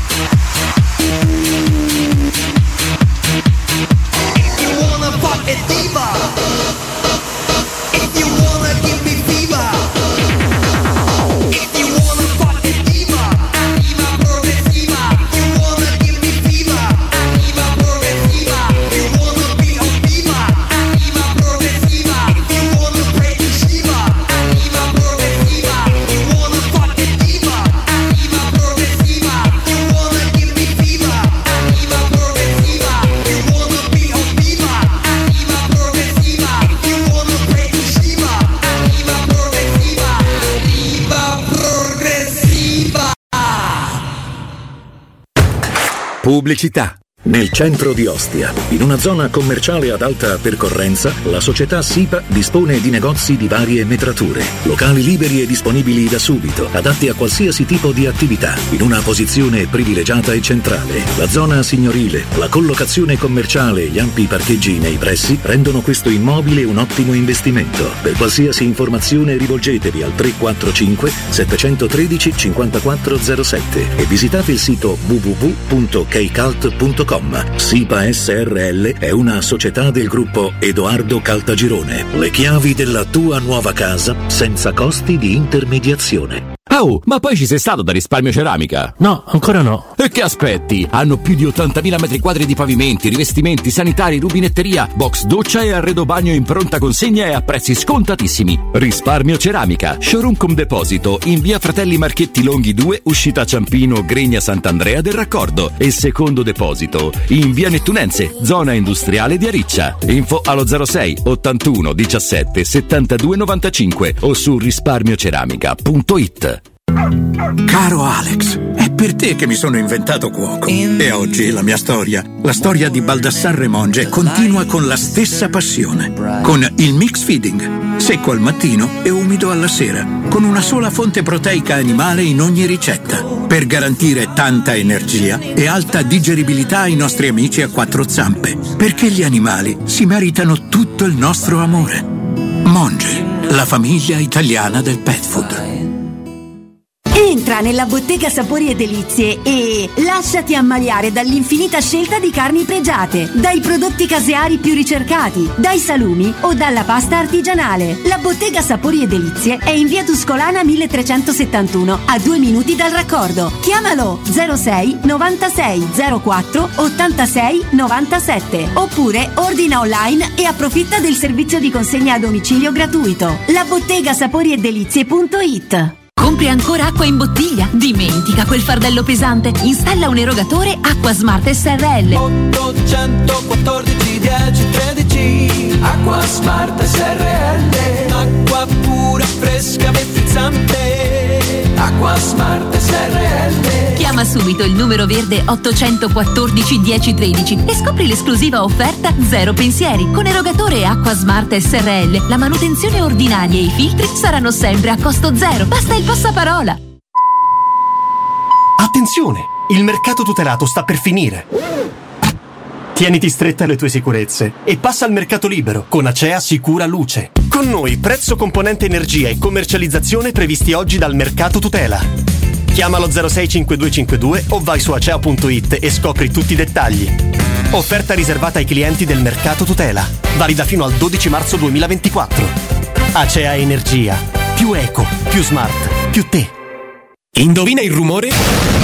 [SPEAKER 2] Pubblicità. Nel centro di Ostia, in una zona commerciale ad alta percorrenza, la società SIPA dispone di negozi di varie metrature, locali liberi e disponibili da subito, adatti a qualsiasi tipo di attività, in una posizione privilegiata e centrale. La zona signorile, la collocazione commerciale e gli ampi parcheggi nei pressi rendono questo immobile un ottimo investimento. Per qualsiasi informazione rivolgetevi al tre quattro cinque sette uno tre cinque zero sette e visitate il sito w w w punto keycult punto com. SIPA S R L è una società del gruppo Edoardo Caltagirone. Le chiavi della tua nuova casa senza costi di intermediazione.
[SPEAKER 10] Oh, ma poi ci sei stato da Risparmio Ceramica?
[SPEAKER 8] No, ancora no.
[SPEAKER 10] E che aspetti? Hanno più di ottantamila metri quadri di pavimenti, rivestimenti, sanitari, rubinetteria, box doccia e arredo bagno in pronta consegna e a prezzi scontatissimi. Risparmio Ceramica, showroom con deposito in via Fratelli Marchetti Longhi due, uscita Ciampino, Gregna Sant'Andrea del Raccordo, e secondo deposito in via Nettunense, zona industriale di Ariccia. Info allo zero sei ottantuno diciassette settantadue novantacinque o su risparmioceramica punto it.
[SPEAKER 13] Caro Alex, è per
[SPEAKER 8] per te che mi sono inventato cuoco. E oggi la mia storia, la storia di Baldassarre Monge, continua con la stessa passione. Con il mix feeding, secco al mattino e umido alla sera, con una sola fonte proteica animale in ogni ricetta, per garantire tanta energia e alta digeribilità ai nostri amici a quattro zampe, perché gli animali si meritano tutto il nostro amore. Monge, la famiglia italiana del pet food.
[SPEAKER 13] Entra nella Bottega Sapori e Delizie e lasciati ammaliare dall'infinita scelta di carni pregiate, dai prodotti caseari più ricercati, dai salumi o dalla pasta artigianale. La Bottega Sapori e Delizie è in via Tuscolana milletrecentosettantuno, a due minuti dal raccordo. Chiamalo zero sei novantasei zero quattro ottantasei novantasette oppure ordina online e approfitta del servizio di consegna a domicilio gratuito. La Bottega Sapori e Delizie punto it.
[SPEAKER 3] Compri ancora acqua in bottiglia? Dimentica quel fardello pesante. Installa un erogatore Acqua Smart S R L.
[SPEAKER 6] ottocentoquattordici dieci tredici Acqua Smart S R L. Acqua pura, fresca, frizzante. Acqua Smart S R L.
[SPEAKER 3] Chiama subito il numero verde ottocentoquattordici dieci tredici e scopri l'esclusiva offerta Zero Pensieri. Con erogatore Acqua Smart S R L la manutenzione ordinaria e i filtri saranno sempre a costo zero. Basta il passaparola.
[SPEAKER 14] Attenzione! Il mercato tutelato sta per finire. Tieniti stretta alle tue sicurezze e passa al mercato libero con Acea Sicura Luce. Con noi prezzo, componente energia e commercializzazione previsti oggi dal mercato tutela. Chiamalo zero sei cinquantadue cinquantadue o vai su acea punto it e scopri tutti i dettagli. Offerta riservata ai clienti del mercato tutela. Valida fino al dodici marzo duemilaventiquattro. Acea Energia. Più eco, più smart, più te. Indovina il rumore?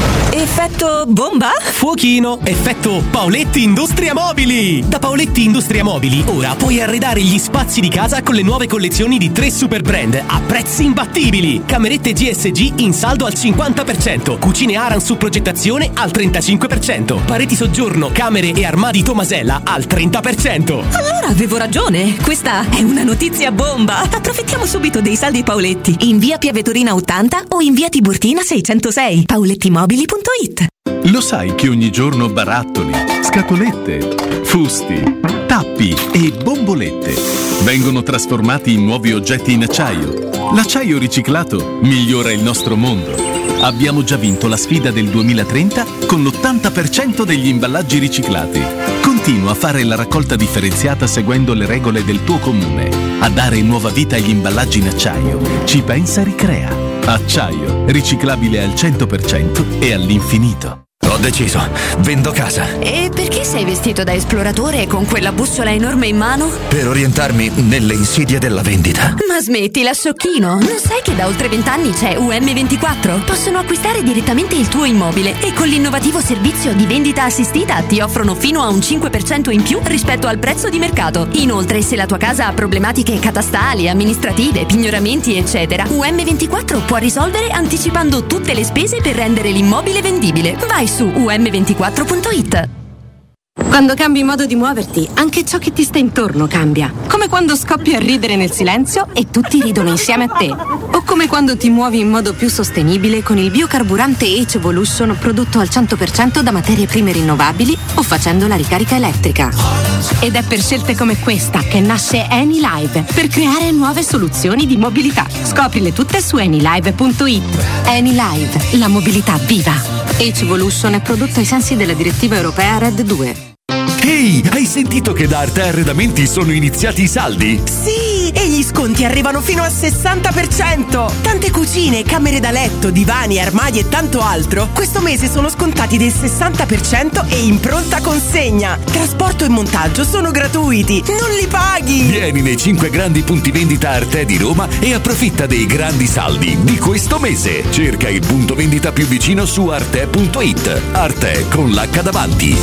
[SPEAKER 3] Effetto bomba?
[SPEAKER 14] Fuochino, effetto Paoletti Industria Mobili. Da Paoletti Industria Mobili ora puoi arredare gli spazi di casa con le nuove collezioni di tre super brand a prezzi imbattibili. Camerette G S G in saldo al cinquanta per cento, cucine Aran su progettazione al trentacinque per cento, pareti soggiorno, camere e armadi Tomasella al trenta per cento.
[SPEAKER 3] Allora avevo ragione, questa è una notizia bomba. Approfittiamo subito dei saldi Paoletti in via Piavetorina ottanta o in via Tiburtina seicentosei. paolettimobili punto it.
[SPEAKER 15] Lo sai che ogni giorno barattoli, scatolette, fusti, tappi e bombolette vengono trasformati in nuovi oggetti in acciaio. L'acciaio riciclato migliora il nostro mondo. Abbiamo già vinto la sfida del duemilatrenta con l'ottanta per cento degli imballaggi riciclati. Continua a fare la raccolta differenziata seguendo le regole del tuo comune. A dare nuova vita agli imballaggi in acciaio ci pensa Ricrea. Acciaio, riciclabile al cento per cento e all'infinito.
[SPEAKER 16] Ho deciso, vendo casa.
[SPEAKER 3] E perché sei vestito da esploratore con quella bussola enorme in mano?
[SPEAKER 16] Per orientarmi nelle insidie della vendita.
[SPEAKER 3] Ma smettila, sciocchino! Non sai che da oltre vent'anni c'è U M ventiquattro? Possono acquistare direttamente il tuo immobile e con l'innovativo servizio di vendita assistita ti offrono fino a un cinque per cento in più rispetto al prezzo di mercato. Inoltre, se la tua casa ha problematiche catastali, amministrative, pignoramenti, eccetera, U M ventiquattro può risolvere anticipando tutte le spese per rendere l'immobile vendibile. Vai su u m ventiquattro punto it.
[SPEAKER 23] Quando cambi modo di muoverti, anche ciò che ti sta intorno cambia. Come quando scoppi a ridere nel silenzio e tutti ridono insieme a te. O come quando ti muovi in modo più sostenibile con il biocarburante H Evolution prodotto al cento per cento da materie prime rinnovabili o facendo la ricarica elettrica. Ed è per scelte come questa che nasce AnyLive, per creare nuove soluzioni di mobilità. Scoprile tutte su anylive punto it. AnyLive, la mobilità viva. H Evolution è prodotto ai sensi della direttiva europea RED due.
[SPEAKER 16] Ehi, hai sentito che da Arte Arredamenti sono iniziati i saldi?
[SPEAKER 24] Sì, e gli sconti arrivano fino al sessanta per cento. Tante cucine, camere da letto, divani, armadi e tanto altro questo mese sono scontati del sessanta per cento e in pronta consegna. Trasporto e montaggio sono gratuiti, non li paghi.
[SPEAKER 16] Vieni nei cinque grandi punti vendita Arte di Roma e approfitta dei grandi saldi di questo mese. Cerca il punto vendita più vicino su arte punto it. Arte con l'H davanti.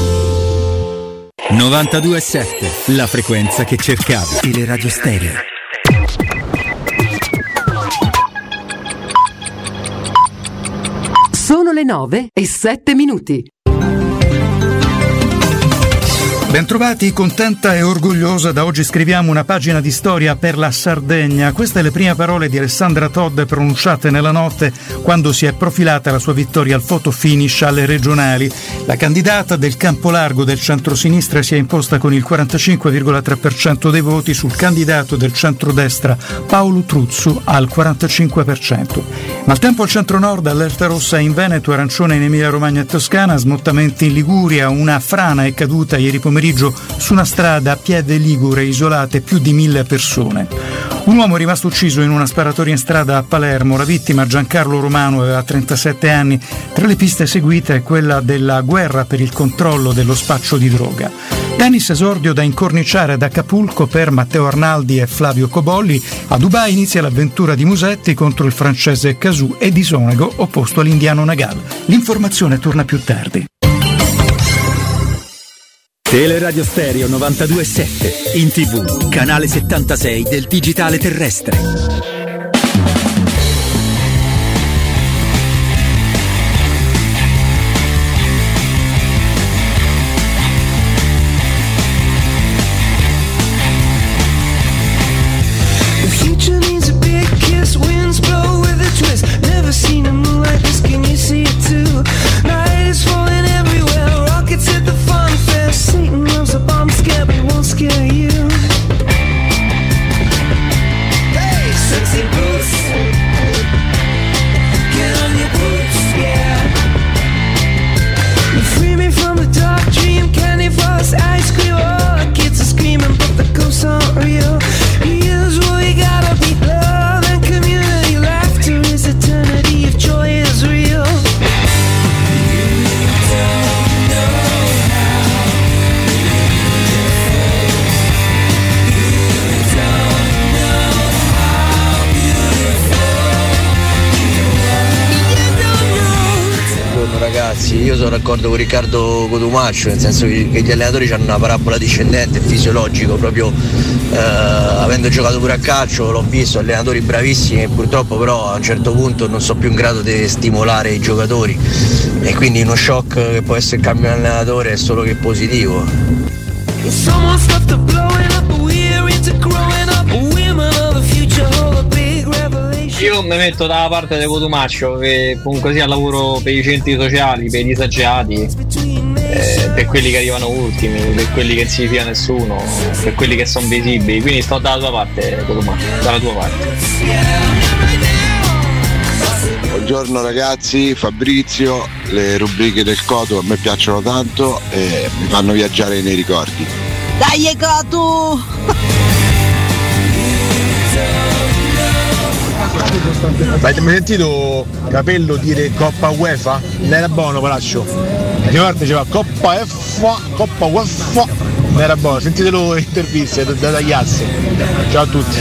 [SPEAKER 27] novantadue virgola sette, la frequenza che cercavi. Teleradio Stereo.
[SPEAKER 29] Sono le nove e sette minuti.
[SPEAKER 1] Bentrovati, contenta e orgogliosa, da oggi scriviamo una pagina di storia per la Sardegna. Queste le prime parole di Alessandra Todd pronunciate nella notte quando si è profilata la sua vittoria al photo finish alle regionali. La candidata del campo largo del centrosinistra si è imposta con il quarantacinque virgola tre per cento dei voti sul candidato del centrodestra Paolo Truzzu al quarantacinque per cento. Maltempo al centro-nord, allerta rossa in Veneto, arancione in Emilia-Romagna e Toscana, smottamenti in Liguria, una frana è caduta ieri pomeriggio su una strada a Pieve Ligure, isolate più di mille persone. Un uomo è rimasto ucciso in una sparatoria in strada a Palermo. La vittima, Giancarlo Romano, aveva trentasette anni. Tra le piste seguite è quella della guerra per il controllo dello spaccio di droga. Tennis, esordio da incorniciare ad Acapulco per Matteo Arnaldi e Flavio Cobolli. A Dubai inizia l'avventura di Musetti contro il francese Cazù e di Sonego opposto all'indiano Nagal. L'informazione torna più tardi.
[SPEAKER 27] Teleradio Stereo novantadue virgola sette, in tivù, canale settantasei del digitale terrestre.
[SPEAKER 5] Io sono d'accordo con Riccardo Cotumaccio, nel senso che gli allenatori hanno una parabola discendente, è fisiologico, proprio eh, avendo giocato pure a calcio l'ho visto, allenatori bravissimi e purtroppo però a un certo punto non sono più in grado di stimolare i giocatori e quindi uno shock che può essere il cambio di allenatore è solo che positivo.
[SPEAKER 9] Io mi metto dalla parte di Cotumaccio, che comunque sia lavoro per i centri sociali, per i disagiati, eh, per quelli che arrivano ultimi, per quelli che non si fia nessuno, per quelli che sono visibili, quindi sto dalla tua parte, Cotumaccio, dalla tua parte.
[SPEAKER 18] Buongiorno ragazzi, Fabrizio, le rubriche del Coto a me piacciono tanto e mi fanno viaggiare nei ricordi.
[SPEAKER 19] Dai Coto!
[SPEAKER 20] Avete mai sentito Capello dire Coppa UEFA? Non era buono, Palaccio. La prima parte diceva Coppa F, Coppa UEFA, non era buono. Sentitelo in interviste da, da tagliarsi. Ciao a tutti.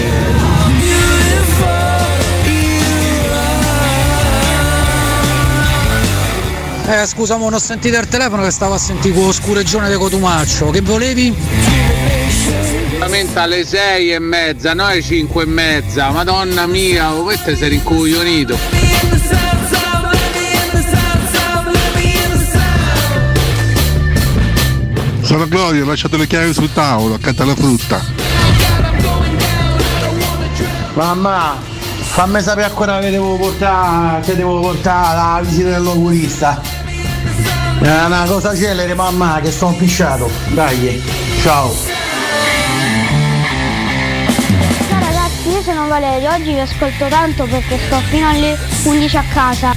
[SPEAKER 22] Eh scusa, mo non ho sentito il telefono che stavo a sentire con lo scureggione di Cotumaccio. Che volevi?
[SPEAKER 25] Alle sei e mezza, noi cinque e mezza, madonna mia, questo sei rincoglionito.
[SPEAKER 18] Sono Gloria, ho lasciato le chiavi sul tavolo, accanto alla frutta.
[SPEAKER 20] Mamma, fammi sapere ancora che devo portare, che devo portare la visita dell'oculista. È una cosa celere, mamma, che sono pisciato. Dai, ciao.
[SPEAKER 26] Io sono Valerio, oggi vi ascolto tanto perché sto fino alle undici a casa.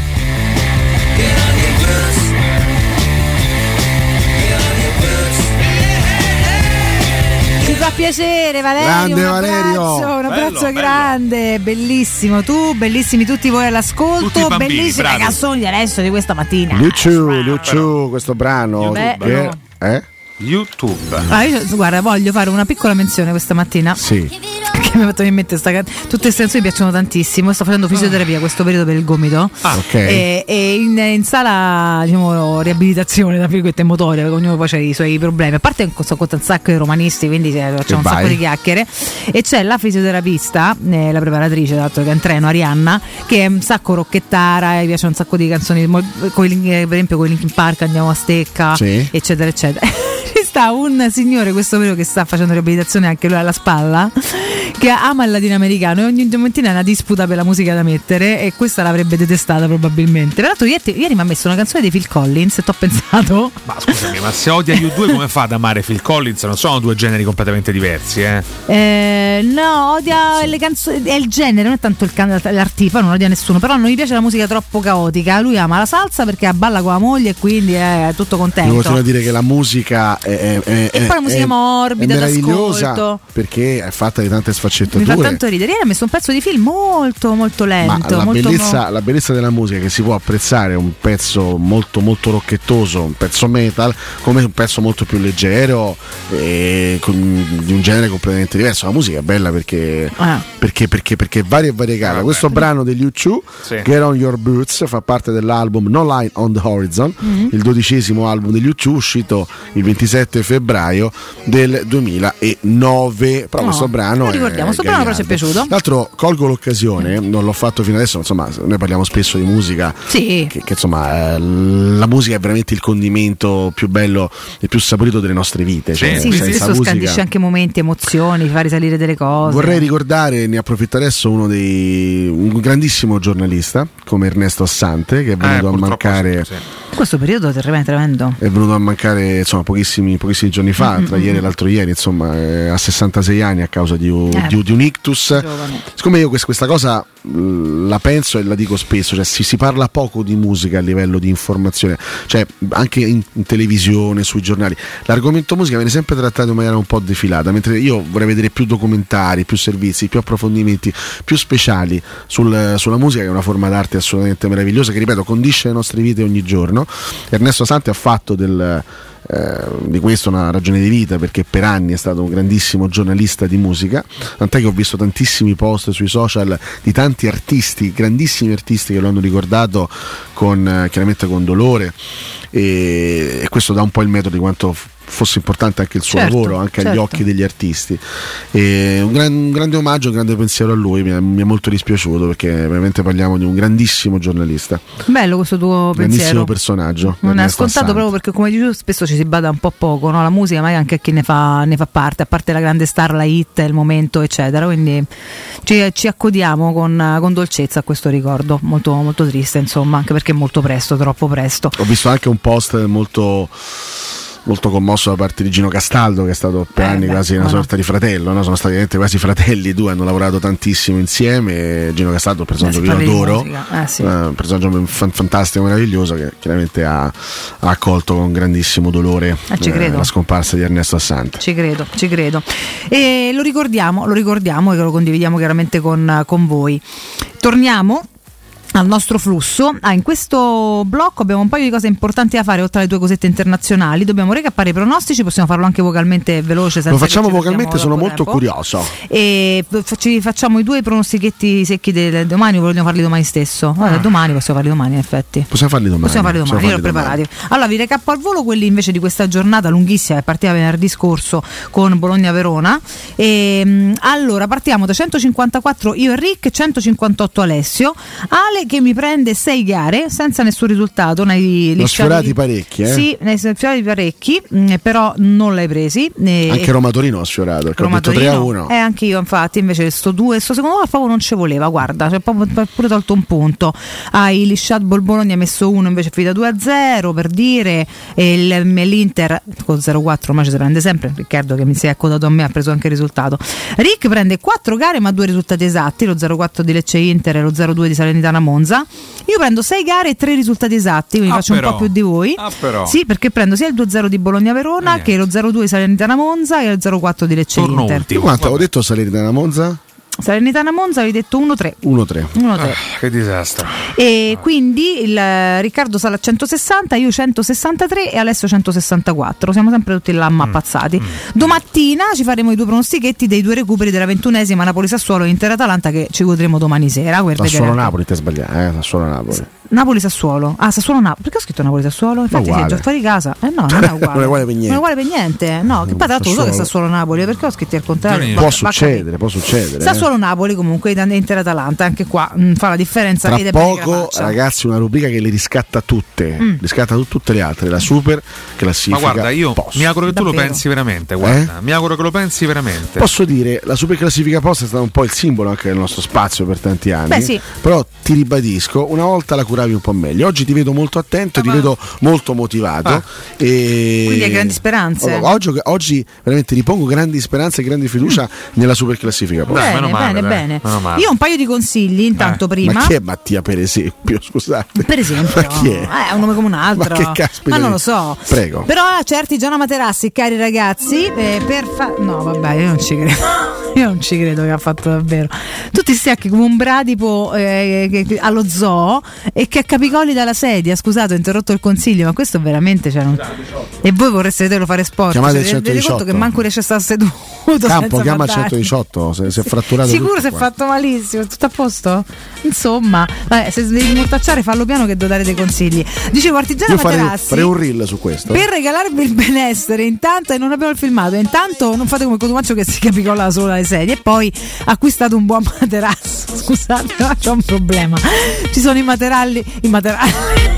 [SPEAKER 11] Ti fa piacere Valerio,
[SPEAKER 12] grande
[SPEAKER 11] un abbraccio,
[SPEAKER 12] Valerio.
[SPEAKER 11] un abbraccio
[SPEAKER 12] Bello,
[SPEAKER 11] grande, bello. Bellissimo tu, bellissimi tutti voi all'ascolto, bambini, bellissimi bravi. Canzoni adesso di questa mattina.
[SPEAKER 12] Luciu, Luciu, questo brano.
[SPEAKER 11] Beh,
[SPEAKER 12] che,
[SPEAKER 11] no.
[SPEAKER 12] eh?
[SPEAKER 28] YouTube.
[SPEAKER 11] Ah, io, guarda, voglio fare una piccola menzione questa mattina.
[SPEAKER 12] Sì.
[SPEAKER 11] Che mi ha fatto in mente sta can- tutte queste canzoni mi piacciono tantissimo. Sto facendo fisioterapia questo periodo per il gomito.
[SPEAKER 12] Ah, ok.
[SPEAKER 11] E, e in, in sala, diciamo, riabilitazione da virgolette motoria, perché ognuno poi ha i suoi problemi. A parte sto con un sacco di romanisti, quindi facciamo un
[SPEAKER 12] vai.
[SPEAKER 11] sacco di chiacchiere. E c'è la fisioterapista, eh, la preparatrice, dato che è in treno, Arianna, che è un sacco rocchettara, gli piace un sacco di canzoni, con i, per esempio con i Linkin Park, Andiamo a Stecca,
[SPEAKER 12] sì.
[SPEAKER 11] eccetera, eccetera. sta un signore questo vero che sta facendo riabilitazione anche lui alla spalla, che ama il latinoamericano e ogni mattina è una disputa per la musica da mettere, e questa l'avrebbe detestata probabilmente. Peraltro ieri, ieri mi ha messo una canzone di Phil Collins e t'ho pensato,
[SPEAKER 28] ma scusami, ma se odia gli U due come fa ad amare Phil Collins? Non sono due generi completamente diversi, eh?
[SPEAKER 11] Eh, no, odia le canzoni, è il genere, non è tanto il can- l'artista, non odia nessuno, però non gli piace la musica troppo caotica. Lui ama la salsa perché balla con la moglie e quindi è tutto contento.
[SPEAKER 12] Mi continuo a dire che la musica è, è, è
[SPEAKER 11] e poi la musica
[SPEAKER 12] è,
[SPEAKER 11] morbida,
[SPEAKER 12] è meravigliosa
[SPEAKER 11] d'ascolto,
[SPEAKER 12] perché è fatta di tante sfaccettature.
[SPEAKER 11] Mi fa tanto ridere. Ieri ha messo un pezzo di film molto molto lento.
[SPEAKER 12] Ma la,
[SPEAKER 11] molto
[SPEAKER 12] bellezza,
[SPEAKER 11] mo-
[SPEAKER 12] la bellezza della musica è che si può apprezzare un pezzo molto molto rocchettoso, un pezzo metal, come un pezzo molto più leggero e con, di un genere completamente diverso. La musica è bella perché
[SPEAKER 11] ah.
[SPEAKER 12] perché, perché, perché varia e variegata. Questo beh. brano degli U due, sì. Get On Your Boots, fa parte dell'album No Line on the Horizon, mm-hmm. il dodicesimo album degli U due, uscito il ventisette febbraio del duemilanove. Però
[SPEAKER 11] no,
[SPEAKER 12] questo brano
[SPEAKER 11] lo ricordiamo, questo brano però ci è piaciuto.
[SPEAKER 12] Tra l'altro colgo l'occasione, non l'ho fatto fino adesso, insomma noi parliamo spesso di musica,
[SPEAKER 11] sì.
[SPEAKER 12] che, che insomma eh, la musica è veramente il condimento più bello e più saporito delle nostre vite, cioè,
[SPEAKER 11] sì, spesso musica... scandisce anche momenti, emozioni, fa risalire delle cose.
[SPEAKER 12] Vorrei ricordare, ne approfitto adesso, uno dei un grandissimo giornalista come Ernesto Assante, che è venuto eh, a mancare
[SPEAKER 11] sì. in questo periodo tremendo,
[SPEAKER 12] è venuto a mancare insomma pochissimi, pochissimi giorni fa, mm-hmm. tra ieri e l'altro ieri, insomma eh, a sessantasei anni a causa di, eh, di, di un ictus. Giovane. Siccome io questa, questa cosa la penso e la dico spesso, cioè si, si parla poco di musica a livello di informazione, cioè anche in, in televisione, sui giornali l'argomento musica viene sempre trattato in maniera un po' defilata, mentre io vorrei vedere più documentari, più servizi, più approfondimenti, più speciali sul, sulla musica, che è una forma d'arte assolutamente meravigliosa, che ripeto condisce le nostre vite ogni giorno. Ernesto Assante ha fatto del Eh, di questo una ragione di vita, perché per anni è stato un grandissimo giornalista di musica, tant'è che ho visto tantissimi post sui social di tanti artisti, grandissimi artisti che lo hanno ricordato con eh, chiaramente con dolore, e, e questo dà un po' il metodo di quanto fosse importante anche il suo
[SPEAKER 11] certo,
[SPEAKER 12] lavoro, anche
[SPEAKER 11] certo.
[SPEAKER 12] agli occhi degli artisti. E un, gran, un grande omaggio, un grande pensiero a lui. Mi è, mi è molto dispiaciuto, perché veramente parliamo di un grandissimo giornalista.
[SPEAKER 11] Bello questo tuo
[SPEAKER 12] grandissimo
[SPEAKER 11] pensiero,
[SPEAKER 12] personaggio.
[SPEAKER 11] Non è scontato proprio perché, come dici tu, spesso ci si bada un po' poco, no? La musica, ma anche a chi ne fa, ne fa parte, a parte la grande star, la hit, il momento eccetera, quindi ci, ci accodiamo con, con dolcezza a questo ricordo molto, molto triste, insomma, anche perché è molto presto, troppo presto.
[SPEAKER 12] Ho visto anche un post molto molto commosso da parte di Gino Castaldo, che è stato per eh, anni beh, quasi una no. sorta di fratello, no? Sono stati veramente quasi fratelli, due hanno lavorato tantissimo insieme. Gino Castaldo è un personaggio che io adoro,
[SPEAKER 11] eh, sì.
[SPEAKER 12] un personaggio fantastico, meraviglioso, che chiaramente ha, ha accolto con grandissimo dolore
[SPEAKER 11] eh,
[SPEAKER 12] eh, la scomparsa di Ernesto Assante.
[SPEAKER 11] Ci credo, ci credo. E lo ricordiamo, lo ricordiamo e lo condividiamo chiaramente con, con voi. Torniamo al nostro flusso. Ah, in questo blocco abbiamo un paio di cose importanti da fare, oltre alle due cosette internazionali. Dobbiamo recappare i pronostici, possiamo farlo anche vocalmente veloce, senza
[SPEAKER 12] lo facciamo vocalmente, sono molto tempo. curioso.
[SPEAKER 11] E ci facciamo i due pronostichetti secchi del domani, o vogliamo farli domani stesso? Vabbè, ah. domani possiamo farli domani, in effetti.
[SPEAKER 12] Possiamo farli domani.
[SPEAKER 11] Possiamo farli domani, io l'ho preparati. Allora vi recappo al volo quelli invece di questa giornata lunghissima che partiva venerdì scorso con Bologna-Verona. E, allora partiamo da centocinquantaquattro io e Rick, centocinquantotto Alessio. Ale che mi prende sei gare senza nessun risultato, ne hai
[SPEAKER 12] ne sfiorati parecchi, eh?
[SPEAKER 11] Sì, ne hai sfiorati parecchi, mh, però non l'hai presi. E,
[SPEAKER 12] anche Roma Torino ha sfiorato, perché Roma ho detto tre a uno.
[SPEAKER 11] Eh, anche io, infatti, invece sto due, sto secondo me proprio non ci voleva, guarda, cioè proprio pure tolto un punto. Hai lisciato Bologna, ha messo uno, invece è finita due a zero, per dire, e il, l'Inter con zero a quattro, ma ci si prende sempre. Riccardo, che mi si è accodato a me, ha preso anche il risultato. Rick prende quattro gare ma due risultati esatti, lo zero a quattro di Lecce Inter e lo zero a due di Salernitana Monza. Io prendo sei gare e tre risultati esatti, quindi ah, faccio però. un po' più di voi.
[SPEAKER 28] Ah, però.
[SPEAKER 11] Sì, perché prendo sia il due a zero di Bologna Verona eh, che lo zero a due di Salernitana Monza e lo zero a quattro di Lecce
[SPEAKER 28] Torno
[SPEAKER 11] Inter.
[SPEAKER 28] Ultimo.
[SPEAKER 12] Quanto avevo detto Salernitana Monza?
[SPEAKER 11] Salernitana Monza avevi detto uno a tre.
[SPEAKER 12] uno a tre.
[SPEAKER 28] Ah, che disastro.
[SPEAKER 11] E ah. quindi il Riccardo sale a centosessanta, io centosessantatré e Alessio centosessantaquattro. Siamo sempre tutti là ammapazzati. Mm. Mm. Domattina ci faremo i due pronostichetti dei due recuperi della ventunesima Napoli-Sassuolo e Inter-Atalanta, che ci godremo domani sera.
[SPEAKER 12] Sassuolo-Napoli, te sbagliai, eh? Sassuolo-Napoli.
[SPEAKER 11] Napoli-Sassuolo. Ah, Sassuolo-Napoli. Perché ho scritto Napoli-Sassuolo? Infatti si è già fuori casa. Eh no, non è uguale.
[SPEAKER 12] non è uguale per niente.
[SPEAKER 11] Non è uguale per niente. No, che poi tra l'altro lo so che Sassuolo-Napoli, perché ho scritto al contrario.
[SPEAKER 12] Può succedere, può succedere.
[SPEAKER 11] Sassuolo-Napoli comunque Inter-Atalanta, anche qua mh, fa la differenza.
[SPEAKER 12] Tra
[SPEAKER 11] ed è
[SPEAKER 12] poco, ragazzi, una rubrica che le riscatta tutte, mm. riscatta t- tutte le altre, la super classifica.
[SPEAKER 28] Ma guarda, io
[SPEAKER 12] post.
[SPEAKER 28] mi auguro che
[SPEAKER 11] Davvero?
[SPEAKER 28] tu lo pensi veramente, guarda.
[SPEAKER 12] Eh?
[SPEAKER 28] Mi auguro che lo pensi veramente.
[SPEAKER 12] Posso dire, la super classifica post è stato un po' il simbolo anche del nostro spazio per tanti anni.
[SPEAKER 11] Beh, sì.
[SPEAKER 12] Però ti ribadisco, una volta la curavi un po' meglio. Oggi ti vedo molto attento, ah, ti vedo molto motivato. Ah. E...
[SPEAKER 11] Quindi hai grandi speranze.
[SPEAKER 12] Oggi, oggi veramente ripongo grandi speranze e grandi fiducia mm. nella super classifica post.
[SPEAKER 11] Bene,
[SPEAKER 28] meno male,
[SPEAKER 11] bene,
[SPEAKER 28] dai.
[SPEAKER 11] bene.
[SPEAKER 28] Meno male.
[SPEAKER 11] Io ho un paio di consigli intanto
[SPEAKER 28] eh.
[SPEAKER 11] prima.
[SPEAKER 12] Ma chi è Mattia per esempio? Scusate.
[SPEAKER 11] Per esempio,
[SPEAKER 12] ma chi è?
[SPEAKER 11] Eh, è un nome come un altro.
[SPEAKER 12] Ma che caspita.
[SPEAKER 11] Ma non lo so.
[SPEAKER 12] Prego.
[SPEAKER 11] Però c'è Artigiana Materassi, cari ragazzi, eh, per fa- no, vabbè, io non ci credo. Io non ci credo che ha fatto davvero. Tutti secchi come un bradipo eh, che, che, allo zoo e che a Capicoli dalla sedia. Scusate, ho interrotto il consiglio, ma questo veramente cioè, non... E voi vorreste vederlo fare sport?
[SPEAKER 12] Chiamate
[SPEAKER 11] cioè,
[SPEAKER 12] il centodiciotto.
[SPEAKER 11] Rendete conto che manco riesce a stare seduto.
[SPEAKER 12] Campo, chiama il
[SPEAKER 11] mandare.
[SPEAKER 12] centodiciotto, se si è fratturato.
[SPEAKER 11] Sicuro si è fatto malissimo, tutto a posto? Insomma, vabbè, se devi mortacciare fallo piano che devo dare dei consigli. Dicevo Artigiana
[SPEAKER 12] Io farei,
[SPEAKER 11] Materassi.
[SPEAKER 12] farei un reel su questo.
[SPEAKER 11] Per regalarvi il benessere, intanto, e non abbiamo il filmato, intanto non fate come Cotumaccio che si capicola solo dalle sedie e poi acquistate un buon materasso. Scusate, ma c'ho un problema. Ci sono i materalli, i materalli.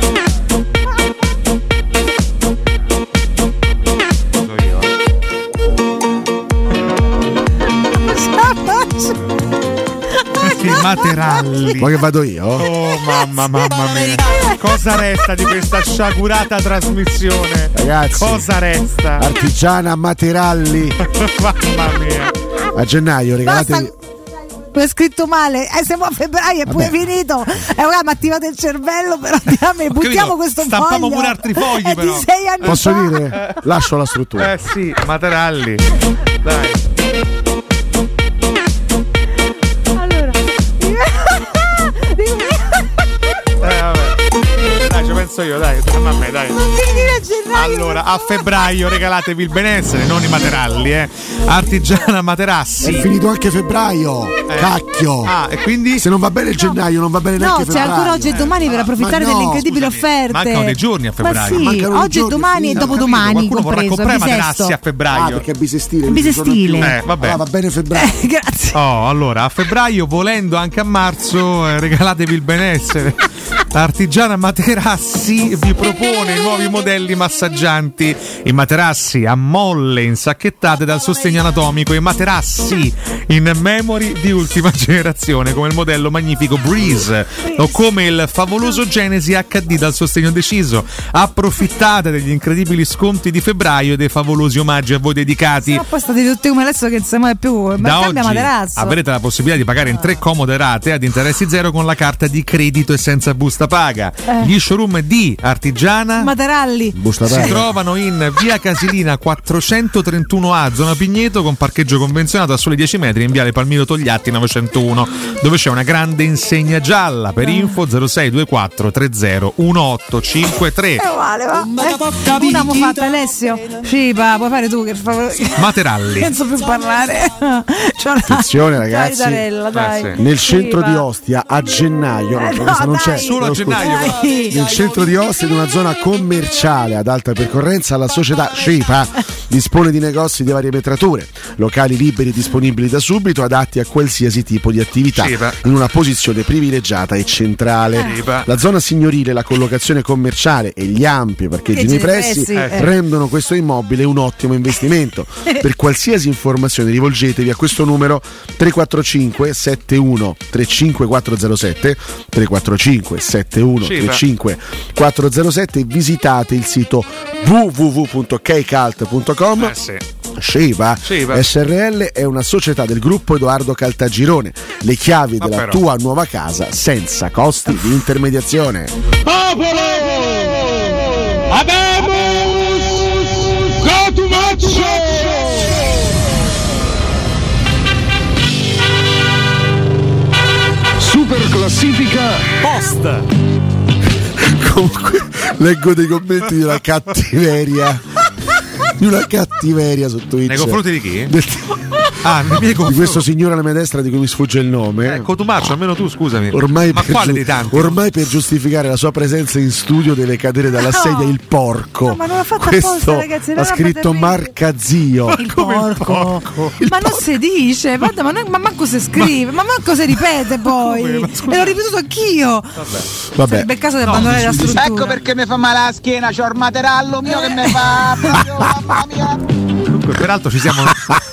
[SPEAKER 28] Materalli.
[SPEAKER 12] Ma che vado io?
[SPEAKER 28] Oh mamma mamma mia. Cosa resta di questa sciagurata trasmissione?
[SPEAKER 12] Ragazzi,
[SPEAKER 28] cosa resta?
[SPEAKER 12] Artigiana Materalli.
[SPEAKER 28] Mamma mia.
[SPEAKER 12] A gennaio regalate.
[SPEAKER 11] È scritto male, eh, siamo a febbraio, è pure finito. Eh, guarda, mi attivate il cervello, però diamine, buttiamo questo foglio.
[SPEAKER 28] Stampamo pure altri fogli,
[SPEAKER 11] è
[SPEAKER 28] però.
[SPEAKER 11] Di sei anni
[SPEAKER 12] Posso
[SPEAKER 11] fa.
[SPEAKER 12] dire? Lascio la struttura.
[SPEAKER 28] Eh sì, Materalli. Dai. Eh, vabbè. Dai, ci penso io, dai, a me, dai. Allora, a febbraio regalatevi il benessere, non i materalli, eh. Artigiana Materassi.
[SPEAKER 12] È finito anche febbraio.
[SPEAKER 28] Eh.
[SPEAKER 12] Cacchio.
[SPEAKER 28] Ah, e quindi?
[SPEAKER 12] Se non va bene il gennaio, non va bene
[SPEAKER 11] No,
[SPEAKER 12] neanche
[SPEAKER 11] c'è
[SPEAKER 12] febbraio.
[SPEAKER 11] ancora oggi e domani per approfittare
[SPEAKER 12] Ma no,
[SPEAKER 11] delle incredibili offerte.
[SPEAKER 28] Mancano dei giorni a febbraio.
[SPEAKER 11] Ma sì,
[SPEAKER 12] Mancano dei
[SPEAKER 11] oggi e
[SPEAKER 12] giorni,
[SPEAKER 11] domani e
[SPEAKER 12] sì,
[SPEAKER 11] dopodomani.
[SPEAKER 28] Qualcuno vorrà
[SPEAKER 11] compreso,
[SPEAKER 28] comprare
[SPEAKER 11] bisesto.
[SPEAKER 28] materassi a febbraio.
[SPEAKER 12] Ah, perché è bisestile.
[SPEAKER 11] Bisestile.
[SPEAKER 28] Eh, vabbè.
[SPEAKER 12] Ah, va bene febbraio.
[SPEAKER 11] Eh, grazie.
[SPEAKER 28] Oh, allora, a febbraio, volendo anche a marzo, eh, regalatevi il benessere. Artigiana Materassi vi propone i nuovi modelli massaggianti. I materassi a molle insacchettate dal sostegno anatomico. I materassi in memory di ultima generazione, come il modello magnifico Breeze o come il favoloso Genesi acca di dal sostegno deciso. Approfittate degli incredibili sconti di febbraio e dei favolosi omaggi a voi dedicati.
[SPEAKER 11] Ma poi state tutti come adesso che non si muove più. Ma
[SPEAKER 28] Da
[SPEAKER 11] cambia
[SPEAKER 28] oggi
[SPEAKER 11] materasso.
[SPEAKER 28] avrete la possibilità di pagare in tre comode rate ad interessi zero con la carta di credito e senza busta paga.
[SPEAKER 11] Eh.
[SPEAKER 28] Gli showroom di Artigiana
[SPEAKER 11] Materalli.
[SPEAKER 12] Busta
[SPEAKER 28] si
[SPEAKER 12] paga.
[SPEAKER 28] trovano in via Casilina quattrocentotrentuno A, zona Pigneto, con parcheggio convenzionato a soli dieci metri, in viale Palmiro Togliatti novecentouno, dove c'è una grande insegna gialla. Per info zero sei due quattro tre zero uno otto cinque tre.
[SPEAKER 11] Eh, vale, va. Eh, una mo' fatta, Alessio. Cipa, puoi fare tu che favore.
[SPEAKER 28] Materalli.
[SPEAKER 11] Non so più parlare. C'ho la-
[SPEAKER 12] Attenzione,
[SPEAKER 11] c'ho la
[SPEAKER 12] ragazzi.
[SPEAKER 11] ritarella, dai.
[SPEAKER 28] Eh, sì.
[SPEAKER 12] Nel centro
[SPEAKER 11] Cipa.
[SPEAKER 12] di Ostia a gennaio,
[SPEAKER 11] Eh,
[SPEAKER 12] no,
[SPEAKER 11] no,
[SPEAKER 12] questa non
[SPEAKER 11] dai.
[SPEAKER 12] c'è.
[SPEAKER 28] Solo a
[SPEAKER 12] però scusa.
[SPEAKER 28] gennaio.
[SPEAKER 11] Dai.
[SPEAKER 12] Nel centro di Ostia, in una zona commerciale ad alta percorrenza, la società Scipa dispone di negozi di varie metrature, locali liberi e disponibili da subito, adatti a qualsiasi tipo di attività,
[SPEAKER 28] Scipa.
[SPEAKER 12] in una posizione privilegiata e centrale.
[SPEAKER 28] Scipa.
[SPEAKER 12] La zona signorile, la collocazione commerciale e gli ampi parcheggi nei pressi
[SPEAKER 11] pressi, eh.
[SPEAKER 12] rendono questo immobile un ottimo investimento. Per qualsiasi informazione rivolgetevi a questo numero tre quattro cinque sette uno tre cinque quattro zero sette tre quattro cinque sette uno tre cinque quattro zero sette e visitate il sito w w w punto kcalt punto com.
[SPEAKER 28] Eh sì.
[SPEAKER 12] Scipa
[SPEAKER 28] Scipa.
[SPEAKER 12] S R L è una società del gruppo Edoardo Caltagirone. Le chiavi
[SPEAKER 28] Ma
[SPEAKER 12] della
[SPEAKER 28] però.
[SPEAKER 12] tua nuova casa senza costi di intermediazione.
[SPEAKER 20] Popolo! Abemus Cotumaccio!
[SPEAKER 27] Super classifica post.
[SPEAKER 12] Comunque leggo dei commenti di una cattiveria di una cattiveria su Twitch
[SPEAKER 28] Nei confronti di chi?
[SPEAKER 12] Del tipo,
[SPEAKER 28] Ah, nei miei
[SPEAKER 12] di questo signore alla mia destra di cui mi sfugge il nome.
[SPEAKER 28] Eh, Cotumaccio, almeno tu scusami.
[SPEAKER 12] Ormai
[SPEAKER 28] Ma
[SPEAKER 12] per
[SPEAKER 28] quale
[SPEAKER 12] giu-
[SPEAKER 28] dei tanti?
[SPEAKER 12] Ormai per giustificare la sua presenza in studio deve cadere dalla
[SPEAKER 11] No.
[SPEAKER 12] sedia il porco.
[SPEAKER 11] No, ma non l'ha fatto
[SPEAKER 12] Questo
[SPEAKER 11] apposta, ragazzi,
[SPEAKER 12] ha scritto Marcazio.
[SPEAKER 11] Il porco. Ma non si dice, guarda, ma, non- ma manco si scrive, ma manco si ripete poi. E l'ho ripetuto anch'io.
[SPEAKER 12] Vabbè.
[SPEAKER 11] Sarebbe il caso di abbandonare la struttura.
[SPEAKER 2] Ecco perché mi fa male la schiena, c'ho il materallo mio che mi fa proprio, mamma mia.
[SPEAKER 28] Comunque, peraltro ci siamo,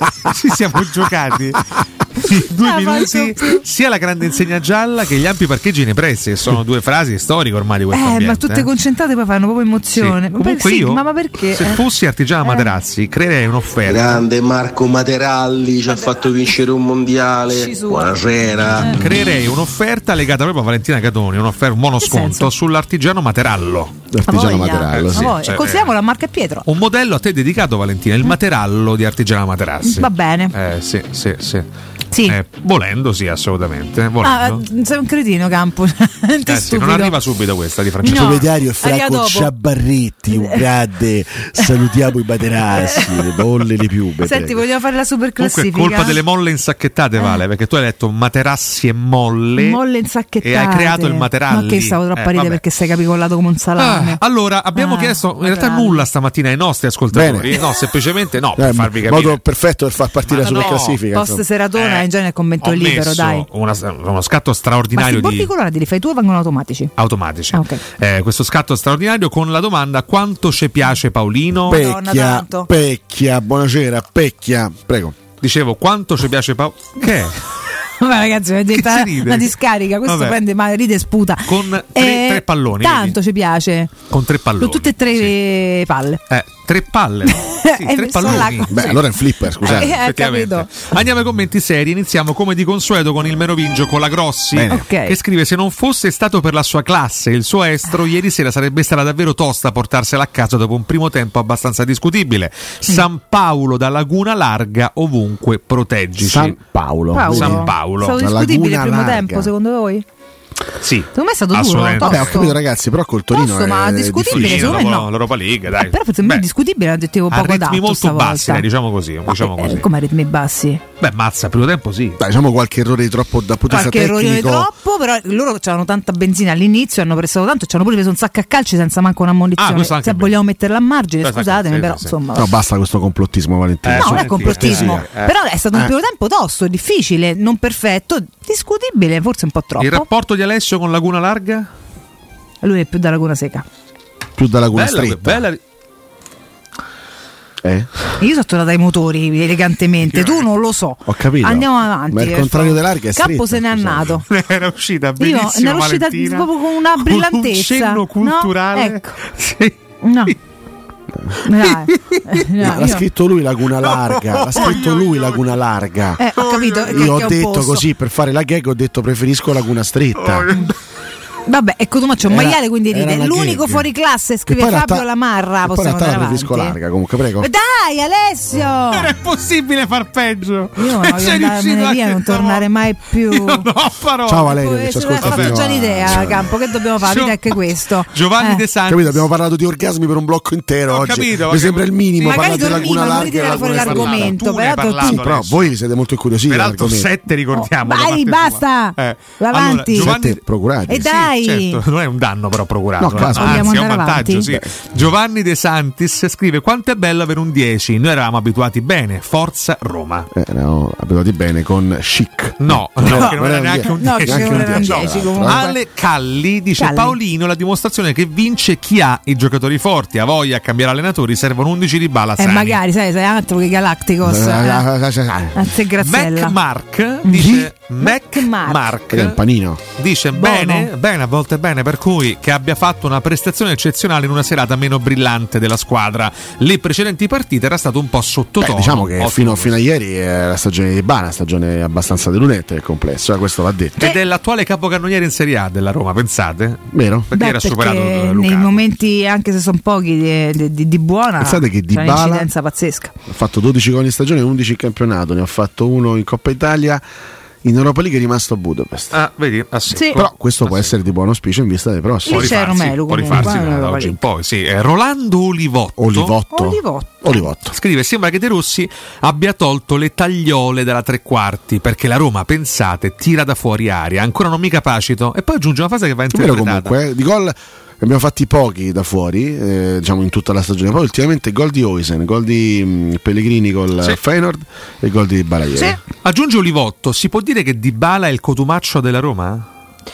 [SPEAKER 28] ci siamo giocati in due
[SPEAKER 11] Ah,
[SPEAKER 28] minuti sia la grande insegna gialla che gli ampi parcheggi nei pressi, che sono due frasi storiche ormai di questo
[SPEAKER 11] Eh,
[SPEAKER 28] ambiente.
[SPEAKER 11] ma tutte
[SPEAKER 28] eh.
[SPEAKER 11] concentrate poi fanno proprio emozione.
[SPEAKER 28] Sì.
[SPEAKER 11] Ma
[SPEAKER 28] Comunque
[SPEAKER 11] per- sì,
[SPEAKER 28] io,
[SPEAKER 11] ma, ma perché?
[SPEAKER 28] se
[SPEAKER 11] Eh.
[SPEAKER 28] fossi Artigiana Materazzi, creerei un'offerta.
[SPEAKER 5] Grande Marco Materalli ci ha fatto vincere un mondiale. Buonasera.
[SPEAKER 28] Creerei un'offerta legata proprio a Valentina Catoni, un'offerta, un buono sconto
[SPEAKER 11] senso?
[SPEAKER 28] sull'artigiano Materallo.
[SPEAKER 12] L'artigiano
[SPEAKER 11] voglia.
[SPEAKER 12] Materallo,
[SPEAKER 28] Eh,
[SPEAKER 12] sì.
[SPEAKER 28] sì.
[SPEAKER 11] Poi,
[SPEAKER 28] cioè,
[SPEAKER 11] consideriamo la marca Pietro.
[SPEAKER 28] Un modello a te dedicato, Valentina, il Materallo di Artigiana Materazzi.
[SPEAKER 11] Va bene.
[SPEAKER 28] Eh, sì, sì, sì.
[SPEAKER 11] Sì.
[SPEAKER 28] Eh, volendo, sì, assolutamente.
[SPEAKER 11] Ah,
[SPEAKER 28] Volendo.
[SPEAKER 11] sei un cretino, Campo. Niente
[SPEAKER 28] Eh, sì,
[SPEAKER 11] stupido.
[SPEAKER 28] non arriva subito questa di Francesco.
[SPEAKER 11] No.
[SPEAKER 12] Proprietario
[SPEAKER 11] arriva
[SPEAKER 12] Franco
[SPEAKER 11] dopo.
[SPEAKER 12] Ciabarretti, un grande. Salutiamo i Materassi, le bolle, le piube.
[SPEAKER 11] Senti,
[SPEAKER 12] prego.
[SPEAKER 11] vogliamo fare la super
[SPEAKER 28] Comunque è
[SPEAKER 11] classifica?
[SPEAKER 28] colpa delle molle insacchettate, Vale, perché tu hai letto materassi e molle.
[SPEAKER 11] Molle insacchettate.
[SPEAKER 28] E hai creato il Materalli.
[SPEAKER 11] Ma che stavo troppo
[SPEAKER 28] Eh,
[SPEAKER 11] a ridere
[SPEAKER 28] vabbè.
[SPEAKER 11] perché sei capicollato come un salame.
[SPEAKER 28] Ah, allora, abbiamo
[SPEAKER 11] Ah,
[SPEAKER 28] chiesto in realtà
[SPEAKER 11] Materalli.
[SPEAKER 28] nulla stamattina ai nostri ascoltatori.
[SPEAKER 12] Bene.
[SPEAKER 28] No, semplicemente no, per
[SPEAKER 12] Eh,
[SPEAKER 28] farvi capire.
[SPEAKER 12] modo perfetto per far partire
[SPEAKER 28] Ma
[SPEAKER 12] la super
[SPEAKER 28] no,
[SPEAKER 12] classifica.
[SPEAKER 11] Post
[SPEAKER 12] insomma.
[SPEAKER 11] seratona
[SPEAKER 28] Eh,
[SPEAKER 11] in genere il commento
[SPEAKER 28] Ho
[SPEAKER 11] è libero,
[SPEAKER 28] messo
[SPEAKER 11] dai.
[SPEAKER 28] una- uno scatto
[SPEAKER 11] Ma
[SPEAKER 28] straordinario
[SPEAKER 11] sti bordi
[SPEAKER 28] di
[SPEAKER 11] colorati li fai tu o vengono automatici?
[SPEAKER 28] automatici.
[SPEAKER 11] Ah, ok.
[SPEAKER 28] Eh, questo scatto straordinario con la domanda: quanto ci piace Paolino?
[SPEAKER 11] Madonna,
[SPEAKER 12] Pecchia,
[SPEAKER 11] tanto.
[SPEAKER 12] Pecchia, buonasera, Pecchia, prego.
[SPEAKER 28] Dicevo, quanto ci piace Paolino? Che è?
[SPEAKER 11] Vabbè, ragazzi, è diventata
[SPEAKER 28] si ride?
[SPEAKER 11] una discarica. Questo
[SPEAKER 28] Vabbè.
[SPEAKER 11] prende ma ride e sputa.
[SPEAKER 28] Con tre,
[SPEAKER 11] Eh,
[SPEAKER 28] tre palloni.
[SPEAKER 11] Tanto
[SPEAKER 28] vedi?
[SPEAKER 11] ci piace.
[SPEAKER 28] Con tre palloni.
[SPEAKER 11] Con tutte e tre le palle.
[SPEAKER 28] Eh, tre palle. Sì,
[SPEAKER 11] Eh,
[SPEAKER 28] tre
[SPEAKER 11] sono
[SPEAKER 28] palloni.
[SPEAKER 11] là-
[SPEAKER 12] Beh,
[SPEAKER 11] sì.
[SPEAKER 12] allora è un flipper, scusate.
[SPEAKER 11] Eh,
[SPEAKER 28] Effettivamente.
[SPEAKER 11] capito.
[SPEAKER 28] Andiamo ai commenti seri. Iniziamo come di consueto con il Merovingio con la Grossi,
[SPEAKER 12] Bene.
[SPEAKER 11] Ok.
[SPEAKER 28] che scrive: se non fosse stato per la sua classe e il suo estro, ieri sera sarebbe stata davvero tosta portarsela a casa dopo un primo tempo abbastanza discutibile. San Paolo da Laguna Larga, ovunque proteggici.
[SPEAKER 12] San Paolo.
[SPEAKER 11] Paolo.
[SPEAKER 28] San Paolo.
[SPEAKER 11] È stato
[SPEAKER 12] La
[SPEAKER 11] discutibile il
[SPEAKER 12] Laguna
[SPEAKER 11] primo
[SPEAKER 12] Larga.
[SPEAKER 11] tempo, secondo voi?
[SPEAKER 28] Sì,
[SPEAKER 11] Secondo me è stato duro,
[SPEAKER 28] assolutamente.
[SPEAKER 11] tosto.
[SPEAKER 12] Vabbè, ho capito, ragazzi, però col Torino
[SPEAKER 11] Tosto, ma
[SPEAKER 12] è
[SPEAKER 11] discutibile,
[SPEAKER 12] difficile.
[SPEAKER 11] secondo me
[SPEAKER 28] dopo
[SPEAKER 11] no.
[SPEAKER 28] l'Europa League, dai.
[SPEAKER 11] Eh, però per me è
[SPEAKER 28] Beh,
[SPEAKER 11] discutibile, l'aggettivo
[SPEAKER 28] a
[SPEAKER 11] poco
[SPEAKER 28] ritmi
[SPEAKER 11] adatto
[SPEAKER 28] molto
[SPEAKER 11] stavolta.
[SPEAKER 28] bassi, dai, diciamo così, diciamo
[SPEAKER 11] Eh,
[SPEAKER 28] così.
[SPEAKER 11] come a ritmi bassi?
[SPEAKER 28] Beh, mazza, primo tempo sì.
[SPEAKER 12] Dai, diciamo qualche errore di troppo da punto di
[SPEAKER 11] Qualche
[SPEAKER 12] vista
[SPEAKER 11] errore
[SPEAKER 12] tecnico.
[SPEAKER 11] troppo, però loro c'avevano tanta benzina all'inizio, hanno prestato tanto, ci hanno pure preso un sacco a calci senza manco
[SPEAKER 28] Ah,
[SPEAKER 11] un'ammonizione.
[SPEAKER 28] questo anche
[SPEAKER 11] Se
[SPEAKER 28] è vero.
[SPEAKER 11] vogliamo metterla a margine,
[SPEAKER 28] Questo anche-
[SPEAKER 11] scusatemi,
[SPEAKER 28] sì,
[SPEAKER 11] però
[SPEAKER 28] sì, sì.
[SPEAKER 11] insomma.
[SPEAKER 12] No, basta questo complottismo, Valentino.
[SPEAKER 28] Eh,
[SPEAKER 11] No, non è
[SPEAKER 28] sì,
[SPEAKER 11] complottismo,
[SPEAKER 28] sì, sì, eh.
[SPEAKER 11] però è stato un
[SPEAKER 12] Eh.
[SPEAKER 11] primo tempo tosto, difficile, non perfetto, discutibile, forse un po' troppo.
[SPEAKER 28] Il rapporto di Alessio con Laguna Larga?
[SPEAKER 11] Lui è più da Laguna Seca.
[SPEAKER 12] Più da Laguna
[SPEAKER 28] Bella,
[SPEAKER 12] Stretta.
[SPEAKER 28] bella.
[SPEAKER 12] Eh?
[SPEAKER 11] Io sono tornata ai motori elegantemente, tu non lo so.
[SPEAKER 12] Ho capito.
[SPEAKER 11] Andiamo avanti.
[SPEAKER 12] Ma il
[SPEAKER 11] per
[SPEAKER 12] contrario
[SPEAKER 11] favore.
[SPEAKER 12] dell'arga è
[SPEAKER 11] Campo
[SPEAKER 12] stretta,
[SPEAKER 11] se n'è
[SPEAKER 12] scusate.
[SPEAKER 11] andato.
[SPEAKER 28] Era uscita
[SPEAKER 11] Io
[SPEAKER 28] benissimo.
[SPEAKER 11] ne ero uscita
[SPEAKER 28] Valentina,
[SPEAKER 11] proprio con una brillantezza.
[SPEAKER 28] un cenno culturale.
[SPEAKER 11] No? Ecco.
[SPEAKER 28] Sì.
[SPEAKER 11] No. Dai. Eh, no,
[SPEAKER 12] No, l'ha
[SPEAKER 11] io-
[SPEAKER 12] scritto lui Laguna Larga. L'ha scritto lui Laguna Larga.
[SPEAKER 11] Eh, ho capito. che-
[SPEAKER 12] Io
[SPEAKER 11] che è
[SPEAKER 12] ho
[SPEAKER 11] un
[SPEAKER 12] detto
[SPEAKER 11] posto.
[SPEAKER 12] così per fare la gag, ho detto preferisco Laguna Stretta.
[SPEAKER 11] Vabbè, ecco, Tomaccio, un
[SPEAKER 12] Era-
[SPEAKER 11] maiale quindi
[SPEAKER 12] era
[SPEAKER 11] ride.
[SPEAKER 12] una
[SPEAKER 11] L'unico
[SPEAKER 12] gag.
[SPEAKER 11] fuori classe
[SPEAKER 12] E
[SPEAKER 11] scrive
[SPEAKER 12] poi in realtà-
[SPEAKER 11] Fabio Lamarra.
[SPEAKER 12] e poi in
[SPEAKER 11] Possiamo
[SPEAKER 12] realtà
[SPEAKER 11] andare
[SPEAKER 12] la preferisco
[SPEAKER 11] avanti?
[SPEAKER 12] larga, comunque, prego.
[SPEAKER 11] Dai, Alessio!
[SPEAKER 28] Non è possibile far peggio.
[SPEAKER 11] Io voglio
[SPEAKER 28] Sei
[SPEAKER 11] andarmene
[SPEAKER 28] riuscito
[SPEAKER 11] via,
[SPEAKER 28] anche
[SPEAKER 11] non tornare mai più.
[SPEAKER 28] Io non ho parole.
[SPEAKER 12] Ciao Valerio,
[SPEAKER 11] Eh,
[SPEAKER 12] che ci
[SPEAKER 11] ci aveva
[SPEAKER 12] ascolta
[SPEAKER 11] fatto
[SPEAKER 12] fino
[SPEAKER 11] già
[SPEAKER 12] a-
[SPEAKER 11] l'idea, Campo, che dobbiamo fare?
[SPEAKER 28] Gio-
[SPEAKER 11] Vedi anche questo.
[SPEAKER 28] Giovanni
[SPEAKER 11] Eh.
[SPEAKER 28] De Santis.
[SPEAKER 12] Capito? Abbiamo parlato di orgasmi per un blocco intero
[SPEAKER 28] Ho
[SPEAKER 12] oggi.
[SPEAKER 28] capito,
[SPEAKER 12] Mi
[SPEAKER 28] ma
[SPEAKER 12] sembra
[SPEAKER 28] che-
[SPEAKER 12] il minimo
[SPEAKER 11] Magari
[SPEAKER 12] parlare di Laguna
[SPEAKER 11] dormiva, non
[SPEAKER 12] Larga e
[SPEAKER 11] ritirare fuori
[SPEAKER 12] Laguna Stretta.
[SPEAKER 11] l'argomento,
[SPEAKER 28] Tu ne hai
[SPEAKER 11] però
[SPEAKER 28] parlato,
[SPEAKER 11] tu-
[SPEAKER 12] Sì, però
[SPEAKER 28] Alessio.
[SPEAKER 12] voi siete molto incuriositi
[SPEAKER 28] Peraltro
[SPEAKER 12] dall'argomento.
[SPEAKER 28] sette ricordiamo.
[SPEAKER 11] Oh,
[SPEAKER 28] da
[SPEAKER 11] vai,
[SPEAKER 28] parte
[SPEAKER 11] basta.
[SPEAKER 28] sua. Eh.
[SPEAKER 11] Vai
[SPEAKER 28] Allora,
[SPEAKER 11] avanti.
[SPEAKER 28] Giovanni...
[SPEAKER 12] Sette procurati.
[SPEAKER 11] E dai.
[SPEAKER 28] Sì, certo, non è un danno però procurato.
[SPEAKER 12] No, caso.
[SPEAKER 28] Anzi,
[SPEAKER 11] Vogliamo
[SPEAKER 28] è un
[SPEAKER 11] andare
[SPEAKER 28] vantaggio,
[SPEAKER 11] avanti?
[SPEAKER 28] sì.
[SPEAKER 12] Beh.
[SPEAKER 28] Giovanni De Santis scrive: quanto è bello avere un dieci. Noi eravamo abituati bene. Forza Roma.
[SPEAKER 12] Eh, eravamo abituati bene con chic.
[SPEAKER 28] No, no,
[SPEAKER 12] No,
[SPEAKER 28] che non era neanche un
[SPEAKER 11] No,
[SPEAKER 28] dieci.
[SPEAKER 11] che non era un
[SPEAKER 12] dieci,
[SPEAKER 11] dieci
[SPEAKER 12] no.
[SPEAKER 11] comunque.
[SPEAKER 28] Ale Calli dice:
[SPEAKER 11] Calli.
[SPEAKER 28] Paolino, la dimostrazione che vince chi ha i giocatori forti, ha voglia a cambiare allenatori, servono undici di bala
[SPEAKER 11] E
[SPEAKER 28] sani.
[SPEAKER 11] magari, sai, sei altro che Galacticos.
[SPEAKER 12] Eh,
[SPEAKER 11] eh.
[SPEAKER 12] eh,
[SPEAKER 11] Anzi, Graziella.
[SPEAKER 28] Mac Mark dice Mac
[SPEAKER 11] Mark.
[SPEAKER 28] Mark
[SPEAKER 12] È un panino.
[SPEAKER 28] dice
[SPEAKER 11] Buono.
[SPEAKER 28] bene, bene, a volte bene, per cui che abbia fatto una prestazione eccezionale in una serata meno brillante della squadra. Le precedenti partite era stato un po' sottotono.
[SPEAKER 12] Beh, diciamo che
[SPEAKER 28] Ottimo
[SPEAKER 12] fino,
[SPEAKER 28] questo.
[SPEAKER 12] fino a ieri è la stagione di Bana, stagione abbastanza deludente nel complesso, eh, questo va detto.
[SPEAKER 28] Ed è l'attuale capocannoniere in Serie A della Roma, pensate?
[SPEAKER 12] Vero?
[SPEAKER 28] Perché
[SPEAKER 11] Beh,
[SPEAKER 28] era superato
[SPEAKER 11] perché
[SPEAKER 28] Lukaku.
[SPEAKER 11] nei momenti, anche se sono pochi, di, di- di- di buona,
[SPEAKER 12] Pensate che
[SPEAKER 11] c'è
[SPEAKER 12] Dybala-
[SPEAKER 11] un'incidenza pazzesca.
[SPEAKER 12] Ha fatto dodici gol in stagione, undici in campionato, ne ha fatto uno in Coppa Italia in Europa League è rimasto a Budapest.
[SPEAKER 28] Ah, vedi? Ah, sì.
[SPEAKER 11] Sì.
[SPEAKER 12] Però questo
[SPEAKER 28] ah,
[SPEAKER 12] può
[SPEAKER 28] sì.
[SPEAKER 12] essere di buon auspicio in vista dei prossimi.
[SPEAKER 11] Lì c'è Romelu,
[SPEAKER 28] può
[SPEAKER 11] comunque,
[SPEAKER 28] rifarsi
[SPEAKER 11] eh,
[SPEAKER 28] da oggi in poi, sì. Eh, Rolando Olivotto,
[SPEAKER 12] Olivotto.
[SPEAKER 11] Olivotto.
[SPEAKER 12] Olivotto.
[SPEAKER 28] scrive: sembra che De Rossi abbia tolto le tagliole dalla tre quarti perché la Roma, pensate, tira da fuori aria, ancora non mi capacito, e poi aggiunge una fase che va
[SPEAKER 12] È vero
[SPEAKER 28] interpretata.
[SPEAKER 12] comunque, eh, di gol abbiamo fatti pochi da fuori, eh, diciamo in tutta la stagione. Poi ultimamente gol di Oisen, gol di mh, Pellegrini col
[SPEAKER 28] Sì.
[SPEAKER 12] Feyenoord e gol di Dybala ieri.
[SPEAKER 28] Sì. Aggiunge Olivotto: si può dire che Dybala è il cotumaccio della Roma?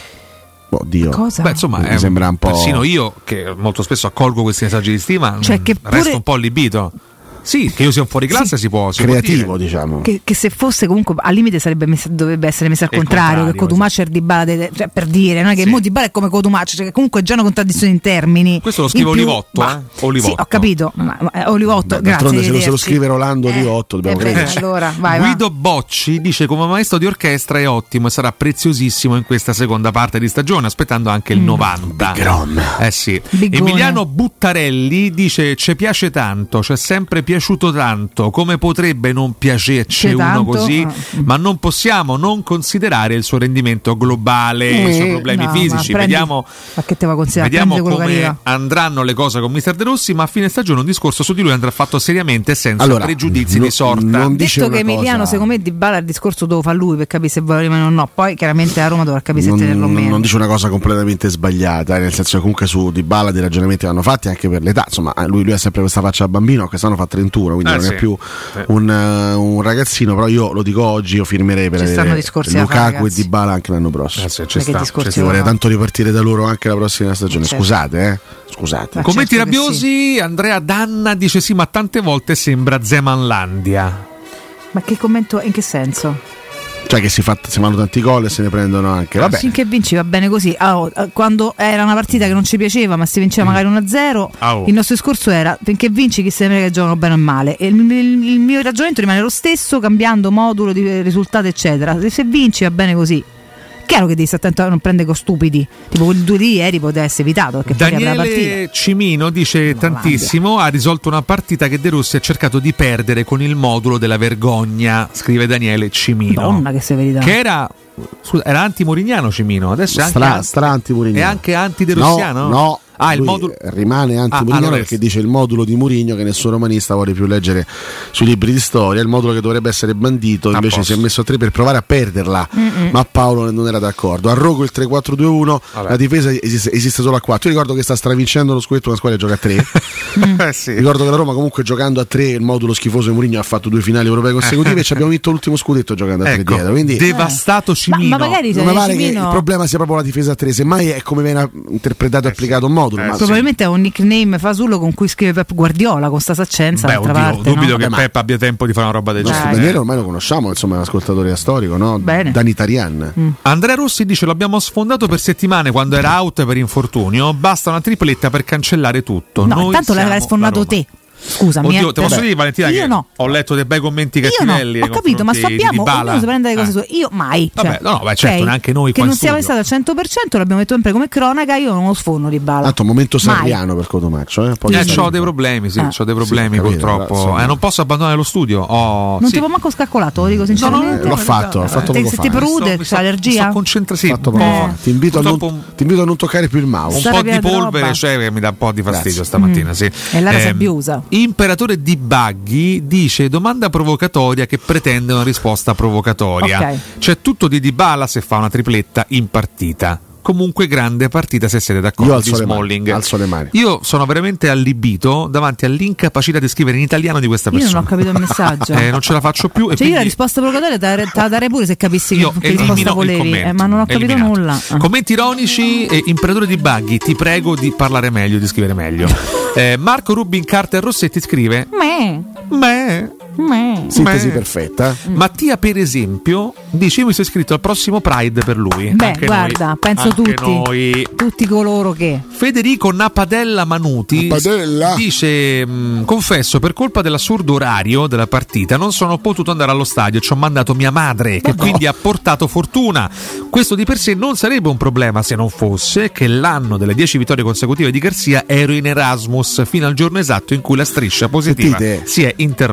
[SPEAKER 12] Oddio.
[SPEAKER 11] Cosa?
[SPEAKER 28] Beh, insomma,
[SPEAKER 12] Mi
[SPEAKER 28] è
[SPEAKER 12] sembra un po'.
[SPEAKER 28] persino io, che molto spesso accolgo questi messaggi di stima,
[SPEAKER 11] Cioè,
[SPEAKER 28] mh,
[SPEAKER 11] che pure-
[SPEAKER 28] resto un po' allibito. Sì, che io sia un fuori classe
[SPEAKER 11] Sì.
[SPEAKER 28] si può si
[SPEAKER 12] creativo,
[SPEAKER 28] può dire.
[SPEAKER 12] diciamo.
[SPEAKER 11] Che, che se fosse comunque al limite sarebbe messa- dovrebbe essere messa al
[SPEAKER 28] È il
[SPEAKER 11] contrario, che
[SPEAKER 28] contrario,
[SPEAKER 11] Cotumaccio e Dybala de- cioè, per dire, non è che
[SPEAKER 28] Sì.
[SPEAKER 11] mo Dybala è come Cotumaccio, cioè che comunque è già una contraddizione in termini.
[SPEAKER 28] Questo lo
[SPEAKER 11] In
[SPEAKER 28] scrive
[SPEAKER 11] più-
[SPEAKER 28] Olivotto,
[SPEAKER 11] ma-
[SPEAKER 28] eh? Olivotto.
[SPEAKER 11] Sì, ho capito, ma, ma, eh, Olivotto,
[SPEAKER 12] Beh,
[SPEAKER 11] grazie.
[SPEAKER 12] d'altronde se lo, se lo
[SPEAKER 11] arrivederci.
[SPEAKER 12] scrive Rolando
[SPEAKER 11] Eh,
[SPEAKER 12] Olivotto dobbiamo
[SPEAKER 11] eh beh,
[SPEAKER 12] crederci.
[SPEAKER 11] allora, vai, va.
[SPEAKER 28] Guido Bocci dice: come maestro di orchestra è ottimo e sarà preziosissimo in questa seconda parte di stagione, aspettando anche il
[SPEAKER 11] Mm.
[SPEAKER 28] novanta.
[SPEAKER 12] Big Ron.
[SPEAKER 28] Eh sì.
[SPEAKER 11] Bigone.
[SPEAKER 28] Emiliano Buttarelli dice: ci piace tanto, ci è sempre piaciuto tanto, come potrebbe non piacerci
[SPEAKER 11] C'è
[SPEAKER 28] uno
[SPEAKER 11] tanto,
[SPEAKER 28] così,
[SPEAKER 11] ah.
[SPEAKER 28] ma non possiamo non considerare il suo rendimento globale,
[SPEAKER 11] Eh,
[SPEAKER 28] i suoi problemi
[SPEAKER 11] no,
[SPEAKER 28] fisici.
[SPEAKER 11] ma prendi-
[SPEAKER 28] Vediamo
[SPEAKER 11] Ma che te va a considerare?
[SPEAKER 28] Vediamo
[SPEAKER 11] Prendi quello che
[SPEAKER 28] come
[SPEAKER 11] arriva.
[SPEAKER 28] andranno le cose con mister De Rossi, ma a fine stagione un discorso su di lui andrà fatto seriamente e senza
[SPEAKER 12] Allora,
[SPEAKER 28] pregiudizi
[SPEAKER 12] no-
[SPEAKER 28] di sorta.
[SPEAKER 12] non dice
[SPEAKER 11] Detto che
[SPEAKER 12] una
[SPEAKER 11] Emiliano,
[SPEAKER 12] cosa-
[SPEAKER 11] secondo me, Dybala il discorso dove fa lui per capire se vuole rimanere o no. Poi chiaramente la Roma dovrà capire se
[SPEAKER 12] non,
[SPEAKER 11] tenerlo o
[SPEAKER 12] non-
[SPEAKER 11] meno.
[SPEAKER 12] non dice una cosa completamente sbagliata, eh, nel senso che comunque su Dybala dei ragionamenti vanno fatti anche per l'età. Insomma, eh, lui, lui ha sempre questa faccia da bambino, quest'anno fa trentuno, quindi
[SPEAKER 28] Eh,
[SPEAKER 12] non
[SPEAKER 28] sì.
[SPEAKER 12] è più
[SPEAKER 28] Sì.
[SPEAKER 12] un, eh, un ragazzino. Però io lo dico oggi, io firmerei per
[SPEAKER 11] Ci stanno
[SPEAKER 12] avere
[SPEAKER 11] discorsi da fare,
[SPEAKER 12] Lukaku e
[SPEAKER 11] ragazzi.
[SPEAKER 12] Dybala anche l'anno prossimo.
[SPEAKER 28] Eh sì, ci
[SPEAKER 11] Ma che
[SPEAKER 28] sta,
[SPEAKER 11] discorsi
[SPEAKER 28] ci sta.
[SPEAKER 12] Vorrei
[SPEAKER 11] no.
[SPEAKER 12] tanto ripartire da loro anche la prossima stagione.
[SPEAKER 11] Certo.
[SPEAKER 12] Scusate, eh? Scusate.
[SPEAKER 11] Ma
[SPEAKER 28] Commenti
[SPEAKER 11] certo che
[SPEAKER 28] rabbiosi, Andrea Danna dice: sì, ma tante volte sembra Zemanlandia.
[SPEAKER 11] Ma che commento, in che senso?
[SPEAKER 12] Cioè che si, fa, si fanno tanti gol e se ne prendono anche. Vabbè.
[SPEAKER 11] Finché vinci va bene così. Ah, oh, eh, quando era una partita che non ci piaceva, ma si vinceva magari uno a zero,
[SPEAKER 28] Ah, oh.
[SPEAKER 11] il nostro discorso era: finché vinci, chi se ne frega che giocano bene o male. E il, il- il mio ragionamento rimane lo stesso, cambiando modulo di risultato, eccetera. Se, se vinci va bene così. Chiaro che devi stare attento a non prendere con stupidi. Tipo quel due di ieri poteva essere evitato perché poi apre la partita.
[SPEAKER 28] Daniele Cimino dice tantissimo, ha risolto una partita che De Rossi ha cercato di perdere con il modulo della vergogna, scrive Daniele Cimino.
[SPEAKER 11] Madonna, che severità.
[SPEAKER 28] Che era, scusa, era anti-Morignano Cimino, adesso è anche,
[SPEAKER 12] Stra,
[SPEAKER 28] anti-
[SPEAKER 12] stra anti-Murignano.
[SPEAKER 28] è anche anti-derossiano?
[SPEAKER 12] No, no.
[SPEAKER 28] Ah, il
[SPEAKER 12] Lui
[SPEAKER 28] modulo...
[SPEAKER 12] rimane anti
[SPEAKER 28] Ah,
[SPEAKER 12] Mourinho
[SPEAKER 28] allora
[SPEAKER 12] perché
[SPEAKER 28] è-
[SPEAKER 12] dice il modulo di Mourinho che nessun romanista vuole più leggere sui libri di storia, il modulo che dovrebbe essere bandito invece
[SPEAKER 28] posto.
[SPEAKER 12] si è messo a tre per provare a perderla.
[SPEAKER 11] Mm-mm.
[SPEAKER 12] Ma Paolo non era d'accordo. A Rogo il tre quattro due uno,
[SPEAKER 28] Vabbè.
[SPEAKER 12] la difesa esiste, esiste solo a quattro. Io ricordo che sta stravincendo lo scudetto una squadra che gioca a tre.
[SPEAKER 28] eh sì.
[SPEAKER 12] Ricordo che la Roma comunque giocando a tre, il modulo schifoso di Mourinho ha fatto due finali europee consecutive e ci abbiamo vinto l'ultimo scudetto giocando a tre
[SPEAKER 28] Ecco,
[SPEAKER 12] dietro. Quindi
[SPEAKER 28] devastato Cimino.
[SPEAKER 11] Ma magari se
[SPEAKER 12] non mi pare che
[SPEAKER 11] Cimino-
[SPEAKER 12] il problema sia proprio la difesa a tre, semmai è come viene interpretato e applicato un modulo.
[SPEAKER 28] Eh
[SPEAKER 12] ma
[SPEAKER 28] sì.
[SPEAKER 11] Probabilmente è un nickname fasullo con cui scrive Pep Guardiola con sta saccenza.
[SPEAKER 28] Beh,
[SPEAKER 11] d'altra
[SPEAKER 28] oddio,
[SPEAKER 11] parte,
[SPEAKER 28] dubito
[SPEAKER 11] no?
[SPEAKER 28] che
[SPEAKER 12] Vabbè, ma-
[SPEAKER 28] Pep abbia tempo di fare una roba del
[SPEAKER 12] Il nostro
[SPEAKER 28] genere.
[SPEAKER 12] Daniele ormai lo conosciamo, insomma è un ascoltatore storico, no?
[SPEAKER 11] Bene.
[SPEAKER 12] Dani Tarian.
[SPEAKER 11] Mm.
[SPEAKER 28] Andrea Rossi dice: l'abbiamo sfondato per settimane quando era out per infortunio, basta una tripletta per cancellare tutto.
[SPEAKER 11] No,
[SPEAKER 28] Noi
[SPEAKER 11] intanto l'avrai
[SPEAKER 28] siamo
[SPEAKER 11] sfondato
[SPEAKER 28] la Roma.
[SPEAKER 11] te. Scusami.
[SPEAKER 28] Oddio,
[SPEAKER 11] eh,
[SPEAKER 28] te posso
[SPEAKER 11] vabbè.
[SPEAKER 28] dire, Valentina,
[SPEAKER 11] Io
[SPEAKER 28] che
[SPEAKER 11] no.
[SPEAKER 28] ho letto dei bei commenti
[SPEAKER 11] Io no,
[SPEAKER 28] cattivelli.
[SPEAKER 11] ho
[SPEAKER 28] nei
[SPEAKER 11] capito, ma
[SPEAKER 28] confronti di
[SPEAKER 11] sappiamo,
[SPEAKER 28] Dybala.
[SPEAKER 11] ognuno si prende le cose
[SPEAKER 28] Eh.
[SPEAKER 11] sue. Io mai.
[SPEAKER 28] Vabbè,
[SPEAKER 11] cioè,
[SPEAKER 28] no, beh, certo,
[SPEAKER 11] ok?
[SPEAKER 28] neanche noi
[SPEAKER 11] Che
[SPEAKER 28] qua
[SPEAKER 11] non
[SPEAKER 28] in
[SPEAKER 11] sia mai
[SPEAKER 28] studio.
[SPEAKER 11] stato al cento per cento, l'abbiamo detto sempre come cronaca, io non lo sfono di bala.
[SPEAKER 12] Tanto momento
[SPEAKER 11] Mai.
[SPEAKER 12] sarriano per Cotomaccio. Eh? Poi
[SPEAKER 28] Eh,
[SPEAKER 12] sì.
[SPEAKER 28] c'ho dei problemi, sì,
[SPEAKER 11] Ah.
[SPEAKER 28] c'ho dei problemi
[SPEAKER 12] Sì, capito,
[SPEAKER 28] purtroppo.
[SPEAKER 12] insomma.
[SPEAKER 28] Eh, non posso abbandonare lo studio. Ho,
[SPEAKER 11] Non
[SPEAKER 28] sì.
[SPEAKER 11] ti può manco scaccolato, lo dico sinceramente.
[SPEAKER 12] Eh, l'ho fatto, l'ho fatto
[SPEAKER 11] Te-
[SPEAKER 12] poco
[SPEAKER 11] se
[SPEAKER 12] fa.
[SPEAKER 11] ti
[SPEAKER 12] eh.
[SPEAKER 11] prude,
[SPEAKER 28] Mi
[SPEAKER 11] c'è
[SPEAKER 28] sto- mi
[SPEAKER 11] allergia?
[SPEAKER 28] sto concentra- sì,
[SPEAKER 12] Fatto
[SPEAKER 28] un
[SPEAKER 12] poco
[SPEAKER 28] po'.
[SPEAKER 12] fa. Ti invito, a non,
[SPEAKER 28] Purtroppo
[SPEAKER 12] ti invito a non toccare più il mouse.
[SPEAKER 28] un
[SPEAKER 11] Stare
[SPEAKER 28] po' di
[SPEAKER 11] via di
[SPEAKER 28] polvere,
[SPEAKER 11] roba.
[SPEAKER 28] cioè, che mi dà un po' di fastidio
[SPEAKER 12] Grazie.
[SPEAKER 28] stamattina. Sì.
[SPEAKER 11] E l'aria
[SPEAKER 28] Ehm,
[SPEAKER 11] sabbiosa.
[SPEAKER 28] Imperatore di Baghi dice: domanda provocatoria che pretende una risposta provocatoria.
[SPEAKER 11] Ok.
[SPEAKER 28] C'è tutto di Dybala se fa una tripletta in partita. Comunque grande partita se siete d'accordo.
[SPEAKER 12] Io alzo
[SPEAKER 28] di
[SPEAKER 12] le mani,
[SPEAKER 28] Smalling.
[SPEAKER 12] alzo le mani.
[SPEAKER 28] Io sono veramente allibito davanti all'incapacità di scrivere in italiano di questa
[SPEAKER 11] Io
[SPEAKER 28] persona.
[SPEAKER 11] non ho capito il messaggio.
[SPEAKER 28] Eh, non ce la faccio più. E
[SPEAKER 11] Cioè, io la
[SPEAKER 28] quindi
[SPEAKER 11] risposta provocatoria te la te la darei pure se capissi
[SPEAKER 28] io
[SPEAKER 11] che, che risposta
[SPEAKER 28] elimino il
[SPEAKER 11] volevi,
[SPEAKER 28] commento.
[SPEAKER 11] eh, ma non ho capito
[SPEAKER 28] Eliminato.
[SPEAKER 11] nulla. Ah.
[SPEAKER 28] Commenti ironici e imperatore di Baghi, ti prego di parlare meglio, di scrivere meglio. Eh, Marco Rubin Carter Rossetti scrive:
[SPEAKER 11] Meh,
[SPEAKER 28] Meh.
[SPEAKER 11] meh.
[SPEAKER 12] Sintesi
[SPEAKER 28] Beh.
[SPEAKER 12] perfetta.
[SPEAKER 28] Mattia, per esempio, dice: io mi sono iscritto al prossimo Pride per lui.
[SPEAKER 11] Beh,
[SPEAKER 28] Anche
[SPEAKER 11] guarda,
[SPEAKER 28] noi.
[SPEAKER 11] penso
[SPEAKER 28] Anche
[SPEAKER 11] tutti.
[SPEAKER 28] noi.
[SPEAKER 11] Tutti coloro che.
[SPEAKER 28] Federico Napadella Manuti
[SPEAKER 12] Napadella.
[SPEAKER 28] dice: mh, confesso, per colpa dell'assurdo orario della partita non sono potuto andare allo stadio, ci ho mandato mia madre che quindi ha portato fortuna. Questo di per sé non sarebbe un problema se non fosse che l'anno delle dieci vittorie consecutive di Garcia ero in Erasmus fino al giorno esatto in cui la striscia positiva
[SPEAKER 12] Sentite,
[SPEAKER 28] si è interrotta.
[SPEAKER 12] Io domani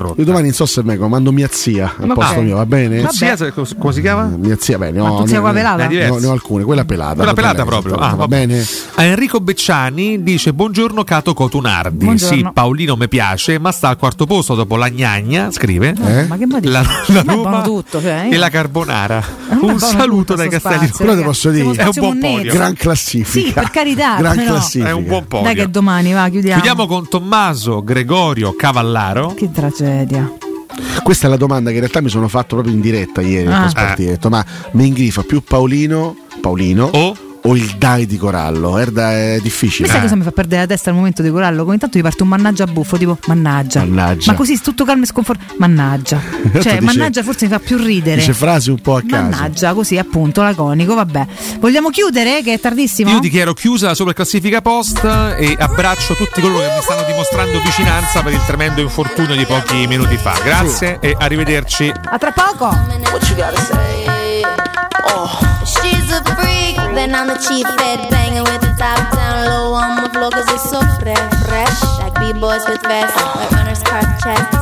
[SPEAKER 12] non so se vengo, mando mia zia al
[SPEAKER 11] Ma
[SPEAKER 12] posto
[SPEAKER 11] ok.
[SPEAKER 12] mio, va bene?
[SPEAKER 11] Vabbè.
[SPEAKER 28] Zia, se- cos- come si chiama?
[SPEAKER 12] Mia zia, beh, ne
[SPEAKER 11] Ma
[SPEAKER 12] ho,
[SPEAKER 11] tu zia
[SPEAKER 12] ne-
[SPEAKER 11] qua pelata?
[SPEAKER 28] È diverso.
[SPEAKER 12] ne ho- ne ho alcune, quella pelata.
[SPEAKER 28] Quella
[SPEAKER 12] va
[SPEAKER 28] pelata
[SPEAKER 12] bene,
[SPEAKER 28] proprio.
[SPEAKER 12] va
[SPEAKER 28] Ah, va
[SPEAKER 12] bene.
[SPEAKER 28] A Enrico Becciani dice: buongiorno Cato Cotunardi.
[SPEAKER 11] Buongiorno.
[SPEAKER 28] Sì, Paolino mi piace, ma sta al quarto posto dopo la gnagna, scrive.
[SPEAKER 12] Eh?
[SPEAKER 11] Ma che ma
[SPEAKER 28] La,
[SPEAKER 11] dici?
[SPEAKER 28] la
[SPEAKER 11] Ma è
[SPEAKER 28] Roma
[SPEAKER 11] buono tutto, cioè,
[SPEAKER 28] e
[SPEAKER 11] io-
[SPEAKER 28] la Carbonara.
[SPEAKER 11] ma è
[SPEAKER 28] Un
[SPEAKER 11] buono
[SPEAKER 28] saluto
[SPEAKER 11] tutto
[SPEAKER 28] dai
[SPEAKER 11] sto
[SPEAKER 28] Castelli.
[SPEAKER 11] spazio,
[SPEAKER 12] Però ti
[SPEAKER 11] raga.
[SPEAKER 12] posso dire,
[SPEAKER 11] Siamo
[SPEAKER 28] È un
[SPEAKER 11] spazio
[SPEAKER 28] buon
[SPEAKER 11] monnezza.
[SPEAKER 28] podio.
[SPEAKER 12] gran classifica.
[SPEAKER 11] Sì, per carità,
[SPEAKER 12] gran
[SPEAKER 11] però-
[SPEAKER 12] classifica.
[SPEAKER 28] È un buon podio.
[SPEAKER 11] Dai che domani va, chiudiamo.
[SPEAKER 28] Chiudiamo con Tommaso Gregorio Cavallaro.
[SPEAKER 11] Che tragedia.
[SPEAKER 12] Questa è la domanda che in realtà mi sono fatto proprio in diretta ieri
[SPEAKER 11] Ah.
[SPEAKER 12] al post-partita. Ho detto, ma mi ingrifa più Paolino Paolino
[SPEAKER 28] O?
[SPEAKER 12] o il dai di Corallo? Erda è difficile.
[SPEAKER 11] Mi sai cosa mi fa perdere la testa al momento di Corallo? Come intanto gli parte un mannaggia buffo, tipo mannaggia.
[SPEAKER 12] Mannaggia.
[SPEAKER 11] Ma così tutto calmo e sconfortato. Mannaggia. Cioè,
[SPEAKER 12] dice-
[SPEAKER 11] mannaggia forse mi fa più ridere.
[SPEAKER 12] Dice frasi un po' a caso.
[SPEAKER 11] Mannaggia, così appunto, laconico, vabbè. Vogliamo chiudere? Che è tardissimo?
[SPEAKER 28] Io dichiaro chiusa la superclassifica post e abbraccio tutti coloro che mi stanno dimostrando vicinanza per il tremendo infortunio di pochi minuti fa. Grazie e arrivederci.
[SPEAKER 11] A tra poco.
[SPEAKER 4] What you gotta say? Oh, she's a freak. Then I'm the chief head banging with the top down low on the floor cause it's so fresh, fresh. Like B-boys with vests, like runners car chests.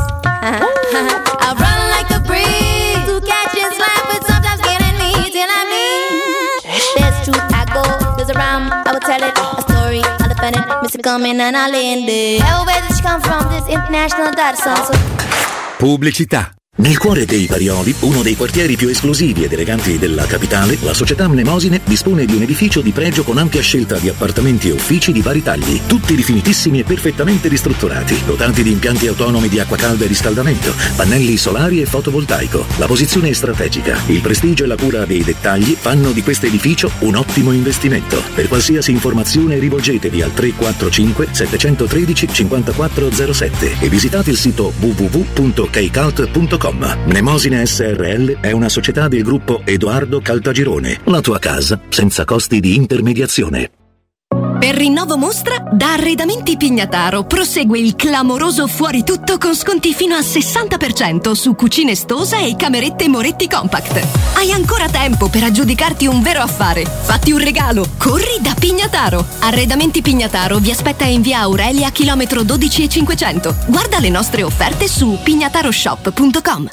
[SPEAKER 4] I run like a breeze to catch and slap, but sometimes getting me till I bleed. There's truth I go, there's a rhyme, I will tell it. A story, I'll defend it. Miss it coming and I'll end it. Hell, where did she come from? This international dot song. So
[SPEAKER 6] Pubblicità. Nel cuore dei Parioli, uno dei quartieri più esclusivi ed eleganti della capitale, la società Mnemosine dispone di un edificio di pregio con ampia scelta di appartamenti e uffici di vari tagli, tutti rifinitissimi e perfettamente ristrutturati, dotati di impianti autonomi di acqua calda e riscaldamento, pannelli solari e fotovoltaico. La posizione è strategica, il prestigio e la cura dei dettagli fanno di questo edificio un ottimo investimento. Per qualsiasi informazione rivolgetevi al tre quattro cinque sette uno tre cinque quattro zero sette e visitate il sito w w w punto keycult punto com. Mnemosine S R L è una società del gruppo Edoardo Caltagirone. La tua casa senza costi di intermediazione.
[SPEAKER 3] Per rinnovo mostra, da Arredamenti Pignataro prosegue il clamoroso fuori tutto con sconti fino al sessanta per cento su cucine Stosa e camerette Moretti Compact. Hai ancora tempo per aggiudicarti un vero affare. Fatti un regalo, corri da Pignataro. Arredamenti Pignataro vi aspetta in via Aurelia, chilometro dodici e cinquecento. Guarda le nostre offerte su pignataroshop punto com.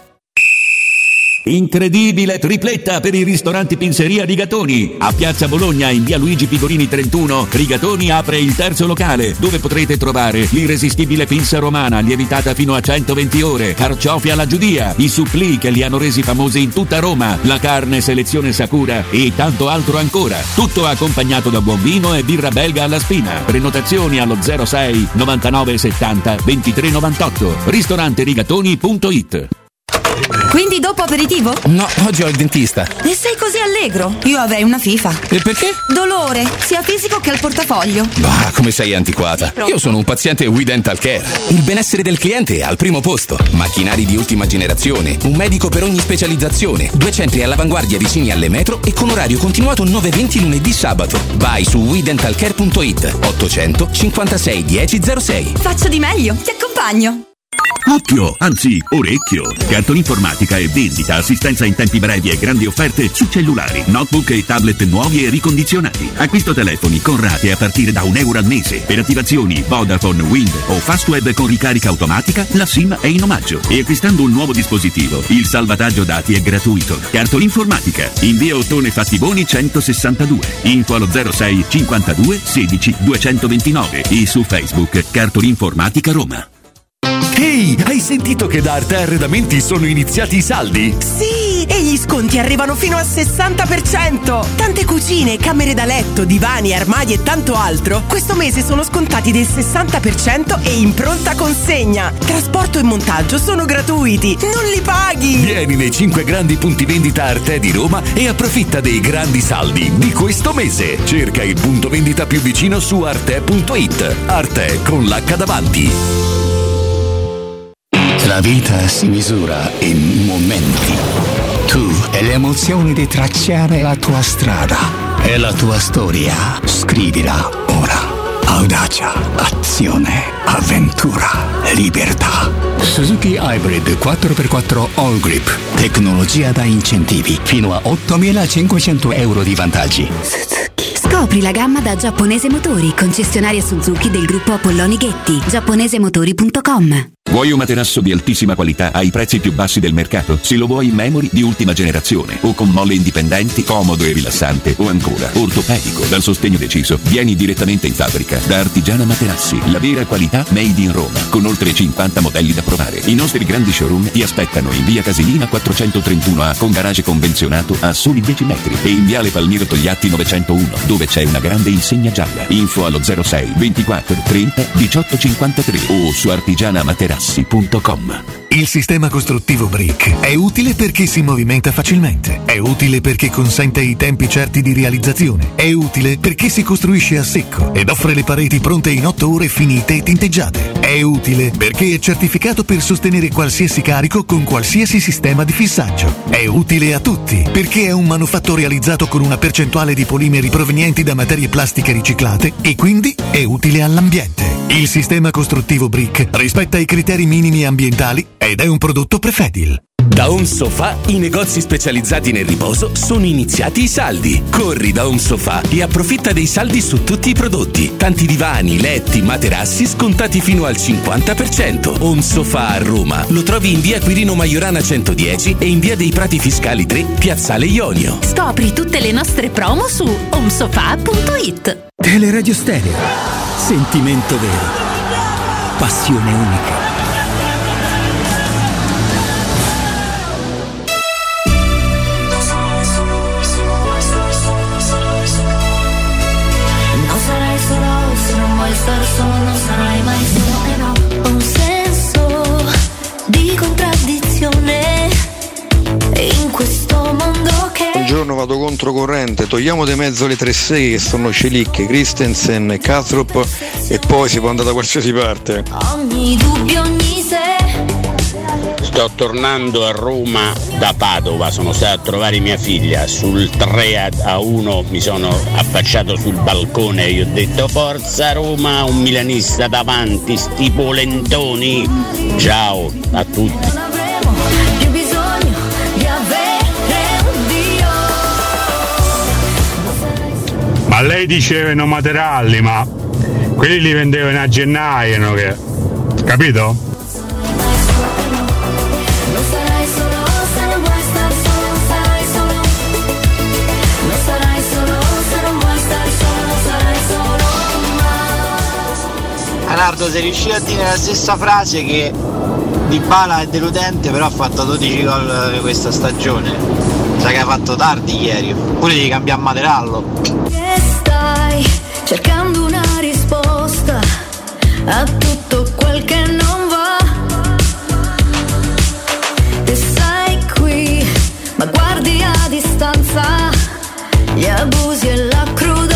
[SPEAKER 7] Incredibile tripletta per i ristoranti Pinzeria Rigatoni. A Piazza Bologna, in via Luigi Pigorini trentuno, Rigatoni apre il terzo locale, dove potrete trovare l'irresistibile pinza romana, lievitata fino a centoventi ore, carciofi alla giudia, i supplì che li hanno resi famosi in tutta Roma, la carne selezione Sakura e tanto altro ancora. Tutto accompagnato da buon vino e birra belga alla spina. Prenotazioni allo zero sei novantanove settanta ventitré novantotto. ristorante rigatoni punto it.
[SPEAKER 3] Quindi dopo aperitivo?
[SPEAKER 8] No, oggi ho il dentista.
[SPEAKER 3] E sei così allegro? Io avrei una FIFA.
[SPEAKER 8] E perché?
[SPEAKER 3] Dolore, sia fisico che al portafoglio.
[SPEAKER 8] Bah, come sei antiquata. Io sono un paziente We Dental Care. Il benessere del cliente è al primo posto. Macchinari di ultima generazione, un medico per ogni specializzazione, due centri all'avanguardia vicini alle metro e con orario continuato nove venti lunedì sabato. Vai su we dental care punto it. ottocento cinquantasei dieci zero sei.
[SPEAKER 3] Faccio di meglio, ti accompagno.
[SPEAKER 10] Occhio, anzi orecchio. Cartolinformatica e vendita, assistenza in tempi brevi e grandi offerte su cellulari, notebook e tablet nuovi e ricondizionati. Acquisto telefoni con rate a partire da un euro al mese. Per attivazioni Vodafone, Wind o Fastweb con ricarica automatica, la SIM è in omaggio. E acquistando un nuovo dispositivo, il salvataggio dati è gratuito. Cartolinformatica, in via Ottone Fattiboni centosessantadue. Info allo zero sei cinquantadue sedici duecentoventinove e su Facebook Cartolinformatica Roma.
[SPEAKER 16] Ehi, hai sentito che da Arte Arredamenti sono iniziati i saldi?
[SPEAKER 24] Sì, e gli sconti arrivano fino al sessanta per cento. Tante cucine, camere da letto, divani, armadi e tanto altro questo mese sono scontati del sessanta per cento e in pronta consegna. Trasporto e montaggio sono gratuiti, non li paghi.
[SPEAKER 16] Vieni nei cinque grandi punti vendita Arte di Roma e approfitta dei grandi saldi di questo mese. Cerca il punto vendita più vicino su arte punto it. Arte con l'H davanti.
[SPEAKER 13] La vita si misura in momenti. Tu hai le emozioni di tracciare la tua strada e la tua storia. Scrivila ora. Audacia, azione, avventura, libertà. Suzuki Hybrid quattro per quattro All Grip. Tecnologia da incentivi. Fino a ottomilacinquecento euro di vantaggi.
[SPEAKER 3] Scopri la gamma da Giapponese Motori, concessionaria Suzuki del gruppo Apolloni Ghetti. giapponese motori punto com.
[SPEAKER 7] Vuoi un materasso di altissima qualità ai prezzi più bassi del mercato? Se lo vuoi in memory di ultima generazione o con molle indipendenti, comodo e rilassante o ancora ortopedico dal sostegno deciso, vieni direttamente in fabbrica da Artigiana Materassi, la vera qualità made in Roma, con oltre cinquanta modelli da provare. I nostri grandi showroom ti aspettano in via Casilina quattrocentotrentuno A con garage convenzionato a soli dieci metri e in viale Palmiro Togliatti novecentouno dove c'è una grande insegna gialla. Info allo zero sei ventiquattro trenta diciotto cinquantatré o su artigianamaterassi punto com.
[SPEAKER 1] Il sistema costruttivo Brick è utile perché si movimenta facilmente, è utile perché consente i tempi certi di realizzazione, è utile perché si costruisce a secco ed offre le pareti pronte in otto ore finite e tinteggiate, è utile perché è certificato per sostenere qualsiasi carico con qualsiasi sistema di fissaggio, è utile a tutti perché è un manufatto realizzato con una percentuale di polimeri provenienti da materie plastiche riciclate e quindi è utile all'ambiente. Il sistema costruttivo Brick rispetta i criteri minimi ambientali ed è un prodotto Prefedil.
[SPEAKER 8] Da Home Sofà i negozi specializzati nel riposo sono iniziati i saldi. Corri da Home Sofà e approfitta dei saldi su tutti i prodotti. Tanti divani, letti, materassi scontati fino al cinquanta per cento. Home Sofà a Roma lo trovi in via Quirino Maiorana centodieci e in via dei Prati Fiscali tre, Piazzale Ionio.
[SPEAKER 3] Scopri tutte le nostre promo su homesofà punto it.
[SPEAKER 27] Teleradio Stereo. Sentimento vero. Passione unica.
[SPEAKER 4] Non sarai mai solo e no. Un senso di contraddizione in questo mondo che
[SPEAKER 9] un giorno vado controcorrente, togliamo di mezzo le tre seghe che sono Celicche, Christensen, Kathrup e poi si può andare da qualsiasi parte.
[SPEAKER 4] ogni dubbio, ogni se.
[SPEAKER 14] Sto tornando a Roma da Padova, sono stato a trovare mia figlia, sul tre a uno mi sono affacciato sul balcone e gli ho detto forza Roma, un milanista davanti, sti polentoni, ciao a tutti.
[SPEAKER 4] Più bisogno di avere un Dio.
[SPEAKER 15] Ma lei diceva materiali, ma quelli li vendevano a gennaio, no? Che... capito?
[SPEAKER 2] Leonardo, sei riuscito a dire la stessa frase che Dybala è deludente, però ha fatto dodici gol questa stagione. Sai che hai fatto tardi ieri, oppure devi cambiare Materallo.
[SPEAKER 4] Che stai cercando una risposta a tutto quel che non va. E sei qui, ma guardi a distanza gli abusi e la crudeltà.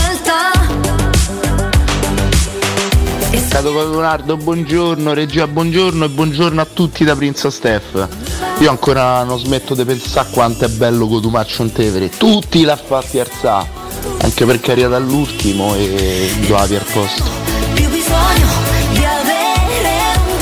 [SPEAKER 17] Cato Leonardo, buongiorno, regia, buongiorno e buongiorno a tutti da Prince Steph. Io ancora non smetto di pensare quanto è bello Cotumaccio in Tevere. Tutti l'ha fatti alzare, anche perché arriva dall'ultimo e do la pier posto.
[SPEAKER 4] Più bisogno di avere un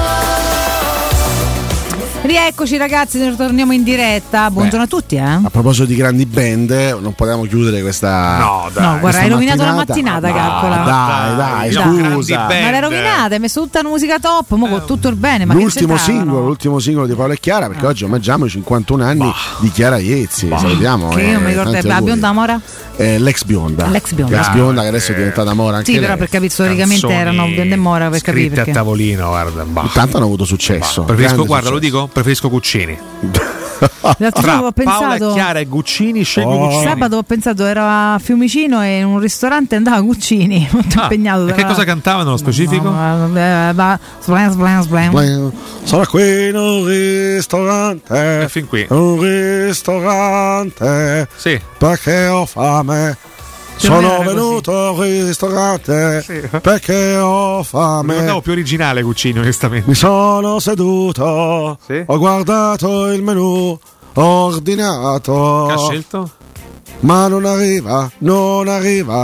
[SPEAKER 4] Dio.
[SPEAKER 11] Rieccoci ragazzi, torniamo in diretta. Buongiorno
[SPEAKER 12] Beh,
[SPEAKER 11] a tutti, eh.
[SPEAKER 12] A proposito di grandi band, non potevamo chiudere questa.
[SPEAKER 11] No, dai. No, guarda, hai rovinato la mattinata,
[SPEAKER 12] no,
[SPEAKER 11] calcola.
[SPEAKER 12] Dai, dai,
[SPEAKER 11] Dai.
[SPEAKER 12] scusa.
[SPEAKER 11] Ma l'hai rovinata, hai messo tutta la musica top, mo con tutto il bene. Ma
[SPEAKER 12] l'ultimo
[SPEAKER 11] che
[SPEAKER 12] singolo, l'ultimo singolo di Paolo e Chiara, perché
[SPEAKER 11] Ah.
[SPEAKER 12] oggi omaggiamo i cinquantuno anni
[SPEAKER 11] Bah.
[SPEAKER 12] di Chiara Iezzi.
[SPEAKER 11] Bah.
[SPEAKER 12] Salutiamo.
[SPEAKER 11] Che io non mi ricordo,
[SPEAKER 12] tanti
[SPEAKER 11] la
[SPEAKER 12] auguri.
[SPEAKER 11] bionda Mora?
[SPEAKER 12] Eh, l'ex bionda.
[SPEAKER 11] L'ex bionda.
[SPEAKER 12] L'ex bionda che adesso è diventata Mora anche
[SPEAKER 11] Sì,
[SPEAKER 12] lei.
[SPEAKER 11] però per capire storicamente
[SPEAKER 28] Canzoni
[SPEAKER 11] erano bionda e Mora, per capire
[SPEAKER 28] scritte
[SPEAKER 11] perché.
[SPEAKER 28] a tavolino, guarda. Bah.
[SPEAKER 12] Intanto hanno avuto successo.
[SPEAKER 28] Preferisco,
[SPEAKER 12] grande
[SPEAKER 28] guarda, lo
[SPEAKER 12] successo.
[SPEAKER 28] dico, preferisco Cuccini.
[SPEAKER 11] L'altro
[SPEAKER 28] Tra
[SPEAKER 11] giorno ho
[SPEAKER 28] Paola
[SPEAKER 11] pensato.
[SPEAKER 28] Chiara e Guccini, scelgo
[SPEAKER 12] Oh.
[SPEAKER 28] Guccini.
[SPEAKER 11] Sabato ho pensato, ero a Fiumicino e in un ristorante andava Guccini. Molto
[SPEAKER 28] Ah,
[SPEAKER 11] impegnato.
[SPEAKER 28] e che cosa cantavano nello specifico?
[SPEAKER 11] No, eh, va- Splam, splam, splam.
[SPEAKER 12] Sono qui in un ristorante.
[SPEAKER 28] Fin qui.
[SPEAKER 12] Un ristorante.
[SPEAKER 28] Sì.
[SPEAKER 12] Perché ho fame.
[SPEAKER 28] Più o meno
[SPEAKER 12] Sono
[SPEAKER 28] era
[SPEAKER 12] venuto al ristorante perché ho
[SPEAKER 28] Mi
[SPEAKER 12] fame.
[SPEAKER 28] ricordavo più originale Guccini, onestamente.
[SPEAKER 12] Mi sono seduto,
[SPEAKER 28] Sì.
[SPEAKER 12] ho guardato il menù, ho ordinato.
[SPEAKER 28] Che ha scelto?
[SPEAKER 12] Ma non arriva, non arriva.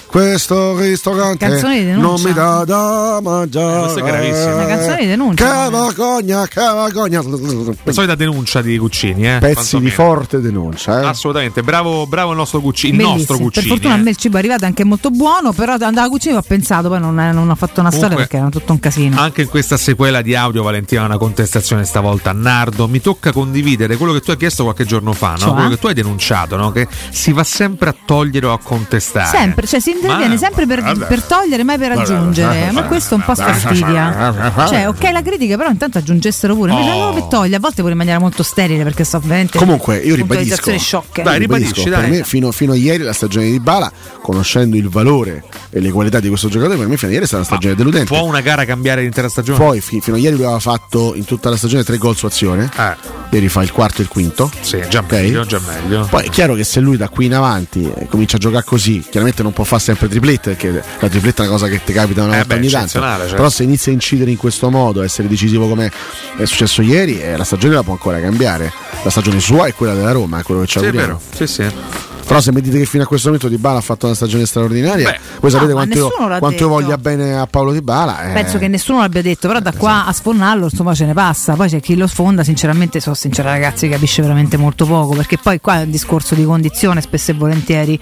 [SPEAKER 12] questo ristorante non mi dà da mangiare.
[SPEAKER 28] Questo è gravissimo.
[SPEAKER 11] Una canzone di denuncia.
[SPEAKER 12] Che vergogna, che vergogna.
[SPEAKER 28] La solita denuncia di Guccini, eh?
[SPEAKER 12] Pezzi di forte denuncia, eh?
[SPEAKER 28] Assolutamente, bravo, bravo il nostro Guccini, il
[SPEAKER 11] Bellissimo.
[SPEAKER 28] nostro Guccini.
[SPEAKER 11] Per fortuna
[SPEAKER 28] eh.
[SPEAKER 11] a me il cibo è arrivato anche molto buono, però andava a Guccini ho pensato, poi non, non ho fatto una
[SPEAKER 28] Comunque,
[SPEAKER 11] storia perché era tutto un casino.
[SPEAKER 28] Anche in questa sequela di audio, Valentina, una contestazione stavolta. Nardo, mi tocca condividere quello che tu hai chiesto qualche giorno fa, no?
[SPEAKER 11] Cioè?
[SPEAKER 28] Quello che tu hai denunciato, no? Che si va sempre a togliere o a contestare.
[SPEAKER 11] Sempre, cioè si interviene
[SPEAKER 28] Ma-
[SPEAKER 11] sempre per,
[SPEAKER 28] vabbè.
[SPEAKER 11] per togliere, mai per aggiungere. Ma questo un po' sfastidia. Cioè, ok, la critica, però intanto aggiungessero pure. Invece
[SPEAKER 28] Oh.
[SPEAKER 11] loro che toglie, a volte pure in maniera molto sterile, perché so veramente
[SPEAKER 12] Comunque io ribadisco,
[SPEAKER 11] puntualizzazioni sciocche.
[SPEAKER 28] Dai,
[SPEAKER 12] ribadisco,
[SPEAKER 28] ribadisci,
[SPEAKER 12] per
[SPEAKER 28] dai.
[SPEAKER 12] me fino, fino a ieri la stagione di Dybala, conoscendo il valore e le qualità di questo giocatore, per me fino a ieri è stata una stagione deludente.
[SPEAKER 28] Può una gara cambiare l'intera stagione?
[SPEAKER 12] Poi fi- fino a ieri lui aveva fatto in tutta la stagione tre gol su azione,
[SPEAKER 28] Eh.
[SPEAKER 12] ieri fa il quarto e il quinto.
[SPEAKER 28] Sì, già
[SPEAKER 12] Ok?
[SPEAKER 28] meglio, già meglio.
[SPEAKER 12] Poi è chiaro che se lui da qui in avanti eh, comincia a giocare così, chiaramente non può fare sempre triplette, perché la tripletta è una cosa che ti capita una
[SPEAKER 28] Eh
[SPEAKER 12] volta
[SPEAKER 28] beh,
[SPEAKER 12] ogni tanto.
[SPEAKER 28] eccezionale, certo.
[SPEAKER 12] Però se inizia a incidere in questo modo, a essere decisivo come è successo ieri, eh, la stagione la può ancora cambiare. La stagione sua è quella della Roma, è quello che ci
[SPEAKER 28] Sì, è
[SPEAKER 12] auguriamo.
[SPEAKER 28] vero. Sì, sì.
[SPEAKER 12] Però se mi dite che fino a questo momento Dybala ha fatto una stagione straordinaria,
[SPEAKER 28] Beh,
[SPEAKER 12] voi sapete
[SPEAKER 11] no, ma
[SPEAKER 12] quanto, io,
[SPEAKER 11] nessuno l'ha
[SPEAKER 12] quanto io
[SPEAKER 11] detto.
[SPEAKER 12] voglia bene a Paolo Dybala. eh.
[SPEAKER 11] Penso che nessuno l'abbia detto, però da qua a sfornarlo insomma ce ne passa. Poi c'è chi lo sfonda, sinceramente, sono sincera ragazzi, capisce veramente molto poco, perché poi qua è un discorso di condizione spesso e volentieri.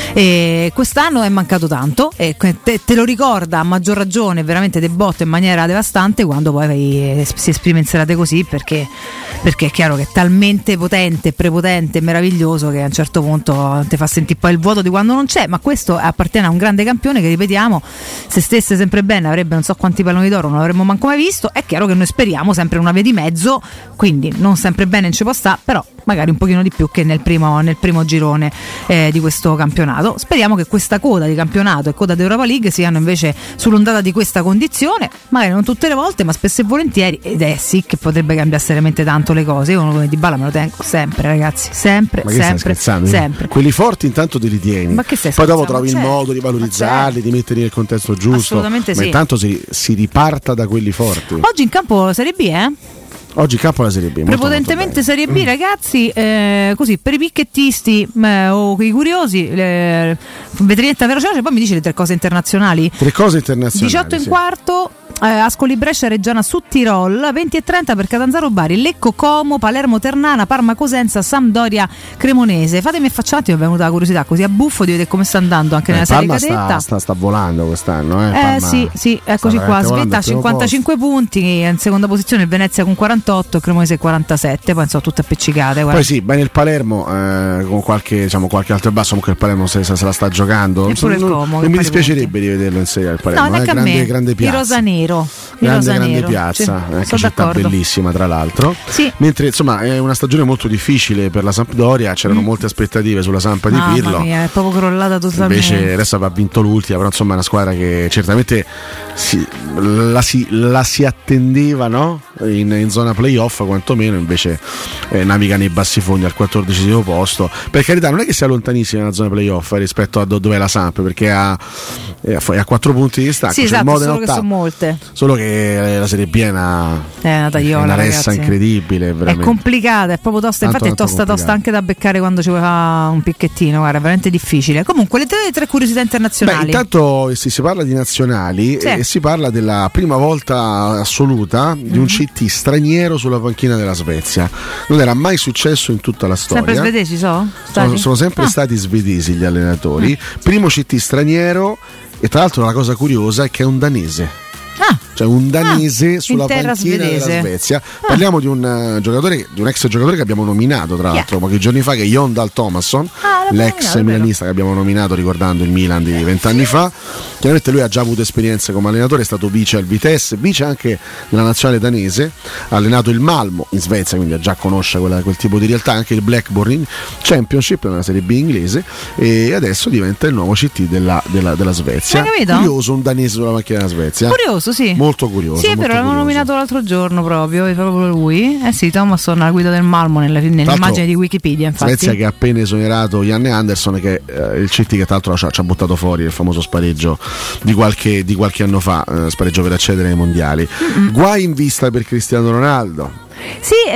[SPEAKER 11] E quest'anno è mancato tanto e te, te lo ricorda a maggior ragione veramente de botte in maniera devastante quando poi si esprime in serate così, perché, perché è chiaro che è talmente potente, prepotente e meraviglioso che a un certo punto ti fa sentire poi il vuoto di quando non c'è. Ma questo appartiene a un grande campione che, ripetiamo, se stesse sempre bene avrebbe non so quanti palloni d'oro, non l'avremmo manco mai visto. È chiaro che noi speriamo sempre una via di mezzo, quindi non sempre bene in ci può sta, però magari un pochino di più che nel primo, nel primo girone eh, di questo campionato. Speriamo che questa coda di campionato e coda di Europa League siano invece sull'ondata di questa condizione, magari non tutte le volte, ma spesso e volentieri, ed è sì che potrebbe cambiare seriamente tanto le cose. Io uno come Dybala me lo tengo sempre, ragazzi, sempre,
[SPEAKER 12] Ma che stai
[SPEAKER 11] sempre,
[SPEAKER 12] scherzando?
[SPEAKER 11] sempre.
[SPEAKER 12] Quelli forti intanto te li tieni,
[SPEAKER 11] Ma che stai
[SPEAKER 12] poi dopo
[SPEAKER 11] scherzando?
[SPEAKER 12] trovi il
[SPEAKER 11] Certo,
[SPEAKER 12] modo di valorizzarli, di metterli nel contesto giusto.
[SPEAKER 11] Assolutamente
[SPEAKER 12] ma
[SPEAKER 11] sì.
[SPEAKER 12] intanto si, si riparta da quelli forti.
[SPEAKER 11] Oggi in campo Serie B, eh?
[SPEAKER 12] Oggi campo la Serie B. molto,
[SPEAKER 11] Prepotentemente
[SPEAKER 12] molto
[SPEAKER 11] Serie B, ragazzi, eh, così per i picchettisti eh, o i curiosi, eh, vetrinetta veloce, poi mi dici le tre cose internazionali.
[SPEAKER 12] bene. Tre cose internazionali.
[SPEAKER 11] diciotto e
[SPEAKER 12] sì.
[SPEAKER 11] un quarto, eh, Ascoli Brescia Reggiana su Tirol, venti e trenta per Catanzaro Bari, Lecco Como, Palermo Ternana, Parma Cosenza, Sampdoria Cremonese. Fatemi affacciare, mi è venuta la curiosità, così a buffo di vedere come sta andando anche
[SPEAKER 12] Eh,
[SPEAKER 11] nella serie
[SPEAKER 12] Parma
[SPEAKER 11] cadetta.
[SPEAKER 12] sta, sta, sta volando quest'anno. Eh,
[SPEAKER 11] Eh
[SPEAKER 12] Parma
[SPEAKER 11] sì, sì, eccoci
[SPEAKER 12] sta
[SPEAKER 11] qua,
[SPEAKER 12] veramente volando
[SPEAKER 11] Svetta
[SPEAKER 12] al primo
[SPEAKER 11] cinquantacinque punti, in seconda posizione il Venezia con quarantotto, Cremonese quarantasette, poi sono tutte appiccicate. guarda.
[SPEAKER 12] Poi sì, bene il Palermo eh, con qualche, diciamo, qualche altro basso, comunque il Palermo se, se, se la sta giocando.
[SPEAKER 11] Eppure il
[SPEAKER 12] non,
[SPEAKER 11] Como,
[SPEAKER 12] non
[SPEAKER 11] che
[SPEAKER 12] mi
[SPEAKER 11] pari
[SPEAKER 12] dispiacerebbe di vederlo in Serie A il Palermo,
[SPEAKER 11] No, neanche
[SPEAKER 12] eh,
[SPEAKER 11] a
[SPEAKER 12] grande,
[SPEAKER 11] me.
[SPEAKER 12] grande
[SPEAKER 11] Il
[SPEAKER 12] piazza.
[SPEAKER 11] Rosanero, il
[SPEAKER 12] Grande,
[SPEAKER 11] Rosanero.
[SPEAKER 12] grande piazza,
[SPEAKER 11] Sì,
[SPEAKER 12] eh, che
[SPEAKER 11] sono
[SPEAKER 12] città
[SPEAKER 11] d'accordo.
[SPEAKER 12] bellissima tra l'altro.
[SPEAKER 11] Sì.
[SPEAKER 12] Mentre insomma è una stagione molto difficile per la Sampdoria, c'erano
[SPEAKER 11] Mm.
[SPEAKER 12] molte aspettative sulla Sampa di
[SPEAKER 11] Mamma
[SPEAKER 12] Pirlo.
[SPEAKER 11] mia, è proprio crollata totalmente.
[SPEAKER 12] Invece adesso ha vinto l'ultima, però insomma è una squadra che certamente si, la, si, la si attendeva, no? in, in zona playoff quantomeno, invece eh, naviga nei bassi fondi al quattordicesimo posto. Per carità non è che sia lontanissima nella zona playoff eh, rispetto a do- dove è la Samp, perché ha, è a, è a quattro punti di distacco.
[SPEAKER 11] Sì,
[SPEAKER 12] C'è il
[SPEAKER 11] esatto,
[SPEAKER 12] Modena
[SPEAKER 11] solo che
[SPEAKER 12] ottavo.
[SPEAKER 11] sono molte.
[SPEAKER 12] Solo che la Serie B è una,
[SPEAKER 11] È una tagliola,
[SPEAKER 12] è una ressa
[SPEAKER 11] ragazzi.
[SPEAKER 12] incredibile,
[SPEAKER 11] È
[SPEAKER 12] veramente.
[SPEAKER 11] complicata, è proprio tosta.
[SPEAKER 12] Tanto,
[SPEAKER 11] Infatti è
[SPEAKER 12] tanto
[SPEAKER 11] tosta tosta
[SPEAKER 12] complicata.
[SPEAKER 11] anche da beccare quando ci vuoi fare un picchettino. Guarda, è veramente difficile. Comunque, le tre, le tre curiosità internazionali.
[SPEAKER 12] Beh, intanto si, si parla di nazionali
[SPEAKER 11] Sì.
[SPEAKER 12] e si parla della prima volta assoluta di un C T straniero sulla panchina della Svezia. Non era mai successo in tutta la storia.
[SPEAKER 11] Sempre svedesi, so?
[SPEAKER 12] Sono,
[SPEAKER 11] Stati?
[SPEAKER 12] sono sempre
[SPEAKER 11] Ah.
[SPEAKER 12] stati svedesi gli allenatori. Primo C T straniero, e tra l'altro la cosa curiosa è che è un danese.
[SPEAKER 11] Ah.
[SPEAKER 12] Cioè un danese sulla
[SPEAKER 11] in terra
[SPEAKER 12] panchina
[SPEAKER 11] svedese.
[SPEAKER 12] della Svezia. Parliamo di un eh, giocatore, di un ex giocatore che abbiamo nominato tra
[SPEAKER 11] Chi è?
[SPEAKER 12] l'altro pochi giorni fa, che è Jon Dahl Tomasson,
[SPEAKER 11] Ah, l'abbiamo
[SPEAKER 12] l'ex
[SPEAKER 11] nominato, è vero.
[SPEAKER 12] milanista che abbiamo nominato ricordando il Milan di vent'anni fa. Chiaramente lui ha già avuto esperienze come allenatore, è stato vice al Vitesse, vice anche nella nazionale danese, ha allenato il Malmo in Svezia, quindi già conosce quella- quel tipo di realtà, anche il Blackburn in Championship nella Serie B inglese, e adesso diventa il nuovo C T della, della, della Svezia.
[SPEAKER 11] Hai capito?
[SPEAKER 12] Curioso un danese sulla macchina della Svezia.
[SPEAKER 11] Curioso, sì.
[SPEAKER 12] Molto curioso.
[SPEAKER 11] Sì, è
[SPEAKER 12] molto
[SPEAKER 11] vero, l'avevamo
[SPEAKER 12] curioso.
[SPEAKER 11] nominato l'altro giorno proprio, è proprio lui. Eh sì, Thomasson alla guida del Malmo nella- nell'immagine di Wikipedia, infatti.
[SPEAKER 12] Svezia che ha appena esonerato Janne Anderson, che è il C T che tra l'altro ci ha, ci ha buttato fuori il famoso spareggio di qualche, di qualche anno fa, eh, spareggio per accedere ai mondiali. Guai in vista per Cristiano Ronaldo.
[SPEAKER 11] Sì, eh,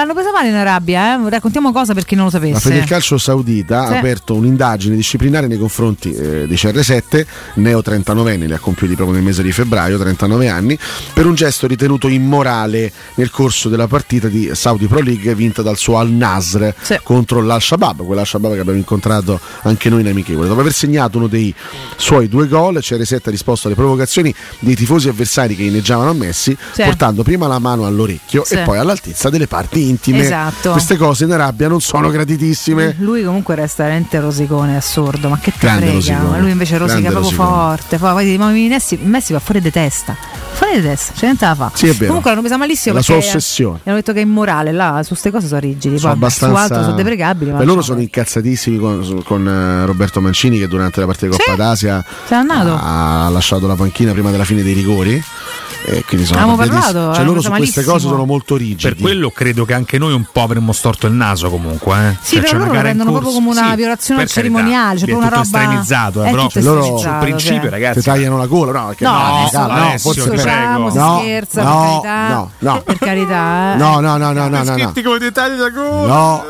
[SPEAKER 11] l'hanno presa male in Arabia, eh? Raccontiamo cosa per chi non lo sapesse.
[SPEAKER 12] La Federcalcio Saudita
[SPEAKER 11] sì.
[SPEAKER 12] ha aperto un'indagine disciplinare nei confronti eh, di C R sette, neo trentanovenne, li ha compiuti proprio nel mese di febbraio, trentanove anni, per un gesto ritenuto immorale nel corso della partita di Saudi Pro League vinta dal suo Al-Nasr sì. contro l'Al-Shabaab, quell'Al-Shabaab che abbiamo incontrato anche noi in amichevole. Dopo aver segnato uno dei suoi due gol, C R sette ha risposto alle provocazioni dei tifosi avversari che inneggiavano a Messi, sì. portando prima la mano all'orecchio sì. e poi all'altezza delle parti intime.
[SPEAKER 11] Esatto.
[SPEAKER 12] Queste cose in Arabia non sono gratitissime.
[SPEAKER 11] Lui comunque resta veramente rosicone, assurdo, ma che te
[SPEAKER 12] Grande
[SPEAKER 11] frega?
[SPEAKER 12] rosicone.
[SPEAKER 11] Lui invece rosica
[SPEAKER 12] Grande
[SPEAKER 11] proprio
[SPEAKER 12] rosicone.
[SPEAKER 11] forte. Poi, poi Messi, Messi va fuori di testa. Fuori di testa, c'è niente da fa.
[SPEAKER 12] Sì, è vero.
[SPEAKER 11] Comunque l'hanno presa malissimo
[SPEAKER 12] è la
[SPEAKER 11] perché
[SPEAKER 12] sua ossessione.
[SPEAKER 11] Hanno detto che è immorale, là su queste cose sono rigidi,
[SPEAKER 12] sono
[SPEAKER 11] poi
[SPEAKER 12] abbastanza...
[SPEAKER 11] su altro sono deprecabili. Ma
[SPEAKER 12] per loro sono incazzatissimi con, con uh, Roberto Mancini, che durante la partita di Coppa
[SPEAKER 11] sì.
[SPEAKER 12] d'Asia
[SPEAKER 11] ha
[SPEAKER 12] lasciato la panchina prima della fine dei rigori. E quindi sono
[SPEAKER 11] abbiamo parlato,
[SPEAKER 12] cioè loro su
[SPEAKER 11] malissimo.
[SPEAKER 12] queste cose sono molto rigidi.
[SPEAKER 28] Per quello credo che anche noi un po' avremmo storto il naso comunque. Eh.
[SPEAKER 11] Sì,
[SPEAKER 28] cioè,
[SPEAKER 11] però loro lo prendono proprio come una sì, violazione cerimoniale, cioè una roba
[SPEAKER 28] estremizzato,
[SPEAKER 11] eh,
[SPEAKER 28] però
[SPEAKER 11] tutto
[SPEAKER 12] loro
[SPEAKER 28] sul principio,
[SPEAKER 11] cioè.
[SPEAKER 28] ragazzi.
[SPEAKER 12] Ti tagliano la gola, no? Perché
[SPEAKER 11] no,
[SPEAKER 12] no,
[SPEAKER 11] no,
[SPEAKER 12] no, no forse
[SPEAKER 11] prego.
[SPEAKER 12] si
[SPEAKER 11] no, scherza,
[SPEAKER 12] no,
[SPEAKER 11] per carità.
[SPEAKER 12] No, no.
[SPEAKER 11] Per carità. Eh.
[SPEAKER 12] No, no, no, no, no, no.
[SPEAKER 28] Scritti come ti tagli la gola.
[SPEAKER 12] No.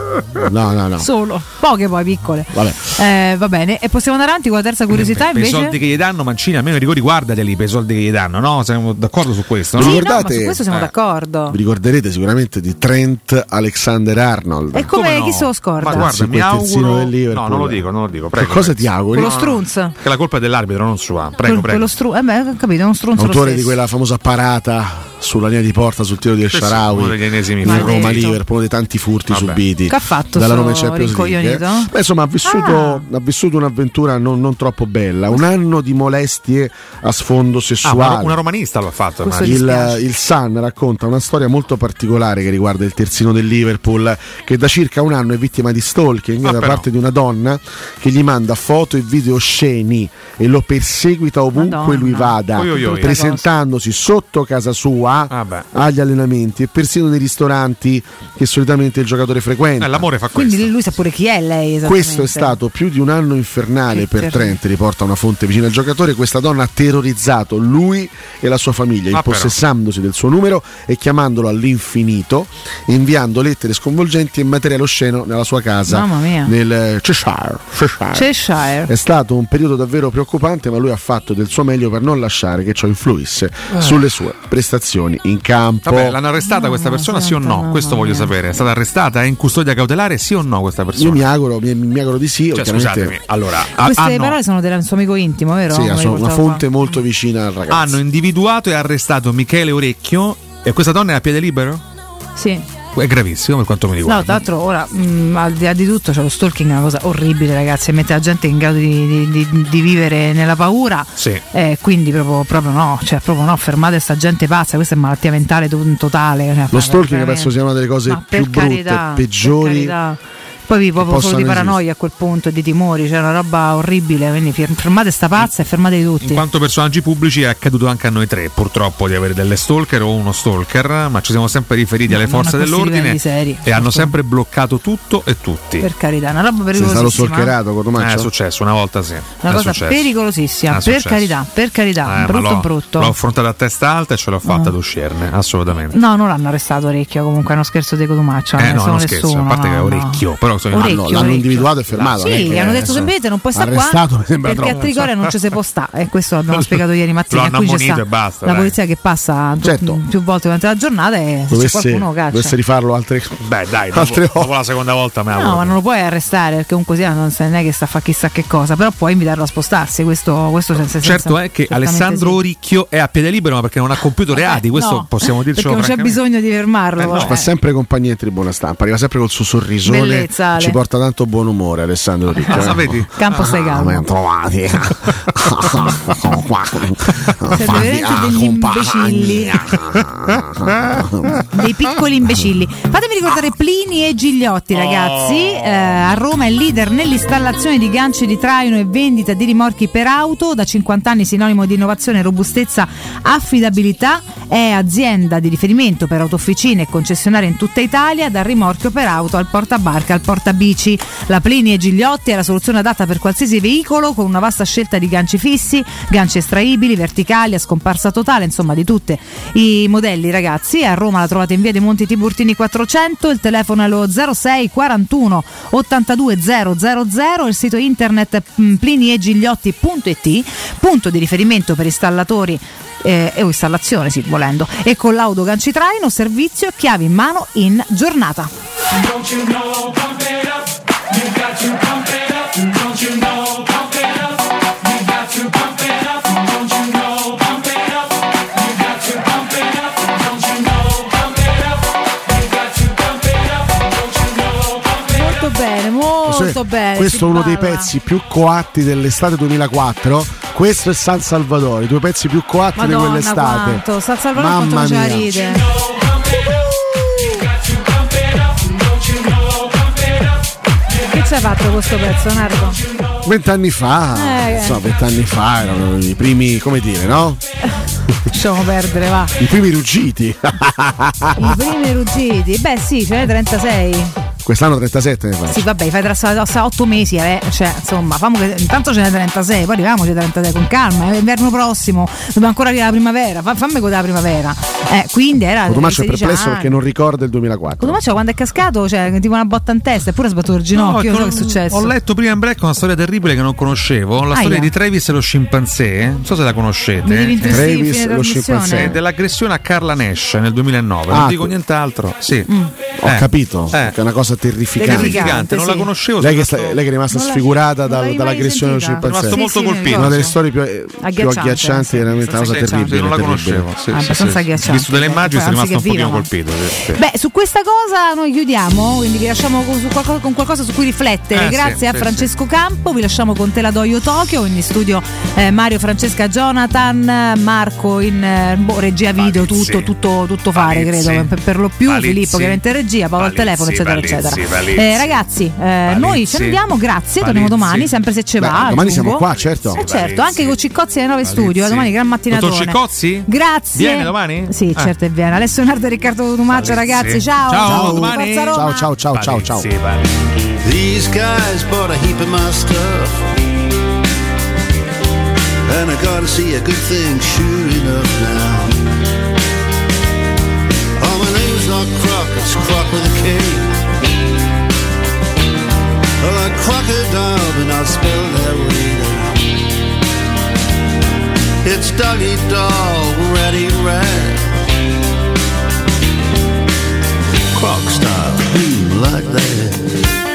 [SPEAKER 12] No, no, no.
[SPEAKER 11] Solo poche poi piccole.
[SPEAKER 12] Vabbè.
[SPEAKER 11] Eh, va bene. E possiamo andare avanti con la terza curiosità
[SPEAKER 28] per
[SPEAKER 11] invece?
[SPEAKER 28] Per i soldi che gli danno, Mancini, almeno i rigori guardateli per i soldi che gli danno, no? Siamo d'accordo su questo, no?
[SPEAKER 11] Sì,
[SPEAKER 12] ricordate?
[SPEAKER 11] No, ma su questo siamo eh. d'accordo.
[SPEAKER 12] Vi ricorderete sicuramente di Trent Alexander-Arnold.
[SPEAKER 11] E come, come
[SPEAKER 28] no?
[SPEAKER 11] chi se lo scorda?
[SPEAKER 28] Ma guarda,
[SPEAKER 12] sì,
[SPEAKER 28] mi auguro
[SPEAKER 12] del Liverpool.
[SPEAKER 28] No, non lo dico, non lo dico. Prego,
[SPEAKER 12] che cosa ti auguri?
[SPEAKER 11] Quello strunz.
[SPEAKER 28] Che la colpa è dell'arbitro, non sua. Prego,
[SPEAKER 11] quello,
[SPEAKER 28] prego.
[SPEAKER 11] Quello stru- eh beh, ho capito, è uno strunzo.
[SPEAKER 12] Autore di quella famosa parata sulla linea di porta sul tiro di El Shaarawy,
[SPEAKER 28] uno degli ennesimi
[SPEAKER 12] in Roma Liverpool, uno dei tanti furti
[SPEAKER 28] Vabbè.
[SPEAKER 12] subiti
[SPEAKER 11] che ha fatto
[SPEAKER 12] dalla Roma Champions League. Beh, insomma, ha vissuto, ah. ha vissuto un'avventura non, non troppo bella, un anno di molestie a sfondo sessuale.
[SPEAKER 28] Ah, una, una romanista lo ha fatto.
[SPEAKER 12] Il, il Sun racconta una storia molto particolare che riguarda il terzino del Liverpool, che da circa un anno è vittima di stalking ah, da però. parte di una donna che gli manda foto e video osceni e lo perseguita ovunque Madonna. lui vada, oi, oi, oi. presentandosi sotto casa sua ah, agli allenamenti e persino nei ristoranti che solitamente il giocatore frequenta.
[SPEAKER 28] Eh, l'amore fa questo.
[SPEAKER 11] Quindi lui sa pure chi è lei.
[SPEAKER 12] Questo è stato più di un anno infernale che per ter- Trent, riporta una fonte vicina al giocatore. Questa donna ha terrorizzato lui e la sua famiglia, ah, impossessandosi del suo numero e chiamandolo all'infinito, inviando lettere sconvolgenti e materiale osceno nella sua casa.
[SPEAKER 11] Mamma mia.
[SPEAKER 12] Nel Cheshire. Cheshire.
[SPEAKER 11] Cheshire.
[SPEAKER 12] È stato un periodo davvero preoccupante, ma lui ha fatto del suo meglio per non lasciare che ciò influisse eh. sulle sue prestazioni in campo.
[SPEAKER 28] Vabbè, l'hanno arrestata questa persona, sì o no? Questo voglio sapere. È stata arrestata? È in custodia cautelare, sì o no questa persona?
[SPEAKER 12] Io mi auguro, mi, mi auguro di sì.
[SPEAKER 28] Cioè, scusatemi, allora,
[SPEAKER 11] queste
[SPEAKER 28] hanno...
[SPEAKER 11] parole sono del suo amico intimo, vero?
[SPEAKER 12] Sì, sono una fonte qua. molto vicina al ragazzo.
[SPEAKER 28] Hanno individuato e arrestato Michele Orecchio e questa donna è a piede libero?
[SPEAKER 11] Sì.
[SPEAKER 28] È gravissimo per quanto mi riguarda.
[SPEAKER 11] No, tra l'altro ora mh, al di là di tutto, cioè, lo stalking è una cosa orribile, ragazzi, mette la gente in grado di, di, di, di vivere nella paura.
[SPEAKER 28] Sì.
[SPEAKER 11] Eh, quindi proprio, proprio no, cioè proprio no, fermate sta gente pazza, questa è malattia mentale totale. Cioè,
[SPEAKER 12] lo stalking penso sia una delle cose
[SPEAKER 11] Ma
[SPEAKER 12] più brutte,
[SPEAKER 11] carità,
[SPEAKER 12] peggiori.
[SPEAKER 11] Poi vi proprio solo di paranoia a quel punto, di timori, c'è cioè una roba orribile, quindi fermate sta pazza e fermatevi tutti.
[SPEAKER 28] In quanto personaggi pubblici è accaduto anche a noi tre, purtroppo, di avere delle stalker o uno stalker, ma ci siamo sempre riferiti
[SPEAKER 11] no,
[SPEAKER 28] alle forze dell'ordine
[SPEAKER 11] seri,
[SPEAKER 28] e hanno sempre bloccato tutto e tutti.
[SPEAKER 11] Per carità, una roba pericolosissima.
[SPEAKER 12] Sei stato stalkerato, Cotumaccio?
[SPEAKER 28] È successo una volta, sì.
[SPEAKER 11] Una
[SPEAKER 28] è
[SPEAKER 11] cosa
[SPEAKER 28] successo.
[SPEAKER 11] pericolosissima, per carità, per carità,
[SPEAKER 28] eh,
[SPEAKER 11] brutto
[SPEAKER 28] l'ho,
[SPEAKER 11] brutto.
[SPEAKER 28] L'ho affrontata a testa alta e ce l'ho fatta no. ad uscirne, assolutamente.
[SPEAKER 11] No, non l'hanno arrestato Orecchio, comunque è uno scherzo di Cotumaccio.
[SPEAKER 28] Eh no,
[SPEAKER 11] non
[SPEAKER 28] scherzo,
[SPEAKER 11] nessuno,
[SPEAKER 28] a parte
[SPEAKER 11] no,
[SPEAKER 28] che è Orecchio,
[SPEAKER 11] no.
[SPEAKER 28] però sono
[SPEAKER 11] Orecchio,
[SPEAKER 12] l'hanno individuato e fermato.
[SPEAKER 11] Sì, gli hanno detto semplicemente non puoi stare qua perché a Trigoria non ci si può stare, e questo l'abbiamo spiegato ieri mattina.
[SPEAKER 28] Lo
[SPEAKER 11] qui c'è
[SPEAKER 28] sta e basta,
[SPEAKER 11] la
[SPEAKER 28] dai.
[SPEAKER 11] polizia che passa
[SPEAKER 12] certo.
[SPEAKER 11] più volte durante la giornata e se
[SPEAKER 12] dovesse,
[SPEAKER 11] c'è qualcuno caccia.
[SPEAKER 12] Dovesse rifarlo altre
[SPEAKER 28] Beh dai,
[SPEAKER 12] altre
[SPEAKER 28] dopo, dopo la seconda volta me la
[SPEAKER 11] No, ma non lo puoi arrestare perché comunque sia non è che sta a fare chissà che cosa, però puoi invitarlo a spostarsi, questo, questo senza
[SPEAKER 28] certo è che Alessandro
[SPEAKER 11] sì.
[SPEAKER 28] Oricchio è a piede libero ma perché non ha compiuto reati, questo
[SPEAKER 11] no,
[SPEAKER 28] possiamo dircelo
[SPEAKER 11] perché non c'è bisogno di fermarlo.
[SPEAKER 28] Eh, no.
[SPEAKER 12] Fa sempre compagnia in tribuna stampa, arriva sempre col suo sorrisone,
[SPEAKER 11] Bellezza,
[SPEAKER 12] ci porta tanto buon umore Alessandro Oricchio.
[SPEAKER 28] Ah, sapete?
[SPEAKER 11] Campo stai calmo.
[SPEAKER 12] Ben trovati. Sono qua.
[SPEAKER 11] Siete veramente degli imbecilli. Dei piccoli imbecilli. Fatemi ricordare Plini e Gigliotti, ragazzi. Eh, a Roma è leader nell'installazione di ganci di traino e vendita di rimorchi per auto. Da cinquanta anni sinonimo di innovazione, robustezza, affidabilità. È azienda di riferimento per autofficine e concessionarie in tutta Italia, dal rimorchio per auto al portabarca al porta portabici. La Plini e Gigliotti è la soluzione adatta per qualsiasi veicolo, con una vasta scelta di ganci fissi, ganci estraibili, verticali, a scomparsa totale, insomma di tutti i modelli, ragazzi. A Roma la trovate in via dei Monti Tiburtini quattrocento, il telefono è lo zero sei quarantuno ottantadue zero zero zero, il sito internet pliniegigliotti punto it, punto di riferimento per installatori eh, e installazione, sì, volendo, e con l'auto ganci traino, servizio chiavi in mano in giornata.
[SPEAKER 18] Don't you know, pump it up. You got to pump it up. Don't you know, pump it up. You got to pump it up. Don't you know, pump it up. You got to pump it up. Don't you know, pump it up. You got to pump it up. Don't you know, pump it up.
[SPEAKER 11] Molto bene, molto
[SPEAKER 12] Se,
[SPEAKER 11] bene.
[SPEAKER 12] questo è uno dei pezzi più coatti dell'estate duemilaquattro. Questo è San Salvatore, i due pezzi più coatti
[SPEAKER 11] Madonna,
[SPEAKER 12] di quell'estate.
[SPEAKER 11] quanto San Salvatore,
[SPEAKER 12] Mamma
[SPEAKER 11] quanto
[SPEAKER 12] mia.
[SPEAKER 11] faceva ride. Che ci hai fatto questo pezzo, Nardo?
[SPEAKER 12] Vent'anni fa,
[SPEAKER 11] Eh.
[SPEAKER 12] insomma, vent'anni fa erano i primi, come dire, no?
[SPEAKER 11] Lasciamo perdere, va.
[SPEAKER 12] I primi ruggiti.
[SPEAKER 11] I primi ruggiti. Beh sì, ce n'è trentasei.
[SPEAKER 12] Quest'anno trentasette ne faccio.
[SPEAKER 11] Sì, vabbè, fai tra otto mesi, eh. Cioè, insomma, famo che intanto ce n'è trentasei, poi arriviamoci a trentasei con calma. È inverno prossimo, dobbiamo ancora arrivare alla primavera. Fa, fammi godere la primavera. Eh, quindi era.
[SPEAKER 12] Cotumaccio è
[SPEAKER 11] sedici
[SPEAKER 12] perplesso
[SPEAKER 11] anni.
[SPEAKER 12] perché non ricorda il duemilaquattro.
[SPEAKER 11] Cotumaccio quando è cascato, cioè, tipo una botta in testa, eppure ha sbattuto il ginocchio.
[SPEAKER 28] No,
[SPEAKER 11] non so che è successo.
[SPEAKER 28] Ho letto prima in break una storia terribile che non conoscevo, la storia
[SPEAKER 11] Aia.
[SPEAKER 28] di Travis e lo scimpanzé, non so se la conoscete.
[SPEAKER 11] Mi devi intristire,
[SPEAKER 28] Travis
[SPEAKER 11] fine
[SPEAKER 28] e lo
[SPEAKER 11] trasmissione.
[SPEAKER 28] scimpanzé, dell'aggressione a Carla Nash nel duemilanove,
[SPEAKER 12] Ah,
[SPEAKER 28] non dico nient'altro. Sì.
[SPEAKER 11] Mm.
[SPEAKER 12] Ho
[SPEAKER 28] Eh.
[SPEAKER 12] capito,
[SPEAKER 28] Eh.
[SPEAKER 12] che è una cosa terrificante.
[SPEAKER 28] Terrificante, non la conoscevo.
[SPEAKER 12] Lei
[SPEAKER 28] sono
[SPEAKER 12] che, sta-
[SPEAKER 28] stato-
[SPEAKER 12] lei che è rimasta
[SPEAKER 11] Non la-
[SPEAKER 12] sfigurata
[SPEAKER 11] non
[SPEAKER 12] dal-
[SPEAKER 11] l'avevi mai
[SPEAKER 12] dall'aggressione dello
[SPEAKER 11] sentita?
[SPEAKER 12] scimpanzé.
[SPEAKER 28] Rimasto molto
[SPEAKER 11] Sì, sì, mi
[SPEAKER 28] colpito.
[SPEAKER 12] Una delle
[SPEAKER 11] ricordo.
[SPEAKER 12] storie più, più
[SPEAKER 11] Agghiacciante,
[SPEAKER 12] agghiaccianti,
[SPEAKER 11] sì.
[SPEAKER 12] veramente una
[SPEAKER 28] Sì,
[SPEAKER 12] cosa
[SPEAKER 28] sì,
[SPEAKER 12] terribile.
[SPEAKER 28] non la
[SPEAKER 12] terribile.
[SPEAKER 28] conoscevo. Sì,
[SPEAKER 11] Ah,
[SPEAKER 28] sì,
[SPEAKER 11] abbastanza
[SPEAKER 28] sì.
[SPEAKER 11] agghiacciante.
[SPEAKER 28] Visto delle immagini sono
[SPEAKER 11] Anzi,
[SPEAKER 28] rimasto un
[SPEAKER 11] che
[SPEAKER 28] pochino
[SPEAKER 11] viva,
[SPEAKER 28] colpito. sì, sì.
[SPEAKER 11] Beh, su questa cosa noi chiudiamo, quindi vi lasciamo con, su qualcosa, con qualcosa su cui riflettere.
[SPEAKER 28] Eh,
[SPEAKER 11] Grazie
[SPEAKER 28] sì,
[SPEAKER 11] a
[SPEAKER 28] sì,
[SPEAKER 11] Francesco Campo, vi lasciamo con Te la Doio Tokyo, in studio eh, Mario, Francesca, Jonathan, Marco in eh, boh, regia video,
[SPEAKER 28] Palizzi.
[SPEAKER 11] tutto, tutto, tutto fare,
[SPEAKER 28] Palizzi.
[SPEAKER 11] credo, per, per lo più
[SPEAKER 28] Palizzi.
[SPEAKER 11] Filippo chiaramente in regia, Paolo al
[SPEAKER 28] Palizzi,
[SPEAKER 11] telefono, eccetera,
[SPEAKER 28] Palizzi,
[SPEAKER 11] eccetera.
[SPEAKER 28] Palizzi.
[SPEAKER 11] Eh, ragazzi, eh, noi ce ne andiamo, grazie, torniamo
[SPEAKER 28] Palizzi.
[SPEAKER 11] domani, sempre se ce
[SPEAKER 12] Beh,
[SPEAKER 11] va.
[SPEAKER 12] domani siamo
[SPEAKER 11] aggiungo.
[SPEAKER 12] qua, certo.
[SPEAKER 11] Eh, certo, anche con Ciccozzi alle nove studio, eh, domani gran mattinatone.
[SPEAKER 28] Dottor Ciccozzi?
[SPEAKER 11] Grazie.
[SPEAKER 28] Viene domani?
[SPEAKER 11] Sì,
[SPEAKER 28] Ah.
[SPEAKER 11] certo, e viene. Alessio Nardo e Riccardo Cotumaccio, ragazzi, ciao.
[SPEAKER 28] Ciao, domani.
[SPEAKER 11] Forza Roma.
[SPEAKER 12] Ciao, ciao, ciao, ciao, ciao.
[SPEAKER 19] These guys bought a heap of my stuff, and I gotta see a good thing sure enough now. Oh, my name's not Croc, it's Croc with a K. Oh, like crocodile, but not spelled that way now. It's Doggy Dog, Ratty Rat, Croc style, boom like that.